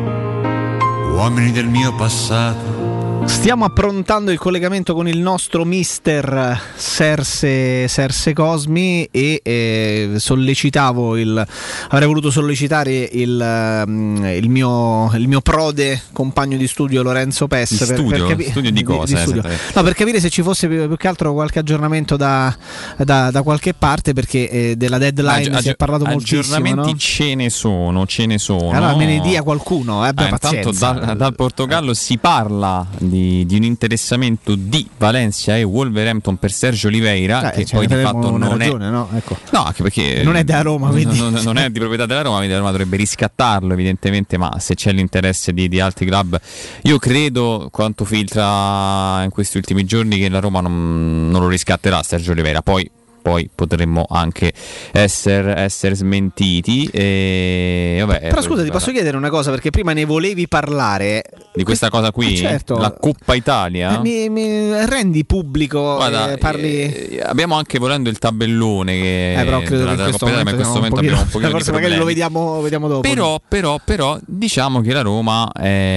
uomini del mio passato. Stiamo approntando il collegamento con il nostro mister Serse, Serse Cosmi e eh, sollecitavo il avrei voluto sollecitare il, um, il, mio, il mio prode compagno di studio Lorenzo Pes per, studio? per capi- studio di cosa? Di, di studio. No, per capire se ci fosse più, più che altro qualche aggiornamento da, da, da qualche parte, perché eh, della deadline Aggi- si è parlato moltissimo. Aggiornamenti no? ce ne sono, ce ne sono. Allora me ne dia qualcuno, eh, beh, ah, intanto dal, dal Portogallo si parla di Di, di un interessamento di Valencia e Wolverhampton per Sergio Oliveira, eh, che poi di fatto non ragione, è no? Ecco. no, anche perché non è da Roma, quindi. Non, non è di proprietà della Roma, quindi la Roma dovrebbe riscattarlo evidentemente, ma se c'è l'interesse di, di altri club, io credo, quanto filtra in questi ultimi giorni, che la Roma non, non lo riscatterà Sergio Oliveira. Poi poi potremmo anche essere, essere smentiti e, vabbè, però scusa, ti posso chiedere una cosa, perché prima ne volevi parlare di questa cosa qui, eh certo. La Coppa Italia, eh, mi, mi rendi pubblico. Guarda, eh, parli... eh, abbiamo anche volendo il tabellone che eh, però credo della, che in questo Coppa Italia, ma in questo momento abbiamo un pochino forse di magari lo vediamo, vediamo dopo. Però, però, però diciamo che la Roma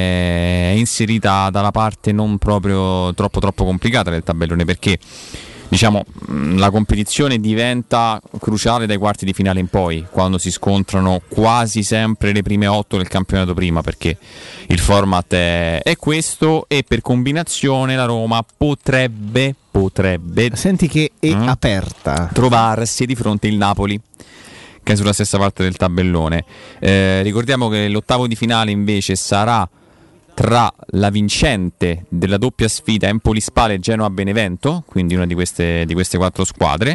è inserita dalla parte non proprio troppo troppo complicata del tabellone, perché diciamo la competizione diventa cruciale dai quarti di finale in poi, quando si scontrano quasi sempre le prime otto del campionato prima, perché il format è, è questo, e per combinazione la Roma potrebbe potrebbe senti che è mm, aperta trovarsi di fronte il Napoli, che è sulla stessa parte del tabellone. Eh, ricordiamo che l'ottavo di finale invece sarà tra la vincente della doppia sfida Empoli-Spal e Genoa-Benevento, quindi una di queste, di queste quattro squadre,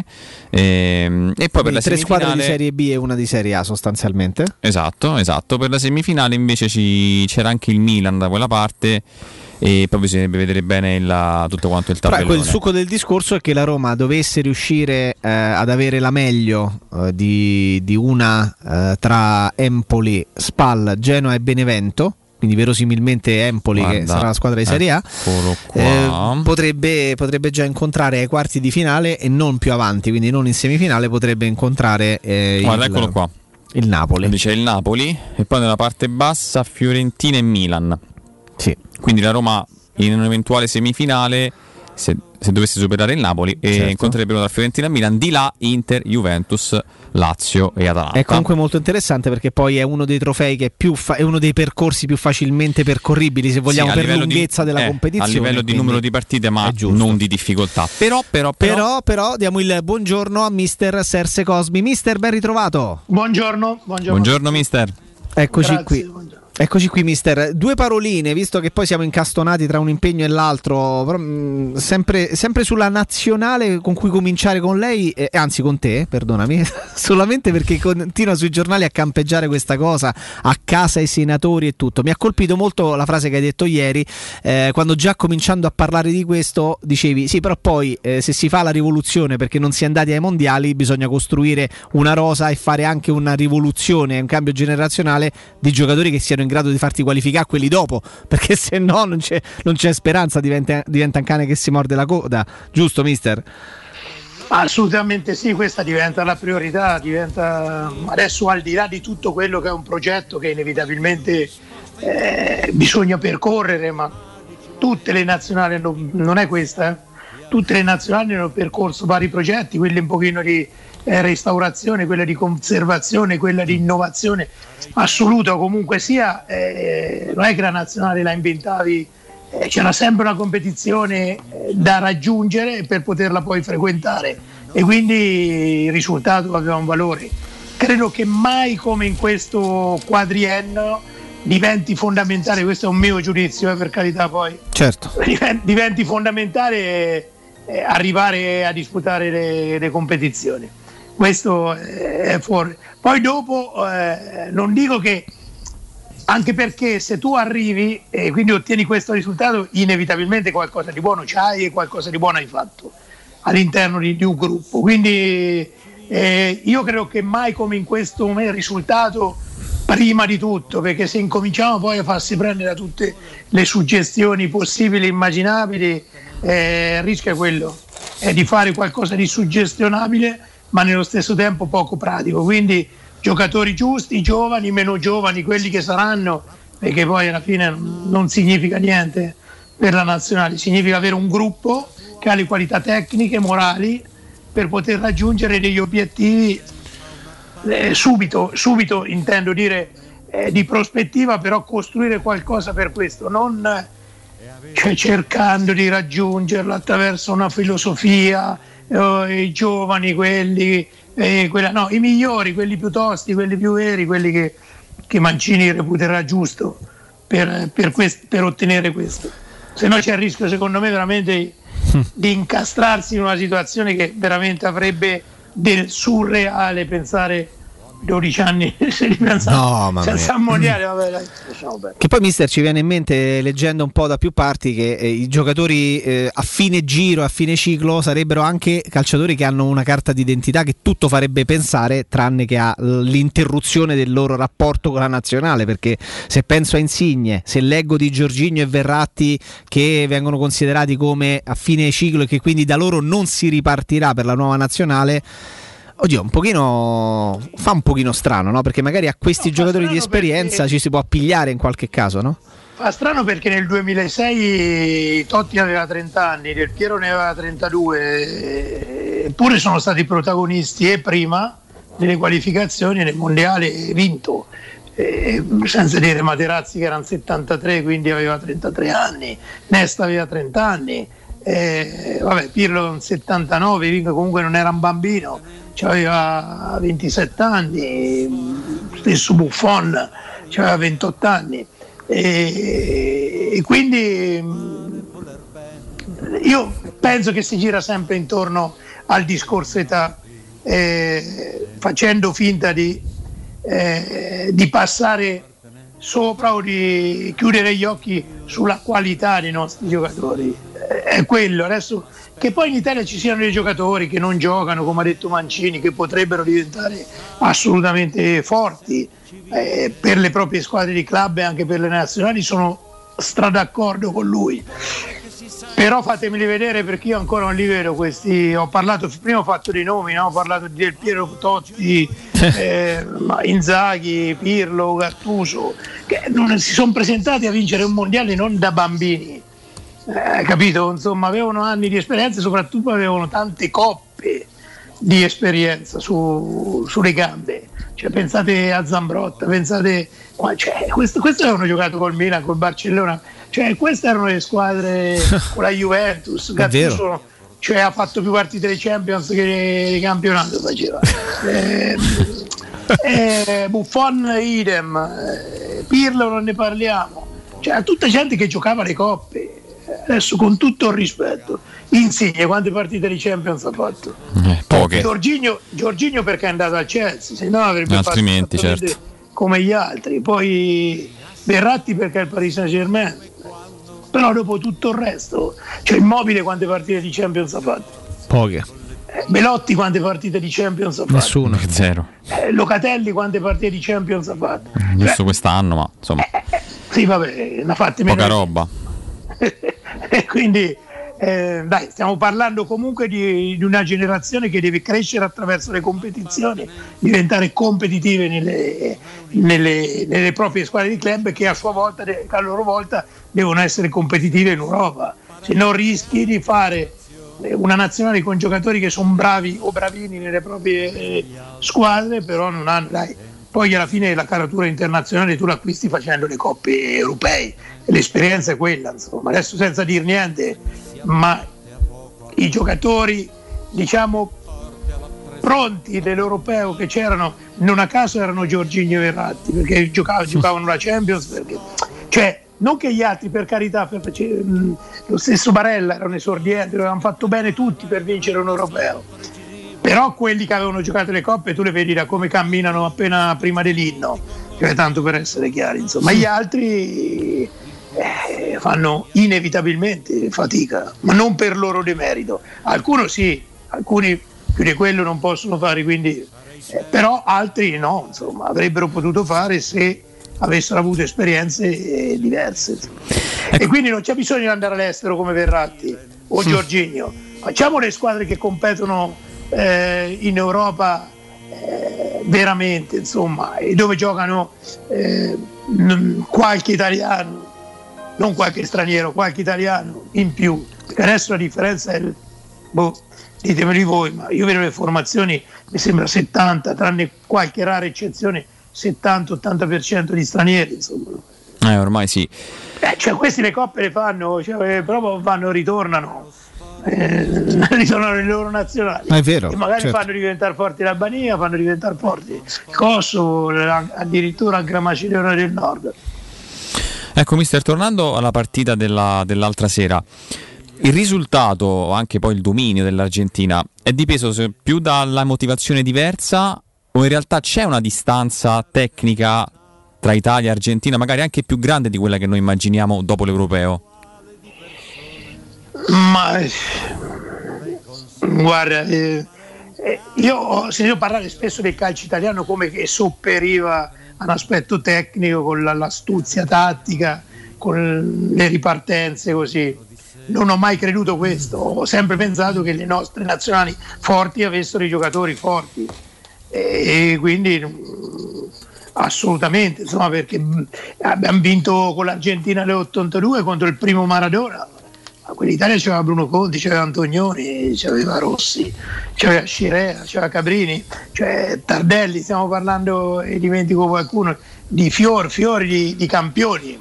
ehm, e poi per la tre semifinale squadre di Serie B e una di Serie A sostanzialmente. Esatto, esatto. Per la semifinale invece ci, c'era anche il Milan da quella parte, e poi bisognerebbe vedere bene il, tutto quanto il tabellone. Però il succo del discorso è che la Roma dovesse riuscire eh, ad avere la meglio eh, di, di una eh, tra Empoli, Spal, Genoa e Benevento, quindi verosimilmente Empoli, Guarda, che sarà la squadra di Serie A, eh, potrebbe, potrebbe già incontrare ai quarti di finale e non più avanti, quindi non in semifinale, potrebbe incontrare eh, Guarda, il, eccolo qua. il Napoli. Quindi c'è il Napoli e poi nella parte bassa Fiorentina e Milan. Sì. Quindi la Roma in un'eventuale semifinale, se, se dovesse superare il Napoli, certo, e incontrerebbero tra Fiorentina e Milan, di là Inter, Juventus, Lazio e Atalanta. È comunque molto interessante, perché poi è uno dei trofei che è più fa- è uno dei percorsi più facilmente percorribili, se vogliamo, sì, per lunghezza di, della eh, competizione, a livello di numero di partite, ma non di difficoltà. Però però, però però però diamo il buongiorno a mister Serse Cosmi. Mister, ben ritrovato. Buongiorno, buongiorno. Buongiorno mister. Eccoci Grazie, qui. buongiorno. Eccoci qui mister, due paroline, visto che poi siamo incastonati tra un impegno e l'altro, però, mh, sempre, sempre sulla nazionale, con cui cominciare con lei, eh, anzi con te, perdonami, solamente perché continua sui giornali a campeggiare questa cosa, a casa i senatori e tutto. Mi ha colpito molto la frase che hai detto ieri, eh, quando già cominciando a parlare di questo dicevi sì, però poi eh, se si fa la rivoluzione perché non si è andati ai mondiali, bisogna costruire una rosa e fare anche una rivoluzione, un cambio generazionale di giocatori che siano in grado di farti qualificare quelli dopo, perché se no non c'è, non c'è speranza, diventa, diventa un cane che si morde la coda, giusto mister? Assolutamente sì, questa diventa la priorità, diventa adesso, al di là di tutto quello che è un progetto che inevitabilmente eh, bisogna percorrere, ma tutte le nazionali hanno, non è questa, eh? Tutte le nazionali hanno percorso vari progetti, quelli un pochino di eh, restaurazione, quella di conservazione, quella di innovazione assoluta, comunque sia, eh, non è che la nazionale la inventavi, eh, c'era sempre una competizione eh, da raggiungere per poterla poi frequentare, e quindi il risultato aveva un valore. Credo che mai come in questo quadriennio diventi fondamentale, questo è un mio giudizio, eh, per carità, poi certo, diventi fondamentale eh, arrivare a disputare le, le competizioni. Questo è fuori. Poi dopo eh, non dico che, anche perché se tu arrivi e quindi ottieni questo risultato, inevitabilmente qualcosa di buono c'hai e qualcosa di buono hai fatto all'interno di, di un gruppo. Quindi eh, io credo che mai come in questo momento il risultato prima di tutto, perché se incominciamo poi a farsi prendere da tutte le suggestioni possibili e immaginabili, eh, il rischio è quello, è di fare qualcosa di suggestionabile ma nello stesso tempo poco pratico. Quindi giocatori giusti, giovani, meno giovani, quelli che saranno, perché poi alla fine non significa niente per la nazionale, significa avere un gruppo che ha le qualità tecniche, morali per poter raggiungere degli obiettivi eh, subito, subito intendo dire eh, di prospettiva, però costruire qualcosa per questo, non cioè, cercando di raggiungerlo attraverso una filosofia, eh, i giovani, quelli, eh, quella, no, i migliori, quelli più tosti, quelli più veri, quelli che, che Mancini reputerà giusto per, per, quest, per ottenere questo. Se no c'è il rischio, secondo me, veramente di incastrarsi in una situazione che veramente avrebbe del surreale pensare dodici anni se li pensavo no, senza mondiale, vabbè, dai, lasciamo perdere. Che poi mister ci viene in mente, leggendo un po' da più parti, che eh, i giocatori eh, a fine giro, a fine ciclo sarebbero anche calciatori che hanno una carta d'identità che tutto farebbe pensare tranne che a l'interruzione del loro rapporto con la nazionale, perché se penso a Insigne, se leggo di Jorginho e Verratti che vengono considerati come a fine ciclo e che quindi da loro non si ripartirà per la nuova nazionale, oddio, un pochino fa un pochino strano, no? Perché magari a questi no, giocatori di esperienza perché ci si può appigliare in qualche caso, no? Fa strano perché nel duemilasei Totti aveva trenta anni, Del Piero ne aveva trentadue, eppure sono stati protagonisti e prima nelle qualificazioni nel mondiale vinto, eh, senza dire Materazzi che erano settantatré, quindi aveva trentatré anni, Nesta aveva trenta anni, eh, vabbè, Pirlo settantanove, comunque non era un bambino, aveva ventisette anni, stesso Buffon aveva ventotto anni, e, e quindi io penso che si gira sempre intorno al discorso età, eh, facendo finta di, eh, di passare sopra o di chiudere gli occhi sulla qualità dei nostri giocatori, è quello. Adesso che poi in Italia ci siano dei giocatori che non giocano, come ha detto Mancini, che potrebbero diventare assolutamente forti eh, per le proprie squadre di club e anche per le nazionali, sono stradaccordo con lui, però fatemeli vedere, perché io ancora non li vedo questi. Ho parlato, prima ho fatto dei nomi, no? Ho parlato di Del Piero, Totti, eh, Inzaghi, Pirlo, Gattuso, che non si sono presentati a vincere un mondiale non da bambini, eh, capito? Insomma, avevano anni di esperienza e soprattutto avevano tante coppe di esperienza su, sulle gambe. Cioè, pensate a Zambrotta, pensate, cioè, questo, questo avevano giocato col Milan, col Barcellona, cioè queste erano le squadre con la Juventus. Gattuso, cioè, ha fatto più partite di Champions che di campionato faceva. eh, eh, Buffon idem, eh, Pirlo non ne parliamo, cioè tutta gente che giocava le coppe. Adesso, con tutto il rispetto, Insigne quante partite di Champions ha fatto? Eh, poche. Jorginho, Jorginho perché è andato al Chelsea, se no avrebbe altrimenti fatto certo come gli altri. Poi Verratti perché è il Paris Saint-Germain, però dopo tutto il resto, cioè Immobile quante partite di Champions ha fatto? Poche. eh, Belotti quante partite di Champions ha fatto? Nessuno. Zero. eh, Locatelli quante partite di Champions ha fatto? Giusto cioè, quest'anno, ma insomma eh, sì, vabbè, ne ha fatte poca meno roba. e quindi eh, dai, stiamo parlando comunque di, di una generazione che deve crescere attraverso le competizioni, diventare competitive nelle, nelle, nelle proprie squadre di club, che a sua volta, a loro volta devono essere competitive in Europa. Se non rischi di fare una nazionale con giocatori che sono bravi o bravini nelle proprie eh, squadre, però non hanno, dai, poi alla fine la caratura internazionale tu l'acquisti facendo le coppe europee e l'esperienza è quella, insomma. Adesso senza dir niente, ma i giocatori, diciamo, pronti dell'europeo che c'erano, non a caso erano Jorginho e Verratti, perché giocavano, giocavano la Champions, perché, cioè, non che gli altri, per carità, per, per, lo stesso Barella era un esordiente, lo avevano fatto bene tutti per vincere un europeo, però quelli che avevano giocato le coppe tu le vedi da come camminano appena prima dell'inno, cioè, tanto per essere chiari, insomma. Gli altri eh, fanno inevitabilmente fatica, ma non per loro demerito. Alcuni sì, alcuni più di quello non possono fare, quindi eh, però altri no, insomma, avrebbero potuto fare se avessero avuto esperienze eh, diverse, e quindi non c'è bisogno di andare all'estero come Verratti o Jorginho. Facciamo le squadre che competono eh, in Europa eh, veramente, insomma, e dove giocano eh, qualche italiano, non qualche straniero, qualche italiano in più, perché adesso la differenza è, boh, ditemeli voi, ma io vedo le formazioni, mi sembra settanta, tranne qualche rara eccezione, settanta ottanta per cento di stranieri, insomma. Eh, ormai sì. Eh, cioè, questi le coppe le fanno, cioè, proprio vanno, ritornano, eh, ritornano le loro nazionali. Ma è vero, e magari certo. fanno diventare forti l'Albania, fanno diventare forti il Kosovo, addirittura anche la Macedonia del Nord. Ecco, mister, tornando alla partita della, dell'altra sera, il risultato, anche poi il dominio dell'Argentina, è dipeso più dalla motivazione diversa, o in realtà c'è una distanza tecnica tra Italia e Argentina, magari anche più grande di quella che noi immaginiamo dopo l'Europeo? Ma guarda, eh, io ho sentito parlare spesso del calcio italiano come che sopperiva a un aspetto tecnico con la, l'astuzia tattica, con le ripartenze, così. Non ho mai creduto questo, ho sempre pensato che le nostre nazionali forti avessero i giocatori forti, e quindi assolutamente, insomma, perché abbiamo vinto con l'Argentina nell'ottantadue contro il primo Maradona, ma quell'Italia c'aveva Bruno Conti, c'aveva Antonioni, c'aveva Rossi, c'aveva Scirea, c'aveva Cabrini, cioè Tardelli, stiamo parlando, e dimentico qualcuno, di fior, fiori di, di campioni,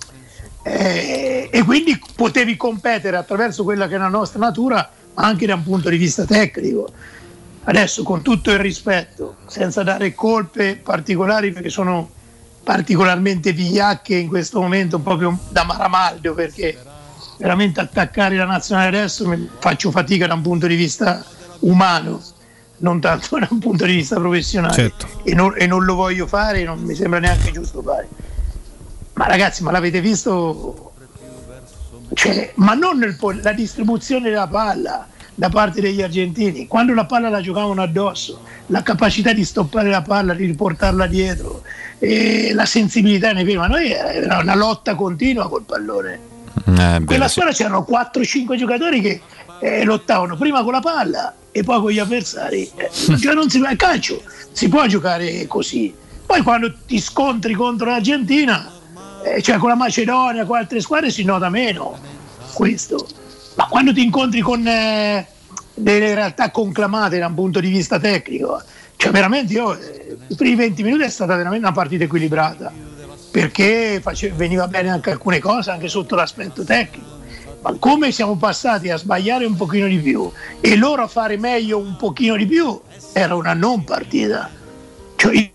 eh, e quindi potevi competere attraverso quella che è la nostra natura, ma anche da un punto di vista tecnico. Adesso, con tutto il rispetto, senza dare colpe particolari, perché sono particolarmente vigliacche in questo momento, proprio da Maramaldo, perché veramente attaccare la nazionale adesso mi faccio fatica da un punto di vista umano, non tanto da un punto di vista professionale, certo. e, non, e non lo voglio fare, non mi sembra neanche giusto fare. Ma ragazzi, ma l'avete visto? Cioè, ma non nel, la distribuzione della palla da parte degli argentini, quando la palla la giocavano addosso, la capacità di stoppare la palla, di riportarla dietro, e la sensibilità nei piedi, ma noi era una lotta continua col pallone. Eh, in quella squadra c'erano quattro cinque giocatori che eh, lottavano prima con la palla e poi con gli avversari, eh, cioè non si va a calcio, si può giocare così. Poi quando ti scontri contro l'Argentina, eh, cioè con la Macedonia, con altre squadre, si nota meno questo. Ma quando ti incontri con eh, delle realtà conclamate da un punto di vista tecnico, cioè veramente io eh, i primi venti minuti è stata veramente una partita equilibrata, perché face, veniva bene anche alcune cose, anche sotto l'aspetto tecnico, ma come siamo passati a sbagliare un pochino di più e loro a fare meglio un pochino di più, era una non partita. Cioè io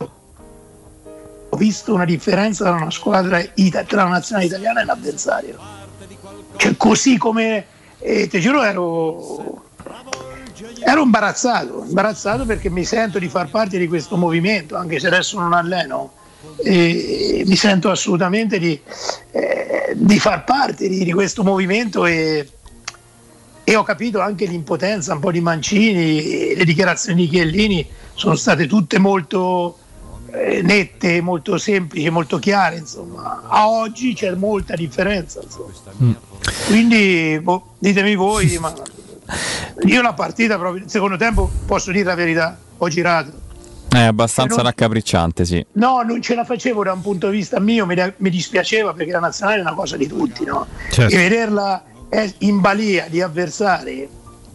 ho visto una differenza tra una squadra ita- tra la nazionale italiana e l'avversario, cioè così come e ti giuro ero ero imbarazzato imbarazzato perché mi sento di far parte di questo movimento, anche se adesso non alleno, e mi sento assolutamente di, eh, di far parte di, di questo movimento, e, e ho capito anche l'impotenza un po' di Mancini, le dichiarazioni di Chiellini sono state tutte molto eh, nette, molto semplici, molto chiare, insomma. A oggi c'è molta differenza, insomma. Mm. Quindi boh, ditemi voi, ma io la partita proprio il secondo tempo, posso dire la verità, ho girato. È abbastanza non, raccapricciante, sì. No, non ce la facevo da un punto di vista mio, mi, mi dispiaceva perché la nazionale è una cosa di tutti, no? Certo. E vederla in balia di avversari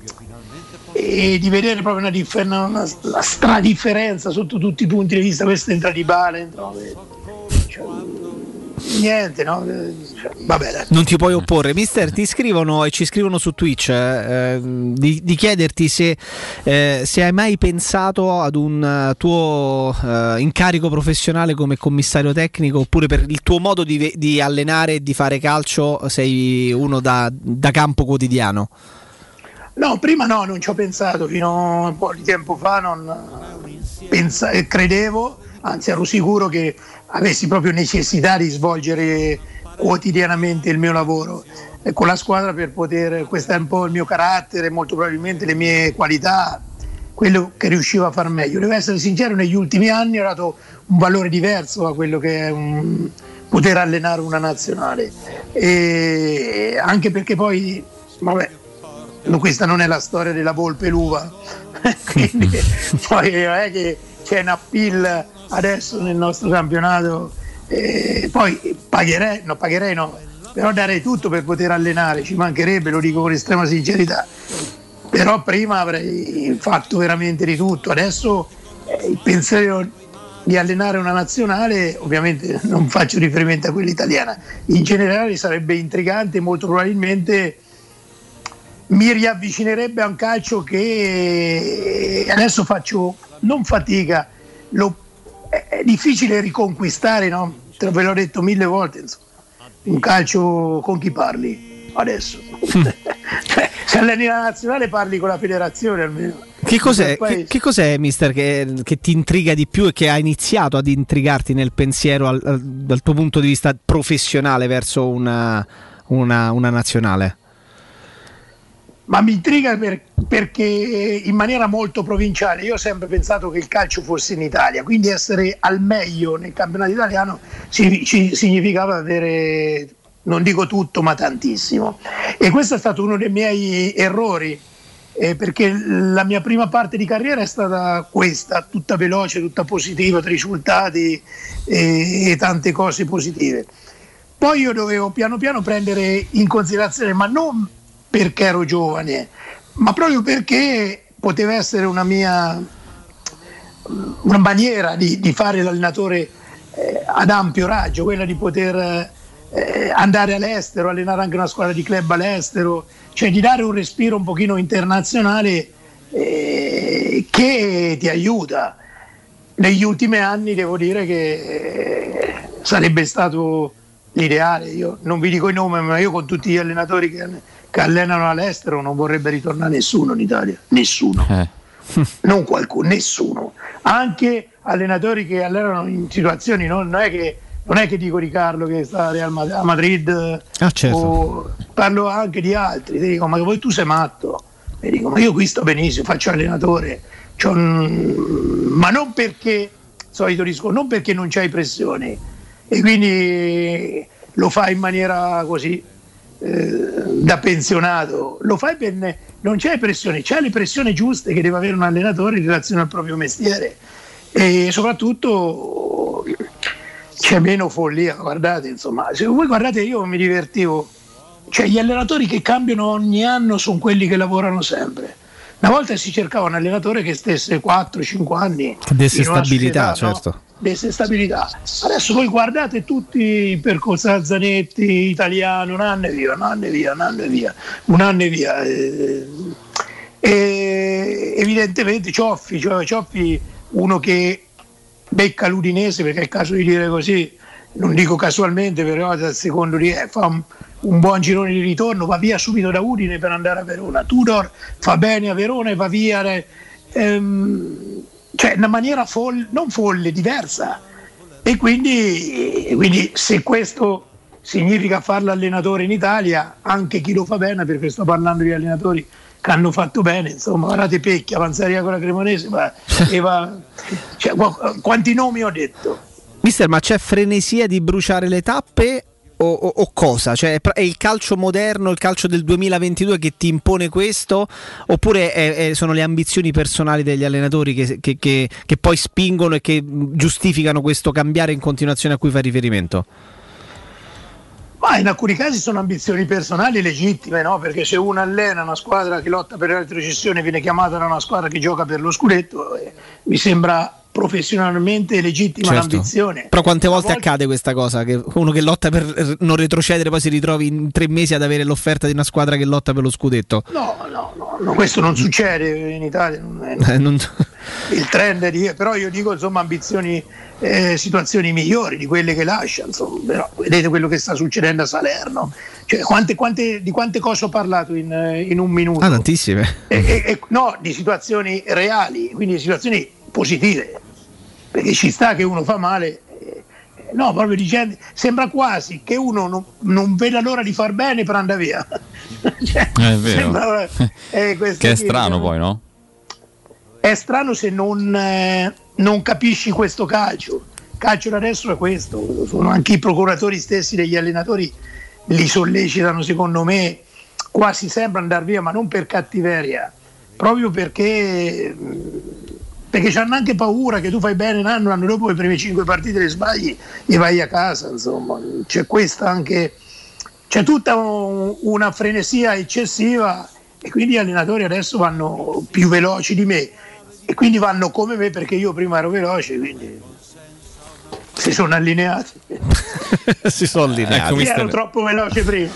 e di vedere proprio una, differ- una, una stradifferenza sotto tutti i punti di vista, questo entra di Bale, no? Cioè, niente, no? Cioè, vabbè, dai. Non ti puoi opporre. Mister, ti scrivono e ci scrivono su Twitch eh, di, di chiederti se, eh, se hai mai pensato ad un tuo eh, incarico professionale come commissario tecnico, oppure per il tuo modo di, di allenare e di fare calcio sei uno da, da campo quotidiano. No, prima no, non ci ho pensato, fino a un po' di tempo fa non pensa- credevo, anzi ero sicuro che avessi proprio necessità di svolgere quotidianamente il mio lavoro con la squadra per poter, questo è un po' il mio carattere, molto probabilmente le mie qualità, quello che riuscivo a far meglio. Devo essere sincero, negli ultimi anni ho dato un valore diverso a quello che è un, poter allenare una nazionale, e anche perché poi, vabbè, questa non è la storia della volpe e l'uva, quindi poi non è che c'è un appeal adesso nel nostro campionato, eh, poi pagherei, no pagherei no, però darei tutto per poter allenare, ci mancherebbe, lo dico con estrema sincerità, però prima avrei fatto veramente di tutto. Adesso eh, il pensiero di allenare una nazionale, ovviamente non faccio riferimento a quella italiana, in generale sarebbe intrigante, molto probabilmente mi riavvicinerebbe a un calcio che adesso faccio non fatica, lo, è difficile riconquistare, no? Te ve l'ho detto mille volte, insomma. Un calcio con chi parli adesso? Cioè, se alleni la nazionale parli con la federazione almeno. Che cos'è, che, che cos'è mister, che, che ti intriga di più e che ha iniziato ad intrigarti nel pensiero al, al, dal tuo punto di vista professionale verso una, una, una nazionale? Ma mi intriga per, perché in maniera molto provinciale io ho sempre pensato che il calcio fosse in Italia, quindi essere al meglio nel campionato italiano ci, ci significava avere, non dico tutto, ma tantissimo. E questo è stato uno dei miei errori, eh, perché la mia prima parte di carriera è stata questa, tutta veloce, tutta positiva, risultati e, e tante cose positive. Poi io dovevo piano piano prendere in considerazione, ma non perché ero giovane, ma proprio perché poteva essere una mia una maniera di, di fare l'allenatore eh, ad ampio raggio, quella di poter eh, andare all'estero, allenare anche una squadra di club all'estero, cioè di dare un respiro un pochino internazionale eh, che ti aiuta. Negli ultimi anni devo dire che eh, sarebbe stato l'ideale. Io non vi dico i nomi, ma io con tutti gli allenatori che che allenano all'estero non vorrebbe ritornare nessuno in Italia, nessuno, eh. non qualcuno, nessuno, anche allenatori che allenano in situazioni, non, non, è, che, non è che dico di Carlo che sta a Real Madrid, ah, certo. o parlo anche di altri, ti dico ma voi tu sei matto, e dico ma io qui sto benissimo, faccio allenatore, un... ma non perché, solito discorso, non perché non c'hai pressioni e quindi lo fai in maniera così da pensionato, lo fai per ne... non c'è pressione, c'è le pressioni giuste che deve avere un allenatore in relazione al proprio mestiere e soprattutto c'è meno follia. Guardate, insomma, se voi guardate, io mi divertivo, cioè gli allenatori che cambiano ogni anno sono quelli che lavorano sempre. Una volta si cercava un allenatore che stesse quattro cinque anni, che desse stabilità, società, certo, no? Desse stabilità. Adesso voi guardate tutti i percorsi a Zanetti, italiano, un anno e via, un anno e via, un anno e via, un anno e via. E, e evidentemente Cioffi, cioè Cioffi, uno che becca l'Udinese, perché è il caso di dire così, non dico casualmente, però dal secondo di, eh, fa un, un buon girone di ritorno, va via subito da Udine per andare a Verona. Tudor fa bene a Verona e va via. Ehm, cioè una maniera folle, non folle, diversa, e quindi, quindi se questo significa fare l'allenatore in Italia, anche chi lo fa bene, perché sto parlando di allenatori che hanno fatto bene, insomma, guardate Pecchia, Avanzaria con la Cremonese, ma Eva, cioè, quanti nomi ho detto? Mister, ma c'è frenesia di bruciare le tappe o, o, o cosa? Cioè, è il calcio moderno, il calcio del duemilaventidue che ti impone questo, oppure è, è, sono le ambizioni personali degli allenatori che, che, che, che poi spingono e che giustificano questo cambiare in continuazione a cui fai riferimento? Ma in alcuni casi sono ambizioni personali legittime, no? Perché se uno allena una squadra che lotta per la retrocessione e viene chiamata da una squadra che gioca per lo scudetto, eh, mi sembra professionalmente legittima, certo, l'ambizione. Però quante volte volta... accade questa cosa? Che uno che lotta per non retrocedere poi si ritrovi in tre mesi ad avere l'offerta di una squadra che lotta per lo scudetto? No, no, no, no, questo non succede in Italia. Non è, eh, non... Il trend è di... Però io dico, insomma, ambizioni, eh, situazioni migliori di quelle che lascia, insomma. Però vedete quello che sta succedendo a Salerno. Cioè, quante, quante, di quante cose ho parlato in, in un minuto? Ah, tantissime. E, e, e, no, di situazioni reali, quindi di situazioni positive, perché ci sta che uno fa male, eh, no, proprio dicendo, sembra quasi che uno non, non veda l'ora di far bene per andare via. Cioè, è vero, sembra, eh, che è strano poi, no? È strano se non, eh, non capisci questo calcio. Il calcio da adesso è questo, sono anche i procuratori stessi degli allenatori li sollecitano, secondo me, quasi sembra andare via, ma non per cattiveria, proprio perché perché hanno anche paura che tu fai bene un anno, l'anno dopo le prime cinque partite le sbagli e vai a casa, insomma. C'è questa anche, c'è tutta un, una frenesia eccessiva e quindi gli allenatori adesso vanno più veloci di me e quindi vanno come me, perché io prima ero veloce, quindi si sono allineati. si sono allineati. Ecco, ero troppo veloce prima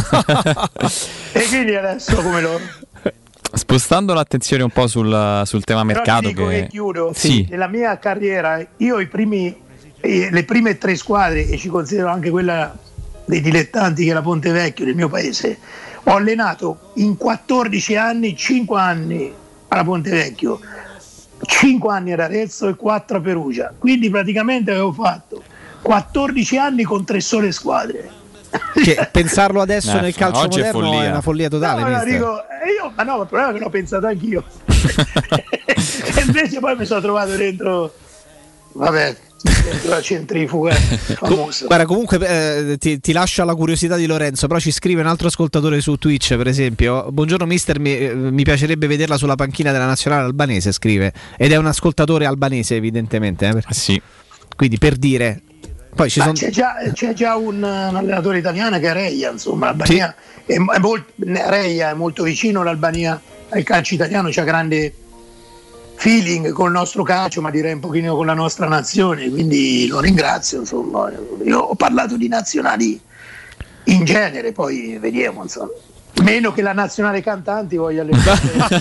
e quindi adesso come loro. Spostando l'attenzione un po' sul, sul tema mercato, dico che... e chiudo, sì. Nella mia carriera io i primi eh, le prime tre squadre, e ci considero anche quella dei dilettanti che è la Pontevecchio del mio paese, ho allenato in quattordici anni, cinque anni alla Pontevecchio, cinque anni ad Arezzo e quattro a Perugia, quindi praticamente avevo fatto quattordici anni con tre sole squadre. Che pensarlo adesso eh, nel calcio moderno è, follia. è una follia totale. No, no, dico, io, ma no, il problema è che l'ho pensato anch'io. E invece poi mi sono trovato dentro, vabbè, dentro la centrifuga famosa. Guarda, comunque eh, ti, ti lascia la curiosità di Lorenzo, però ci scrive un altro ascoltatore su Twitch, per esempio: buongiorno mister, mi, eh, mi piacerebbe vederla sulla panchina della nazionale albanese, scrive, ed è un ascoltatore albanese evidentemente, eh, ah, sì. Quindi per dire. Poi ci son... c'è, già, c'è già un, un allenatore italiano che è Reia, insomma, l'Albania sì. è, è molto, Reia è molto vicino all'Albania al calcio italiano, c'ha grande feeling col nostro calcio, ma direi un pochino con la nostra nazione, quindi lo ringrazio, insomma. Io ho parlato di nazionali in genere, poi vediamo, insomma. Meno che la nazionale cantanti voglia allenare.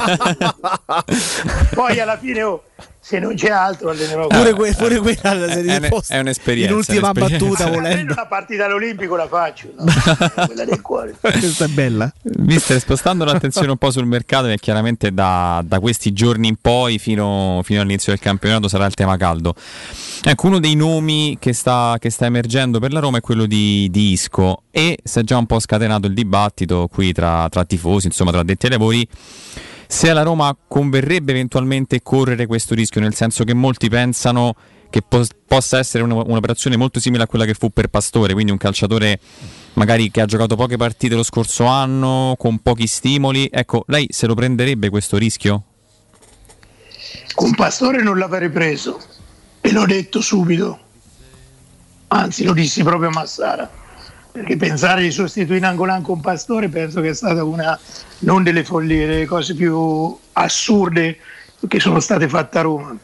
Poi alla fine oh, se non c'è altro allenerò pure, que- pure quella è, è, è un'esperienza, in ultima un'esperienza. battuta volendo una partita all'Olimpico la faccio, no? Quella del cuore. Questa è bella. Mister, spostando l'attenzione un po' sul mercato, che chiaramente da, da questi giorni in poi fino, fino all'inizio del campionato sarà il tema caldo. Ecco, uno dei nomi che sta, che sta emergendo per la Roma è quello di, di Isco, e si è già un po' scatenato il dibattito qui tra, tra tifosi, insomma tra addetti ai lavori, se alla Roma converrebbe eventualmente correre questo rischio, nel senso che molti pensano che po- possa essere un, un'operazione molto simile a quella che fu per Pastore, quindi un calciatore magari che ha giocato poche partite lo scorso anno, con pochi stimoli. Ecco, lei se lo prenderebbe questo rischio? Con Pastore non l'avrei preso, e l'ho detto subito, anzi lo dissi proprio a Massara, perché pensare di sostituire Nangolan con Pastore penso che è stata una, non delle follie, delle cose più assurde che sono state fatte a Roma.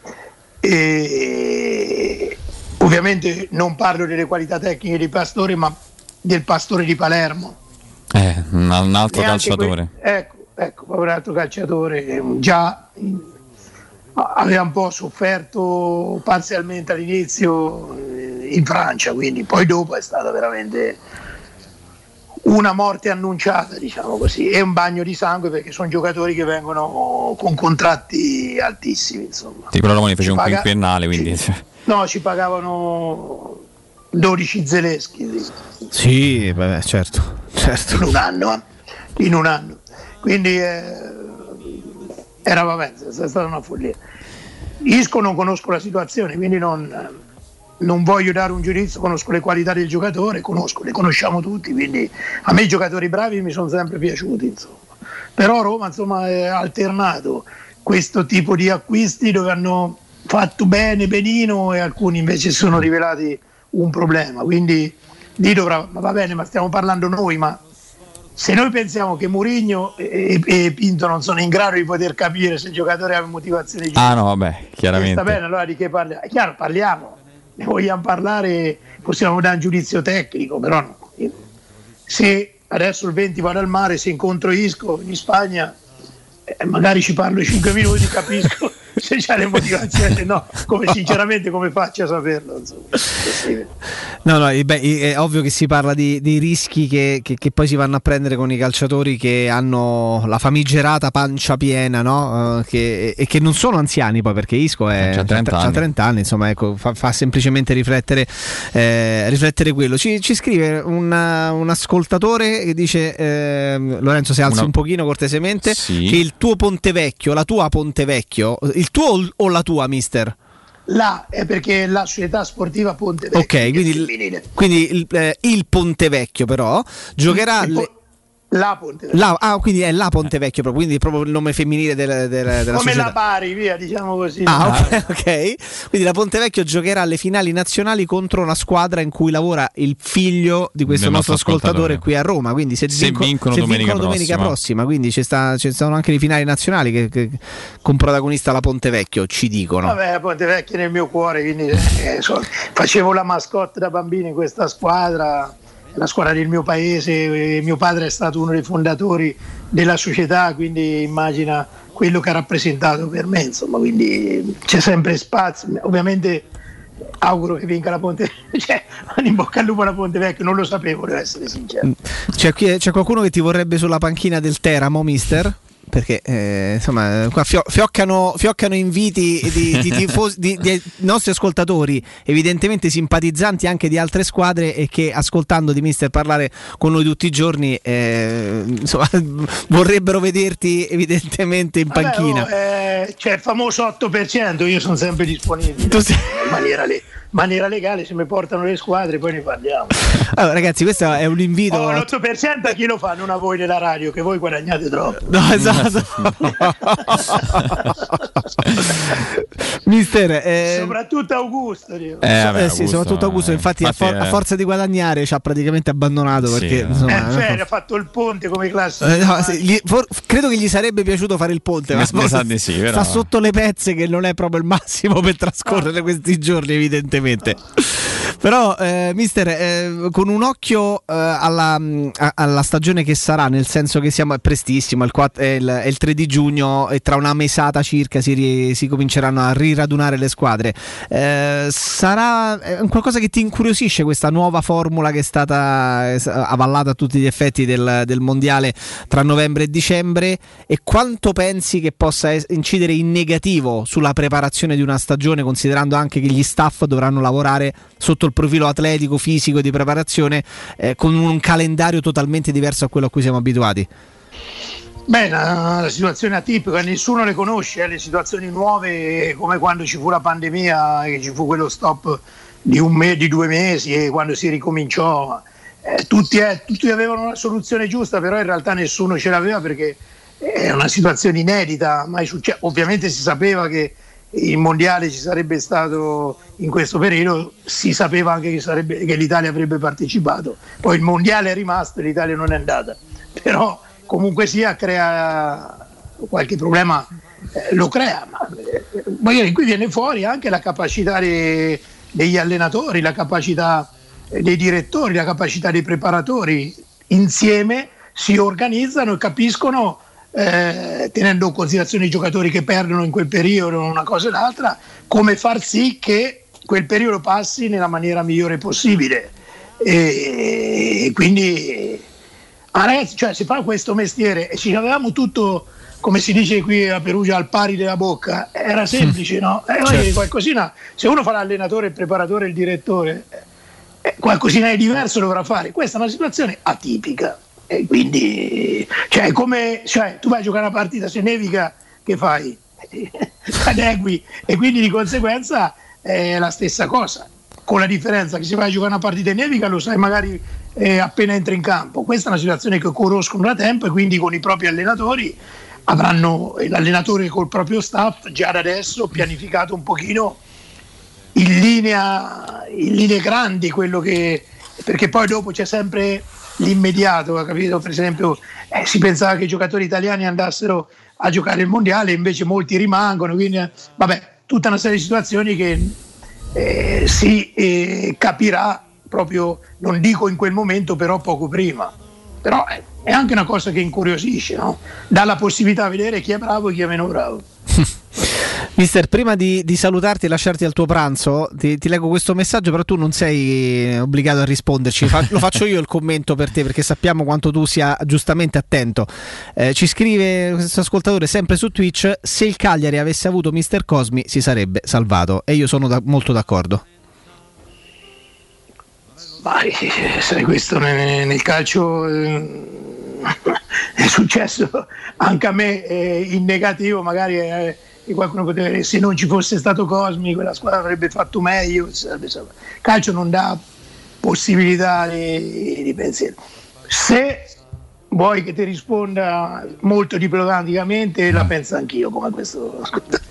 E ovviamente non parlo delle qualità tecniche di Pastore, ma del Pastore di Palermo, eh, un, un altro Neanche calciatore que- ecco, ecco, un altro calciatore già in, aveva un po' sofferto parzialmente all'inizio in Francia, quindi poi dopo è stata veramente una morte annunciata, diciamo così, e un bagno di sangue, perché sono giocatori che vengono con contratti altissimi, insomma. Tipo la Roma ne fece Ci un paga- quinquennale, quindi ci, no, ci pagavano dodici Zelensky sì, beh, certo, certo. in un anno, eh? in un anno. quindi eh, era vabbè, è stata una follia. Isco non conosco la situazione, quindi non, non voglio dare un giudizio, conosco le qualità del giocatore, conosco, le conosciamo tutti, quindi a me i giocatori bravi mi sono sempre piaciuti, insomma. Però Roma insomma ha alternato questo tipo di acquisti dove hanno fatto bene, benino, e alcuni invece si sono rivelati un problema, quindi lì dovrà, ma va bene, ma stiamo parlando noi, ma se noi pensiamo che Mourinho e, e Pinto non sono in grado di poter capire se il giocatore ha motivazioni giuste, ah no vabbè, chiaramente sta bene, allora di che parliamo? È chiaro, parliamo, ne vogliamo parlare, possiamo dare un giudizio tecnico, però no. Se adesso il venti vado al mare, se incontro Isco in Spagna, eh, magari ci parlo i cinque minuti, capisco se c'ha le motivazioni, se no, come sinceramente come faccio a saperlo, insomma. No, no, beh, è ovvio che si parla di, di rischi che, che, che poi si vanno a prendere con i calciatori che hanno la famigerata pancia piena, no? Uh, che, e che non sono anziani poi, perché Isco è c'ha trenta, c'ha trenta anni, insomma, ecco, fa, fa semplicemente riflettere, eh, riflettere quello. Ci, ci scrive una, un ascoltatore che dice, eh, Lorenzo, se alzi una... un pochino cortesemente, sì, che il tuo Pontevecchio, la tua Pontevecchio, il tuo o la tua, mister? Là è perché la società sportiva Pontevecchio. Ok, quindi, quindi il, eh, il Pontevecchio però giocherà il, le... la Pontevecchio. La, ah, quindi è la Pontevecchio, proprio, quindi proprio il nome femminile del, del, della come società. La Bari, via, diciamo così. Ah, ok, ok. Quindi la Pontevecchio giocherà alle finali nazionali contro una squadra in cui lavora il figlio di questo nostro, nostro ascoltatore, ascoltatore qui a Roma. Quindi se, se vinco, vincono, se domenica, vincono domenica prossima. prossima, quindi ci, sta, ci stanno anche le finali nazionali che, che, con protagonista la Pontevecchio, ci dicono. Vabbè, la Pontevecchio è nel mio cuore, quindi eh, so, facevo la mascotte da bambino in questa squadra. La squadra del mio paese, mio padre è stato uno dei fondatori della società, quindi immagina quello che ha rappresentato per me, insomma, quindi c'è sempre spazio. Ovviamente auguro che vinca la Pontevecchio, cioè in bocca al lupo alla Pontevecchio, non lo sapevo, devo essere sincero. C'è, c'è qualcuno che ti vorrebbe sulla panchina del Teramo, mister? Perché eh, insomma qua fio- fioccano, fioccano inviti di, di, tifosi, di, di nostri ascoltatori evidentemente simpatizzanti anche di altre squadre e che ascoltando di mister parlare con noi tutti i giorni eh, insomma, vorrebbero vederti evidentemente in panchina. Vabbè, oh, eh, c'è il famoso otto per cento, io sono sempre disponibile tu sei... in maniera, le- maniera legale, se mi portano le squadre poi ne parliamo. Allora ragazzi, questo è un invito. Oh, l'otto per cento a chi lo fa? Non a voi della radio, che voi guadagnate troppo. No, esatto. Mister, eh... soprattutto Augusto, eh, vabbè, eh, sì, Augusto, soprattutto Augusto, infatti, infatti a, for- a forza di guadagare ci ha praticamente abbandonato, sì, perché insomma, eh, Ferri ha fatto il ponte come classe. Eh, no, sì, gli, for- credo che gli sarebbe piaciuto fare il ponte, ma sa di sì, sta sotto le pezze, che non è proprio il massimo per trascorrere ah. questi giorni, evidentemente. Però eh, mister, eh, con un occhio eh, alla, a, alla stagione che sarà, nel senso che siamo è prestissimo, il, quattro, è il, è il tre di giugno e tra una mesata circa si, ri, si cominceranno a riradunare le squadre. Eh, sarà è qualcosa che ti incuriosisce, questa nuova formula che è stata avallata a tutti gli effetti del, del mondiale tra novembre e dicembre, e quanto pensi che possa incidere in negativo sulla preparazione di una stagione, considerando anche che gli staff dovranno lavorare sotto il profilo atletico, fisico, di preparazione, eh, con un calendario totalmente diverso a quello a cui siamo abituati? Beh, la, la situazione atipica, nessuno le conosce, eh, le situazioni nuove, come quando ci fu la pandemia, che ci fu quello stop di un mese, di due mesi, e quando si ricominciò, eh, tutti, eh, tutti avevano una soluzione giusta, però in realtà nessuno ce l'aveva, perché è una situazione inedita, mai succe- ovviamente si sapeva che il mondiale ci sarebbe stato in questo periodo, si sapeva anche che, sarebbe, che l'Italia avrebbe partecipato, poi il mondiale è rimasto e l'Italia non è andata, però comunque sia crea qualche problema, eh, lo crea, ma eh, magari qui viene fuori anche la capacità de, degli allenatori, la capacità dei direttori, la capacità dei preparatori, insieme si organizzano e capiscono, Eh, tenendo in considerazione i giocatori che perdono in quel periodo una cosa e l'altra, come far sì che quel periodo passi nella maniera migliore possibile, e, e quindi ah, ragazzi, cioè, si fa questo mestiere e ci avevamo tutto, come si dice qui a Perugia, al pari della bocca, era semplice, no? Eh, certo. Qualcosina, se uno fa l'allenatore, il preparatore, il direttore, eh, qualcosina di diverso dovrà fare. Questa è una situazione atipica. E quindi, cioè, Cioè, come, cioè, tu vai a giocare una partita, se nevica, che fai? Adegui, e quindi di conseguenza è la stessa cosa, con la differenza che se vai a giocare una partita in nevica lo sai magari eh, appena entri in campo. Questa è una situazione che conoscono da tempo e quindi con i propri allenatori avranno, l'allenatore col proprio staff già da adesso pianificato un pochino in linea, in linee grandi quello che, perché poi dopo c'è sempre l'immediato, capito? Per esempio eh, si pensava che i giocatori italiani andassero a giocare il mondiale, invece molti rimangono, quindi vabbè, tutta una serie di situazioni che eh, si eh, capirà proprio, non dico in quel momento, però poco prima. Però eh, è anche una cosa che incuriosisce, no? Dà la possibilità di vedere chi è bravo e chi è meno bravo. Mister, prima di, di salutarti e lasciarti al tuo pranzo, ti, ti leggo questo messaggio, però tu non sei obbligato a risponderci. Fa, lo faccio io il commento per te, perché sappiamo quanto tu sia giustamente attento. Eh, ci scrive questo ascoltatore sempre su Twitch: se il Cagliari avesse avuto Mister Cosmi si sarebbe salvato, e io sono da, molto d'accordo. Ma eh, sai, questo nel, nel calcio eh, è successo anche a me eh, in negativo, magari eh, qualcuno poteva dire se non ci fosse stato Cosmi quella squadra avrebbe fatto meglio. Il calcio non dà possibilità di, di pensiero. Se vuoi che ti risponda molto diplomaticamente, la penso anch'io come questo.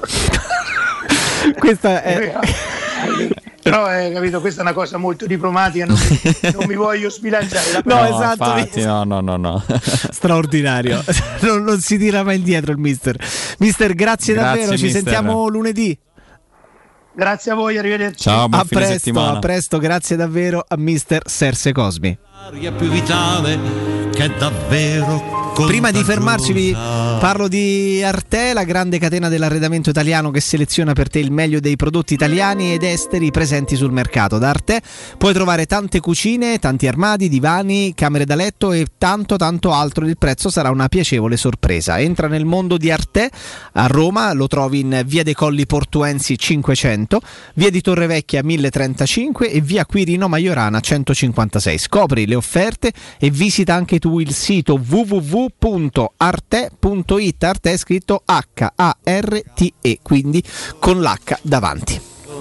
Questa è però eh, capito, questa è una cosa molto diplomatica, non mi, non mi voglio sbilanciare. No, no, esatto, infatti, no, no, no, no. Straordinario. non, non si tira mai indietro il mister. Mister, grazie, grazie davvero, ci mister. sentiamo lunedì. Grazie a voi, arrivederci. Ciao, buon a fine presto, settimana. a presto, grazie davvero a mister Serse Cosmi. L'aria più vitale che davvero. Prima di fermarci vi parlo di Arte, la grande catena dell'arredamento italiano che seleziona per te il meglio dei prodotti italiani ed esteri presenti sul mercato. Da Arte puoi trovare tante cucine, tanti armadi, divani, camere da letto e tanto tanto altro. Il prezzo sarà una piacevole sorpresa. Entra nel mondo di Arte a Roma, lo trovi in via dei Colli Portuensi cinquecento, via di Torrevecchia mille trentacinque e via Quirino Maiorana centocinquantasei. Scopri le offerte e visita anche tu il sito w w w punto arte punto it. Arte è scritto H A R T E, quindi con l'H davanti.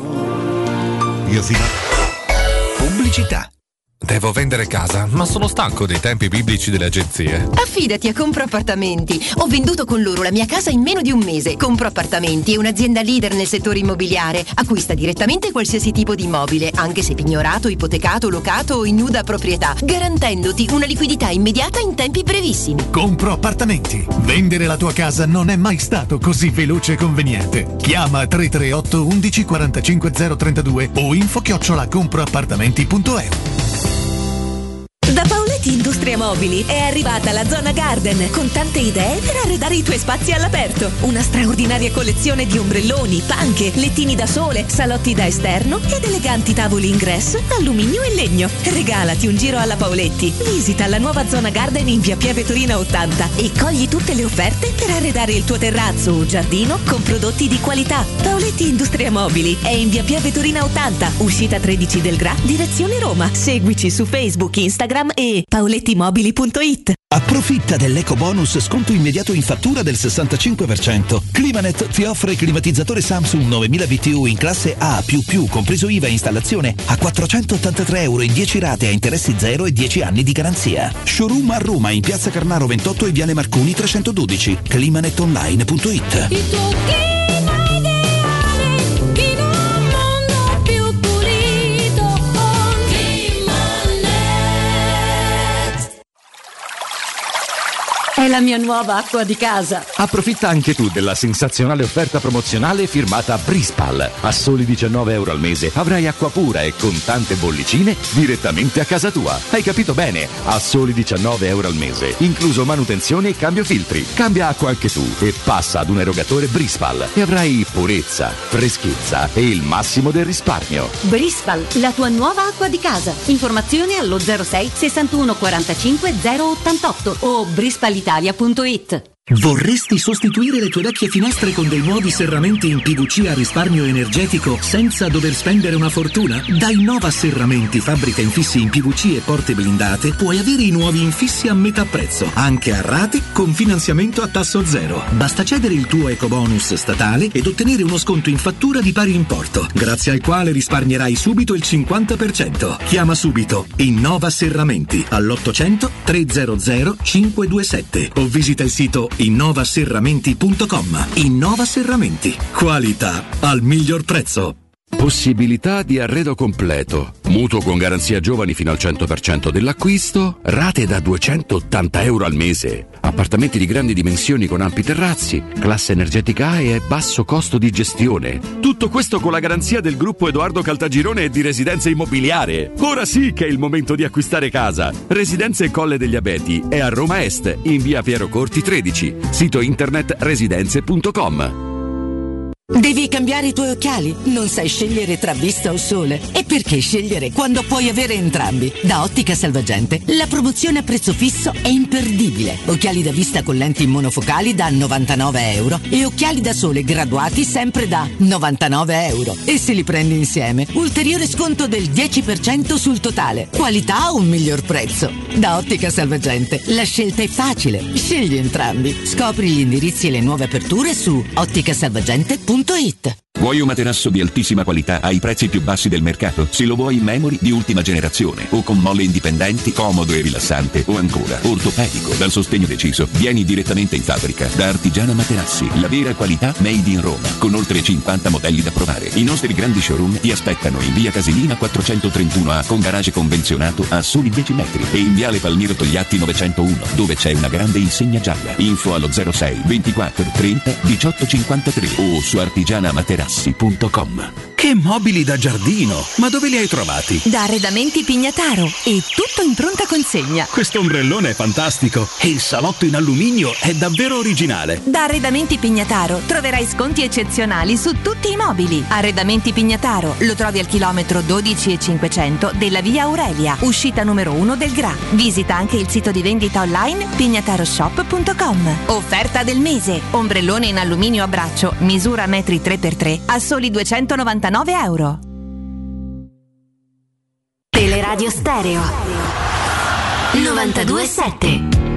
Io fino Pubblicità. Devo vendere casa, ma sono stanco dei tempi biblici delle agenzie. Affidati a Compro Appartamenti. Ho venduto con loro la mia casa in meno di un mese. Compro Appartamenti è un'azienda leader nel settore immobiliare. Acquista direttamente qualsiasi tipo di immobile, anche se pignorato, ipotecato, locato o in nuda proprietà, garantendoti una liquidità immediata in tempi brevissimi. Compro Appartamenti. Vendere la tua casa non è mai stato così veloce e conveniente. Chiama tre tre otto undici quarantacinque zero trentadue o info chiocciola comproappartamenti punto e u. Da Paoletti Industria Mobili è arrivata la Zona Garden con tante idee per arredare i tuoi spazi all'aperto. Una straordinaria collezione di ombrelloni, panche, lettini da sole, salotti da esterno ed eleganti tavoli ingresso, alluminio e legno. Regalati un giro alla Paoletti. Visita la nuova Zona Garden in via Pieve Torina ottanta e cogli tutte le offerte per arredare il tuo terrazzo o giardino con prodotti di qualità. Paoletti Industria Mobili è in via Pieve Torina ottanta, uscita tredici del Gra, direzione Roma. Seguici su Facebook, Instagram e paolettimobili punto it. Approfitta dell'eco bonus sconto immediato in fattura del sessantacinque per cento. Climanet ti offre climatizzatore Samsung novemila B T U in classe A più più, compreso I V A e installazione, a quattrocentottantatré euro in dieci rate a interessi zero e dieci anni di garanzia. Showroom a Roma in piazza Carnaro ventotto e viale Marconi trecentododici. climanetonline punto it. È la mia nuova acqua di casa. Approfitta anche tu della sensazionale offerta promozionale firmata Brispal. A soli diciannove euro al mese avrai acqua pura e con tante bollicine direttamente a casa tua. Hai capito bene? A soli diciannove euro al mese, incluso manutenzione e cambio filtri. Cambia acqua anche tu e passa ad un erogatore Brispal e avrai purezza, freschezza e il massimo del risparmio. Brispal, la tua nuova acqua di casa. Informazioni allo zero sei sessantuno quarantacinque zero ottantotto o brispalitalia punto it. Vorresti sostituire le tue vecchie finestre con dei nuovi serramenti in P V C a risparmio energetico senza dover spendere una fortuna? Da Innova Serramenti, fabbrica infissi in P V C e porte blindate, puoi avere i nuovi infissi a metà prezzo, anche a rate con finanziamento a tasso zero. Basta cedere il tuo ecobonus statale ed ottenere uno sconto in fattura di pari importo, grazie al quale risparmierai subito il cinquanta per cento. Chiama subito Innova Serramenti all'ottocento trecento cinquecentoventisette o visita il sito innova serramenti punto com. Innova Serramenti, qualità al miglior prezzo. Possibilità di arredo completo, mutuo con garanzia giovani fino al cento per cento dell'acquisto, rate da duecentottanta euro al mese, appartamenti di grandi dimensioni con ampi terrazzi, classe energetica A e basso costo di gestione. Tutto questo con la garanzia del gruppo Edoardo Caltagirone e di Residenza Immobiliare. Ora sì che è il momento di acquistare casa. Residenze Colle degli Abeti è a Roma Est, in via Piero Corti tredici, sito internet residenze punto com. Devi cambiare i tuoi occhiali? Non sai scegliere tra vista o sole? E perché scegliere quando puoi avere entrambi? Da Ottica Salvagente la promozione a prezzo fisso è imperdibile. Occhiali da vista con lenti monofocali da novantanove euro e occhiali da sole graduati sempre da novantanove euro. E se li prendi insieme, ulteriore sconto del dieci per cento sul totale. Qualità o un miglior prezzo? Da Ottica Salvagente la scelta è facile. Scegli entrambi. Scopri gli indirizzi e le nuove aperture su ottica salvagente punto it. Vuoi un materasso di altissima qualità ai prezzi più bassi del mercato? Se lo vuoi in memory di ultima generazione o con molle indipendenti, comodo e rilassante o ancora ortopedico dal sostegno deciso, vieni direttamente in fabbrica da Artigiana Materassi, la vera qualità made in Roma, con oltre cinquanta modelli da provare. I nostri grandi showroom ti aspettano in via Casilina quattrocentotrentuno A con garage convenzionato a soli dieci metri e in viale Palmiro Togliatti novecentouno dove c'è una grande insegna gialla. Info allo zero sei ventiquattro trenta diciotto cinquantatré o su artigiana materassi punto com. Che mobili da giardino! Ma dove li hai trovati? Da Arredamenti Pignataro e tutto in pronta consegna. Questo ombrellone è fantastico e il salotto in alluminio è davvero originale. Da Arredamenti Pignataro troverai sconti eccezionali su tutti i mobili. Arredamenti Pignataro lo trovi al chilometro dodici e cinquecento della via Aurelia, uscita numero uno del Gra. Visita anche il sito di vendita online pignataroshop punto com. Offerta del mese: ombrellone in alluminio a braccio, misura metri tre per tre a soli duecentonovantanove euro. Teleradio Stereo novantadue sette.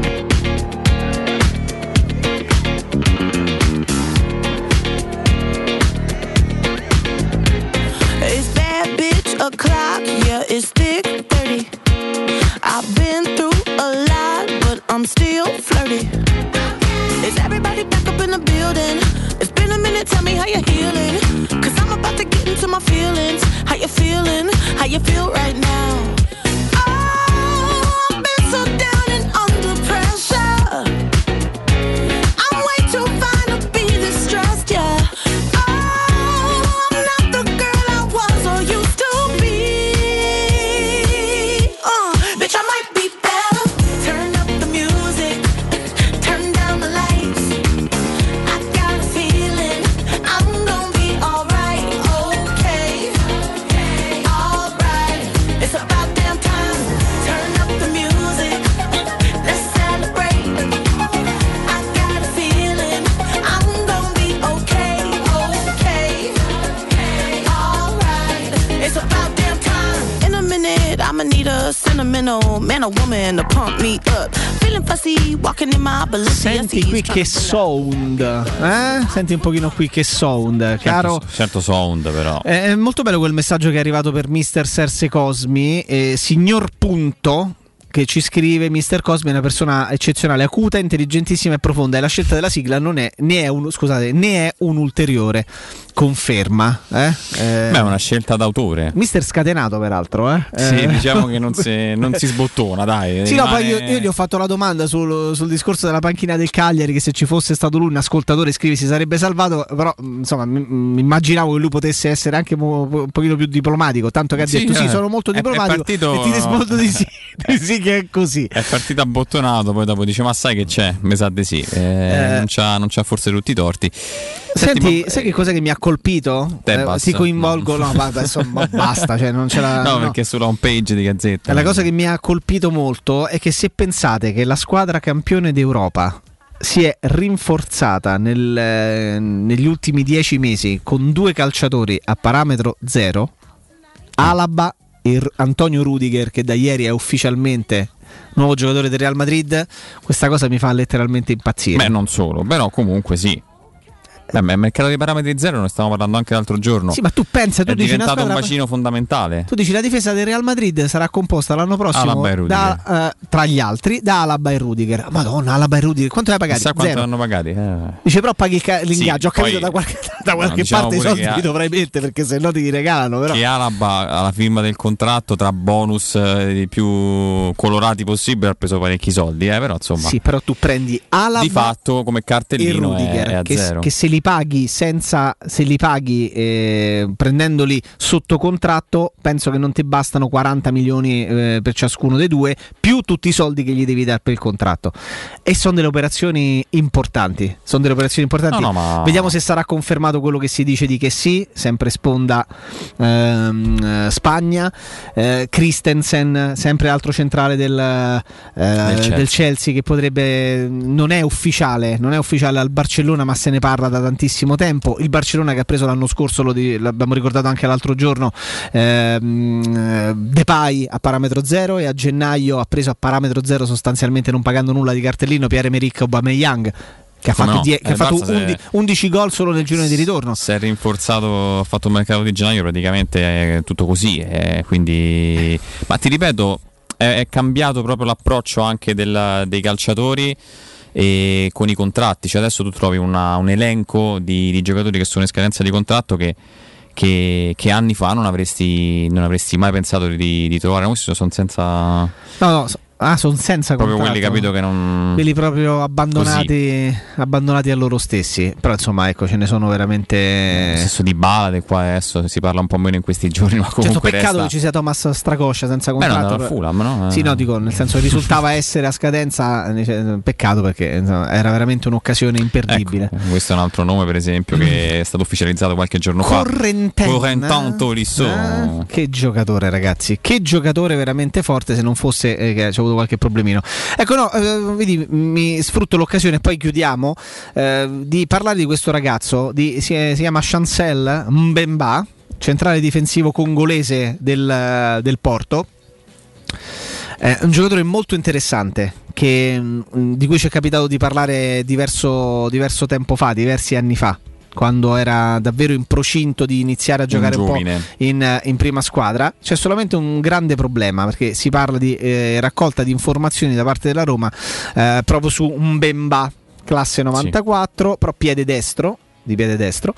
It's bad bitch o'clock, yeah, it's thick thirty. I've been through a lot, but I'm still flirty. Is everybody back up in the building? It's been a minute, tell me how you're healing. Cause I'm about to get into my feelings. How you feeling? How you feel right now? Oh, I've been so down and under pressure. I'm way too fine to be distressed, yeah. Oh, I'm not the girl I was or used to be. Uh, bitch, I might be better. Turn up the music, turn down the lights. I got a feeling I'm gonna be alright, okay, alright. It's about damn time. Turn up the music, let's celebrate. I got a feeling I'm gonna be okay, okay, alright. It's about damn time. In a minute, I'ma need a sentimental man or woman to pump me up. Feeling fussy, walking in my Balenciaga. Senti qui che sound, eh? Senti un pochino qui che sound, caro. Certo, certo sound però. È molto bello quel messaggio che è arrivato per mister Serse Cosmi, eh, signor Punto, che ci scrive: mister Cosmi è una persona eccezionale, acuta, intelligentissima e profonda e la scelta della sigla non è né è un, scusate, né è un ulteriore conferma, eh? Eh, Beh, è una scelta d'autore. mister Scatenato peraltro, eh? Sì, eh. diciamo che non si, non si sbottona, dai. Sì, no, rimane... poi io, io gli ho fatto la domanda sul, sul discorso della panchina del Cagliari, che se ci fosse stato lui un ascoltatore scrive si sarebbe salvato, però insomma mi immaginavo che lui potesse essere anche mo, un pochino più diplomatico, tanto che ha sì, detto sì, eh. sono molto È- diplomatico è partito... e ti rispondo di sì, di sì che è così. È partito abbottonato, poi dopo dice ma sai che c'è? Mi sa di sì, eh, Eh. non, c'ha, non c'ha forse tutti i torti. Senti, ma- sai che cosa che mi ha colpito? Te Eh, basta. ti coinvolgo, no, No. vabbè, insomma, basta, cioè non ce la, No, no. perché sulla home page di Gazzetta. La cosa che mi ha colpito molto è che se pensate che la squadra campione d'Europa si è rinforzata nel, eh, negli ultimi dieci mesi con due calciatori a parametro zero, Alaba e Antonio Rudiger, che da ieri è ufficialmente nuovo giocatore del Real Madrid, questa cosa mi fa letteralmente impazzire. Beh, non solo, però comunque sì. Beh, ma il mercato dei parametri zero, ne stavamo parlando anche l'altro giorno. Sì, ma tu pensa, tu è dici diventato una squadra, un bacino fondamentale. Tu dici la difesa del Real Madrid sarà composta l'anno prossimo da, uh, tra gli altri da Alaba e Rudiger. Madonna, Alaba e Rudiger, quanto hai pagato? Chissà quanto Zero. hanno pagati. Eh. Dice però paghi ca- l'ingaggio. Sì, ho capito, poi, da qualche, da qualche no, diciamo parte i soldi ha... li dovrai mettere, perché se no ti regalano. Però. Che Alaba alla firma del contratto, tra bonus eh, più colorati possibile, ha preso parecchi soldi, eh, però insomma. Sì, però tu prendi Alaba di fatto come cartellino e Rudiger, è, è a che, zero. Che se li paghi senza se li paghi eh, prendendoli sotto contratto, penso che non ti bastano quaranta milioni eh, per ciascuno dei due, più tutti i soldi che gli devi dare per il contratto, e sono delle operazioni importanti sono delle operazioni importanti. No, no, ma... Vediamo se sarà confermato quello che si dice di che sì, sempre sponda ehm, Spagna. eh, Christensen, sempre altro centrale del, eh, del, Chelsea. del Chelsea, che potrebbe, non è ufficiale non è ufficiale al Barcellona, ma se ne parla da tantissimo tempo. Il Barcellona che ha preso l'anno scorso, lo di, l'abbiamo ricordato anche l'altro giorno, ehm, Depay a parametro zero, e a gennaio ha preso a parametro zero, sostanzialmente non pagando nulla di cartellino, Pierre-Emerick Aubameyang, che ha fatto, no, die- che eh, ha fatto se... undici gol solo nel girone di ritorno. Si è rinforzato, ha fatto un mercato di gennaio praticamente è tutto così, eh, quindi ma ti ripeto, è, è cambiato proprio l'approccio anche del, dei calciatori e con i contratti, cioè adesso tu trovi una, un elenco di, di giocatori che sono in scadenza di contratto che, che, che anni fa non avresti, non avresti mai pensato di, di trovare. Questi sono senza no no so- Ah, sono senza proprio contratto. Quelli, capito, che non... Quelli proprio abbandonati abbandonati a loro stessi. Però insomma, ecco, ce ne sono veramente. Lo stesso di Bala, del qua adesso si parla un po' meno in questi giorni, ma comunque certo, peccato resta... che ci sia Thomas Stracoscia senza contratto. Beh, no, Fulham, no? Sì, no, dico, nel senso che risultava essere a scadenza. Peccato, perché insomma, era veramente un'occasione imperdibile. Ecco, questo è un altro nome, per esempio, che è stato ufficializzato qualche giorno fa. Correntin Tolisso. Eh? Che giocatore, ragazzi, che giocatore veramente forte, se non fosse eh, che c'è avuto qualche problemino. Ecco, no, eh, vedi, mi sfrutto l'occasione e poi chiudiamo eh, di parlare di questo ragazzo, di, si, si chiama Chancel Mbemba, centrale difensivo congolese del, del Porto. È un giocatore molto interessante che, di cui ci è capitato di parlare diverso, diverso tempo fa, diversi anni fa, quando era davvero in procinto di iniziare a giocare un, un po' in, in prima squadra. C'è solamente un grande problema, perché si parla di eh, raccolta di informazioni da parte della Roma eh, proprio su un Mbemba classe novantaquattro, sì. Però piede destro, di piede destro,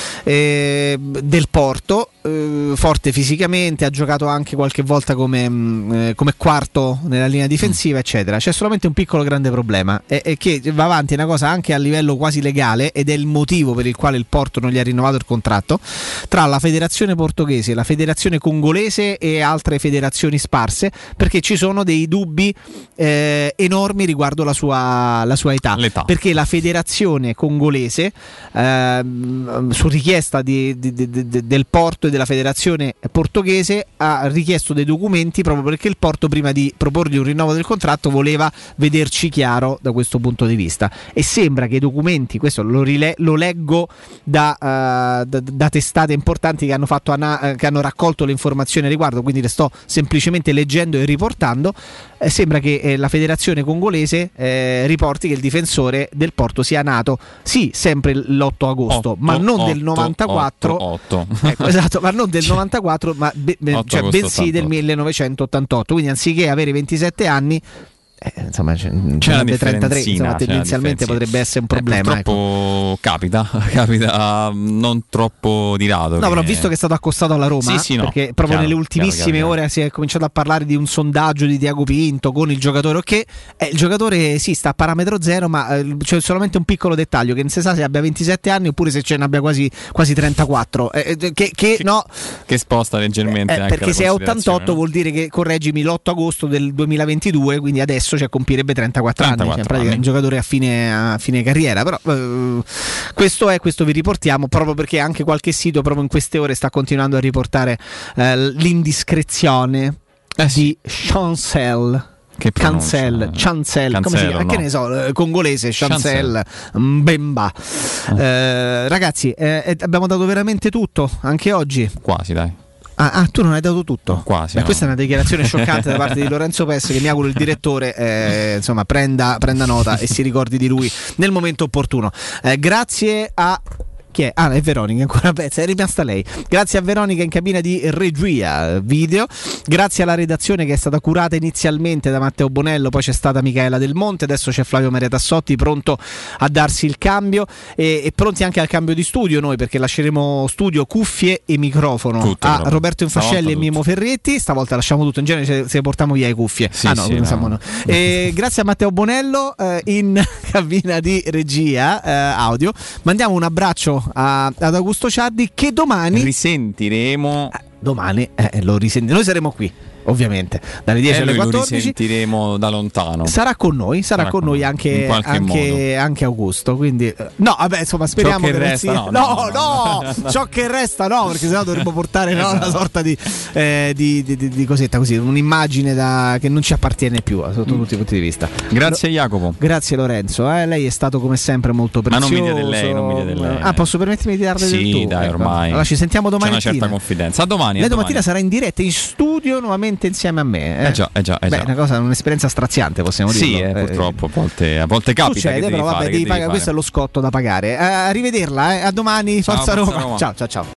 eh, del Porto, eh, forte fisicamente, ha giocato anche qualche volta come, eh, come quarto nella linea difensiva, mm. eccetera. C'è solamente un piccolo grande problema, è, è che va avanti una cosa anche a livello quasi legale, ed è il motivo per il quale il Porto non gli ha rinnovato il contratto, tra la federazione portoghese, la federazione congolese e altre federazioni sparse, perché ci sono dei dubbi eh, enormi riguardo la sua, la sua età, L'età. Perché la federazione congolese eh, su richiesta di, di, di, di, del Porto e della federazione portoghese ha richiesto dei documenti, proprio perché il Porto, prima di proporgli un rinnovo del contratto, voleva vederci chiaro da questo punto di vista, e sembra che i documenti, questo lo, rile, lo leggo da, uh, da, da testate importanti che hanno, fatto ana- che hanno raccolto le informazioni a riguardo, quindi le sto semplicemente leggendo e riportando. Eh, sembra che eh, la federazione congolese eh, riporti che il difensore del Porto sia nato sì sempre l'otto agosto, otto, ma non otto, del novantaquattro, otto, otto. Ecco, esatto, ma non del novantaquattro, ma be- be- cioè, bensì del millenovecentottantotto. Quindi anziché avere ventisette anni, eh, insomma, c'è, c'è trentatré, insomma, tendenzialmente potrebbe essere un problema. Eh, purtroppo ecco. capita, capita non troppo di rado. No, che... però visto che è stato accostato alla Roma, sì, sì, no. perché proprio chiaro, nelle ultimissime chiaro, chiaro, ore si è cominciato a parlare di un sondaggio di Tiago Pinto con il giocatore, ok, eh, il giocatore sì sta a parametro zero, ma eh, c'è solamente un piccolo dettaglio, che non si sa se abbia ventisette anni oppure se ce ne abbia quasi, quasi trentaquattro, eh, che, che, che, no, che sposta leggermente eh, anche perché se è ottantotto, no? Vuol dire che, correggimi, l'otto agosto del duemilaventidue, quindi adesso cioè, compirebbe trentaquattro anni, cioè, in pratica è un giocatore a fine, a fine carriera. Però eh, questo è, questo vi riportiamo proprio perché anche qualche sito proprio in queste ore sta continuando a riportare eh, l'indiscrezione eh sì. di Chancel Che Cancel, Chancel, come si chiama? no. Che ne so, congolese, Chancel, Mbemba. Eh, ragazzi, eh, abbiamo dato veramente tutto, anche oggi. Quasi, dai. Ah, ah, tu non hai dato tutto? Quasi. Beh, no. Questa è una dichiarazione scioccante da parte di Lorenzo Pesce, che mi auguro il direttore eh, insomma prenda, prenda nota e si ricordi di lui nel momento opportuno. Eh, grazie a... Chi è? Ah, è Veronica, ancora pezza, è rimasta lei. Grazie a Veronica in cabina di regia video, grazie alla redazione che è stata curata inizialmente da Matteo Bonello, poi c'è stata Michaela Del Monte, adesso c'è Flavio Maria Tassotti pronto a darsi il cambio e, e pronti anche al cambio di studio noi, perché lasceremo studio, cuffie e microfono tutto, a proprio. Roberto Infascelli e Mimo Ferretti. Stavolta lasciamo tutto, in genere se, se portiamo via le cuffie. Sì, ah no, sì, pensiamo no. no. E grazie a Matteo Bonello eh, in cabina di regia eh, audio. Mandiamo un abbraccio a, ad Augusto Ciardi, che domani risentiremo. Eh, domani eh, lo risentiremo. Noi saremo qui, ovviamente, dalle dieci e alle noi quattordici. Lo risentiremo da lontano. Sarà con noi, sarà, sarà con noi anche, in qualche anche, anche Augusto. Quindi, eh, no, vabbè, insomma, speriamo ciò che, che resta. Non sia... No, no, no, no, no, no. ciò che resta, no, perché sennò dovremmo portare no, esatto. una sorta di, eh, di, di, di, di cosetta così, un'immagine da, che non ci appartiene più sotto mm. tutti i punti di vista. Grazie, Jacopo. Grazie, Lorenzo. Eh, lei è stato come sempre molto prezioso. Ma non mi dia del lei, non mi dia del lei. Ah, posso permettermi di darle sì, del tu? Sì, dai, ormai. Allora ci sentiamo domani. C'è una certa confidenza. A domani. Lei a domattina domani. sarà in diretta in studio nuovamente insieme a me. Eh, eh già, eh già, eh Beh, già. una cosa, un'esperienza straziante, possiamo sì, dirlo. Eh, purtroppo a volte, a volte capita. Succede, che però devi vabbè, fare, devi che pagare, devi questo è lo scotto da pagare. Eh, arrivederla, eh. A domani, ciao, Forza Forza Roma. Roma. Ciao, ciao, ciao.